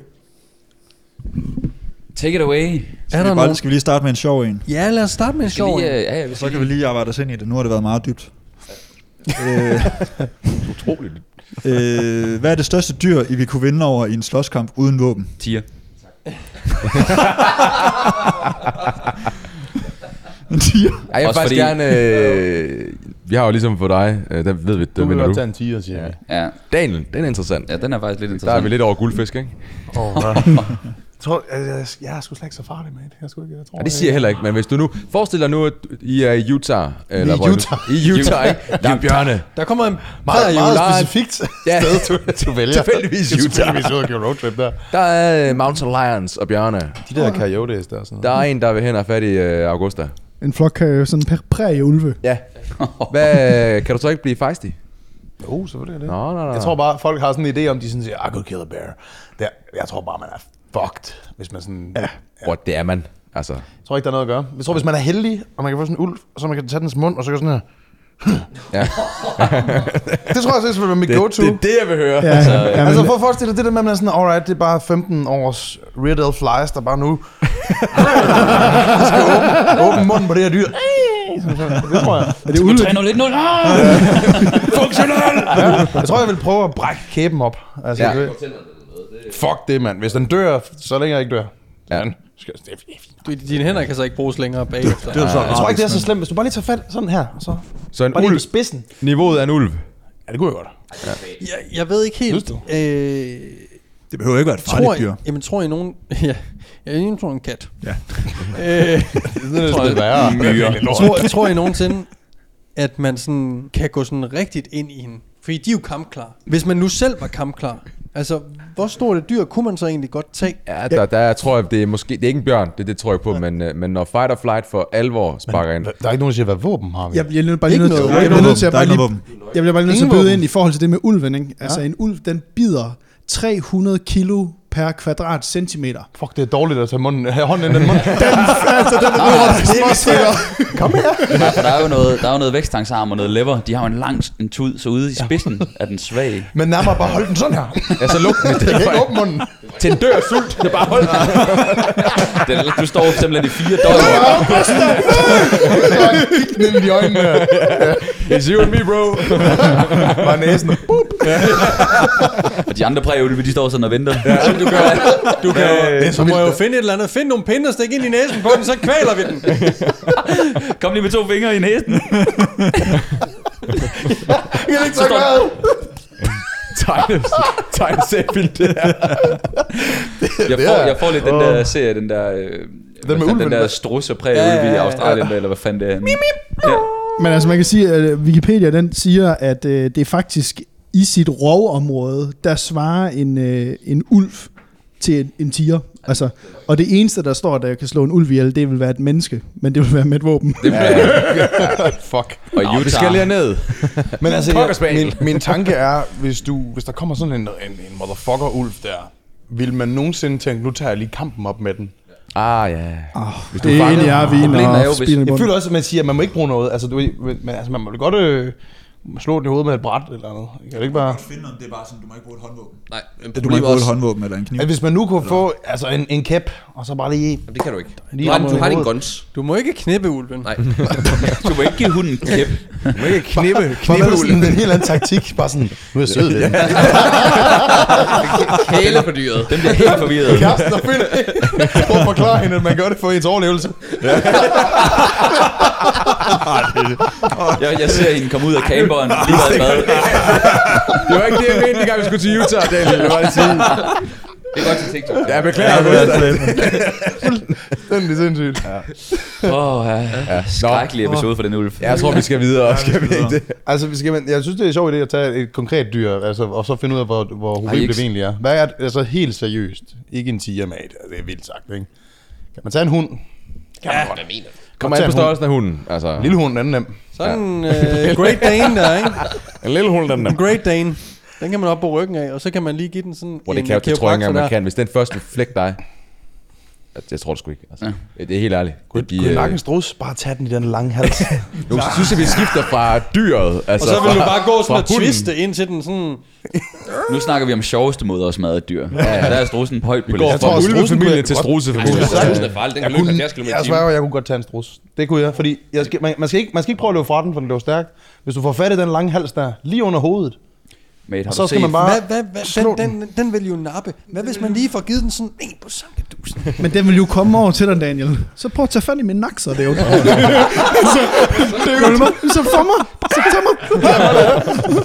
S4: Take it away.
S1: er
S6: Skal
S1: der
S6: vi,
S1: nogen?
S6: bare, skal vi lige starte med en sjov en?
S1: Ja, lad os starte med en
S4: Skal
S1: sjov.
S4: lige,
S1: en.
S4: øh, ja, ja, vi
S6: Så
S4: skal
S6: kan vi lige arbejde os ind i det. Nu har det været meget dybt. øh,
S3: Utroligt.
S6: øh, hvad er det største dyr, I vil kunne vinde over i en slåskamp uden våben?
S4: tier.
S6: En tiger.
S3: Ej, jeg vil
S4: Også
S3: faktisk
S4: fordi-
S3: gerne... Øh, vi har jo ligesom for dig, øh, der ved vi,
S2: Du
S3: det
S2: vil
S3: mener
S2: godt
S3: du.
S2: tage en tiger, siger vi.
S4: Ja.
S3: Daniel, den er interessant.
S4: ja, den er faktisk lidt
S3: Der er
S4: interessant.
S3: vi lidt over guldfisk, ikke?
S2: Oh, ja. Jeg tror, jeg, jeg, jeg er sgu slet ikke så farlig med det. Jeg, sgu ikke, jeg tror,
S3: Ja, det siger jeg heller ikke, men hvis du nu forestiller nu, at I er i Utah. Eller
S2: i
S3: hvor
S2: Utah.
S3: Du, I Utah, ikke? Der er bjørne.
S1: Der kommer en
S2: meget, meget
S3: der er-
S2: specifikt
S3: Ja,
S2: sted, du, du vælger.
S3: Tilfældigvis
S2: Du
S3: Utah.
S2: tilfældigvis ud og køre roadtrip der.
S3: Der er øh, mountain lions og bjørne.
S2: De der coyotes der. Sådan
S3: Der er en, der vil hen og fat i øh, Augusta.
S5: En flok øh, sådan præ- præ-ulve.
S3: Ja. Hvad, kan du så ikke blive feisty?
S2: Jo, selvfølgelig er det.
S3: Nå, nå, nå.
S2: Jeg tror bare, folk har sådan en idé om, de sådan siger, I could kill a bear. Det er, jeg tror bare, man er fucked, hvis man sådan... Ja.
S3: Hvor det er man. Altså.
S2: Jeg tror ikke, der er noget at gøre. Jeg tror, hvis man er heldig, og man kan få sådan en ulv, så man kan tage dens mund, og så gøre sådan her.
S3: Ja.
S2: Det tror jeg så vil være mit
S3: Det,
S2: go-to.
S3: det er det, jeg vil høre.
S5: Ja,
S4: Altså,
S5: ja, men,
S2: Altså for at forestille dig det der med, at man er sådan, alright, det er bare femten års Reardale Flies, der bare nu skal åbne, åbne munden på det her dyr. Det tror jeg.
S5: er det ulve?
S4: tre nul et nul.
S3: Funktionel!
S2: Ja. Jeg tror, jeg vil prøve at brække kæben op. Altså,
S3: Ja.
S2: det, fuck det, mand. Hvis den dør, så længe jeg ikke dør.
S3: Ja.
S2: Den skal, det er fint.
S1: Du, dine hænder kan så ikke bruges længere bagefter.
S6: Det er så
S2: Jeg tror ikke, det er så slemt. Hvis du bare lige tager fat sådan her, og så
S3: Så en
S2: bare lige
S3: ulv.
S2: på spidsen.
S3: Niveauet af en ulv.
S2: Ja, det kunne jeg godt.
S1: Jeg, jeg ved ikke helt.
S2: Synes du?
S1: Øh,
S6: Det behøver ikke være et
S1: tror
S6: farligt dyr.
S1: I, jamen tror I nogen... Ja, jeg tror en kat.
S6: Ja.
S1: øh,
S2: Det er det værre. Myre.
S1: tror, tror I nogensinde, at man sådan kan gå sådan rigtigt ind i hende? Fordi de er jo kampklar. Hvis man nu selv var kampklar, altså hvor stort et dyr kunne man så egentlig godt tage?
S3: Ja, der, der jeg tror jeg, det er måske... Det er ikke en bjørn, det, det tror jeg på, men, øh, men når fight or flight for alvor sparker ind...
S2: Der er ikke nogen, der siger, hvad våben har vi?
S5: Jeg bliver bare lige
S1: Ikke
S5: nødt til,
S1: noget.
S5: jeg bliver nødt til at
S6: Der er
S5: bare
S6: ikke
S5: lige,
S6: noget våben.
S5: jeg bliver bare lige nødt til at
S2: Ingen
S5: byde
S2: våben.
S5: ind i forhold til det med ulven, ikke? Altså en ulv, den bider tre hundrede kilo per kvadratcentimeter.
S2: Fuck, det er dårligt at tage munden, have hånden ind i den mund.
S5: Altså, den er
S2: Kom her.
S4: Ja, for der er jo noget, der er jo noget vækstangsarm og noget lever. De har jo en lang en tud, så ude i spidsen er den svag.
S2: Men nærmere bare hold den sådan her.
S3: Ja, så luk den.
S2: Jeg kan ikke åbne munden.
S3: Til en dør af sult. Det er bare hold den.
S4: Den, du står simpelthen i fire døgn.
S2: Kig ned i øjnene her.
S3: It's you and me, bro.
S2: Bare næsen.
S4: Og de andre præulve, de står sådan og venter.
S7: Ja, du kan, du kan
S2: Det er så
S7: du må jo
S2: vildt.
S7: finde et eller andet. Find nogle pinde og stikke ind i næsen på den, så kvæler vi den.
S4: Kom lige med to fingre i næsen.
S2: Jeg kan ikke så godt.
S3: Tegne, tegne selvfilm, det her.
S4: Jeg får, jeg får lidt den der serie, den der... Øh,
S2: med
S4: den,
S2: ulven.
S4: den der strusse præ
S7: Ja, ja, ja,
S4: ulve i
S7: ja.
S4: Australien, eller hvad fanden det er. Ja.
S5: Men altså man kan sige, at Wikipedia den siger, at øh, det er faktisk i sit rovområde, der svarer en, øh, en ulv til en, en tiger. Altså, og det eneste, der står, der kan slå en ulv ihjel, det vil være et menneske, men det vil være med et våben.
S3: Det
S2: Fuck.
S4: Og i
S3: Nå, det skal
S4: Utah,
S3: lige ned.
S2: Men altså,
S3: Pokker
S2: jeg,
S3: spaniel.
S2: min, min tanke er, hvis, du, hvis der kommer sådan en, en, en motherfucker-ulv der, vil man nogensinde tænke, nu tager jeg lige kampen op med den?
S3: Ah, ja.
S5: Oh,
S3: Hvis du
S5: det er
S3: fanger-
S5: egentlig er vin
S4: Problemet er jo,
S5: og
S4: hvis-
S5: spil i
S2: Jeg
S5: bunden.
S2: føler også, at man siger, at man må ikke bruge noget. Altså, du, ved, men, altså man må godt øh, slå den i hovedet med et bræt eller noget. Kan det ikke bare...
S6: finde om det er bare sådan, du må ikke bruge et håndvåben.
S7: Nej, men
S6: Du må ikke
S7: problemet
S6: bruge et
S7: også...
S6: håndvåben eller en kniv.
S2: At hvis man nu kunne få altså, en, en kæp, og så bare lige...
S7: Jamen, det kan du ikke.
S2: Lige
S7: Du har,
S2: ramme
S7: du har
S2: i
S7: din
S2: hovedet.
S7: guns.
S1: Du må ikke knippe ulven.
S7: Nej.
S4: du må ikke give hunden kæp.
S2: Du må ikke knippe, knippe sådan en helt anden taktik. Bare sådan, nu er jeg sød ved den.
S7: Kæle på dyret.
S4: Den bliver helt forvirret.
S2: Kæresten og finder... Prøv at forklare hende, at man gør det for ens overlevelse.
S4: Jeg, jeg ser hende komme ud af camperen, lige været i bad.
S3: Det var ikke det, jeg mente, dengang vi skulle til Utah, Daniel. Det var det sige.
S7: Det er godt til TikTok.
S3: Ja, beklager.
S2: Den er sindssygt.
S4: Åh, oh, ja. ja. Skrækkelig episode for den ulv.
S3: Jeg tror, vi skal videre. Skal vi ikke det?
S2: Altså, vi skal, jeg synes, det er en sjov idé at tage et konkret dyr, altså, og så finde ud af, hvor, hvor horribelt
S4: ikke-
S2: det egentlig er. Hvad er det, altså helt seriøst? Ikke en tiger, mate. Altså, det er vildt sagt, ikke? Kan man tage en hund? Kan man godt.
S7: Hvad mener du?
S3: Kommer
S2: tage
S3: an på
S2: en hund.
S3: størrelsen af hunden. Altså,
S2: En lille hund, den er nem.
S1: Sådan en øh, Great Dane der, ikke?
S2: En lille hund, den er
S1: En
S2: nem.
S1: Great Dane. Den kan man op på ryggen af, og så kan man lige give den sådan
S3: hvor det
S1: en
S3: kan, det tror jeg ikke
S1: kiropraktor
S3: engang, man
S1: der.
S3: kan. Hvis den først vil flække dig. Jeg tror det sgu ikke. Altså. Ja. Det er helt ærligt.
S2: Kunne
S3: De,
S2: du
S3: øh,
S2: nakke en strus? Bare tage den i den lange hals.
S3: nu synes jeg, vi skifter fra dyret. Altså
S1: Og så vil du
S3: fra-
S1: bare gå sådan
S3: fra
S1: og
S3: hunden.
S1: twiste ind til den sådan...
S4: Nu snakker vi om sjoveste måder at smadre et dyr. Ja, ja. Der er strussen på højt på
S3: Vi går
S4: listen.
S3: fra
S2: tror, strudsen
S3: ulvefamilien
S2: kunne-
S3: til strussefamilien.
S7: Jeg synes, det er farligt. Den
S2: Jeg
S7: kan løbe
S2: kunne,
S7: halvfjerds kilometer
S2: jeg
S7: i timen.
S2: sværger, jeg kunne godt tage en strus. Det kunne jeg, fordi jeg skal, man, man, skal ikke, man skal ikke prøve at løbe fra den, for den løber stærkt. Hvis du får fat i den lange hals der, lige under hovedet,
S4: Mate, har
S2: og så
S4: du
S2: skal
S4: set?
S2: man bare...
S1: Hvad, hvad, hvad,
S2: slå
S1: den, den, den vil jo nappe. Hvad hvis man lige får givet den sådan en på sankedusen?
S5: Men den vil jo komme over til dig, Daniel. Så prøv at tage fat i min nakser, det er jo så, det er jo så for mig. Så tag mig.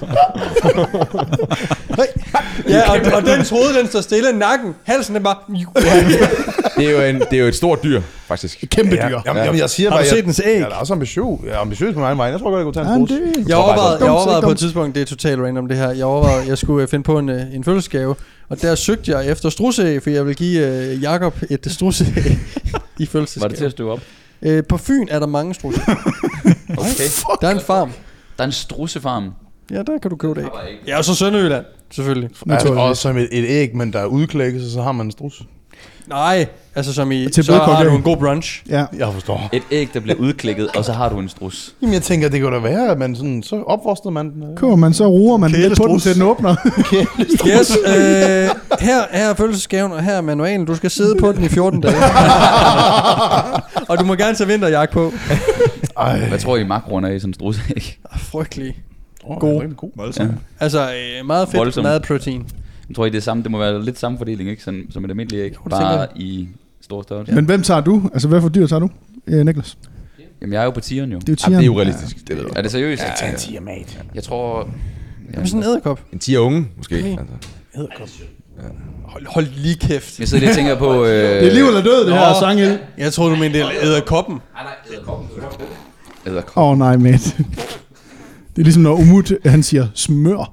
S1: Ja, og, og dens hoved, den står stille, nakken, halsen er bare...
S3: Det er jo, en, det er jo et stort dyr, faktisk.
S5: Kæmpe dyr.
S2: Ja, jamen, jamen, jeg siger
S1: Har
S2: bare,
S1: du set
S2: jeg,
S1: dens æg?
S2: Jeg er også ambitiøs. Jeg er ambitiøs på min egen vej. Jeg tror godt, jeg kunne tage
S5: Ja,
S2: en
S5: men
S2: strus.
S5: det,
S1: Jeg
S3: tror
S1: overvejede,
S3: faktisk,
S1: jeg
S5: dumt,
S1: overvejede
S5: så
S1: på et
S5: dumt.
S1: tidspunkt, det er totalt random det her, jeg overvejede, jeg skulle øh, finde på en, øh, en fødselsgave, og der søgte jeg efter strusseæg, for jeg vil give øh, Jakob et strusseæg i fødselsgave.
S4: Var det til at støve op?
S1: Øh, på Fyn er der mange strusser.
S4: Okay.
S1: Der er en farm.
S4: Der er en strussefarm.
S1: Ja, der kan du købe det æg. Ja, og så Sønderjylland, selvfølgelig.
S2: Altså, og som et, et æg, men der er udklækket, så, så har man en strus.
S1: Nej, altså som i,
S5: Til
S1: så har
S5: blødkogte
S1: du
S5: æg.
S1: en god brunch.
S5: ja.
S2: Jeg forstår.
S4: Et æg, der bliver udklikket, og så har du en strus.
S2: Jamen, jeg tænker, det kunne da være, at man sådan, så opfostrede man den. øh.
S5: Køber man, så ruer man lidt på den,
S2: Kælestrus.
S5: til den åbner.
S1: Yes, øh, her, her er fødselsgaven, og her er manualen. Du skal sidde på den i fjorten dage. Og du må gerne tage vinterjakke på.
S2: Ej,
S4: Hvad tror I makroerne er i sådan en strusseæg?
S1: Ah, frygtelig.
S2: oh,
S1: god.
S2: rigtig god.
S6: Voldsomt.
S1: Altså, øh, meget fedt,
S4: Voldsomt.
S1: meget protein.
S4: Jeg tror I det er samme, det må være lidt samme fordeling, ikke? Sådan, som et almindeligt æg,
S1: tænker
S4: bare
S1: jeg.
S4: i stor størrelse.
S5: Men hvem tager du? Altså, hvad for dyr tager du, øh, Niklas?
S4: Jamen jeg er jo på tigeren jo.
S5: Det er jo
S3: Jamen, det er
S5: tigeren.
S3: urealistisk, det ved jeg.
S4: Er det seriøst?
S2: Tag en tiger, mate.
S4: Jeg tror...
S1: Jamen sådan en æderkop.
S3: En tiger unge, måske.
S1: Okay.
S3: Altså.
S1: Hold, hold lige kæft.
S4: Jeg sidder lige og tænker på... Øh,
S5: Det er liv eller død, det her
S1: Nå.
S5: sang.
S1: Jeg troede, du mente æderkoppen.
S4: æderkop.
S5: Åh oh, nej, mate. Det er ligesom når Umut, han siger smør.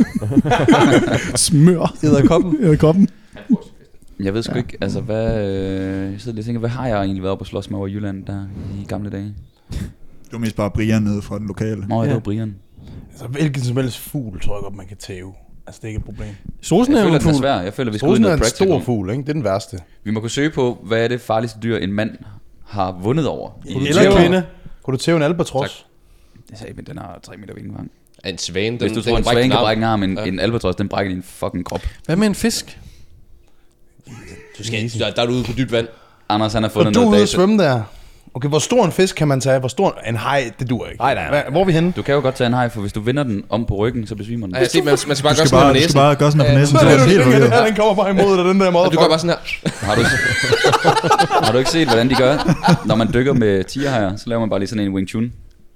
S5: smør.
S1: Æderkoppen.
S5: Æderkoppen.
S4: Jeg ved sgu ikke, altså hvad... Øh, jeg sidder lige og tænker, hvad har jeg egentlig været oppe og slås med over i Jylland der i gamle dage?
S6: Det var mest bare Brian nede fra den lokale.
S4: Nå, ja.
S1: Ja.
S4: det var Brian.
S2: Altså, hvilken som helst fugl, tror jeg godt, man kan tæve. Altså, det er ikke et problem.
S1: Sosen
S4: Jeg
S1: er jo
S4: føler,
S1: en
S4: den er
S1: fugl.
S4: svær. Jeg føler, vi skal ud i
S2: Sosen er
S4: noget
S2: en
S4: practical.
S2: stor fugl, ikke? Det er den værste.
S4: Vi må kunne søge på, hvad er det farligste dyr, en mand har vundet over. I
S1: Eller en kvinde.
S2: Kunne du tæve en albatros?
S4: Det sagde, men den har tre meter vingevang.
S7: Er en svane, den,
S4: Hvis du
S7: den
S4: tror, en
S7: kan brække
S4: svane kan
S7: arm.
S4: brække en arm, en,
S7: Ja.
S4: en albatros, den brækker din fucking krop.
S1: Hvad med en fisk?
S7: Du skal, der, der er du ude på dybt vand.
S4: Anders, han har
S2: Og
S4: fundet
S2: du er
S4: noget
S2: ude at
S4: data.
S2: svømme der. Okay, hvor stor en fisk kan man tage? Hvor stor en haj? Det duer ikke.
S7: Nej, nej, nej.
S2: Hvad- Hvor er vi henne?
S4: Du kan jo godt tage en haj, for hvis du vender den om på ryggen, så besvimer den.
S7: Ja, jeg set, man, man skal bare
S6: Du
S7: gøre
S6: skal
S7: sådan
S6: bare,
S7: med
S6: du skal
S7: næsen.
S6: bare gøre sådan her på næsen, så
S2: Den
S6: er det helt
S2: her,
S6: forvirret.
S2: den kommer bare imod dig, den der
S7: Og
S2: måde.
S7: du gør bare sådan her.
S4: Har du, har du ikke set, hvordan de gør, når man dykker med tigerhajer? Så laver man bare lige sådan en Wing Chun.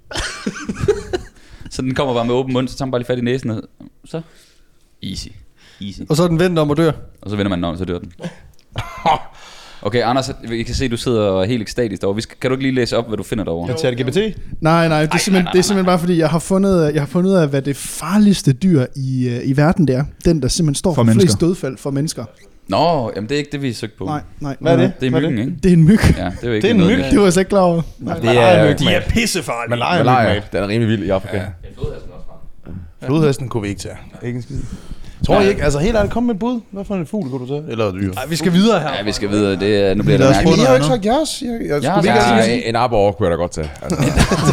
S4: Så den kommer bare med åben mund, så tager man bare lige fat i næsen, og så easy, easy.
S1: Og så er den vendt om og dør.
S4: Og så vender man den om, så dør den. Okay, Anders, vi kan se, at du sidder helt ekstatisk derovre. Vi skal, kan du ikke lige læse op, hvad du finder derovre?
S2: Med ChatGPT?
S5: Nej, nej, det er, simpelthen, det er simpelthen bare fordi, jeg har fundet, jeg har fundet ud af, hvad det farligste dyr i, øh, i verden det er. Den, der simpelthen står
S6: For
S5: for, for flest
S6: mennesker.
S5: dødfald for mennesker.
S4: Nå, jamen det er ikke det, vi søgte på.
S5: Nej, nej.
S2: Hvad er
S5: nej.
S2: det?
S4: Det er
S2: Hvad er
S4: myggen, ikke?
S5: Det er en myg.
S4: Ja, det er jo ikke
S2: Det er en
S4: noget.
S2: myg?
S5: Det var jeg slet ikke klar over. Nej.
S3: Det er,
S2: De er
S1: pissefarlige.
S2: Malaria,
S3: malaria.
S2: mate.
S3: Den er rimelig vild i Afrika.
S2: Ja. Flodhesten kunne vi ikke tage. Ikke en skid. Tror I ikke? Altså helt ærligt, kom med et bud. Hvad for en fugl kunne du tage? Eller et dyr?
S1: Ej, vi skal videre her.
S4: Ja, vi skal videre. Det er, nu bliver
S6: Lad
S4: det
S6: os
S2: Jamen,
S4: mærkeligt.
S2: I har jo ikke sagt jeres. Jeg, jeg, jeg
S4: Jeg har
S2: skulle ikke
S4: sagt
S2: have
S3: Ja,
S2: sagt
S3: en arbor kunne jeg da godt tage. Altså.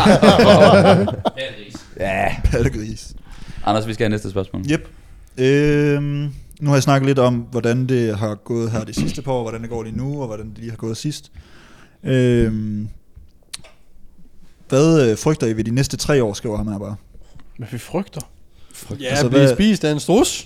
S3: Ja.
S6: Pattegris.
S4: Anders, vi skal have næste spørgsmål.
S6: Yep. Øhm, nu har jeg snakket lidt om, hvordan det har gået her de sidste par år, hvordan det går lige nu, og hvordan det lige har gået sidst. Øhm, hvad øh, frygter I ved de næste tre år, skriver han her bare.
S2: Hvad vi frygter?
S1: Ja,
S6: Altså,
S1: altså, blive
S6: hvad-
S1: spist af en strus.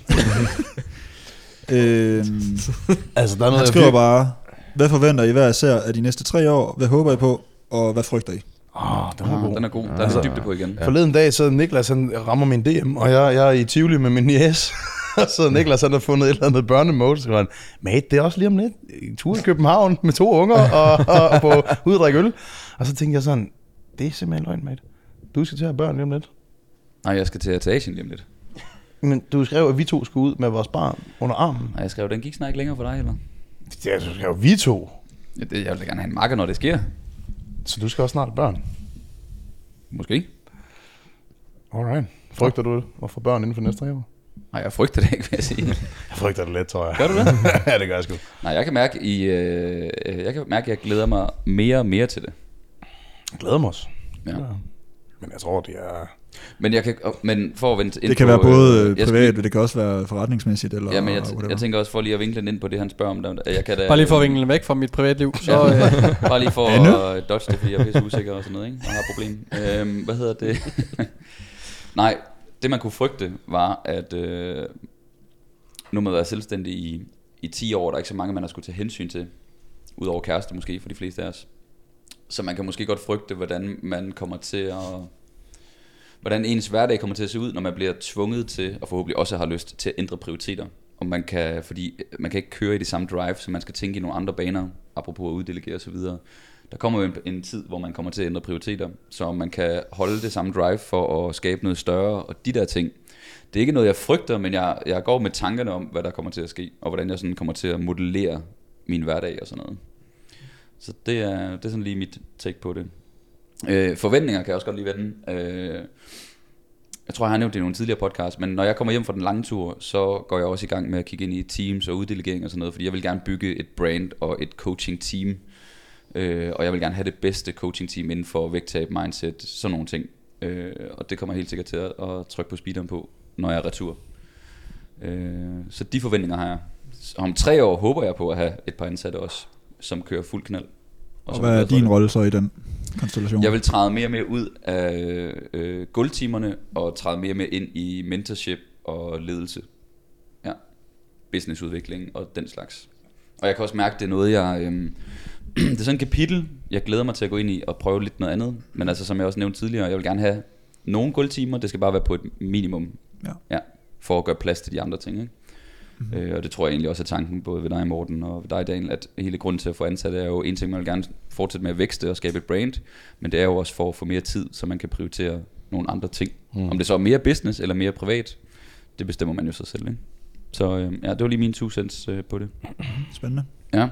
S6: Øhm,
S2: Altså, der er noget,
S6: han skriver bare, hvad forventer I hver især af de næste tre år? Hvad håber I på? Og hvad frygter I?
S2: Åh, den var
S4: Ah,
S2: god.
S4: den er god. Der er lidt dybde på igen.
S2: Ja. Forleden dag, så Niklas han rammer min D M, og jeg, jeg er i Tivoli med min niece. Så Niklas han har fundet et eller andet børnemode, så han, mate, det er også lige om lidt. En tur i København med to unger og, og, og på ud og drikke øl. Og så tænkte jeg sådan, det er simpelthen løgn, mate. Du skal til at have børn lige om lidt.
S4: Nej, jeg skal til at tage Asien lige om lidt.
S2: Men du skrev, at vi to skulle ud med vores barn under armen.
S4: Nej, jeg skrev, den gik snart ikke længere for dig, eller?
S2: Det er, du skrev, vi to.
S4: Ja, det, jeg vil da gerne have en makker, når det sker.
S2: Så du skal også snart have børn.
S4: Måske.
S2: Alright. Frygter du at få børn inden for næste tre år?
S4: Nej, jeg frygter det ikke, vil jeg sige.
S2: Jeg frygter det lidt, tror jeg.
S4: Gør du det?
S2: Ja, det gør jeg sgu.
S4: Nej, jeg kan mærke, i, øh, jeg kan mærke, at jeg glæder mig mere og mere til det.
S2: Jeg glæder mig også.
S4: Ja.
S2: Men jeg tror, det er...
S4: Men jeg kan, men for at vente ind
S6: Det kan
S4: på,
S6: være både
S4: øh,
S6: øh,
S4: jeg
S6: privat,
S4: skal-
S6: det kan også være forretningsmæssigt. Eller
S4: Ja, men jeg,
S6: whatever.
S4: jeg tænker også for lige at vinkle den ind på det, han spørger om. Der, jeg kan da,
S1: Bare lige for at vingle væk fra mit privatliv. Så,
S4: Ja.
S1: øh,
S4: Bare lige for
S6: Anne?
S4: at dodge det, fordi jeg er pisse usikker og sådan noget, ikke? Og har et problem. Øhm, hvad hedder det? Nej, det man kunne frygte var, at øh, nu må man være selvstændig i, i ti år, der er ikke så mange, man har skulle tage hensyn til, udover kæreste måske for de fleste af os. Så man kan måske godt frygte, hvordan man kommer til at... Hvordan ens hverdag kommer til at se ud, når man bliver tvunget til, og forhåbentlig også har lyst til at ændre prioriteter. Og man kan, fordi man kan ikke køre i de samme drive, så man skal tænke i nogle andre baner, apropos at uddelegere osv. Der kommer jo en, en tid, hvor man kommer til at ændre prioriteter, så man kan holde det samme drive for at skabe noget større, og de der ting. Det er ikke noget, jeg frygter, men jeg, jeg går med tankerne om, hvad der kommer til at ske, og hvordan jeg sådan kommer til at modellere min hverdag og sådan noget. Så det er, det er sådan lige mit take på det. Øh, forventninger kan jeg også godt lige vende. Øh, jeg tror, jeg har nævnt det i nogle tidligere podcasts, men når jeg kommer hjem fra den lange tur, så går jeg også i gang med at kigge ind i teams og uddelegering og sådan noget, fordi jeg vil gerne bygge et brand og et coaching team, øh, og jeg vil gerne have det bedste coaching team inden for vægttab, mindset, sådan nogle ting. Øh, og det kommer jeg helt sikkert til at, at trykke på speederen på, når jeg er retur. Øh, så de forventninger har jeg. Om tre år håber jeg på at have et par ansatte også, som kører fuld knald.
S6: Og
S4: som
S6: hvad er
S4: glad for
S6: din
S4: det.
S6: rolle så i den konstellation?
S4: Jeg vil træde mere og mere ud af øh, gulvtimerne og træde mere og mere ind i mentorship og ledelse. Ja, businessudvikling og den slags. Og jeg kan også mærke, det er noget, jeg... Øh, det er sådan et kapitel, jeg glæder mig til at gå ind i og prøve lidt noget andet. Men altså, som jeg også nævnte tidligere, jeg vil gerne have nogle gulvtimer. Det skal bare være på et minimum.
S6: Ja.
S4: Ja, for at gøre plads til de andre ting, ikke? Mm-hmm. Øh, og det tror jeg egentlig også er tanken, både ved dig, Morten, og ved dig, Daniel, at hele grunden til at få ansatte er jo en ting, man vil gerne fortsætte med at vækste og skabe et brand, men det er jo også for at få mere tid, så man kan prioritere nogle andre ting. Mm. Om det så er mere business eller mere privat, det bestemmer man jo sig selv, ikke? Så øh, ja, det var lige min two cents øh, på det.
S6: Spændende.
S4: Ja.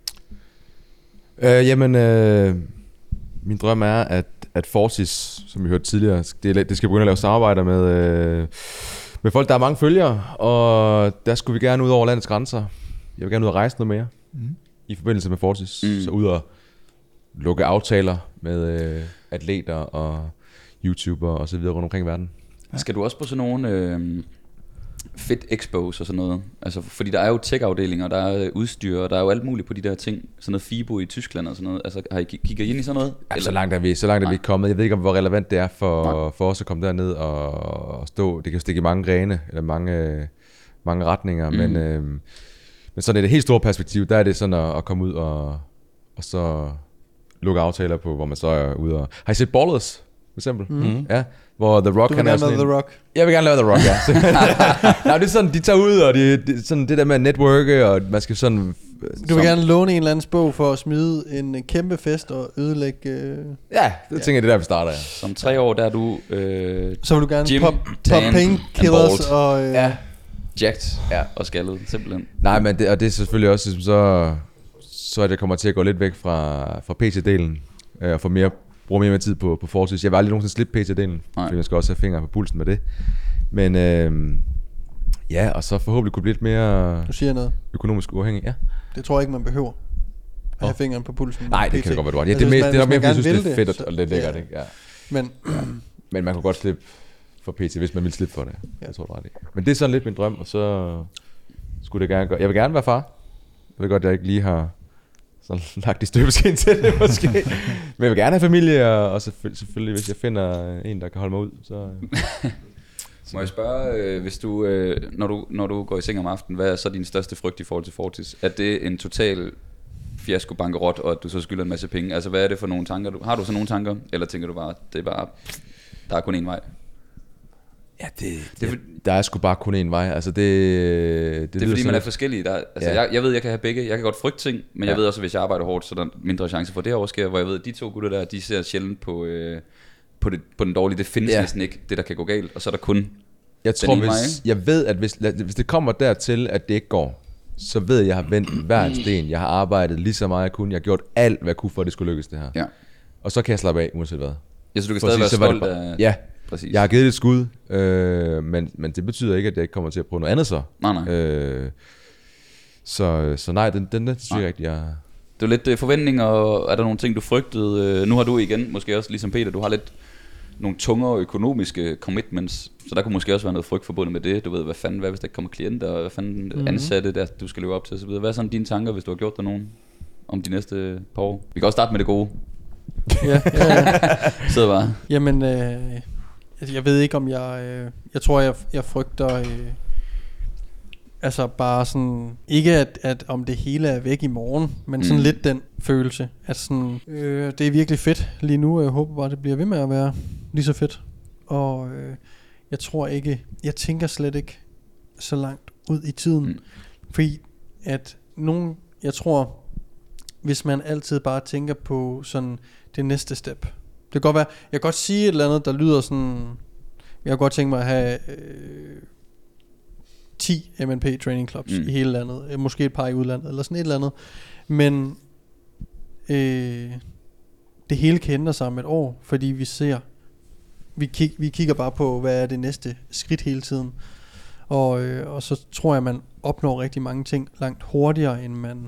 S3: Øh, jamen, øh, min drøm er, at, at Fortis, som vi hørte tidligere, det, det skal begynde at lave samarbejder med, øh, med folk, der har mange følgere, og der skulle vi gerne ud over landets grænser. Jeg vil gerne ud og rejse noget mere mm. i forbindelse med Fortis. Mm. Så ud og lukke aftaler med øh, atleter og YouTuber og så videre rundt omkring i verden.
S4: Ja. Skal du også på sådan nogle øh, fit expos og sådan noget? Altså, fordi der er jo tech-afdelinger, der er udstyr, og der er jo alt muligt på de der ting. Sådan noget FIBO i Tyskland og sådan noget. Altså, har I kigget ind i sådan noget?
S3: Ja, så langt er vi, så langt er vi kommet. Jeg ved ikke, hvor relevant det er for, for os at komme derned og, og stå. Det kan stikke i mange grene, eller mange, mange retninger, mm. men, øh, men sådan i det helt store perspektiv, der er det sådan at, at komme ud og, og så lukke aftaler på, hvor man så er ude og... Har I set Ballers, for eksempel? Mm. Ja, hvor The Rock...
S1: Du vil gerne lave The Rock?
S3: Jeg vil gerne lave The Rock, ja. Nej, det er sådan, de tager ud, og det, det, sådan det der med at networke, og man skal sådan...
S1: Du vil
S3: som,
S1: gerne låne en eller anden bog for at smide en kæmpe fest og ødelægge... Øh...
S3: Ja, det tænker jeg, det der, vi starter, ja.
S4: Som tre år, der er du... Øh,
S1: så vil du gerne
S4: gym,
S1: pop, pop painkillers og... Øh...
S4: Ja, jacked ja. Og skaldet, simpelthen.
S3: Nej, men det, og det er selvfølgelig også, så, så er det kommer til at gå lidt væk fra, fra P C-delen, øh, og få mere, bruge mere, mere tid på, på Fortis. Jeg vil aldrig nogensinde slippe P C-delen, fordi jeg skal også have fingre på pulsen med det. Men øh, ja, og så forhåbentlig kunne blive lidt mere
S1: du siger noget.
S3: Økonomisk uafhængig. Ja.
S1: Det tror jeg ikke, man behøver. At have fingeren på pulsen.
S3: Nej, det kan det godt være, du har. Ja, altså, det, mest, man, det er nok mere, fordi jeg synes, det er fedt det, så, og lidt lækkert. Ja. Ikke? Ja.
S1: Men,
S3: ja. Men man kunne godt slippe for P C, hvis man vil slippe for det. Ja. Jeg tror, det er ret. Men det er sådan lidt min drøm, og så skulle det gerne gøre. Jeg vil gerne være far. Jeg ved godt, at jeg ikke lige har sådan lagt i støbeskeen til det, måske. Men jeg vil gerne have familie, og selvfølgelig, selvfølgelig hvis jeg finder en, der kan holde mig ud, så...
S4: Må jeg spørge, øh, hvis du, øh, når du, når du går i seng om aftenen, hvad er så din største frygt i forhold til Fortis? Er det en total fiasko bankerot, og at du så skylder en masse penge? Altså, hvad er det for nogle tanker? Du, har du så nogle tanker, eller tænker du bare, det er bare, der er kun én vej?
S3: Ja, det, det, det der er sgu bare kun én vej. Altså det, det,
S4: det er fordi, man er forskellige. Der, altså ja. jeg, jeg ved, jeg kan have begge. Jeg kan godt frygte ting, men ja. jeg ved også, at hvis jeg arbejder hårdt, så er der mindre chance for, det her sker. Hvor jeg ved, at de to gutter der, de ser sjældent på, øh, på, det, på den dårlige. Det findes ja. næsten ikke, det der kan gå galt. Og så er der kun
S3: jeg tror, hvis, vej, jeg ved, at hvis, hvis det kommer dertil, at det ikke går, så ved jeg, at jeg har vendt hver en sten. Jeg har arbejdet lige så meget, jeg kunne. Jeg har gjort alt, hvad jeg kunne, for at det skulle lykkes, det her. Ja. Og så kan jeg slappe af, uanset hvad.
S4: Ja, så du kan stadig være stolt af...
S3: Ja, præcis. Jeg har givet det et skud, øh, men, men det betyder ikke, at jeg ikke kommer til at prøve noget andet så.
S4: Nej, nej.
S3: Øh, så, så nej, den, den der synes jeg ikke, jeg...
S4: Det er lidt øh, forventninger, og er der nogle ting, du frygtede? Øh, nu har du igen, måske også ligesom Peter, du har lidt nogle tungere økonomiske commitments, så der kunne måske også være noget frygt forbundet med det. Du ved, hvad fanden, hvad hvis der ikke kommer klienter, og hvad fanden mm-hmm. ansatte, der du skal leve op til, og så videre. Hvad er sådan dine tanker, hvis du har gjort dig nogen om de næste par år? Vi kan også starte med det gode.
S1: Ja, ja, ja.
S4: Sidder bare.
S1: Jamen, øh, jeg ved ikke om jeg, øh, jeg tror jeg, jeg frygter, øh, altså bare sådan, ikke at, at om det hele er væk i morgen, men sådan mm. lidt den følelse, at sådan, øh, det er virkelig fedt lige nu, og jeg håber bare, det bliver ved med at være lige så fedt, og øh, jeg tror ikke, jeg tænker slet ikke så langt ud i tiden, mm. fordi at nogen, jeg tror, hvis man altid bare tænker på sådan det næste step. Det kan godt være, jeg kan godt sige et eller andet, der lyder sådan, jeg kan godt tænke mig at have øh, ti M N P training clubs mm. i hele landet, måske et par i udlandet, eller sådan et eller andet. Men øh, det hele kan ændre sig om et år, fordi vi ser, vi, kig, vi kigger bare på, hvad er det næste skridt hele tiden. Og, øh, og så tror jeg, man opnår rigtig mange ting langt hurtigere, end man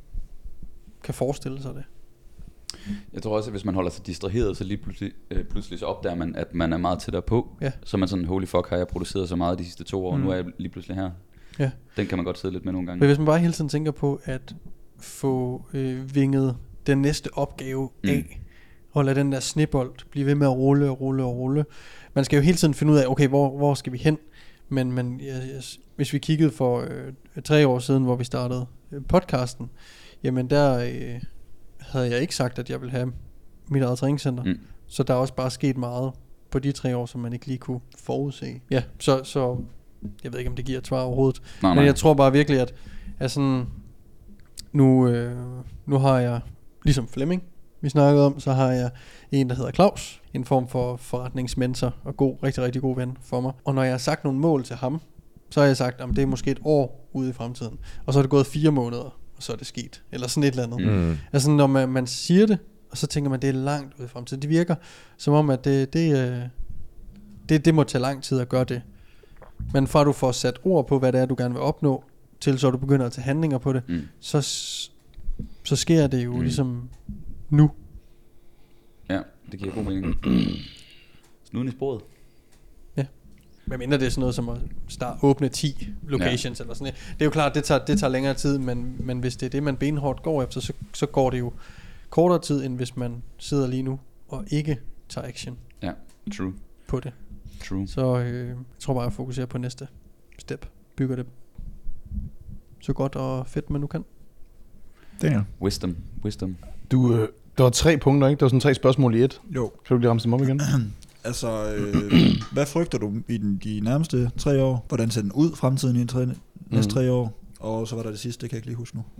S1: kan forestille sig det.
S4: Jeg tror også, at hvis man holder sig distraheret, så lige pludselig, øh, pludselig så opdager man, at man er meget tættere på. Ja. Så er man sådan, holy fuck, har jeg produceret så meget de sidste to år, mm. og nu er jeg lige pludselig her. Ja. Den kan man godt sidde lidt med nogle gange.
S1: Men hvis man bare hele tiden tænker på at få øh, vinget den næste opgave mm. af, og lade den der snebold blive ved med at rulle og rulle og rulle. Man skal jo hele tiden finde ud af, okay, hvor, hvor skal vi hen? Men, men yes, hvis vi kiggede for øh, tre år siden, hvor vi startede øh, podcasten, jamen der øh, havde jeg ikke sagt, at jeg ville have mit eget træningscenter. Mm. Så der er også bare sket meget på de tre år, som man ikke lige kunne forudse. Ja, så, så jeg ved ikke, om det giver et svar overhovedet. Nej, men nej. Jeg tror bare virkelig, at, at sådan, nu, øh, nu har jeg, ligesom Flemming, vi snakkede om, så har jeg en, der hedder Claus, en form for forretningsmentor og god, rigtig, rigtig god ven for mig. Og når jeg har sagt nogle mål til ham, så har jeg sagt, at det er måske et år ude i fremtiden. Og så er det gået fire måneder, og så er det sket. Eller sådan et eller andet. Mm. Altså når man, man siger det, og så tænker man, det er langt ude i fremtiden. Det virker som om, at det, det, det, det må tage lang tid at gøre det. Men fra du får sat ord på, hvad det er, du gerne vil opnå, til så du begynder at tage handlinger på det,
S4: Mm.
S1: så, så sker det jo mm. ligesom nu.
S4: Ja, det giver god mening. Snuden i sporet.
S1: Men mindre det er sådan noget som at starte, åbne ti locations ja. eller sådan noget. Det er jo klart, det tager, det tager længere tid, men, men hvis det er det, man benhårdt går efter, så, så går det jo kortere tid, end hvis man sidder lige nu og ikke tager action
S4: Ja, true.
S1: på det.
S4: True.
S1: Så øh, jeg tror bare, at fokusere på næste step. Bygger det så godt og fedt, man nu kan.
S6: Daniel.
S4: Wisdom. Wisdom.
S2: Du, øh, der var tre punkter, ikke? Der var sådan tre spørgsmål i et.
S6: Jo.
S2: Kan du lige ramse dem op igen?
S6: Altså, øh, hvad frygter du i den, de nærmeste tre år? Hvordan ser den ud fremtiden i de tre, næste tre år? Og så var der det sidste, det kan jeg ikke lige huske nu.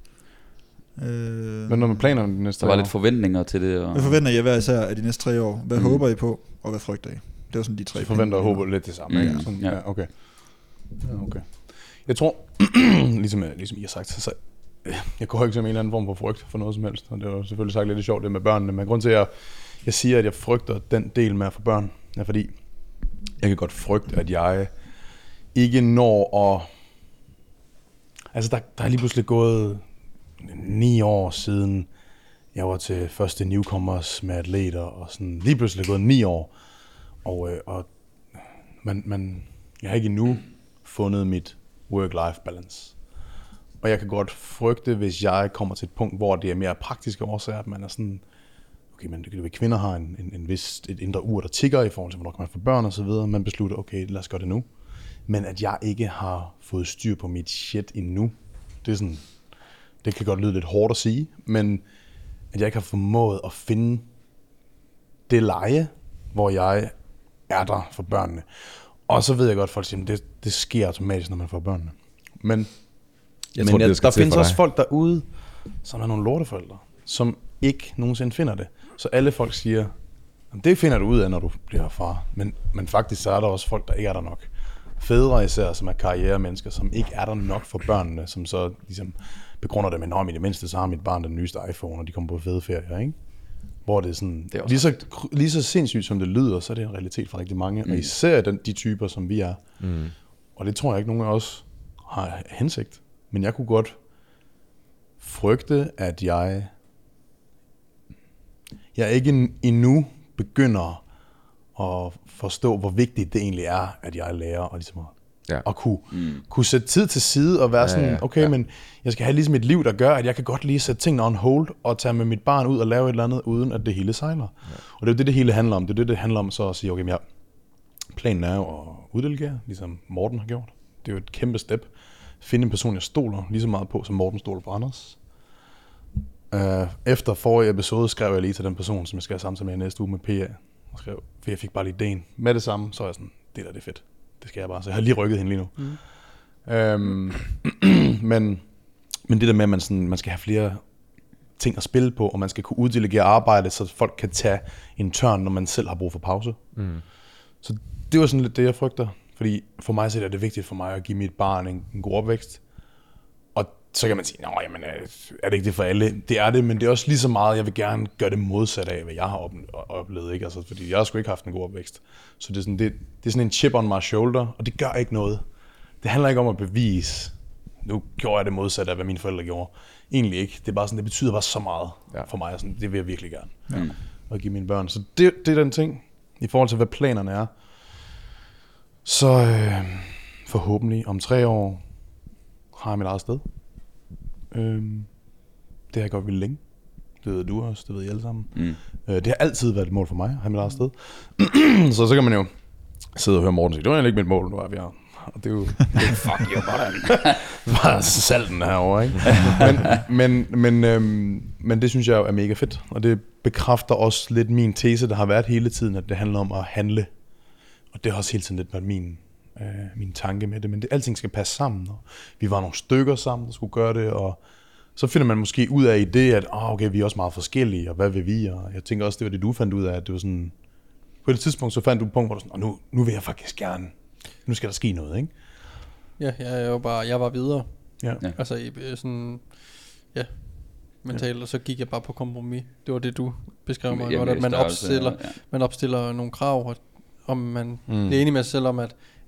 S6: Øh,
S2: Men når man planer de næste
S4: Der var
S2: år?
S4: lidt forventninger til det. Og...
S6: Hvad forventer I hver især af de næste tre år? Hvad mm. håber I på, og hvad frygter I? Det var sådan de tre.
S2: Jeg forventer og håber lidt det samme,
S4: Mm,
S2: ikke? Sådan,
S4: ja.
S2: ja, okay. Ja, okay. Jeg tror, ligesom, jeg, ligesom I har sagt, så jeg går ikke som en eller anden form for frygt for noget som helst. Og det var selvfølgelig sagt lidt sjovt det med børnene, men grund til, at jeg, jeg siger, at jeg frygter den del med at få børn, er fordi, jeg kan godt frygte, at jeg ikke når at... Altså, der, der er lige pludselig gået ni år siden, jeg var til første newcomers med atleter, og sådan lige pludselig gået ni år, og, øh, og man, man, jeg har ikke endnu fundet mit work-life balance. Og jeg kan godt frygte, hvis jeg kommer til et punkt, hvor det er mere praktiske årsager, at man er sådan, okay, men kvinder har en, en, en vis, et indre ur, der tigger i forhold til, hvornår kan man få børn og så videre. Man beslutter, okay, lad os gøre det nu. Men at jeg ikke har fået styr på mit shit endnu, det er sådan, det kan godt lyde lidt hårdt at sige, men at jeg ikke har formået at finde det leje, hvor jeg er der for børnene. Og så ved jeg godt, at folk siger, at det, det sker automatisk, når man får børnene. Men,
S3: Jeg
S2: men
S3: tror, det
S2: jeg,
S3: skal
S2: der
S3: til
S2: findes
S3: for
S2: også
S3: dig.
S2: folk derude, som er nogle lorteforældre, som ikke nogensinde finder det. Så alle folk siger, det finder du ud af, når du bliver far. Men, men faktisk så er der også folk, der ikke er der nok. Fædre især, som er karrieremennesker, som ikke er der nok for børnene, som så ligesom begrunder det med, at i det mindste, så har mit barn den nyeste iPhone, og de kommer på fede ferier, ikke? Hvor det er sådan,
S4: Det er også
S2: lige, så, lige så sindssygt som det lyder, så er det en realitet for rigtig mange, mm. og især den, de typer, som vi er.
S3: Mm.
S2: Og det tror jeg ikke, nogen af os har hensigt. Men jeg kunne godt frygte, at jeg, jeg ikke endnu begynder at forstå, hvor vigtigt det egentlig er, at jeg lærer og ligesom at,
S3: Ja.
S2: at kunne, mm. kunne sætte tid til side og være
S3: Ja,
S2: sådan,
S3: ja,
S2: okay,
S3: ja.
S2: men jeg skal have ligesom et liv, der gør, at jeg kan godt lige sætte tingene on hold og tage med mit barn ud og lave et eller andet, uden at det hele sejler. Ja. Og det er jo det, det hele handler om. Det er det, det handler om så at sige, okay, men ja, planen er jo at uddelegere, ligesom Morten har gjort. Det er jo et kæmpe step. Finde en person, jeg stoler lige så meget på, som Morten stoler på Anders. Uh, efter forrige episode skrev jeg lige til den person, som jeg skal have samtale med i næste uge med P A. Og skrev, for jeg fik bare lige idéen. Med det samme, så er jeg sådan, det der det er fedt. Det skal jeg bare. Så jeg har lige rykket hende lige nu. Mm. Um, men, men det der med, at man, sådan, man skal have flere ting at spille på, og man skal kunne uddelegere arbejde, så folk kan tage en tørn, når man selv har brug for pause. Mm. Så det var sådan lidt det, jeg frygter. Fordi for mig så er det vigtigt for mig at give mit barn en, en god opvækst. Og så kan man sige, nej, jamen, er det ikke det for alle? Det er det, men det er også lige så meget, jeg vil gerne gøre det modsat af, hvad jeg har oplevet. Ikke? Altså, fordi jeg har sgu ikke haft en god opvækst. Så det er, sådan, det, det er sådan en chip on my shoulder, og det gør ikke noget. Det handler ikke om at bevise, nu gjorde jeg det modsat af, hvad mine forældre gjorde. Egentlig ikke. Det er bare sådan, det betyder bare så meget ja. for mig. Sådan, det vil jeg virkelig gerne. Ja. At give mine børn. Så det, det er den ting, i forhold til, hvad planerne er. Så øh, forhåbentlig om tre år har jeg mit eget sted. Øh, det har jeg godt vildt længe. Det ved du også, det ved I alle sammen. Mm. Øh, det har altid været et mål for mig at have mit eget sted. så så kan man jo sidde og høre Morten sige, det var egentlig ikke mit mål, nu er vi her. Og det er jo, det er fuck you, bare, bare salten herovre, ikke? men, men, men, øhm, men det synes jeg er mega fedt, og det bekræfter også lidt min tese, der har været hele tiden, at det handler om at handle. Og det har også hele tiden lidt været min, øh, min tanke med det, men det, alting skal passe sammen. Og vi var nogle stykker sammen, der skulle gøre det, og så finder man måske ud af i det, at oh, okay, vi er også meget forskellige, og hvad vil vi? Og jeg tænker også, det var det, du fandt ud af, at det var sådan, på et tidspunkt, så fandt du et punkt, hvor du sådan, oh, nu, nu vil jeg faktisk gerne, nu skal der ske noget, ikke?
S1: Ja, jeg er jo bare, jeg var videre.
S2: Ja.
S4: Ja.
S1: Altså i, sådan, ja, mentalt, ja. Og så gik jeg bare på kompromis. Det var det, du beskrev mig godt, at man opstiller,
S4: ja.
S1: man opstiller nogle krav, og om man mm. er enig med sig selv om, at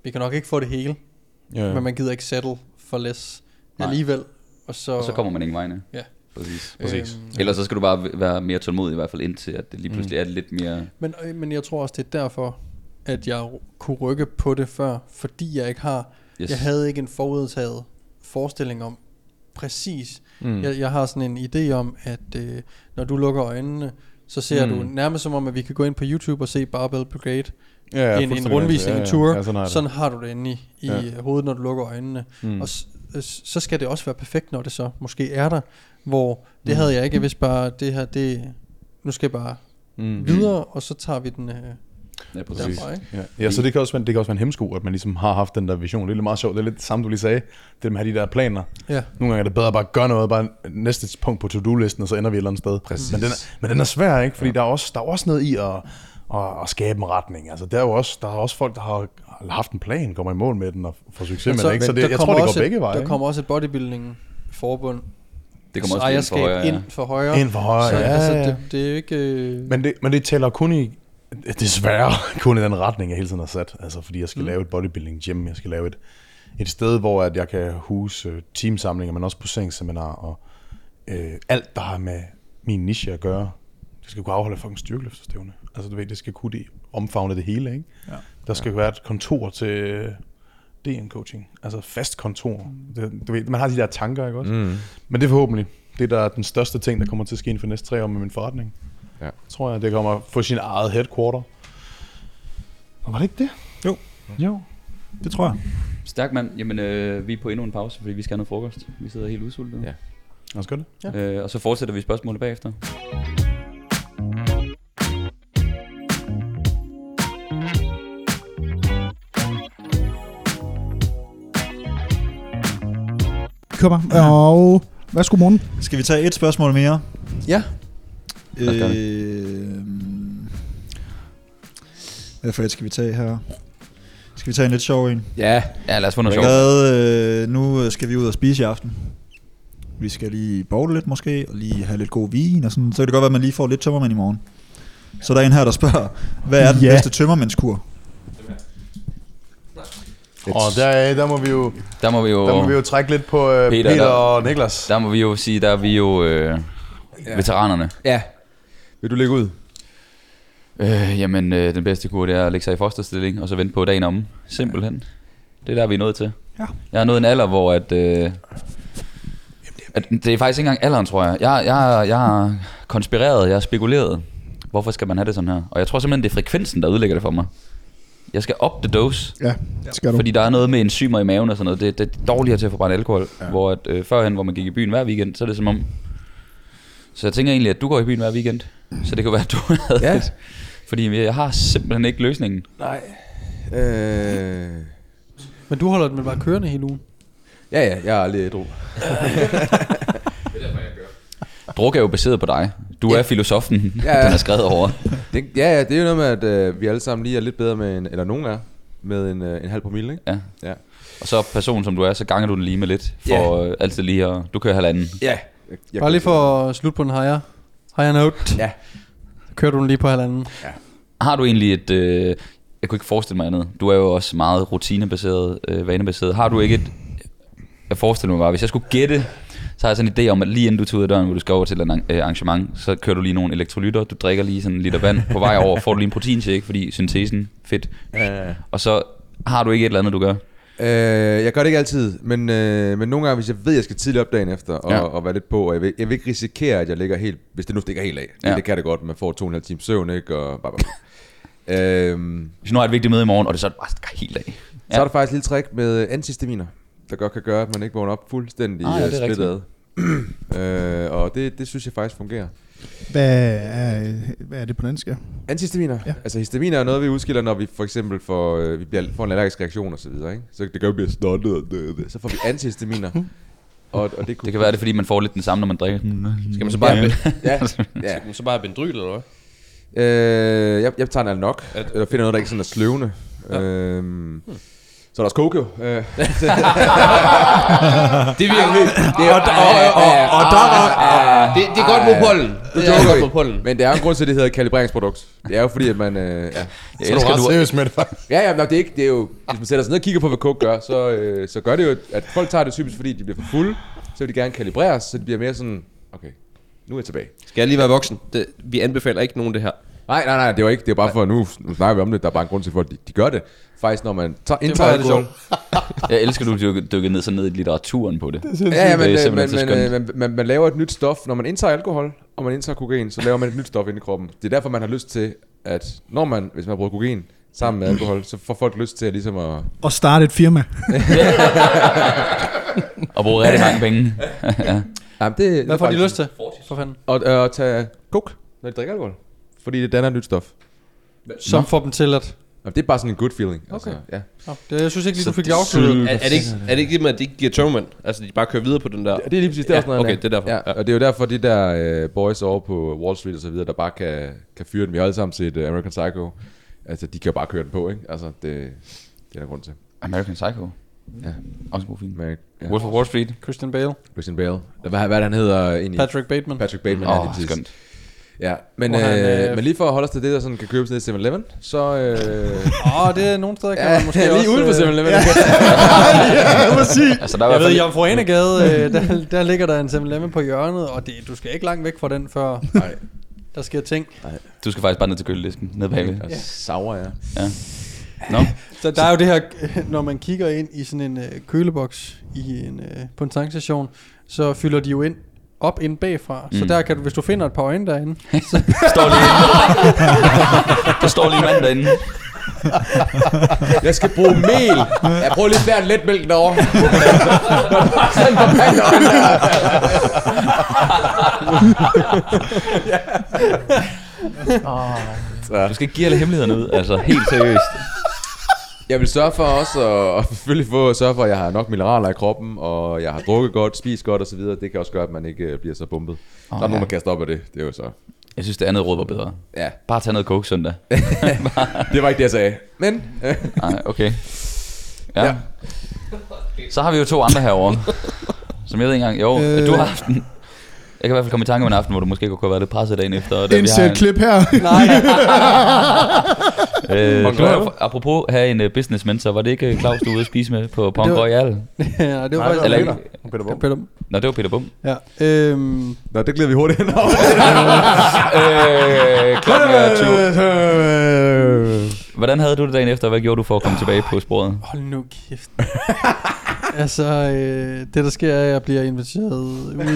S1: vi kan nok ikke få det hele,
S2: Ja, ja.
S1: men man gider ikke settle for less
S4: Nej.
S1: alligevel. Og så,
S4: Og så kommer man ingen vegne.
S1: Ja.
S4: Præcis.
S2: Præcis.
S1: Øhm,
S4: Ellers så skal du bare være mere tålmodig i hvert fald indtil, at det lige pludselig er lidt mere...
S1: Men, øh, men jeg tror også, det er derfor, at jeg kunne rykke på det før, fordi jeg ikke har,
S4: Yes.
S1: jeg havde ikke en forudtaget forestilling om præcis.
S2: Mm.
S1: Jeg, jeg har sådan en idé om, at øh, når du lukker øjnene, så ser
S2: Mm.
S1: du nærmest som om, at vi kan gå ind på YouTube og se Barbell Brigade.
S2: Ja, ja,
S1: en, en
S2: fuldstændig
S1: rundvisning,
S2: rigtigt.
S1: en
S2: Ja, ja.
S1: tour.
S2: Ja, sådan har jeg det.
S1: Sådan har du det inde i, i
S2: Ja.
S1: hovedet, når du lukker øjnene.
S2: Mm.
S1: Og s- s- så skal det også være perfekt, når det så måske er der. Hvor det
S2: Mm.
S1: havde jeg ikke, hvis bare det her, det nu skal jeg bare
S2: Mm.
S1: videre, og så tager vi den øh,
S4: Ja, præcis.
S1: derfra, ikke?
S2: Ja. ja, så det kan, også være, det kan også være en hemsko, at man ligesom har haft den der vision. Det er lidt meget sjovt. Det er lidt det samme, du lige sagde. Det med at have de der planer.
S1: Ja.
S2: Nogle gange er det bedre at bare gøre noget, bare næste punkt på to-do-listen, og så ender vi et eller andet sted.
S3: Præcis.
S2: Men den er, men den er svær, ikke? Fordi ja. der, er også, der er også noget i at, at, at skabe en retning. Altså, der er jo også, der er også folk, der har haft en plan, kommer i mål med den og får succes med det. Ikke? Så
S1: men
S2: det,
S1: der
S2: jeg tror,
S1: kommer
S2: det går
S1: også
S2: begge
S1: et,
S2: veje.
S1: Der
S2: ikke?
S1: kommer også et bodybuilding-forbund.
S4: Det kommer også ind for
S1: ejerskab
S4: højre, ja.
S1: ind for højre.
S2: Ind for højre,
S1: så,
S2: ja,
S1: altså,
S2: ja.
S1: det, det er jo ikke... Øh,
S2: Men det, men det tæller kun i, desværre, kun i den retning, jeg hele tiden har sat. Altså, fordi jeg skal
S1: Mm.
S2: mm. lave et bodybuilding gym, jeg skal lave et, et sted, hvor at jeg kan huse øh, teamsamlinger, men også poseringsseminarer, og øh, alt, der har med min niche at gøre. Det skal kunne afholde fucking styrkeløfterstævne. Altså, du ved, det skal kunne det, omfavne det hele, ikke?
S6: Ja.
S2: Der skal ja. være et kontor til øh, D N-coaching. Altså, fast kontor. Det, du ved, man har de der tanker, ikke også?
S3: Mm.
S2: Men det er forhåbentlig. Det er der den største ting, der kommer til at ske inden for næste tre år med min forretning.
S3: Ja.
S2: Tror jeg, det kommer at få sin eget headquarter. Og var det ikke det?
S6: Jo.
S2: Jo.
S6: Det tror jeg.
S4: Stærk mand. Jamen, øh, vi er på endnu en pause, fordi vi skal have noget frokost. Vi sidder helt udsultede.
S3: Ja.
S2: Lad os gøre det.
S1: Ja.
S4: Øh, og så fortsætter vi spørgsmålet bagefter.
S5: Kommer. Og værsgo, Morten.
S6: Skal vi tage et spørgsmål mere?
S1: ja,
S4: os gøre det.
S6: Øh, hvad for et skal vi tage her? Skal vi tage en lidt sjov en?
S3: Ja.
S4: Ja, lad os få noget sjovt.
S6: Hvad, øh, nu skal vi ud og spise i aften. Vi skal lige bowle lidt måske, og lige have lidt god vin og sådan. Så kan det godt være, at man lige får lidt tømmermænd i morgen. Så der er en her, der spørger, hvad er den
S5: Ja.
S6: bedste tømmermændskur?
S2: Og der, der, må vi jo,
S4: Der må vi jo,
S2: der må vi jo trække lidt på øh,
S4: Peter,
S2: Peter,
S4: der-
S2: og Niklas.
S4: der må vi jo sige, der er vi jo øh,
S3: Ja.
S4: veteranerne.
S3: Ja. Vil du lægge ud?
S4: Øh, jamen, øh, den bedste kur, det er at lægge sig i fosterstilling, og så vente på dagen om. Simpelthen. Det er der, vi er nået til.
S6: Ja.
S4: Jeg er nået en alder, hvor at, øh, at... Det er faktisk ikke engang alderen, tror jeg. Jeg, jeg, jeg har konspireret, jeg har spekuleret. Hvorfor skal man have det sådan her? Og jeg tror simpelthen, det er frekvensen, der ødelægger det for mig. Jeg skal up the dose.
S5: Ja, skal du.
S4: Fordi der er noget med enzymer i maven og sådan noget. Det, det er dårligere til at forbrænde alkohol. Ja. Hvor at, øh, førhen, hvor man gik i byen hver weekend, så er det som om... Så jeg tænker egentlig, at du går i byen hver weekend. Så det kan være, at du havde
S3: Ja.
S4: det. Fordi jeg har simpelthen ikke løsningen.
S3: Nej. Øh...
S1: men du holder den bare kørende hele ugen.
S3: Ja, ja, jeg er aldrig ædru.
S4: Druk er jo baseret på dig. Du er
S3: Ja.
S4: filosofen,
S3: Ja, ja.
S4: den er skrevet over.
S3: Det, ja, ja, det er jo noget med, at øh, vi alle sammen lige er lidt bedre med en, eller nogen er, med en, øh, en halv promille, ikke?
S4: Ja.
S3: Ja.
S4: Og så person som du er, så ganger du den lige med lidt. For øh, altid lige at... Du kører halvanden.
S3: Ja. Jeg, jeg
S1: Bare lige for at slutte på en higher, higher note.
S3: Ja.
S1: Så kører du den lige på halvanden.
S4: Har du egentlig et... Øh, jeg kunne ikke forestille mig andet. Du er jo også meget rutinebaseret, øh, vanebaseret. Har du ikke et... Jeg forestiller mig bare, hvis jeg skulle gætte, så har jeg sådan en idé om, at lige inden du tager ud af døren, hvor du skal over til et eller andet arrangement, så kører du lige nogle elektrolytter, du drikker lige sådan en liter vand på vej over, får du lige en proteinshake, fordi syntesen, fedt.
S3: Ja.
S4: Og så har du ikke et eller andet, du gør.
S3: Øh, jeg gør det ikke altid, men, øh, men nogle gange, hvis jeg ved, at jeg skal tidligt op dagen efter, og,
S4: Ja.
S3: ja. og være lidt på, og jeg vil, jeg vil ikke risikere, at jeg ligger helt, hvis det nu stikker helt af. Ja.
S4: Ja.
S3: Det kan det godt, man får to og en halv time søvn, ikke? Og bare, bare. øhm,
S4: Hvis nu har et vigtigt møde i morgen, og det så bare stikker helt af.
S3: Så er der faktisk et lille trick med antihistaminer, der godt kan gøre, at man ikke vågner op fuldstændig
S4: Ah, ja,
S3: ah,
S4: det er
S3: splittet ad. øh, og det, det synes jeg faktisk fungerer.
S5: Hvad er, hvad er det på dansk? Ja?
S3: Antihistaminer?
S5: Ja.
S3: Altså histaminer er noget, vi udskiller, når vi for eksempel får, øh, vi bliver, får en allergisk reaktion og så videre, ikke? Så det gør, at vi bliver snottet og døde. Så får vi antihistaminer. og, og det, kunne,
S4: Det kan være det, fordi man får lidt den samme, når man drikker.
S7: Skal man så bare,
S3: Ja.
S7: ja.
S3: Ja,
S7: Skal
S3: ja.
S7: man så bare have Bendryl, eller hvad?
S3: Øh, jeg, jeg tager en Alnok, eller finder noget, der ikke sådan er sløvende.
S7: Ja.
S3: Øhm, Så er der også coke jo. Øh.
S7: Det virker vildt.
S6: Og, og, og, og, og der var...
S7: Det, det er godt mod pollen. Det er godt mod pollen.
S3: Men det er en grund til, at det hedder et kalibreringsprodukt. Det er jo fordi, at man... Øh, ja.
S2: Jeg så er du ret seriøs med det, faktisk.
S3: Ja, ja, men det er ikke, det er jo, hvis man sætter sig ned og kigger på, hvad coke gør, så, øh, så gør det jo, at folk tager det typisk, fordi de bliver for fulde, så vil de gerne kalibreres, så det bliver mere sådan, okay, nu er jeg tilbage.
S7: Skal jeg lige være voksen? Det, vi anbefaler ikke nogen det her.
S3: Nej, nej, nej, det var ikke, det var bare for, nu, nu snakker vi om det, der er bare en grund til, at de, de gør det. Faktisk, når man tager, indtager alkohol.
S4: Jeg elsker, du dykker, dykker ned så ned i litteraturen på det.
S3: Ja, ja, men,
S4: det er
S3: men, men,
S4: simpelthen så
S3: men,
S4: skønt.
S3: man, man, man laver et nyt stof, når man indtager alkohol, og man indtager kokain, så laver man et nyt stof inde i kroppen. Det er derfor, man har lyst til, at når man, hvis man bruger kokain sammen med alkohol, så får folk lyst til at ligesom at...
S5: Og starte et firma.
S4: Og bruge rigtig mange penge. Ja.
S3: Jamen, det,
S1: Hvad får de lyst til? For fanden.
S3: Og øh, at tage coke, når de drikker alkohol. Fordi det danner et nyt stof.
S1: Som får dem til at...
S3: Jamen, det er bare sådan en good feeling.
S1: Okay.
S3: Altså, ja.
S1: Oh, det, jeg synes ikke lige, du fik det
S7: Er,
S1: afsluttet.
S7: er, det ikke, er det ikke det med, at de ikke giver tømmermænd? Altså, de bare kører videre på den der...
S3: Det er lige præcis det,
S7: Ja,
S3: er sådan noget.
S7: okay, det er derfor.
S3: Ja,
S7: Ja.
S3: og det er jo derfor, de der øh, boys over på Wall Street og så videre, der bare kan, kan fyre den. Vi har alle sammen set uh, American Psycho. Altså, de kan jo bare køre den på, ikke? Altså, det, det er der grund til.
S4: American Psycho.
S3: Ja.
S4: Også en god film.
S3: Men, ja.
S4: Wolf of Wall Street.
S1: Christian Bale.
S3: Christian Bale. Hvad, hvad er det, han hedder egentlig?
S1: Patrick Bateman.
S3: Patrick Bateman.
S4: Åh,
S3: ja,
S4: oh,
S3: lige præcis.
S4: skønt.
S3: Ja, men,
S1: Hvor han,
S3: øh,
S1: øh,
S3: men lige for at holde os til det, der sådan kan købes ned i seven eleven, så... Øh,
S1: Åh, oh, det er nogle steder, kan
S3: ja,
S1: man måske
S3: lige
S1: også...
S3: ude på
S1: øh,
S3: seven eleven.
S5: Ja, præcis.
S4: Altså, der er i
S1: Jeg
S4: hvert
S1: ved, i
S4: fald...
S1: Jomfru Anegade, øh, der, der ligger der en seven eleven på hjørnet, og det, du skal ikke langt væk fra den, før
S3: Nej,
S1: der sker ting.
S4: Du skal faktisk bare ned til køledisken. Ned bagved.
S3: ja. Sauer, ja.
S4: Ja. Nå.
S1: Så der er jo det her, når man kigger ind i sådan en øh, køleboks i en, øh, på en tankstation, så fylder de jo ind op ind bagfra. Mm. Så der kan du, hvis du finder et par øjne derinde, så
S4: Står lige der står lige en mand derinde.
S3: Jeg skal bruge mel. Jeg prøver lige at let mælk derovre. Sådan på panden.
S4: Du skal ikke give alle hemmelighederne ud. Altså, helt seriøst.
S3: Jeg vil sørge for også at, at selvfølgelig få sørge for, at jeg har nok mineraler i kroppen, og jeg har drukket godt, spist godt osv. Det kan også gøre, at man ikke øh, bliver så bumpet. Oh, der er
S4: ja.
S3: nogen, der kaster op af det. Det er jo så...
S4: Jeg synes, det andet råd var bedre.
S3: Ja,
S4: Bare tag noget coke søndag.
S3: det var ikke det, jeg sagde. Men...
S4: Nej, okay. Ja.
S3: Ja.
S4: ja. Så har vi jo to andre herovre. Som jeg ved ikke engang. Jo, øh. du har haft en... Jeg kan i hvert fald komme i tanke om en aften, hvor du måske kunne have været lidt presset dagen efter. Og
S5: Indsæt klip her.
S4: Øh, du har, apropos have en uh, business mentor, var det ikke Claus, du var ude at spise med på Pong
S1: Det var-
S4: Royal?
S1: ja, det var faktisk...
S4: Eller
S2: Peter.
S4: ikke?
S2: Peter Bum.
S1: Peter.
S4: Nå, det var Peter Bum.
S1: Ja, øhm,
S3: Nå, det glider vi hurtigt hen over.
S4: øh, klokken er tyve. Hvordan havde du det dagen efter, og hvad gjorde du for at komme tilbage på sporet?
S1: hold nu kæft. altså, øh, det der sker er, at jeg bliver inviteret ud på...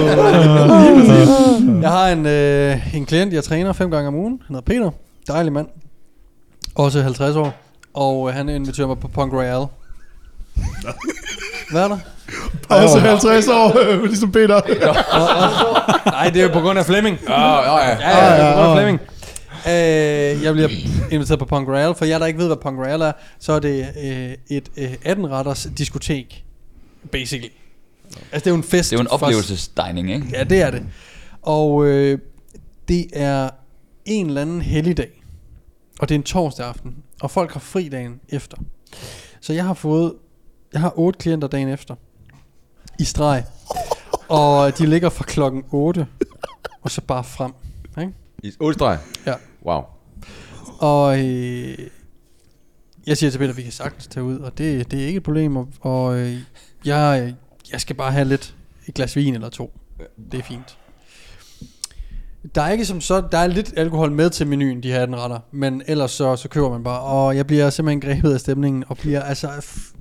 S1: jeg har en, øh, en klient, jeg træner fem gange om ugen. Han hedder Peter. Dejlig mand. Også halvtreds år. Og øh, han inviterer mig på Punk Royale. Hvad er der?
S5: Også halvtreds år, øh, ligesom Peter.
S1: Nej, det er jo på grund af Flemming.
S3: Ja, ja, ja.
S1: Ja, ja, på grund af Flemming. Øh, jeg bliver inviteret på Punk Royale. For jer, der ikke ved, hvad Punk Royale er, så er det øh, et øh, atten-retters diskotek. Basically. Altså, det er jo en fest.
S4: Det er jo en
S1: for-
S4: oplevelsesdining, ikke?
S1: Ja, det er det. Og øh, det er en eller anden helligdag. Og det er en torsdag aften. Og folk har fri dagen efter. Så jeg har fået... Jeg har otte klienter dagen efter. I streg. Og de ligger fra klokken otte. Og så bare frem. Ikke?
S3: I otte streg?
S1: Ja.
S3: Wow.
S1: Og øh, jeg siger til Peter, at vi kan sagtens tage ud. Og det, det er ikke et problem. Og, og øh, jeg, jeg skal bare have lidt et glas vin eller to. Det er fint. Der er ikke som så, der er lidt alkohol med til menuen, de her atten retter, men ellers så, så køber man bare, og jeg bliver simpelthen grebet af stemningen, og bliver altså f-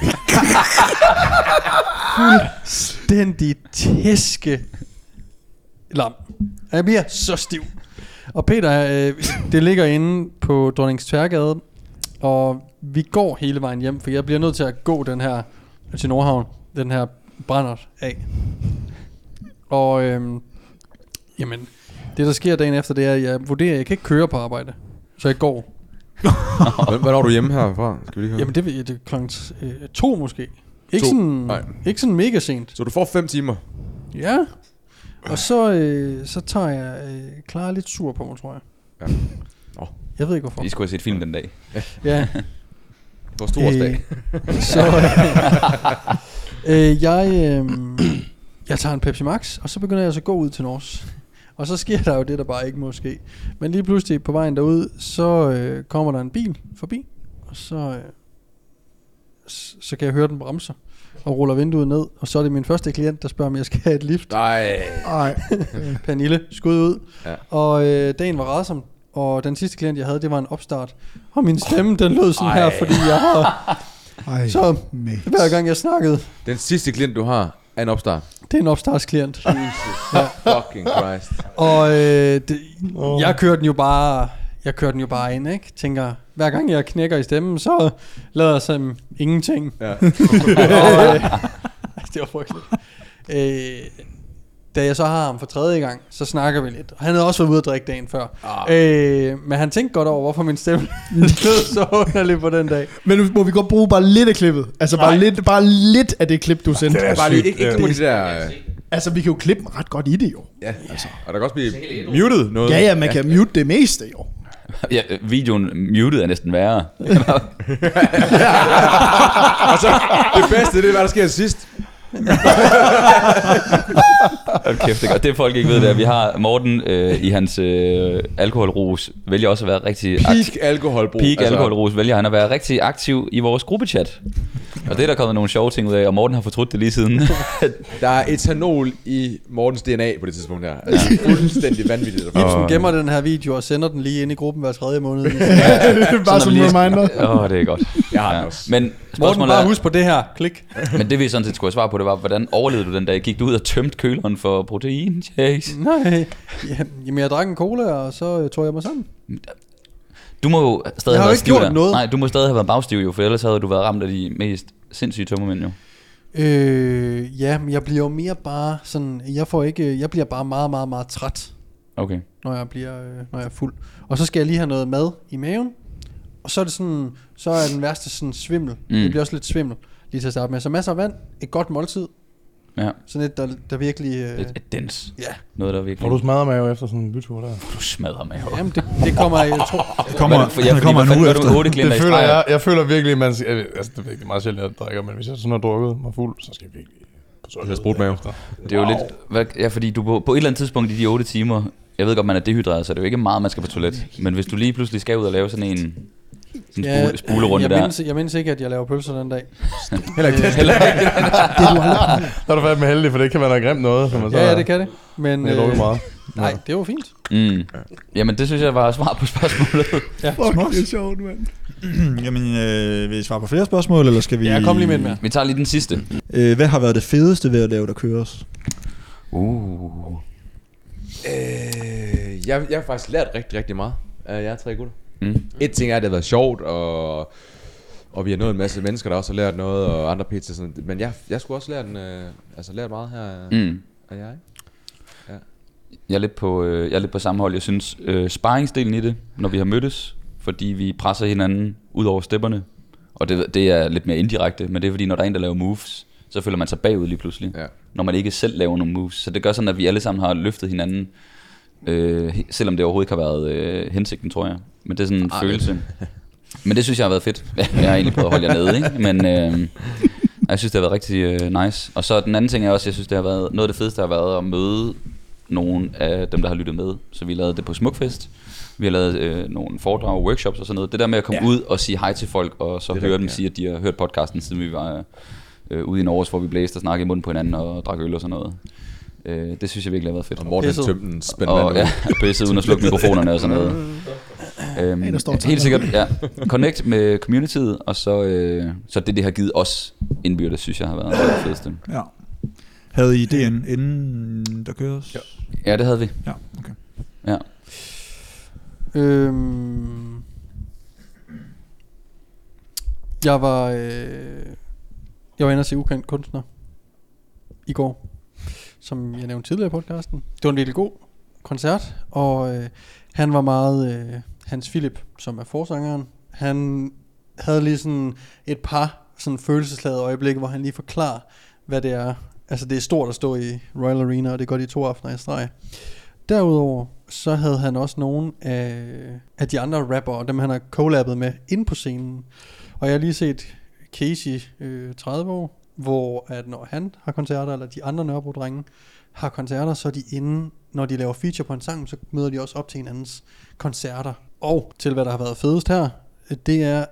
S1: fuldstændig tæske lam. Jeg bliver så stiv. Og Peter, øh, det ligger inde på Dronningens Tværgade, og vi går hele vejen hjem, for jeg bliver nødt til at gå den her til Nordhavn, den her brændert af. Og øhm, jamen, det der sker dagen efter, det er, at jeg vurderer, at jeg kan ikke køre på arbejde. Så jeg går.
S3: Hvornår er du hjemme herfra? Skal vi lige høre?
S1: Jamen det, ved jeg, det er klokken øh, to måske. Ikke
S3: To?
S1: sådan,
S3: Nej.
S1: ikke sådan mega sent.
S3: Så du får fem timer.
S1: Ja. Og så, øh, så tager jeg øh, Clara lidt sur på mig, tror jeg.
S3: Ja. Nå.
S1: Jeg ved ikke hvorfor.
S4: I skulle have set film den dag.
S1: Ja.
S3: Hvor stor dag.
S1: Så øh, jeg, øh, jeg tager en Pepsi Max, og så begynder jeg så at gå ud til Nors. Og så sker der jo det, der bare ikke må ske. Men lige pludselig på vejen derud, så øh, kommer der en bil forbi, og så, øh, så kan jeg høre den bremser og ruller vinduet ned. Og så er det min første klient, der spørger, om jeg skal have et lift.
S3: Nej.
S5: Ej.
S1: Pernille, skud ud.
S3: Ja.
S1: Og øh, dagen var rædsom. Og den sidste klient, jeg havde, det var en opstart. Og min stemme, den lød sådan her, fordi jeg har...
S5: Ej.
S1: Så
S5: Mate.
S1: hver gang jeg snakkede,
S3: Den sidste klient, du har, er en opstart.
S1: det er en opstartsklient.
S3: Jesus fucking Christ.
S1: Og øh, det, jeg kørte den jo bare, jeg kørte den jo bare ind, ikke? Tænker, hver gang jeg knækker i stemmen, så lader jeg som ingenting.
S3: Ja.
S1: Og, øh, det var frygteligt. Øh, da jeg så har ham for tredje gang, så snakker vi lidt. Og han havde også været ude at drikke dagen før.
S3: Ah.
S1: Øh, men han tænkte godt over, hvorfor min stemme lød så underligt på den dag.
S5: Men nu må vi godt bruge bare lidt af klippet. Altså bare lidt, bare lidt af det klip, du sendte.
S2: Det er
S3: Bare lige,
S2: sygt.
S3: ikke, ikke nogen af de der... øh,
S5: Altså vi kan jo klippe ret godt i det jo.
S3: Ja, altså. Og der kan også blive muted noget.
S5: Ja, ja, man kan mute det meste jo.
S4: Ja, videoen muted er næsten værre.
S3: Og så det bedste, det er, hvad der sker sidst.
S4: Hold kæft, det, er godt. Det folk ikke ved, det er, at vi har Morten øh, i hans øh, alkoholrus, vælger også at være rigtig aktiv.
S3: Peak alkoholbrug.
S4: Peak altså. Alkoholrus vælger han at være rigtig aktiv i vores gruppechat. Og det er der kommet nogle sjove ting ud af, og Morten har fortrudt det lige siden.
S3: Der er etanol i Mortens D N A på det tidspunkt her. Altså, fuldstændig vanvittigt.
S1: Ibsen gemmer den her video og sender den lige ind i gruppen hver tredje måned.
S5: Bare som
S4: lige-
S5: reminder.
S4: Åh, oh, det er godt.
S3: Jeg har den
S4: Ja.
S3: også.
S4: Men
S1: Morten,
S4: spørgsmålet
S1: bare
S4: er,
S1: husk på det her. Klik.
S4: men det vi sådan set skulle have svar på, det var, hvordan overlevede du den dag? Gik du ud og tømte køleren for protein, Chase?
S1: Nej. Ja, jamen, jeg drak en cola, og så øh, tog jeg mig sammen.
S4: Du må jo stadig
S1: Jeg har
S4: have
S1: jo
S4: været
S1: ikke
S4: stiv
S1: gjort
S4: der.
S1: noget.
S4: Nej, du må stadig have været bagstiv jo, for ellers havde du været ramt af de mest sindssyge tømmermænd jo.
S1: Øh, ja, men jeg bliver jo mere bare sådan, jeg får ikke, jeg bliver bare meget, meget, meget træt,
S4: Okay.
S1: når jeg bliver, øh, når jeg er fuld. Og så skal jeg lige have noget mad i maven, og så er det sådan, så er den værste sådan svimmel. Mm. Det bliver også lidt svimmel lige til at starte med. Så masser af vand, et godt måltid,
S4: Ja.
S1: sådan et, der, der virkelig, øh,
S4: Et, et dens.
S1: ja,
S4: Noget, der virkelig...
S2: Får du smadret mave efter sådan en bytur der?
S4: Du smadrer mig jo.
S1: jamen det, det kommer, jeg tror,
S6: Det kommer,
S4: For, ja,
S6: det kommer en
S4: fordi,
S6: uge
S4: hvad fanden gør
S6: efter.
S4: du otte klienter
S2: Det
S4: i
S2: føler
S4: streg?
S2: jeg, jeg føler virkelig, man skal, altså det er virkelig meget sjældent, at jeg drikker, men hvis jeg sådan har drukket mig fuld, så skal jeg virkelig på
S3: Jeg har sprudt mave.
S4: Det er jo lidt... Hvad, ja, fordi du på, på et eller andet tidspunkt i de otte timer... Jeg ved godt, man er dehydreret, så det er jo ikke meget, man skal på toilet. Men hvis du lige pludselig skal ud og lave sådan en... En
S1: ja,
S4: spule, spulerunde
S1: jeg
S4: der.
S1: mindes, jeg mindes ikke, at jeg laver pølser den dag.
S3: Heller ikke det.
S4: Heller ikke.
S2: Så er du fandme heldig, for det kan være noget grimt noget. Som man så
S1: Ja, ja, det kan det. Men,
S2: Det er drukket meget.
S1: nej, det var fint.
S4: Mm. Jamen, det synes jeg var svar på spørgsmålet.
S5: Fuck, det er sjovt, mand.
S6: Jamen, øh, vil I svare på flere spørgsmål, eller skal vi...
S1: Ja, kom lige med den mere.
S4: Vi tager lige den sidste.
S6: Øh, hvad har været det fedeste ved at lave, der køres?
S4: Uh.
S3: Øh, jeg, jeg har faktisk lært rigtig, rigtig meget af jer tre gutter.
S4: Mm.
S3: Et ting er, at det har været sjovt, og, og vi har nået en masse mennesker, der også har lært noget, og andre pizza. Sådan, men jeg, jeg skulle også lære, den, øh, altså lært meget her af,
S4: Mm.
S3: af jer, ikke?
S4: Jeg er lidt på, øh, jeg er lidt på samme hold. Jeg synes, øh, sparringsdelen i det, når vi har mødtes, fordi vi presser hinanden ud over stepperne, og det, det er lidt mere indirekte, men det er fordi, når der er en, der laver moves, så føler man sig bagud lige pludselig,
S3: Ja.
S4: når man ikke selv laver nogle moves. Så det gør sådan, at vi alle sammen har løftet hinanden, øh, selvom det overhovedet ikke har været øh, hensigten, tror jeg. Men det er sådan en
S3: Ej,
S4: følelse. Men det synes jeg har været fedt. Ja, jeg har egentlig prøvet at holde jer nede, ikke? Men øh, jeg synes, det har været rigtig øh, nice. Og så den anden ting er også, jeg synes, det har været noget af det fedeste har været at møde nogle af dem, der har lyttet med. Så vi lavede det på Smukfest. Vi har lavet øh, nogle foredrag, workshops og sådan noget. Det der med at komme ja. ud og sige hej til folk, og så høre dem
S3: ja.
S4: sige, at de har hørt podcasten, siden vi var øh, ude i Norge, hvor vi blæste og snakkede i munden på hinanden og drak øl og sådan noget. Øh, det synes jeg virkelig har været fedt.
S3: Og Morten
S1: Pisset.
S3: tømte en spændende
S4: Og ja, og pisset uden at slukke mikrofonerne og sådan noget. Øhm,
S5: Hey, der står og
S4: helt sikkert, ja. Connect med communityet, og så, øh, så det, det har givet os indbyrdes, synes jeg har været det fedeste.
S6: Ja. Havde I det inden, inden der køres? Ja.
S4: Ja, det havde vi.
S6: Ja, okay.
S4: Ja.
S1: Øhm, jeg var øh, jeg var inde og se Ukendt Kunstner i går, som jeg nævnte tidligere i podcasten. Det var en virkelig god koncert, og øh, han var meget øh, Hans Philip, som er forsangeren. Han havde lige sådan et par sådan følelsesladede øjeblikke, hvor han lige forklarer, hvad det er. Altså det er stort at stå i Royal Arena, og det går de to aftener i streg. Derudover så havde han også nogle af, af de andre rappere, dem han har collabet med, inde på scenen. Og Og jeg har lige set Casey øh, tredive år, hvor at når han har koncerter, eller de andre Nørrebro-drenge har koncerter, så er de inde, når de laver feature på en sang, så møder de også op til hinandens koncerter. Og til hvad der har været fedest her, det er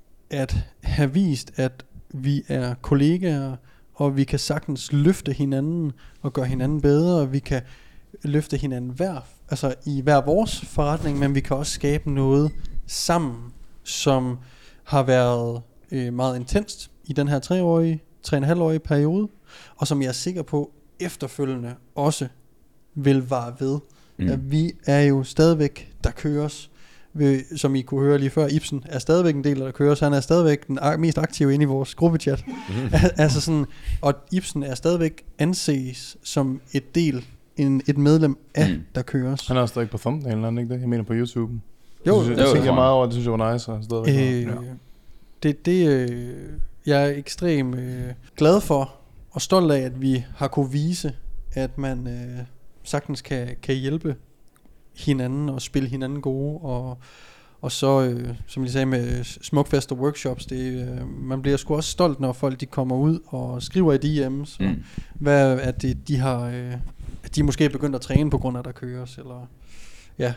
S1: at have vist, at vi er kollegaer, og vi kan sagtens løfte hinanden og gøre hinanden bedre. Vi kan løfte hinanden hver, altså i hver vores forretning, men vi kan også skabe noget sammen, som har været øh, meget intenst i den her treårige, tre og en halv årige periode, og som jeg er sikker på efterfølgende også vil vare ved. Mm. At vi er jo stadigvæk, der køres, vi, som I kunne høre lige før, Ibsen er stadigvæk en del af der køres, han er stadigvæk den ak- mest aktive inde i vores gruppechat. Mm. altså sådan, og Ibsen er stadigvæk anses som et del, en, et medlem af mm. der køres.
S2: Han er stadig på thumbnail, han ikke det? Jeg mener på YouTube.
S1: Jo,
S2: det, synes, det, det tænker jeg meget over, det synes jeg var nice. Og stadigvæk øh,
S1: ja. Det, det øh, jeg er ekstremt øh, glad for og stolt af, at vi har kunne vise, at man øh, sagtens kan, kan hjælpe hinanden og spille hinanden gode, og, og så, øh, som jeg sagde med Smukfest og workshops, det, øh, man bliver sgu også stolt, når folk de kommer ud og skriver i D M's, mm. hvad, at det, de har, øh, at de måske er begyndt at træne på grund af, at der køres, eller ja,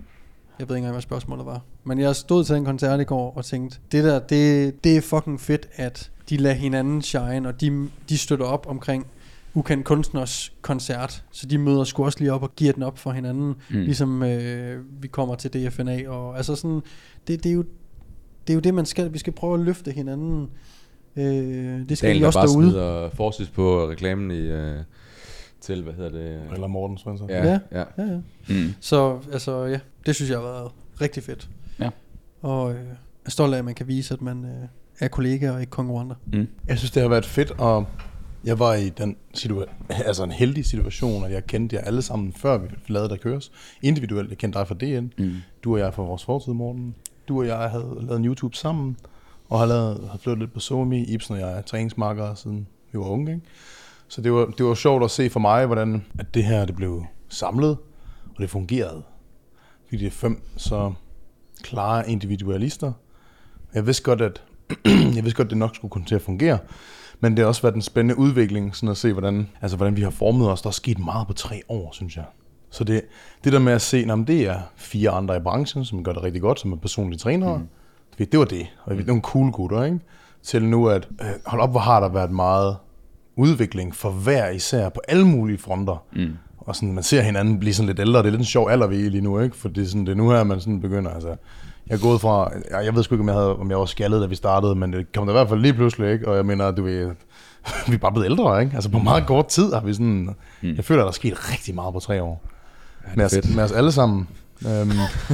S1: jeg ved ikke engang, hvad spørgsmålet var. Men jeg stod til en koncert i går og tænkte, det der, det, det er fucking fedt, at de lader hinanden shine, og de, de støtter op omkring Ukendt Kunstners koncert, så de møder sgu også lige op og giver den op for hinanden, mm. ligesom øh, vi kommer til D F N A, og altså sådan, det, det, er jo, det er jo det, man skal, vi skal prøve at løfte hinanden, øh, det skal
S3: Daniel,
S1: vi også
S3: derude.
S1: derude.
S3: Daniel, der bare fortsæt på reklamen i, øh, til, hvad hedder det?
S2: Eller Morten Svensson.
S3: Ja,
S1: ja,
S3: ja.
S1: ja, ja.
S4: Mm.
S1: Så altså, ja, det synes jeg har været rigtig fedt.
S4: Ja.
S1: Og øh, jeg er stolt af, at man kan vise, at man øh, er kollegaer og ikke konkurrenter.
S2: Mm. Jeg synes, det har været fedt, og jeg var i den situa- altså en heldig situation, at jeg kendte jer alle sammen, før vi lavede Der Køres. Individuelt, jeg kendte dig fra D N. Mm. Du og jeg fra vores fortid, Morten. Du og jeg havde lavet en YouTube sammen, og har, lavet, har flyttet lidt på Somi. Ibsen og jeg er træningsmarkere, siden vi var unge. Ikke? Så det var, det var sjovt at se for mig, hvordan at det her det blev samlet, og det fungerede. Fordi det er fem så klare individualister. Jeg vidste godt, at jeg vidste godt, at det nok skulle kunne til at fungere. Men det har også været en spændende udvikling, sådan at se, hvordan, altså, hvordan vi har formet os. Der er sket meget på tre år, synes jeg. Så det, det der med at se, jamen, det er fire andre i branchen, som gør det rigtig godt, som er personlige trænere. Mm. Det, det var det. Og det var nogle cool gutter, ikke? Til nu at, øh, hold op, hvor har der været meget udvikling for hver især på alle mulige fronter. Mm. Og sådan, man ser hinanden blive sådan lidt ældre. Det er lidt en sjov alder, vi er lige nu, ikke? For det er, sådan, det er nu her, man sådan begynder, altså. Jeg er gået fra, jeg, jeg ved sgu ikke, om jeg, havde, om jeg var skaldet, da vi startede, men det kom der i hvert fald lige pludselig, ikke? Og jeg mener, du ved, vi er bare blevet ældre, ikke? Altså på meget kort tid har vi sådan, mm. jeg føler, at der er sket rigtig meget på tre år. Ja, med, os, med os alle sammen. Um,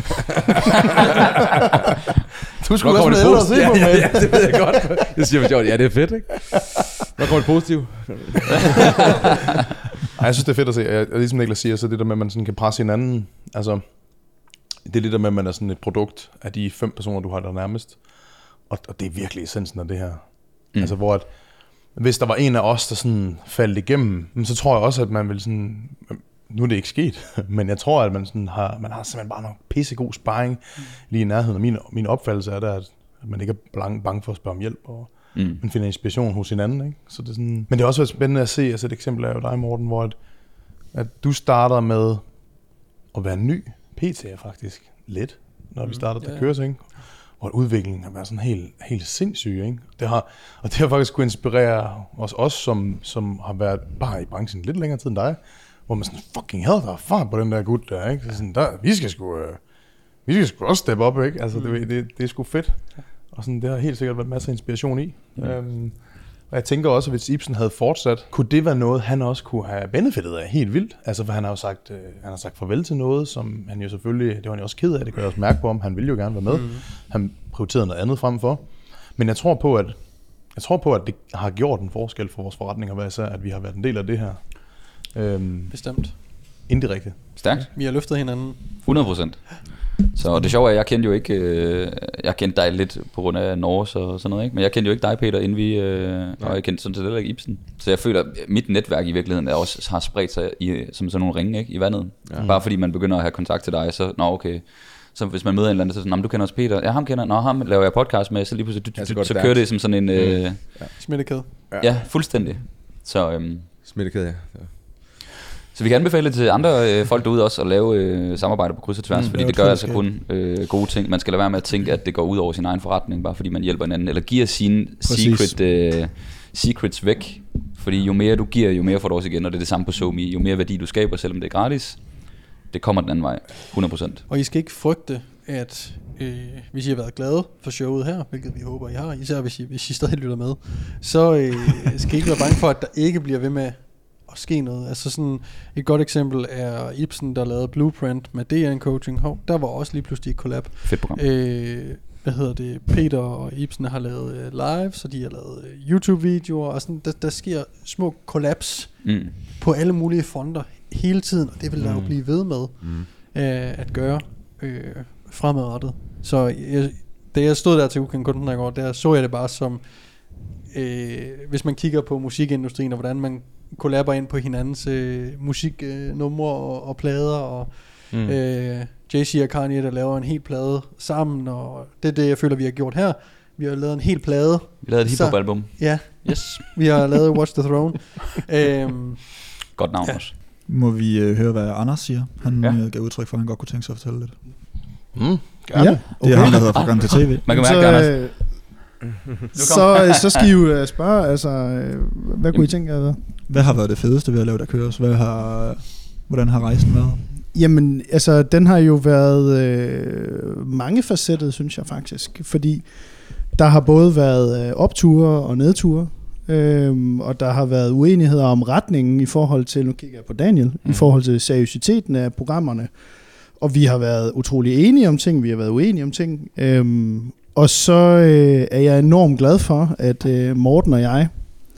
S2: du skulle også med ældre at se
S3: ja,
S2: på,
S3: ja, ja, det ved jeg godt. Det siger man sjovt. Ja, det er fedt, ikke? Der kommer det positivt.
S2: Ej, jeg synes, det er fedt at se. Jeg, ligesom Niklas siger, så det der med, at man sådan kan presse hinanden, altså det er det der med, at man er sådan et produkt af de fem personer, du har der nærmest. Og, og det er virkelig essensen af det her. Mm. Altså hvor at, hvis der var en af os, der sådan faldt igennem, så tror jeg også, at man vil sådan, nu er det ikke sket, men jeg tror, at man sådan har, man har simpelthen bare noget pissegod sparring mm. lige i nærheden. Og min, min opfattelse er der, at man ikke er bange for at spørge om hjælp, og mm. man finder inspiration hos hinanden. Ikke? Så det er sådan, men det er også været spændende at se, altså et eksempel er jo dig, Morten, hvor at, at du starter med at være ny. P T er faktisk lidt, når vi starter, der ja, ja. køres, ikke? Og udviklingen har været sådan helt, helt sindssyg, ikke? Det har, og det har faktisk kunne inspirere os, os som, som har været bare i branchen lidt længere tid end dig, hvor man sådan, fucking hell, der er fart på den der gut der, ikke? Så sådan, der, vi skal sgu, øh, vi skal sgu også steppe op, ikke? Altså, mm. det, det, det er sgu fedt. Og sådan, det har helt sikkert været masser af inspiration i. Mm. Øhm, og jeg tænker også, at hvis Ibsen havde fortsat, kunne det være noget, han også kunne have benefitet af helt vildt. Altså, for han har jo sagt, øh, han har sagt farvel til noget, som han jo selvfølgelig, det var han jo også ked af, det kan jeg også mærke på ham, han ville jo gerne være med. Mm. Han prioriterede noget andet frem for. Men jeg tror på, at jeg tror på, at det har gjort en forskel for vores forretninger, hvad især, at vi har været en del af det her. Øhm,
S1: Bestemt.
S2: Indirekte.
S4: Stærkt.
S1: Vi har løftet hinanden.
S4: hundrede procent. Så det sjove er, at jeg kendte jo ikke, øh, jeg kendte dig lidt på grund af Norge og sådan noget, ikke? Men jeg kendte jo ikke dig, Peter, inden vi, øh, og jeg kendte sådan set heller ikke Ibsen. Så jeg føler, at mit netværk i virkeligheden er også har spredt sig i, som sådan nogle ringe, ikke? I vandet. Ja. Bare fordi man begynder at have kontakt til dig, så nå okay, Så hvis man møder en eller anden, så er sådan, du kender også Peter. Ja, ham kender, nå, ham laver jeg podcast med, så lige pludselig,
S3: Ja, så
S4: så,
S3: går det
S4: så
S3: stærkt.
S4: kører det som sådan en... Øh,
S3: Ja.
S1: Smittekæde.
S4: ja, fuldstændig. Så, øhm,
S3: Smittekæde, ja. Ja.
S4: så vi kan anbefale til andre øh, folk derude også at lave øh, samarbejde på kryds og tværs,
S5: Mm,
S4: fordi
S5: lave
S4: det
S5: et
S4: gør altså
S5: fællesskab.
S4: kun øh, gode ting. Man skal lade være med at tænke, at det går ud over sin egen forretning, bare fordi man hjælper hinanden, eller giver sine
S5: Præcis.
S4: secret, øh, secrets væk. Fordi jo mere du giver, jo mere får du også igen, og det er det samme på SoMe. Jo mere værdi du skaber, selvom det er gratis, det kommer den anden vej, hundrede procent.
S1: Og I skal ikke frygte, at øh, hvis I har været glade for showet her, hvilket vi håber, I har, især hvis I, hvis I stadig lytter med, så øh, skal I ikke være bange for, at der ikke bliver ved med at ske noget. Altså sådan et godt eksempel er Ibsen, der lavede Blueprint med D N Coaching. Hov, der var også lige pludselig et collab.
S4: Fedt program.
S1: Øh, hvad hedder det? Peter og Ibsen har lavet øh, live, så de har lavet øh, YouTube-videoer, og sådan, der, der sker små kollaps
S4: Mm.
S1: på alle mulige fronter hele tiden, og det vil der jo blive ved med
S3: Mm.
S1: øh, at gøre øh, fremadrettet. Så jeg, da jeg stod der til Ukendt Kunden i går, der så jeg det bare som, øh, hvis man kigger på musikindustrien, og hvordan man kollaber ind på hinandens øh, musiknumre øh, og, og plader, og mm. øh, Jay-Z og Kanye, der laver en hel plade sammen, og det er det, jeg føler, vi har gjort her. Vi har lavet en hel plade.
S4: Vi lavede et
S1: Så-
S4: hiphop-album.
S1: Ja,
S4: Yes.
S1: vi har lavet Watch the Throne. øhm,
S4: Godt navn
S1: Ja.
S4: også.
S6: Må vi øh, høre, hvad Anders siger? Han
S4: Ja.
S6: ja. gav udtryk for, at han godt kunne tænke sig at fortælle lidt.
S2: Mm,
S5: Ja,
S6: Okay. Det er ham, der hedder Fra Gang til T V.
S4: Man kan
S5: så,
S4: mærke, Anders.
S5: øh, så, øh, så skal I jo øh, spørge, altså, øh, hvad kunne I tænke jer?
S6: Hvad har været det fedeste ved at lave der køres? Hvad har, hvordan har rejsen været?
S5: Jamen, altså, den har jo været øh, mangefacettet, synes jeg faktisk. Fordi der har både været øh, opture og nedture. Øhm, og der har været uenigheder om retningen i forhold til, nu kigger jeg på Daniel, mm. i forhold til seriøsiteten af programmerne. Og vi har været utrolig enige om ting, vi har været uenige om ting. Øhm, og så øh, er jeg enormt glad for, at øh, Morten og jeg,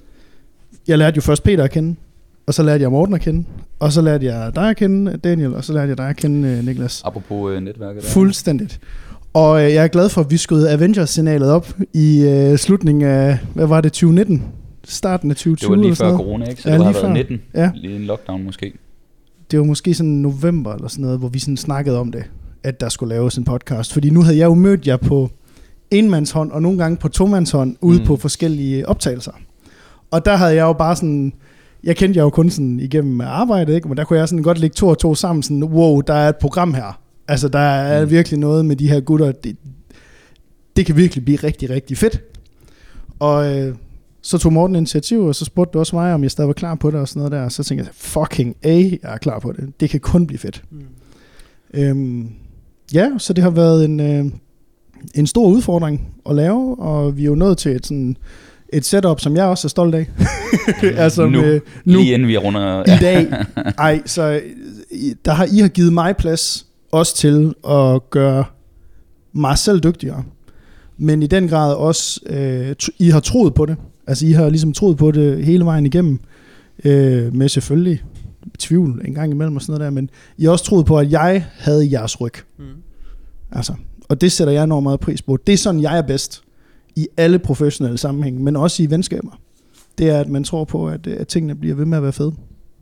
S5: jeg lærte jo først Peter at kende, og så lærte jeg Morten at kende, og så lærte jeg dig at kende, Daniel, og så lærte jeg dig at kende, øh, Niklas.
S4: Apropos øh, netværket der.
S5: Fuldstændigt. Og øh, jeg er glad for, at vi skød Avengers-signalet op i øh, slutningen af, hvad var det, tyve nitten? Starten af tyve tyve.
S4: Det var lige
S5: eller sådan
S4: før
S5: noget.
S4: corona, ikke? Så
S5: Ja,
S4: det har
S5: lige
S4: været
S5: før.
S4: nitten.
S5: Ja.
S4: Lige en lockdown måske.
S5: Det var måske sådan november eller sådan noget, hvor vi sådan snakkede om det, at der skulle laves en podcast. Fordi nu havde jeg jo mødt jer på enmandshånd, og nogle gange på tomandshånd, ude
S4: Mm.
S5: på forskellige optagelser. Og der havde jeg jo bare sådan, jeg kendte jer jo kun sådan igennem arbejdet, ikke? Men der kunne jeg sådan godt lægge to og to sammen, sådan, wow, der er et program her. Altså, der er
S4: Mm.
S5: virkelig noget med de her gutter, det, det kan virkelig blive rigtig, rigtig fedt. Og øh, så tog Morten initiativ, og så spurgte du også mig, om jeg stadig var klar på det og sådan noget der. Og så tænkte jeg, fucking A, jeg er klar på det. Det kan kun blive fedt.
S1: mm.
S5: Øhm, ja, så det har været en, øh, en stor udfordring at lave, og vi er jo nået til et, sådan, et setup, som jeg også er stolt af. altså
S4: Nu.
S5: med, nu
S4: Lige inden vi runder...
S5: i dag. Ej, så I- der har I har givet mig plads også til at gøre mig selv dygtigere. Men i den grad også, øh, t- I har troet på det. Altså I har ligesom troet på det hele vejen igennem. Øh, med selvfølgelig tvivl en gang imellem og sådan noget der. Men I har også troet på, at jeg havde jeres ryg.
S1: Mm.
S5: Altså, og det sætter jeg enormt meget pris på. Det er sådan, jeg er bedst i alle professionelle sammenhænge, men også i venskaber. Det er, at man tror på, at, at tingene bliver ved med at være fede.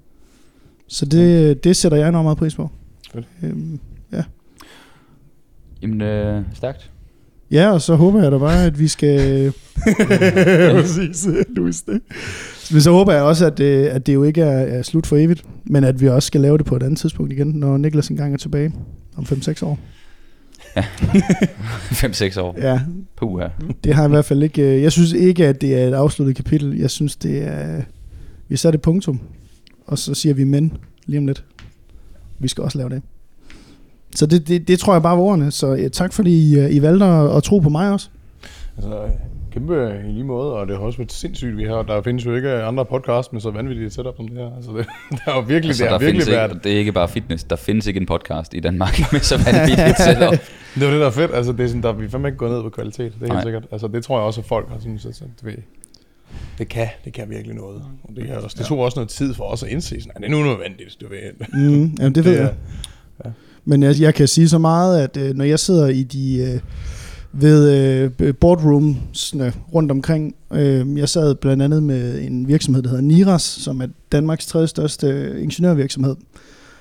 S5: Så det, det sætter jeg enormt meget pris på.
S2: Fedt.
S5: Øhm,
S4: Jamen, øh, stærkt.
S5: ja, og så håber jeg da bare, at vi skal... Præcis, du vidste det. Men så håber jeg også, at det, at det jo ikke er, er slut for evigt, men at vi også skal lave det på et andet tidspunkt igen, når Niklas engang er tilbage om fem seks år.
S4: fem seks år.
S5: Ja,
S4: Puh, ja.
S5: det har i hvert fald ikke... øh, Jeg synes ikke, at det er et afsluttet kapitel. Jeg synes, det er... Vi satte et punktum, og så siger vi men lige om lidt. Vi skal også lave det. Så det, det, det tror jeg bare var ordene. Så ja, tak fordi I, øh, I valgte at, at tro på mig også.
S2: Altså, kæmpe i lige måde, og det har også været sindssygt, vi har. Der findes jo ikke andre podcasts med så vanvittigt et setup som det her. Altså, det, der er jo virkelig,
S4: Altså,
S2: det har
S4: der
S2: virkelig
S4: findes
S2: været...
S4: ikke, det er ikke bare fitness. Der findes ikke en podcast i Danmark med så vanvittigt setup.
S2: Det var det, der er fedt. Altså, det er sådan, der vi er fandme ikke gået ned på kvalitet. Det er
S4: Nej.
S2: helt sikkert. Altså, det tror jeg også, at folk har synes, at det, det kan, det kan virkelig noget. Og det, også, det tog også noget tid for os at indse, sådan, at det er nu nødvendigt, du ved.
S5: Mm, jamen, det ved
S2: Det er-
S5: jeg. Men jeg, jeg kan sige så meget, at øh, når jeg sidder i de øh, ved øh, boardroomsne rundt omkring, øh, jeg sad blandt andet med en virksomhed, der hedder Niras, som er Danmarks tredje største ingeniørvirksomhed.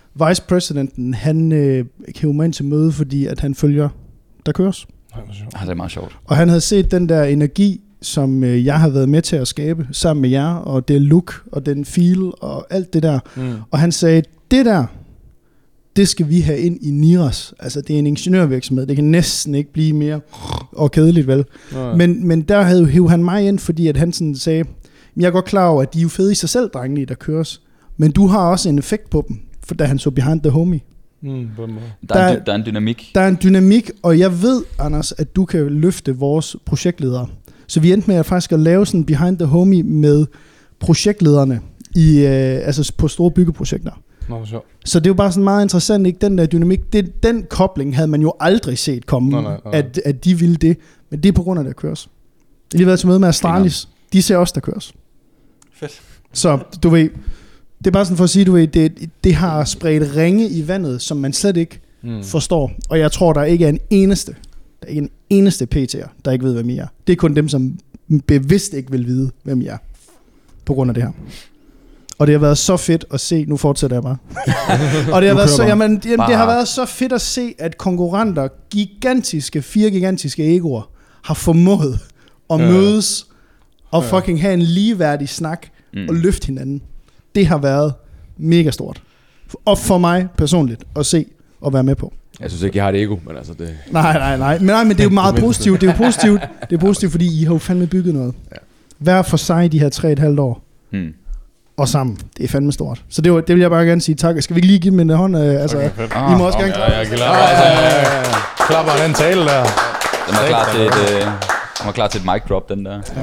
S5: Vice Presidenten, han øh, hævde mig ind til møde, fordi at han følger Der Køres.
S4: Ah, det er meget sjovt.
S5: Og han havde set den der energi, som øh, jeg har været med til at skabe sammen med jer, og det look, og den feel, og alt det der. Mm. Og han sagde, det der, det skal vi have ind i Niras. Altså, det er en ingeniørvirksomhed. Det kan næsten ikke blive mere og kedeligt, vel? Nej. Men, men der havde hævet han mig ind, fordi at han sådan sagde, jeg er godt klar over, at de er jo fede i sig selv, drengene, Der Køres. Men du har også en effekt på dem, for da han så Behind the Homie.
S4: Mm, der, er en, der er en dynamik.
S5: Der er en dynamik, og jeg ved, Anders, at du kan løfte vores projektledere. Så vi endte med at faktisk at lave sådan Behind the Homie med projektlederne i, øh, altså på store byggeprojekter.
S2: Nå, så.
S5: så det er jo bare sådan meget interessant, ikke? Den der dynamik, det, den kobling havde man jo aldrig set komme, nej, nej, nej. At, at de ville det. Men det er på grund af, Der Køres. Jeg har lige været til møde med Astralis. De ser også, Der Køres.
S1: Fedt.
S5: Så du ved, det er bare sådan for at sige, du ved, det, det har spredt ringe i vandet, som man slet ikke mm. forstår. Og jeg tror, der ikke er en eneste, der er ikke en eneste P T'er, der ikke ved, hvem I er. Det er kun dem, som bevidst ikke vil vide, hvem I er. På grund af det her. Og det har været så fedt at se, nu fortsætter jeg bare. og det har, været så, jamen, jamen, det har været så fedt at se, at konkurrenter, gigantiske, fire gigantiske egoer, har formået at ja. mødes og fucking have en ligeværdig snak mm. og løfte hinanden. Det har været mega stort. Og for mig personligt at se og være med på.
S3: Jeg synes ikke, jeg har et ego, men altså det...
S5: Nej, nej, nej. Men, nej, men det er jo meget positivt. Det er jo positivt, det er positivt, fordi I har jo fandme bygget noget. Ja. Hver for sig de her tre og et halvt år. Hmm. Og sammen. Det er fandme stort. Så det, var, det vil jeg bare gerne sige tak. Skal vi ikke lige give dem en hånd? Øh, altså, okay, I må også gerne klare.
S2: Ja, jeg klapper. Klapper den tale der.
S4: Den var klar til et, øh, den var klar til et mic drop, den der. Ja.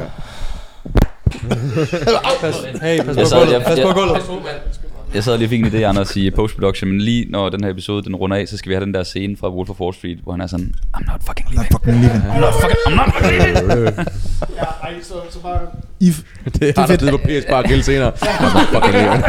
S1: Hey, pas på gulvet. Pas på gulvet.
S4: Jeg sad lige og fik en idé, Anders, i post-production, men lige når den her episode den runder af, så skal vi have den der scene fra Wolf of Wall Street, hvor han er sådan, I'm not fucking leaving.
S5: Not fucking leaving.
S4: I'm not fucking, I'm not fucking leaving.
S5: Ja, ej, så, så bare... I,
S3: det har der tid på P S bare gæld senere. I'm not fucking leaving.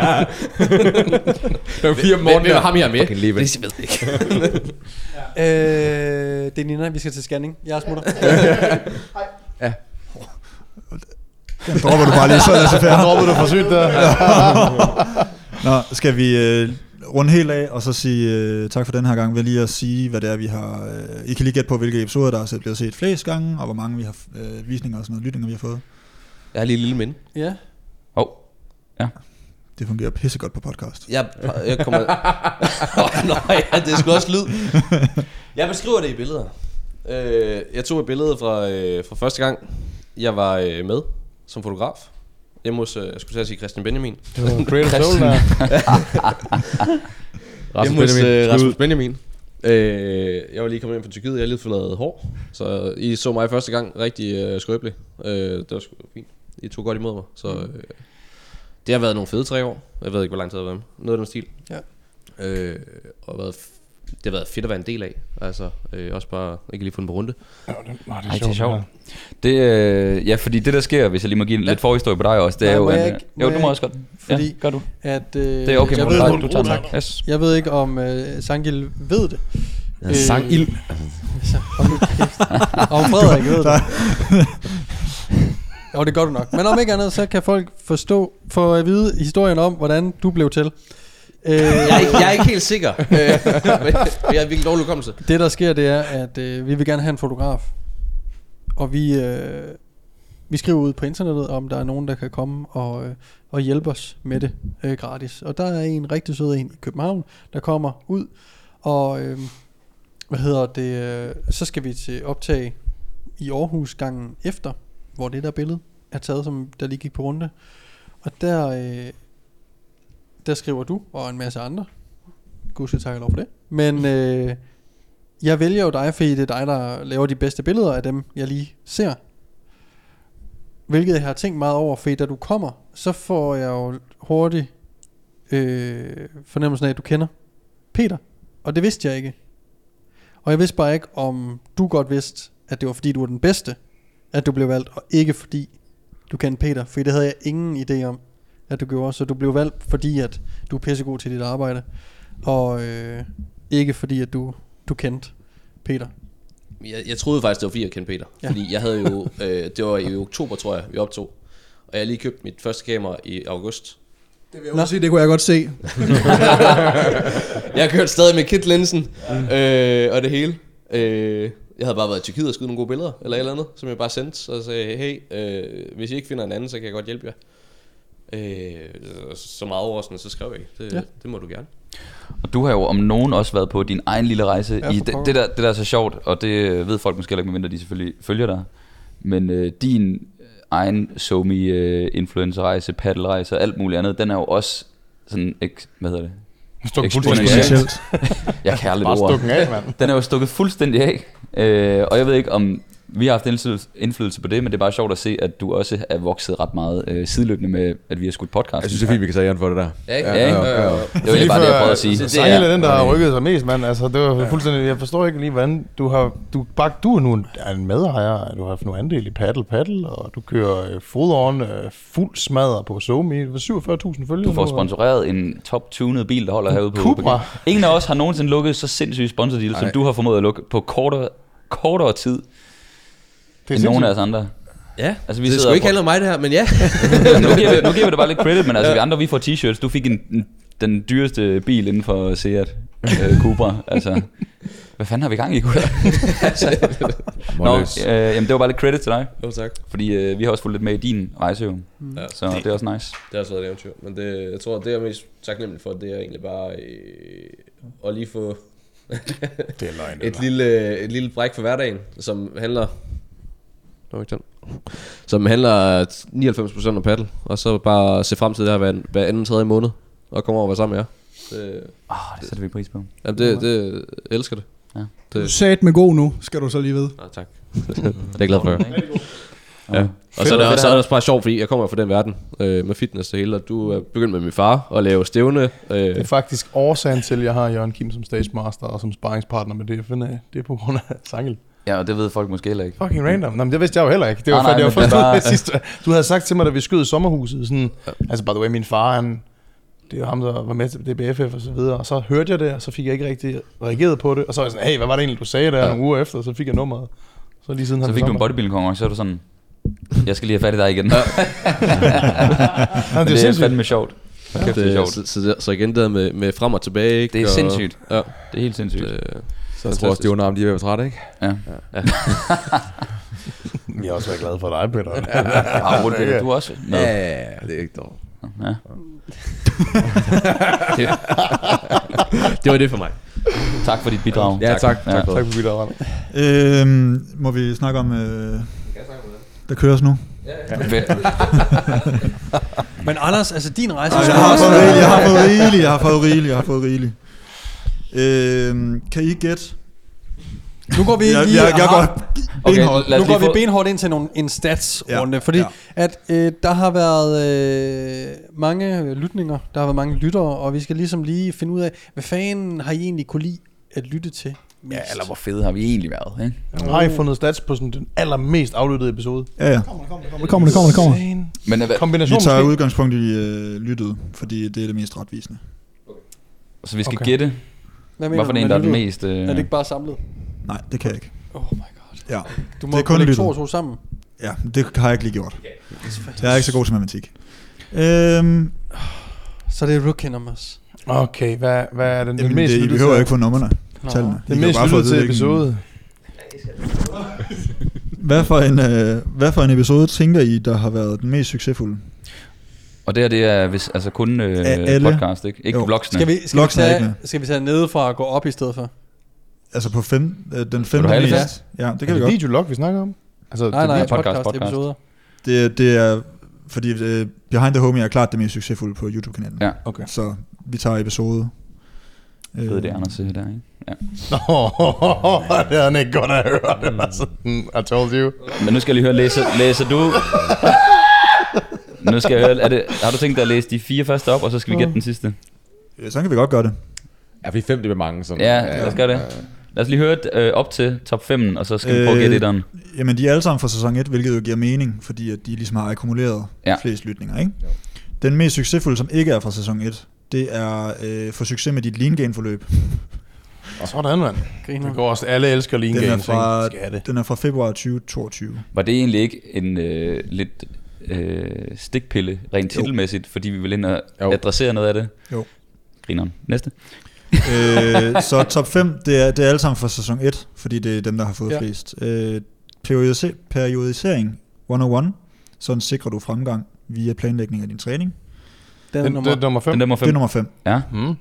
S3: Det er fire måneder.
S7: Hvem har jeg med?
S3: Fucking leaving.
S4: Det ved jeg ikke.
S1: øh, det er Nina, vi skal til scanning. Jeg smutter.
S5: Hej.
S3: Ja.
S6: Den dropper du bare lige, så lad os færre.
S2: Den dropper du for sygt der.
S6: Nå, skal vi øh, runde helt af, og så sige øh, tak for den her gang. Ved lige at sige, hvad det er, vi har... Øh, I kan lige gætte på, hvilke episoder, der er blevet set flest gange, og hvor mange vi har øh, visninger og sådan noget, lytninger, vi har fået.
S7: Jeg har lige en lille minde.
S1: Ja.
S4: Åh, oh. ja.
S6: Det fungerer pissegodt på podcast.
S7: Jeg, jeg kommer... oh, nej, det er sgu også lyd. Jeg beskriver det i billeder. Øh, jeg tog et billede fra, øh, fra første gang, jeg var øh, med som fotograf. Hjemme hos, øh, jeg skulle til at sige Christian Benjamin.
S2: Det var Creative Soul der.
S7: Hjemme hos øh, Rasmus Benjamin. Øh, jeg var lige kommet ind fra Tyrkiet, jeg har lige fået noget hår. Så I så mig første gang rigtig øh, skrøbelig. øh, Det var sgu fint. I tog godt imod mig. Så øh, det har været nogle fede tre år. Jeg ved ikke hvor lang tid det har været med. Noget af den stil.
S1: Ja.
S7: øh, Og været det har været fedt at være en del af. Altså øh, også bare ikke lige få den på runde.
S2: Ja, det, nej, det er
S4: Ej,
S2: sjovt.
S4: det er sjovt. Det, øh, ja, fordi det der sker, hvis jeg lige må give en ja. lidt forhistorie på dig også, det
S1: Nej,
S4: er jo...
S1: må jeg
S4: en,
S1: ikke-
S4: jo,
S1: må
S4: du
S1: jeg
S4: må
S1: ikke-
S4: også godt.
S1: Fordi
S4: Ja, gør du.
S1: at, øh,
S4: Det er okay,
S1: jeg
S4: må du,
S1: ved,
S4: du, du tager den. Yes.
S1: jeg ved ikke om øh, Sangil ved det.
S3: Øh, sang ild.
S1: Om, om Frederik ved det. Jo, det gør du nok. Men om ikke andet, så kan folk forstå, få at vide historien om, hvordan du blev til. Øh,
S7: Jeg er ikke, jeg er ikke helt sikker. Øh, men jeg har virkelig dårlig hukommelse.
S1: Det der sker, det er, at øh, vi vil gerne have en fotograf. Og vi, øh, vi skriver ud på internettet, om der er nogen, der kan komme og, øh, og hjælpe os med det øh, gratis. Og der er en rigtig sød en i København, der kommer ud. Og øh, hvad hedder det? Øh, så skal vi til optag i Aarhus gangen efter, hvor det der billede er taget, som der lige gik på runde. Og der, øh, der skriver du og en masse andre. Gud skal takke lov for det. Men øh, jeg vælger jo dig, fordi det er dig, der laver de bedste billeder af dem, jeg lige ser. Hvilket jeg har tænkt meget over, fordi da du kommer, så får jeg jo hurtigt øh, fornemmelsen af, at du kender Peter. Og det vidste jeg ikke. Og jeg vidste bare ikke, om du godt vidste, at det var fordi du var den bedste, at du blev valgt, og ikke fordi du kendte Peter. For det havde jeg ingen idé om, at du gjorde. Så du blev valgt, fordi at du er pissegod til dit arbejde, og øh, ikke fordi at du, du kendte Peter.
S7: Jeg, jeg troede faktisk det var fordi jeg kendte Peter.
S1: Ja.
S7: Fordi jeg havde jo øh, det var i oktober tror jeg vi optog. Og jeg havde lige købt mit første kamera i august.
S6: Det vil jeg også sige, det kunne jeg godt se.
S7: Jeg har kørt stadig med kitlinsen øh, og det hele. Øh, jeg havde bare været i Tyrkiet og skudt nogle gode billeder, eller et eller andet, som jeg bare sendte, og sagde, hey, øh, hvis I ikke finder en anden, så kan jeg godt hjælpe jer. Øh, så meget overraskende, så skrev jeg, det, ja. det må du gerne.
S4: Og du har jo om nogen også været på din egen lille rejse.
S1: Ja,
S4: i det, det, der, det der er så sjovt, og det ved folk måske ikke, medmindre de selvfølgelig følger dig. Men øh, din egen SoMe-influencer-rejse, paddelrejse og alt muligt andet, den er jo også sådan, ek, hvad hedder det?
S2: Stukket fuldstændig af.
S4: Jeg kan lidt
S2: Bare
S4: ord.
S2: stukket af, mand.
S4: Den er jo stukket fuldstændig af. Øh, og jeg ved ikke, om vi har haft indflydelse, indflydelse på det, men det er bare sjovt at se, at du også er vokset ret meget øh, sideløbende med, at vi har skudt podcast.
S3: Jeg synes, det er fint, vi kan tage æren for det der.
S7: Ja, ikke?
S4: Ja, ikke?
S7: Ja, ja, ja.
S4: Det var egentlig bare det, jeg prøvede at sige.
S2: Det er egentlig den, der har rykket sig mest, mand. Altså, det var fuldstændig, jeg forstår ikke lige, hvordan du har... Du, bare, du er nu en, er en medejer, du har haft nogle andel i Paddle Paddle, og du kører øh, foderen øh, fuld smadret på SoMe. Det var syvogfyrre tusind følgere.
S4: Du får
S2: nu,
S4: sponsoreret en top-tunet bil, der holder herude på...
S2: Cupra.
S4: På, ingen af os har nogensinde lukket så sindssyge sponsordeal, som du har formået at lukke på kortere, kortere tid end nogen af os andre.
S7: Ja,
S4: altså, vi
S7: det skulle ikke handle om mig det her, men ja.
S4: nu, giver vi, nu giver vi det bare lidt credit, men altså ja. Vi andre, vi får t-shirts. Du fik en, en, den dyreste bil inden for Seat øh, Cupra. Altså, hvad fanden har vi gang i, gutter? altså, Nå, øh, jamen, det var bare lidt credit til dig.
S7: Jo, tak.
S4: Fordi øh, vi har også fulgt lidt med i din rejse jo. Mm. Ja. Så det er også nice.
S7: Det har også været et eventyr. Men det, jeg tror, det jeg er mest taknemmelig for, det er egentlig bare øh, at lige få
S2: det er løgn,
S7: et, lille, et lille bræk for hverdagen, som handler... Som handler nioghalvfems procent om paddle. Og så bare se frem til det her hver, hver anden tredje måned og komme over og være sammen med jer. Det,
S4: oh, det sætter vi pris på.
S7: Jamen det, det jeg elsker det,
S4: ja.
S7: det.
S5: Du sat med god nu, skal du så lige vide.
S7: Ah, tak. Det er jeg glad for. Ja. Og så er, det, og så er det også bare sjovt, fordi jeg kommer fra den verden øh, med fitness det hele. Og du er begyndt med min far at lave stævne. øh.
S2: Det er faktisk årsagen til, at jeg har Jørgen Kim som stage master og som sparringspartner med D F N A. Det er på grund af Sangel.
S4: Ja, og det ved folk måske heller ikke.
S2: Fucking random. Nå, men det vidste jeg jo heller ikke. Det var
S4: ah, nej,
S2: jeg var først
S4: bare...
S2: sidste. Du havde sagt til mig, da vi skød i sommerhuset, sådan, ja. Altså by the way, min far, han, det var ham, der var med til D B F F og så videre, og så hørte jeg det, og så fik jeg ikke rigtig reageret på det, og så var jeg sådan, hey, hvad var det egentlig, du sagde der ja. nogle uger efter, og så fik jeg nummeret. Så lige siden
S4: så fik du en bodybuilding-konkurrence, så er du sådan, jeg skal lige have fat i dig igen. Ja.
S2: Nå, det,
S4: det er fandme sjovt.
S7: Ja, det, det er sjovt. Så, så, så igen der med, med frem og tilbage, ikke?
S4: Det er
S7: og,
S4: sindssygt.
S7: Ja.
S4: Det er helt sindssygt.
S7: Det,
S3: så jeg tror også, de underarme, de er ved at være trætte, ikke?
S4: Ja. ja.
S3: ja.
S2: Jeg har også været glad for dig, Peter.
S4: Ja, Peter, du også.
S3: No. Ja, det er ikke dårligt.
S4: Ja.
S7: Det var det for mig.
S4: Tak for dit bidrag.
S3: Ja, tak. Tak,
S2: ja. tak, tak for bidraget.
S6: Øhm, må vi snakke om, øh, der køres nu?
S7: Ja,
S4: ja.
S1: Men Anders, altså din rejse...
S6: Ej, jeg har fået rigeligt, jeg har fået rigeligt, jeg har fået rigeligt, jeg har fået rigeligt. Øhm, kan I gætte?
S1: Nu går vi lige...
S6: Jeg, jeg, jeg går benhårdt.
S1: Okay, nu går vi få... benhårdt ind til nogle, en stats-runde, ja, fordi ja. at øh, der har været øh, mange lytninger, der har været mange lyttere, og vi skal ligesom lige finde ud af, hvad fanden har I egentlig kunne lide at lytte til?
S4: Mest? Ja, eller hvor fede har vi egentlig været, ikke?
S2: Ja, har I fundet stats på sådan den allermest aflyttede episode?
S6: Ja, ja.
S5: Kommer, kommer, kommer, kommer, kommer.
S6: Men hvad, kombination vi tager måske? Udgangspunkt i øh, lyttet, fordi det er det mest retvisende.
S4: Okay. Så vi skal
S1: okay.
S4: gætte, hvorfor en, der er den mest... Øh...
S1: Er det ikke bare samlet?
S6: Nej, det kan jeg ikke.
S1: Oh my god.
S6: Ja.
S1: Du må kun lægge to og to sammen.
S6: Ja, det har jeg ikke lige gjort. Jeg er ikke så god til matematik. Øhm,
S1: så det er rookie numbers.
S2: Okay, hvad, hvad er den, den mest
S6: lyttede? Vi behøver ikke få nummerne. Tallene.
S2: Den mest lyttede til episode.
S6: Hvad for, en, øh, hvad for en episode tænker I, der har været den mest succesfulde?
S4: Og det her, det er hvis, altså kun øh, podcast, ikke? Ikke vlogsene.
S1: Skal vi, skal, vi tage, skal vi tage nede fra at gå op i stedet for?
S6: Altså på fem, øh, den femte mest? Ja, det kan vi godt.
S2: Videolog, vi snakker om?
S1: Altså, nej, nej, podcast, podcast, podcast episoder.
S6: Det, det er, fordi uh, Behind the Homie er klart det mest succesfulde på YouTube-kanalen.
S4: Ja.
S6: Okay. Så vi tager episode.
S4: Fede øh, det, Anders siger der, ikke? Ja.
S2: Oh, det havde han ikke godt at høre. Det var sådan, I told you.
S4: Men nu skal jeg lige høre, læser, læser du... Nu skal jeg høre, er det, har du tænkt dig at læse de fire første op, og så skal vi gætte den sidste?
S6: Ja, så kan vi godt gøre det.
S3: Ja, vi er fem, det er mange. Sådan.
S4: Ja, lad os gøre det. Lad os lige høre øh, op til top fem, og så skal vi prøve at gætte etteren.
S6: Jamen, de er alle sammen fra sæson et, hvilket jo giver mening, fordi at de ligesom har akkumuleret ja. flest lytninger, ikke? Ja. Den mest succesfulde, som ikke er fra sæson et, det er øh, for succes med dit lean gain forløb.
S2: Og sådan, mand. Det går også, alle elsker lean gain.
S6: Den er fra, den er fra februar tyve toogtyve.
S4: Var det egentlig ikke en øh, lidt øh, stikpille, rent
S6: Jo.
S4: titelmæssigt, fordi vi vil ind og
S3: Jo.
S4: adressere noget af det.
S6: Jo.
S4: Grineren. Næste.
S6: øh, så top fem, det er, det er alle sammen for sæson et, fordi det er dem, der har fået
S1: Ja.
S6: ja. flest. Øh, periodise- periodisering et nul et, sådan sikrer du fremgang via planlægning af din træning.
S1: Den er
S2: Den,
S1: nummer.
S2: det er nummer fem.
S4: Den nummer
S6: Det er
S4: fem.
S6: nummer fem.
S4: Ja.
S2: Mm.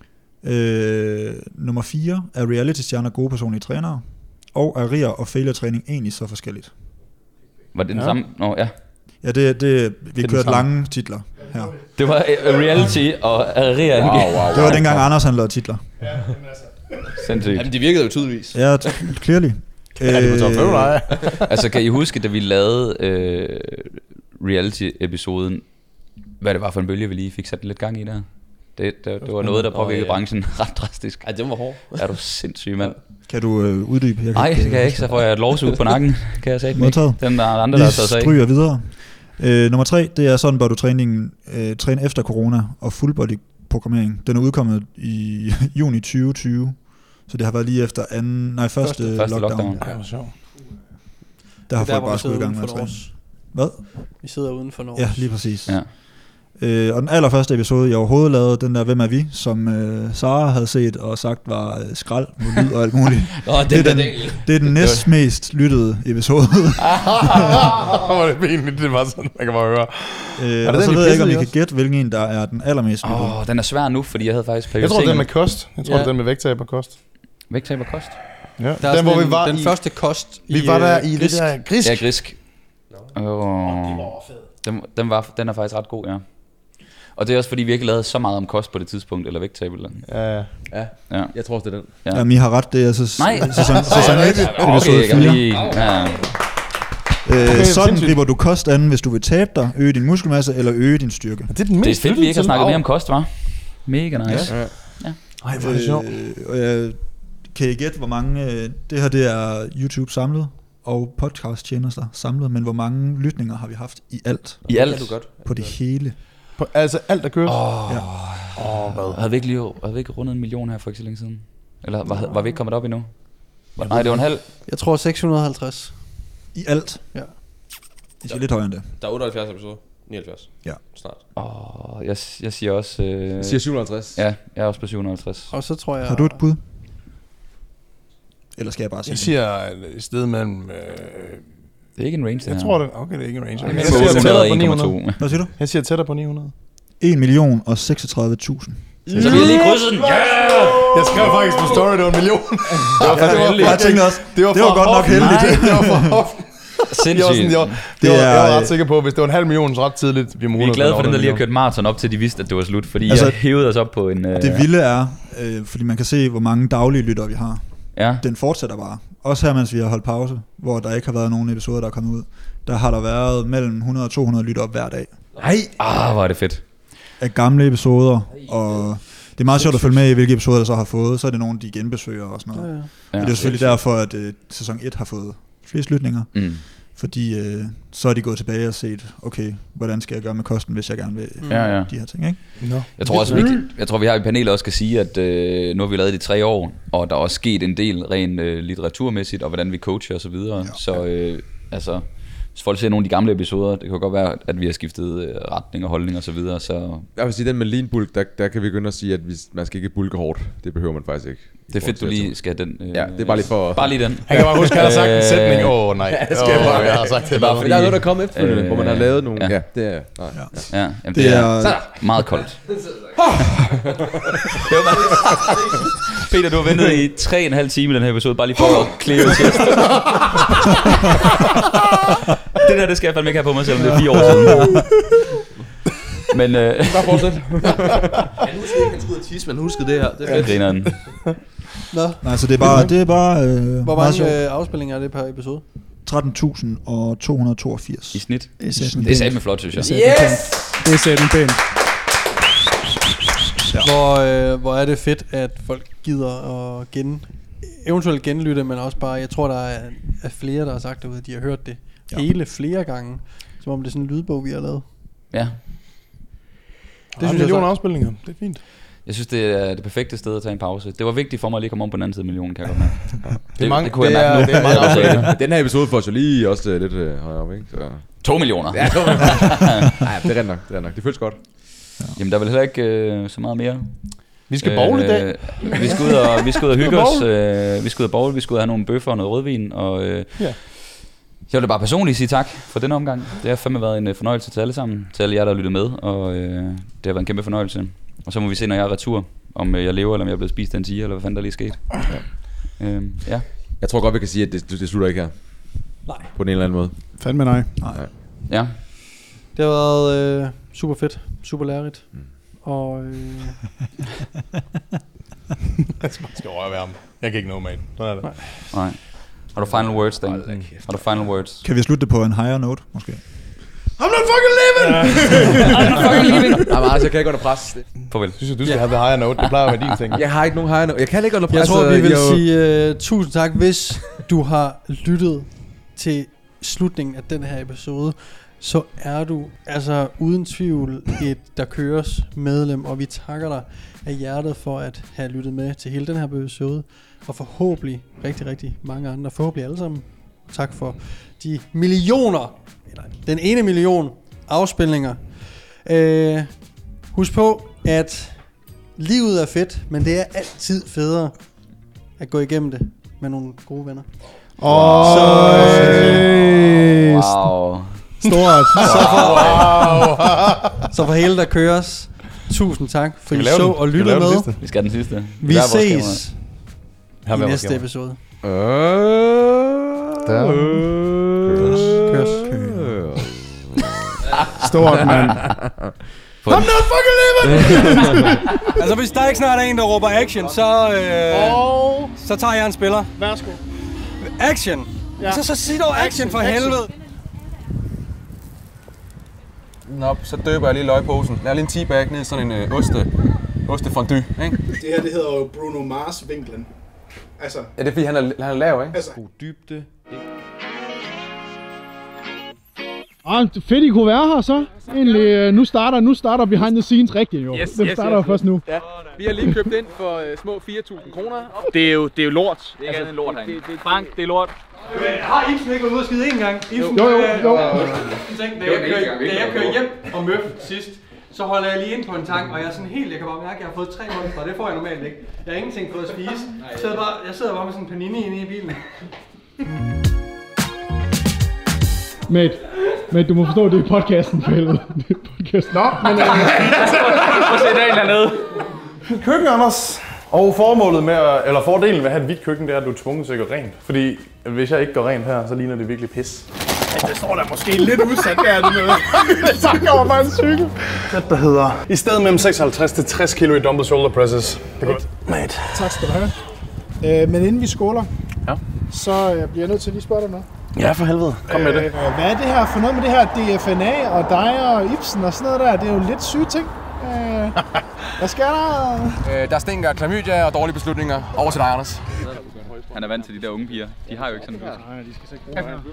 S6: Øh, nummer fire er reality-stjerner gode personlige trænere. Og er riger og failure-træning egentlig så forskelligt?
S4: Var det den
S2: Ja.
S4: samme? Nå, ja.
S6: Ja, det, det, vi
S2: den
S6: kørte
S2: samme.
S6: lange titler her.
S4: Det var uh, reality og Aria.
S3: Wow, wow, wow.
S6: Det var dengang Anders han lavede titler.
S4: Sindssygt.
S7: Jamen, de virkede jo tydeligvis.
S6: Ja, t- clearly.
S2: Er det på top fem, nej?
S4: Altså, kan I huske, da vi lavede øh, reality-episoden, hvad det var for en bølge, vi lige fik sat lidt gang i der? Det, det, det var noget, der påvirkede
S7: Åh, ja.
S4: branchen ret drastisk.
S7: Ej, den var hård.
S4: Er du sindssyg, mand?
S6: Kan du øh, uddybe? Jeg
S4: Nej, det kan jeg ikke, så får jeg et lovsug på nakken, kan jeg sige.
S6: Modtaget.
S4: Den der er andre, der
S6: Vi
S4: har taget sig af.
S6: stryger videre. Øh, nummer tre, det er sådan, bør du træningen, øh, træne efter corona og full body programmering. Den er udkommet i juni tyve tyve, så det har været lige efter anden, nej, første,
S4: Første- første
S6: lockdown.
S4: lockdown.
S2: Ej, hvor sjovt.
S6: Der har
S1: Det er der,
S6: folk
S1: hvor
S6: bare
S1: vi
S6: skulle i
S1: sidder
S6: gang
S1: uden
S6: med
S1: for
S6: at træne.
S1: Norge.
S6: Hvad?
S1: Vi sidder uden for Norge.
S6: Ja, lige præcis.
S4: Ja.
S6: Øh, og den allerførste episode, jeg overhovedet lavede, den der Hvem er vi, som øh, Sara havde set og sagt var øh, skrald med lyd og alt muligt.
S7: Nå,
S6: det, er den, det er den næst mest lyttede episode.
S2: Hvor var det pinligt, det var sådan, man kan bare høre.
S6: øh,
S2: det
S6: og
S2: den,
S6: så
S2: I
S6: ved jeg ikke, om I
S2: pissede i
S6: kan gætte, hvilken en, der er den allermest lyttede.
S4: Åh, oh, den er svær nu, fordi jeg havde faktisk
S2: Jeg tror, det er den med
S4: periodisering.
S2: kost. Jeg tror,
S1: Ja.
S2: det er den med vægttab og kost.
S4: Vægttab og kost.
S2: Ja.
S1: Der er
S2: Den,
S1: sådan
S2: hvor vi
S1: en-
S2: var
S1: den
S2: i,
S1: første kost
S2: vi var der
S1: øh,
S2: i det
S1: Grisk.
S2: der grisk.
S4: Ja, grisk. Oh, den, den, var, den er faktisk ret god, ja. Og det er også fordi, vi ikke lavede så meget om kost på det tidspunkt, eller vægttab eller
S2: Ja, ja.
S3: Ja,
S4: ja.
S3: jeg tror også, det er den.
S4: Ja.
S6: Jamen, I har ret, det er så
S4: Nej.
S6: sæson, sæson et,
S4: Okay,
S6: episode
S4: jeg kan
S6: fire.
S4: lige... Ja.
S6: Øh, sådan
S2: sindssygt.
S6: griber du kost an, hvis du vil tabe dig, øge din muskelmasse eller øge din styrke.
S2: Det er den
S4: Det er
S2: mest
S4: fedt, vi ikke har
S2: lyttede
S4: snakket
S2: til.
S4: mere om kost, var. Mega nice.
S3: Ja.
S2: Ej, hvor er det sjovt.
S6: Øh, og jeg, kan I gætte, hvor mange... Øh, det her, det er YouTube samlet, og podcast tjenester samlet, men hvor mange lytninger har vi haft i alt?
S4: I alt.
S3: Det kan du godt.
S6: På det hele.
S2: På, altså alt, der kører.
S4: Åh,
S6: Ja.
S2: Åh, hvad?
S4: havde vi ikke lige havde vi ikke rundet en million her for ikke så længe siden? Eller var, var vi ikke kommet op endnu? Var, nej, det var en halv.
S1: Jeg tror seks hundrede og halvtreds.
S6: I alt.
S1: Ja.
S6: I siger lidt højere end det.
S7: Der er otteoghalvfjerds episoder. nioghalvfjerds.
S6: Ja.
S7: Snart.
S4: Åh, jeg, jeg siger også... Øh,
S3: Jeg siger syv hundrede og halvtreds.
S4: Ja, jeg er også på syv hundrede og halvtreds.
S1: Og så tror jeg...
S6: Har du et bud? Eller skal jeg bare sige
S2: Jeg
S6: det?
S2: siger et sted mellem... Øh,
S4: Det er ikke en range, det
S2: jeg
S4: her.
S2: tror det... Okay, det er ikke en range.
S4: Det
S2: Jeg
S4: er
S2: siger tættere på ni hundrede.
S4: otte komma to.
S6: Hvad siger du?
S2: Jeg siger tættere på ni hundrede.
S6: en million og seksogtredive tusind.
S4: Så vi har lige krydset den. Ja!
S2: Jeg skrev faktisk på story, det var en million.
S4: Det var fandme heldigt.
S6: Jeg tænkte også,
S2: Det var,
S6: det var
S2: for
S6: godt nok
S2: hoften.
S6: heldigt.
S2: Nej, det var for hoften. Jeg var, sådan, jeg, var, det var,
S6: Det er-
S2: jeg var ret sikker på, at hvis det var en halv million, så ret tidligt, vi må
S4: Vi er glade for dem, der lige har kørt maraton op til, de vidste, at det var slut. Fordi
S6: Altså,
S4: jeg hævede os op på en... Øh,
S6: Det vilde er, øh, fordi man kan se, hvor mange daglige lyttere vi har.
S4: Ja.
S6: Den fortsætter bare. Også her, mens vi har holdt pause, hvor der ikke har været nogen episoder, der er kommet ud. Der har der været mellem hundrede og to hundrede lyttere hver dag.
S2: Nej.
S4: Ah, hvor er det fedt.
S6: Af gamle episoder, og det er meget sjovt at følge med i, hvilke episoder der så har fået. Så er det nogle, de genbesøger og sådan noget.
S1: Ja, ja.
S6: Ja, det er jo selvfølgelig derfor, at øh, sæson et har fået flest lytninger.
S4: Mm.
S6: Fordi øh, så er de gået tilbage og set, okay, hvordan skal jeg gøre med kosten, hvis jeg gerne vil
S1: Mm.
S4: Ja, ja.
S6: de her ting, ikke?
S2: No.
S4: Jeg tror også, vi, jeg tror, vi har i panelet også skal sige, at øh, nu har vi lavet det i tre år, og der er også sket en del rent øh, litteraturmæssigt, og hvordan vi coacher og så videre. Ja. Så øh, altså, hvis folk ser nogle af de gamle episoder, det kan godt være, at vi har skiftet øh, retning og holdning og så videre. Så
S3: Jeg vil sige, den med lean bulk, der, der kan vi begynde at sige, at vi, man skal ikke bulke hårdt. Det behøver man faktisk ikke.
S4: det er fedt, du lige skal have den. Øh,
S3: Ja, det er bare lige for...
S4: Bare lige den.
S2: Han kan bare huske, at han har sagt en
S4: Øh,
S2: sætning. Åh, oh, nej. Ja,
S3: det skal jeg bare-
S2: jeg har sagt det.
S4: bare
S2: bare
S3: Men
S4: fordi-
S3: der er noget, der kommer efterfølgende,
S4: Øh,
S3: hvor man har lavet nogle...
S4: ja.
S3: Ja, det er... Nej.
S6: Ja.
S4: Ja, jamen, det,
S6: Det
S4: det er,
S6: er,
S4: meget koldt. Det var bare- Peter, du har ventet i tre og en halv time i den her episode, bare lige for at klæde chest. Det der, det skal jeg fandme ikke have på mig, selvom det er fire år siden. Men øh,
S3: Bare fortsæt.
S7: Han huskede ikke, han skulle ud tisse, men huskede det her. Det er
S4: jeg
S7: fedt.
S4: griner den.
S1: Nå,
S6: nej, så det er bare, det er bare øh,
S1: hvor
S6: meget sjovt.
S1: mange øh, afspillinger er det per episode?
S6: tretten tusind to hundrede og toogfirs.
S4: I snit.
S5: Det er satme
S4: Det er satme flot, synes jeg.
S5: Det er satme pænt.
S1: Hvor, øh, hvor er det fedt, at folk gider at gen, eventuelt genlytte, men også bare, jeg tror, der er, er flere, der har sagt derude, at de har hørt det
S6: Ja.
S1: hele flere gange. Som om det er sådan en lydbog, vi har lavet.
S4: Ja.
S1: Det synes jeg
S2: millioner
S1: så.
S2: afspilninger. Det er fint.
S4: Jeg synes, det er det perfekte sted at tage en pause. Det var vigtigt for mig at lige komme om på den anden side af millionen, kan jeg godt mærke.
S2: Det,
S4: Det,
S2: mange,
S4: det kunne
S2: det
S4: jeg
S2: er,
S4: mærke nu.
S2: det er mange aftaler.
S3: Den her episode får så lige også uh, lidt uh, højere op, ikke? Så.
S4: To millioner.
S3: Ja, to millioner. Nej, det er rent nok. Det er nok. Det føles godt.
S4: Ja. Jamen, der er vel heller ikke øh, så meget mere.
S2: Vi skal bowle i dag.
S4: Øh, vi skal ud og, vi skal ud og hygge os. Øh, vi skal ud og bowle, vi skal ud og have nogle bøffer og noget rødvin. Og øh,
S2: Ja.
S4: jeg vil da bare personligt sige tak for denne omgang. Det har fandme været en fornøjelse til alle sammen. Til alle jer, der har lyttet med. Og øh, det har været en kæmpe fornøjelse. Og så må vi se, når jeg er retur, om jeg lever, eller om jeg er blevet spist af en tiger, eller hvad fanden der lige skete. Ja. Øhm, ja.
S3: Jeg tror godt, vi kan sige, at det, det slutter ikke her.
S1: Nej.
S3: På den ene eller anden måde.
S5: Fandme nej.
S3: Nej.
S4: Ja.
S1: Det har været øh, super fedt, super lærerigt. Mm. Og øh,
S2: Jeg skal røre ved ham. Jeg kan ikke nå med en. Sådan er det.
S1: Nej.
S4: Nej. Har du final words, Dan? Har du final words?
S6: Kan vi slutte det på en higher note, måske?
S2: I'm not fucking leaving!
S3: Jamen, altså, jeg kan ikke under pres.
S4: Farvel.
S2: Synes jeg, du skal have the higher note. Det plejer at være din ting.
S3: Jeg har ikke nogen higher note. Jeg kan ikke under pres.
S1: jeg tror, vi vil
S3: jeg jo-
S1: sige uh, tusind tak, hvis du har lyttet til slutningen af den her episode. Så er du altså uden tvivl et der køres medlem, og vi takker dig af hjertet for at have lyttet med til hele den her episode, og forhåbentlig rigtig, rigtig mange andre, forhåbentlig alle sammen. Tak for de millioner, eller den ene million afspilninger. Uh, husk på, at livet er fedt, men det er altid federe at gå igennem det med nogle gode venner.
S5: Åh,
S1: Så,
S5: øh,
S4: Wow.
S5: stort.
S1: Så for, så for hele der køres, tusind tak for
S2: Skal vi
S1: I
S2: lave
S1: så
S2: den?
S1: og
S2: Skal vi
S1: lyttede
S2: lave den
S1: med.
S2: sidste?
S4: Vi skal have den sidste.
S1: Vi
S4: Hver vores kamera.
S1: ses
S2: Her
S1: i
S2: vil jeg
S1: næste
S2: også
S1: episode.
S3: Øh.
S2: Der.
S1: Køres.
S5: Stort, mand.
S2: I'm not fucking leaving!
S8: Altså hvis der ikke snart er en, der råber action, så, øh,
S5: Og
S8: så tager jeg en spiller.
S5: værsgo.
S8: Action! Ja. Så, så sig dog action for helvede!
S7: Nå, så døber jeg lige løgposen. Lad lige en teabag ned i sådan en øh, oste, ostefondue, ikke?
S5: Det her, det hedder jo Bruno Mars-vinklen. Altså,
S7: Ja, det er fordi, han er, han er lav, ikke?
S5: altså.
S3: God dybde.
S9: Ah, fedt, I kunne være her så. Egentlig, øh, nu starter, nu starter behind the scenes rigtigt jo.
S10: Yes,
S9: Den
S10: yes,
S9: starter
S10: yes,
S9: jo først nu.
S10: Ja, vi har lige købt ind for uh, små fire tusind kroner.
S9: Det er jo, det er jo lort.
S10: Det er ikke andet lort herinde. Det, det, bank, det er lort.
S8: Har Ibsen ikke været ude at skide en gang? Ibsen,
S9: Jo, jo, jo.
S8: Tænk, da, jeg kører, da jeg kører hjem og møf sidst, så holder jeg lige ind på en tank, og jeg er sådan helt, jeg kan bare mærke, at jeg har fået tre måneder, det får jeg normalt ikke. Jeg har ingenting fået at spise. Jeg sidder bare, jeg sidder bare med sådan en panini inde i bilen.
S9: Mate, mate, du må forstå, det er podcasten for helvede. Det er podcasten. Nå, men...
S10: Prøv at se dagen hernede.
S2: Køkken, Anders. Og formålet med at, eller fordelen ved at have et hvidt køkken, det er, at du er tvunget til at gøre rent. Fordi hvis jeg ikke gør rent her, så ligner det virkelig pis.
S5: Det står der måske lidt udsat, der er det med. Det tager over bare en cykel.
S2: Det der hedder, i stedet mellem seksoghalvtreds til tres kilo i dumbbell shoulder presses. Det er godt. Mate.
S5: Tak skal du have. Øh, men inden vi skåler,
S2: Ja.
S5: så øh, bliver jeg nødt til at lige spørge dig noget.
S2: Ja, for helvede. Kom med det.
S5: Øh, hvad er det her for noget med det her D F N A og dig og Ibsen og sådan noget der? Det er jo lidt syge ting. Øh, hvad skal der?
S7: Øh, der stinker klamydia og dårlige beslutninger. Over til dig, Anders.
S4: Han er vant til de der unge piger. De har jo ikke sådan en
S5: Nej, de skal så ikke bruge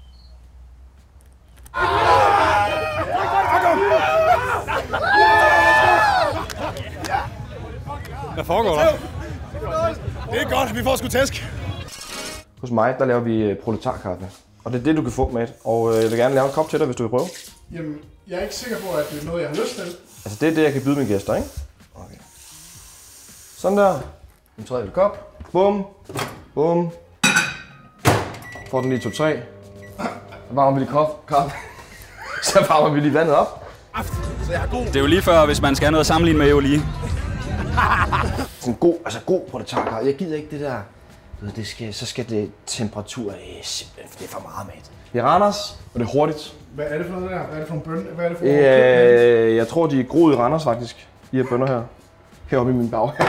S8: Hvad foregår der?
S2: Det er godt, vi får sgu tæsk.
S11: Hos mig, der laver vi proletarkaffe. Og det er det, du kan få med. Og jeg vil gerne lave en kop til dig, hvis du vil prøve.
S5: Jamen, jeg er ikke sikker på, at det er noget, jeg har lyst til.
S11: Altså, det er det, jeg kan byde mine gæster, ikke? Okay. Sådan der. En tredje kop. Bum. Bum. Får den lige to tre. Så varmer vi lige kaffe. kaffe. Så varmer vi lige vandet op.
S8: Det er jo lige før, hvis man skal have noget at sammenligne med, jo lige.
S11: Sådan god, altså god proletarkaffe. Jeg gider ikke det der. Du ved, det skal, så skal det temperatur. Øh, simpelthen, det er for meget, mate. Det er Randers, og det er hurtigt.
S5: Hvad er det for noget der? Hvad er det for en bønne? Hvad er det for nogle
S11: Øh, jeg tror, de er groet i Randers, faktisk. De her bønner her. Heroppe i min baghave.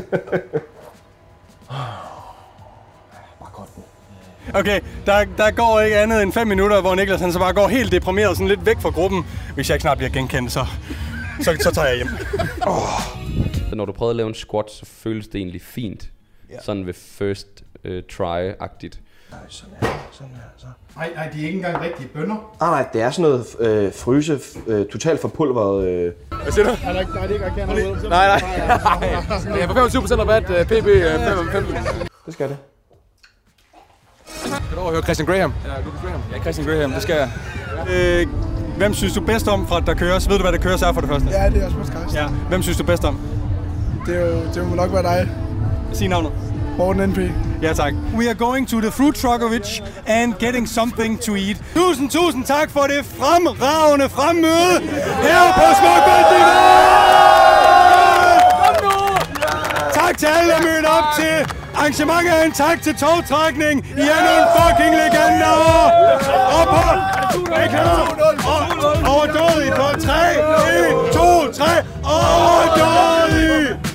S11: Bare godt nu.
S8: Okay, der, der går ikke andet end fem minutter, hvor Niklas han så bare går helt deprimeret sådan lidt væk fra gruppen. Hvis jeg ikke snart bliver genkendt, så, så, så tager jeg hjem.
S12: Så når du prøvede at lave en squat, så føles det egentlig fint. Yeah. Sådan ved first uh, try-agtigt.
S11: Sådan her, sådan her, så.
S5: Nej, nej, de er ikke engang rigtige bønner.
S11: Ah, nej, det er sådan noget øh, fryse, øh, totalt forpulveret. Øh.
S7: Hvad siger du?
S5: Er der ikke, nej, det er ikke engang noget.
S7: Nej, nej. Jeg er på femogtyve procent rabat, P B femoghalvfems.
S11: Det skal det.
S7: Kan du overhøre Christian Graham? Ja, Lucas Graham.
S13: Ja, Christian Graham, det skal jeg. Øh, hvem synes du bedst om, fra der køres? Ved du, hvad der køres er for det første?
S14: Ja, det er også podcast.
S13: Ja. Hvem synes du bedst om?
S14: Det, er jo, det må nok være dig.
S13: Sig navnet.
S14: Morten N P.
S13: Ja, tak. We are going to the fruit truckerage and getting something to eat. Tusind, tusind tak for det fremragende fremmøde her på Smågårdsdiva! Tak til alle, der mødte op til arrangementet. En tak til togtrækning. I er nogle fucking legender. Og på... Overdådigt på tre, en, to, tre. Overdådigt!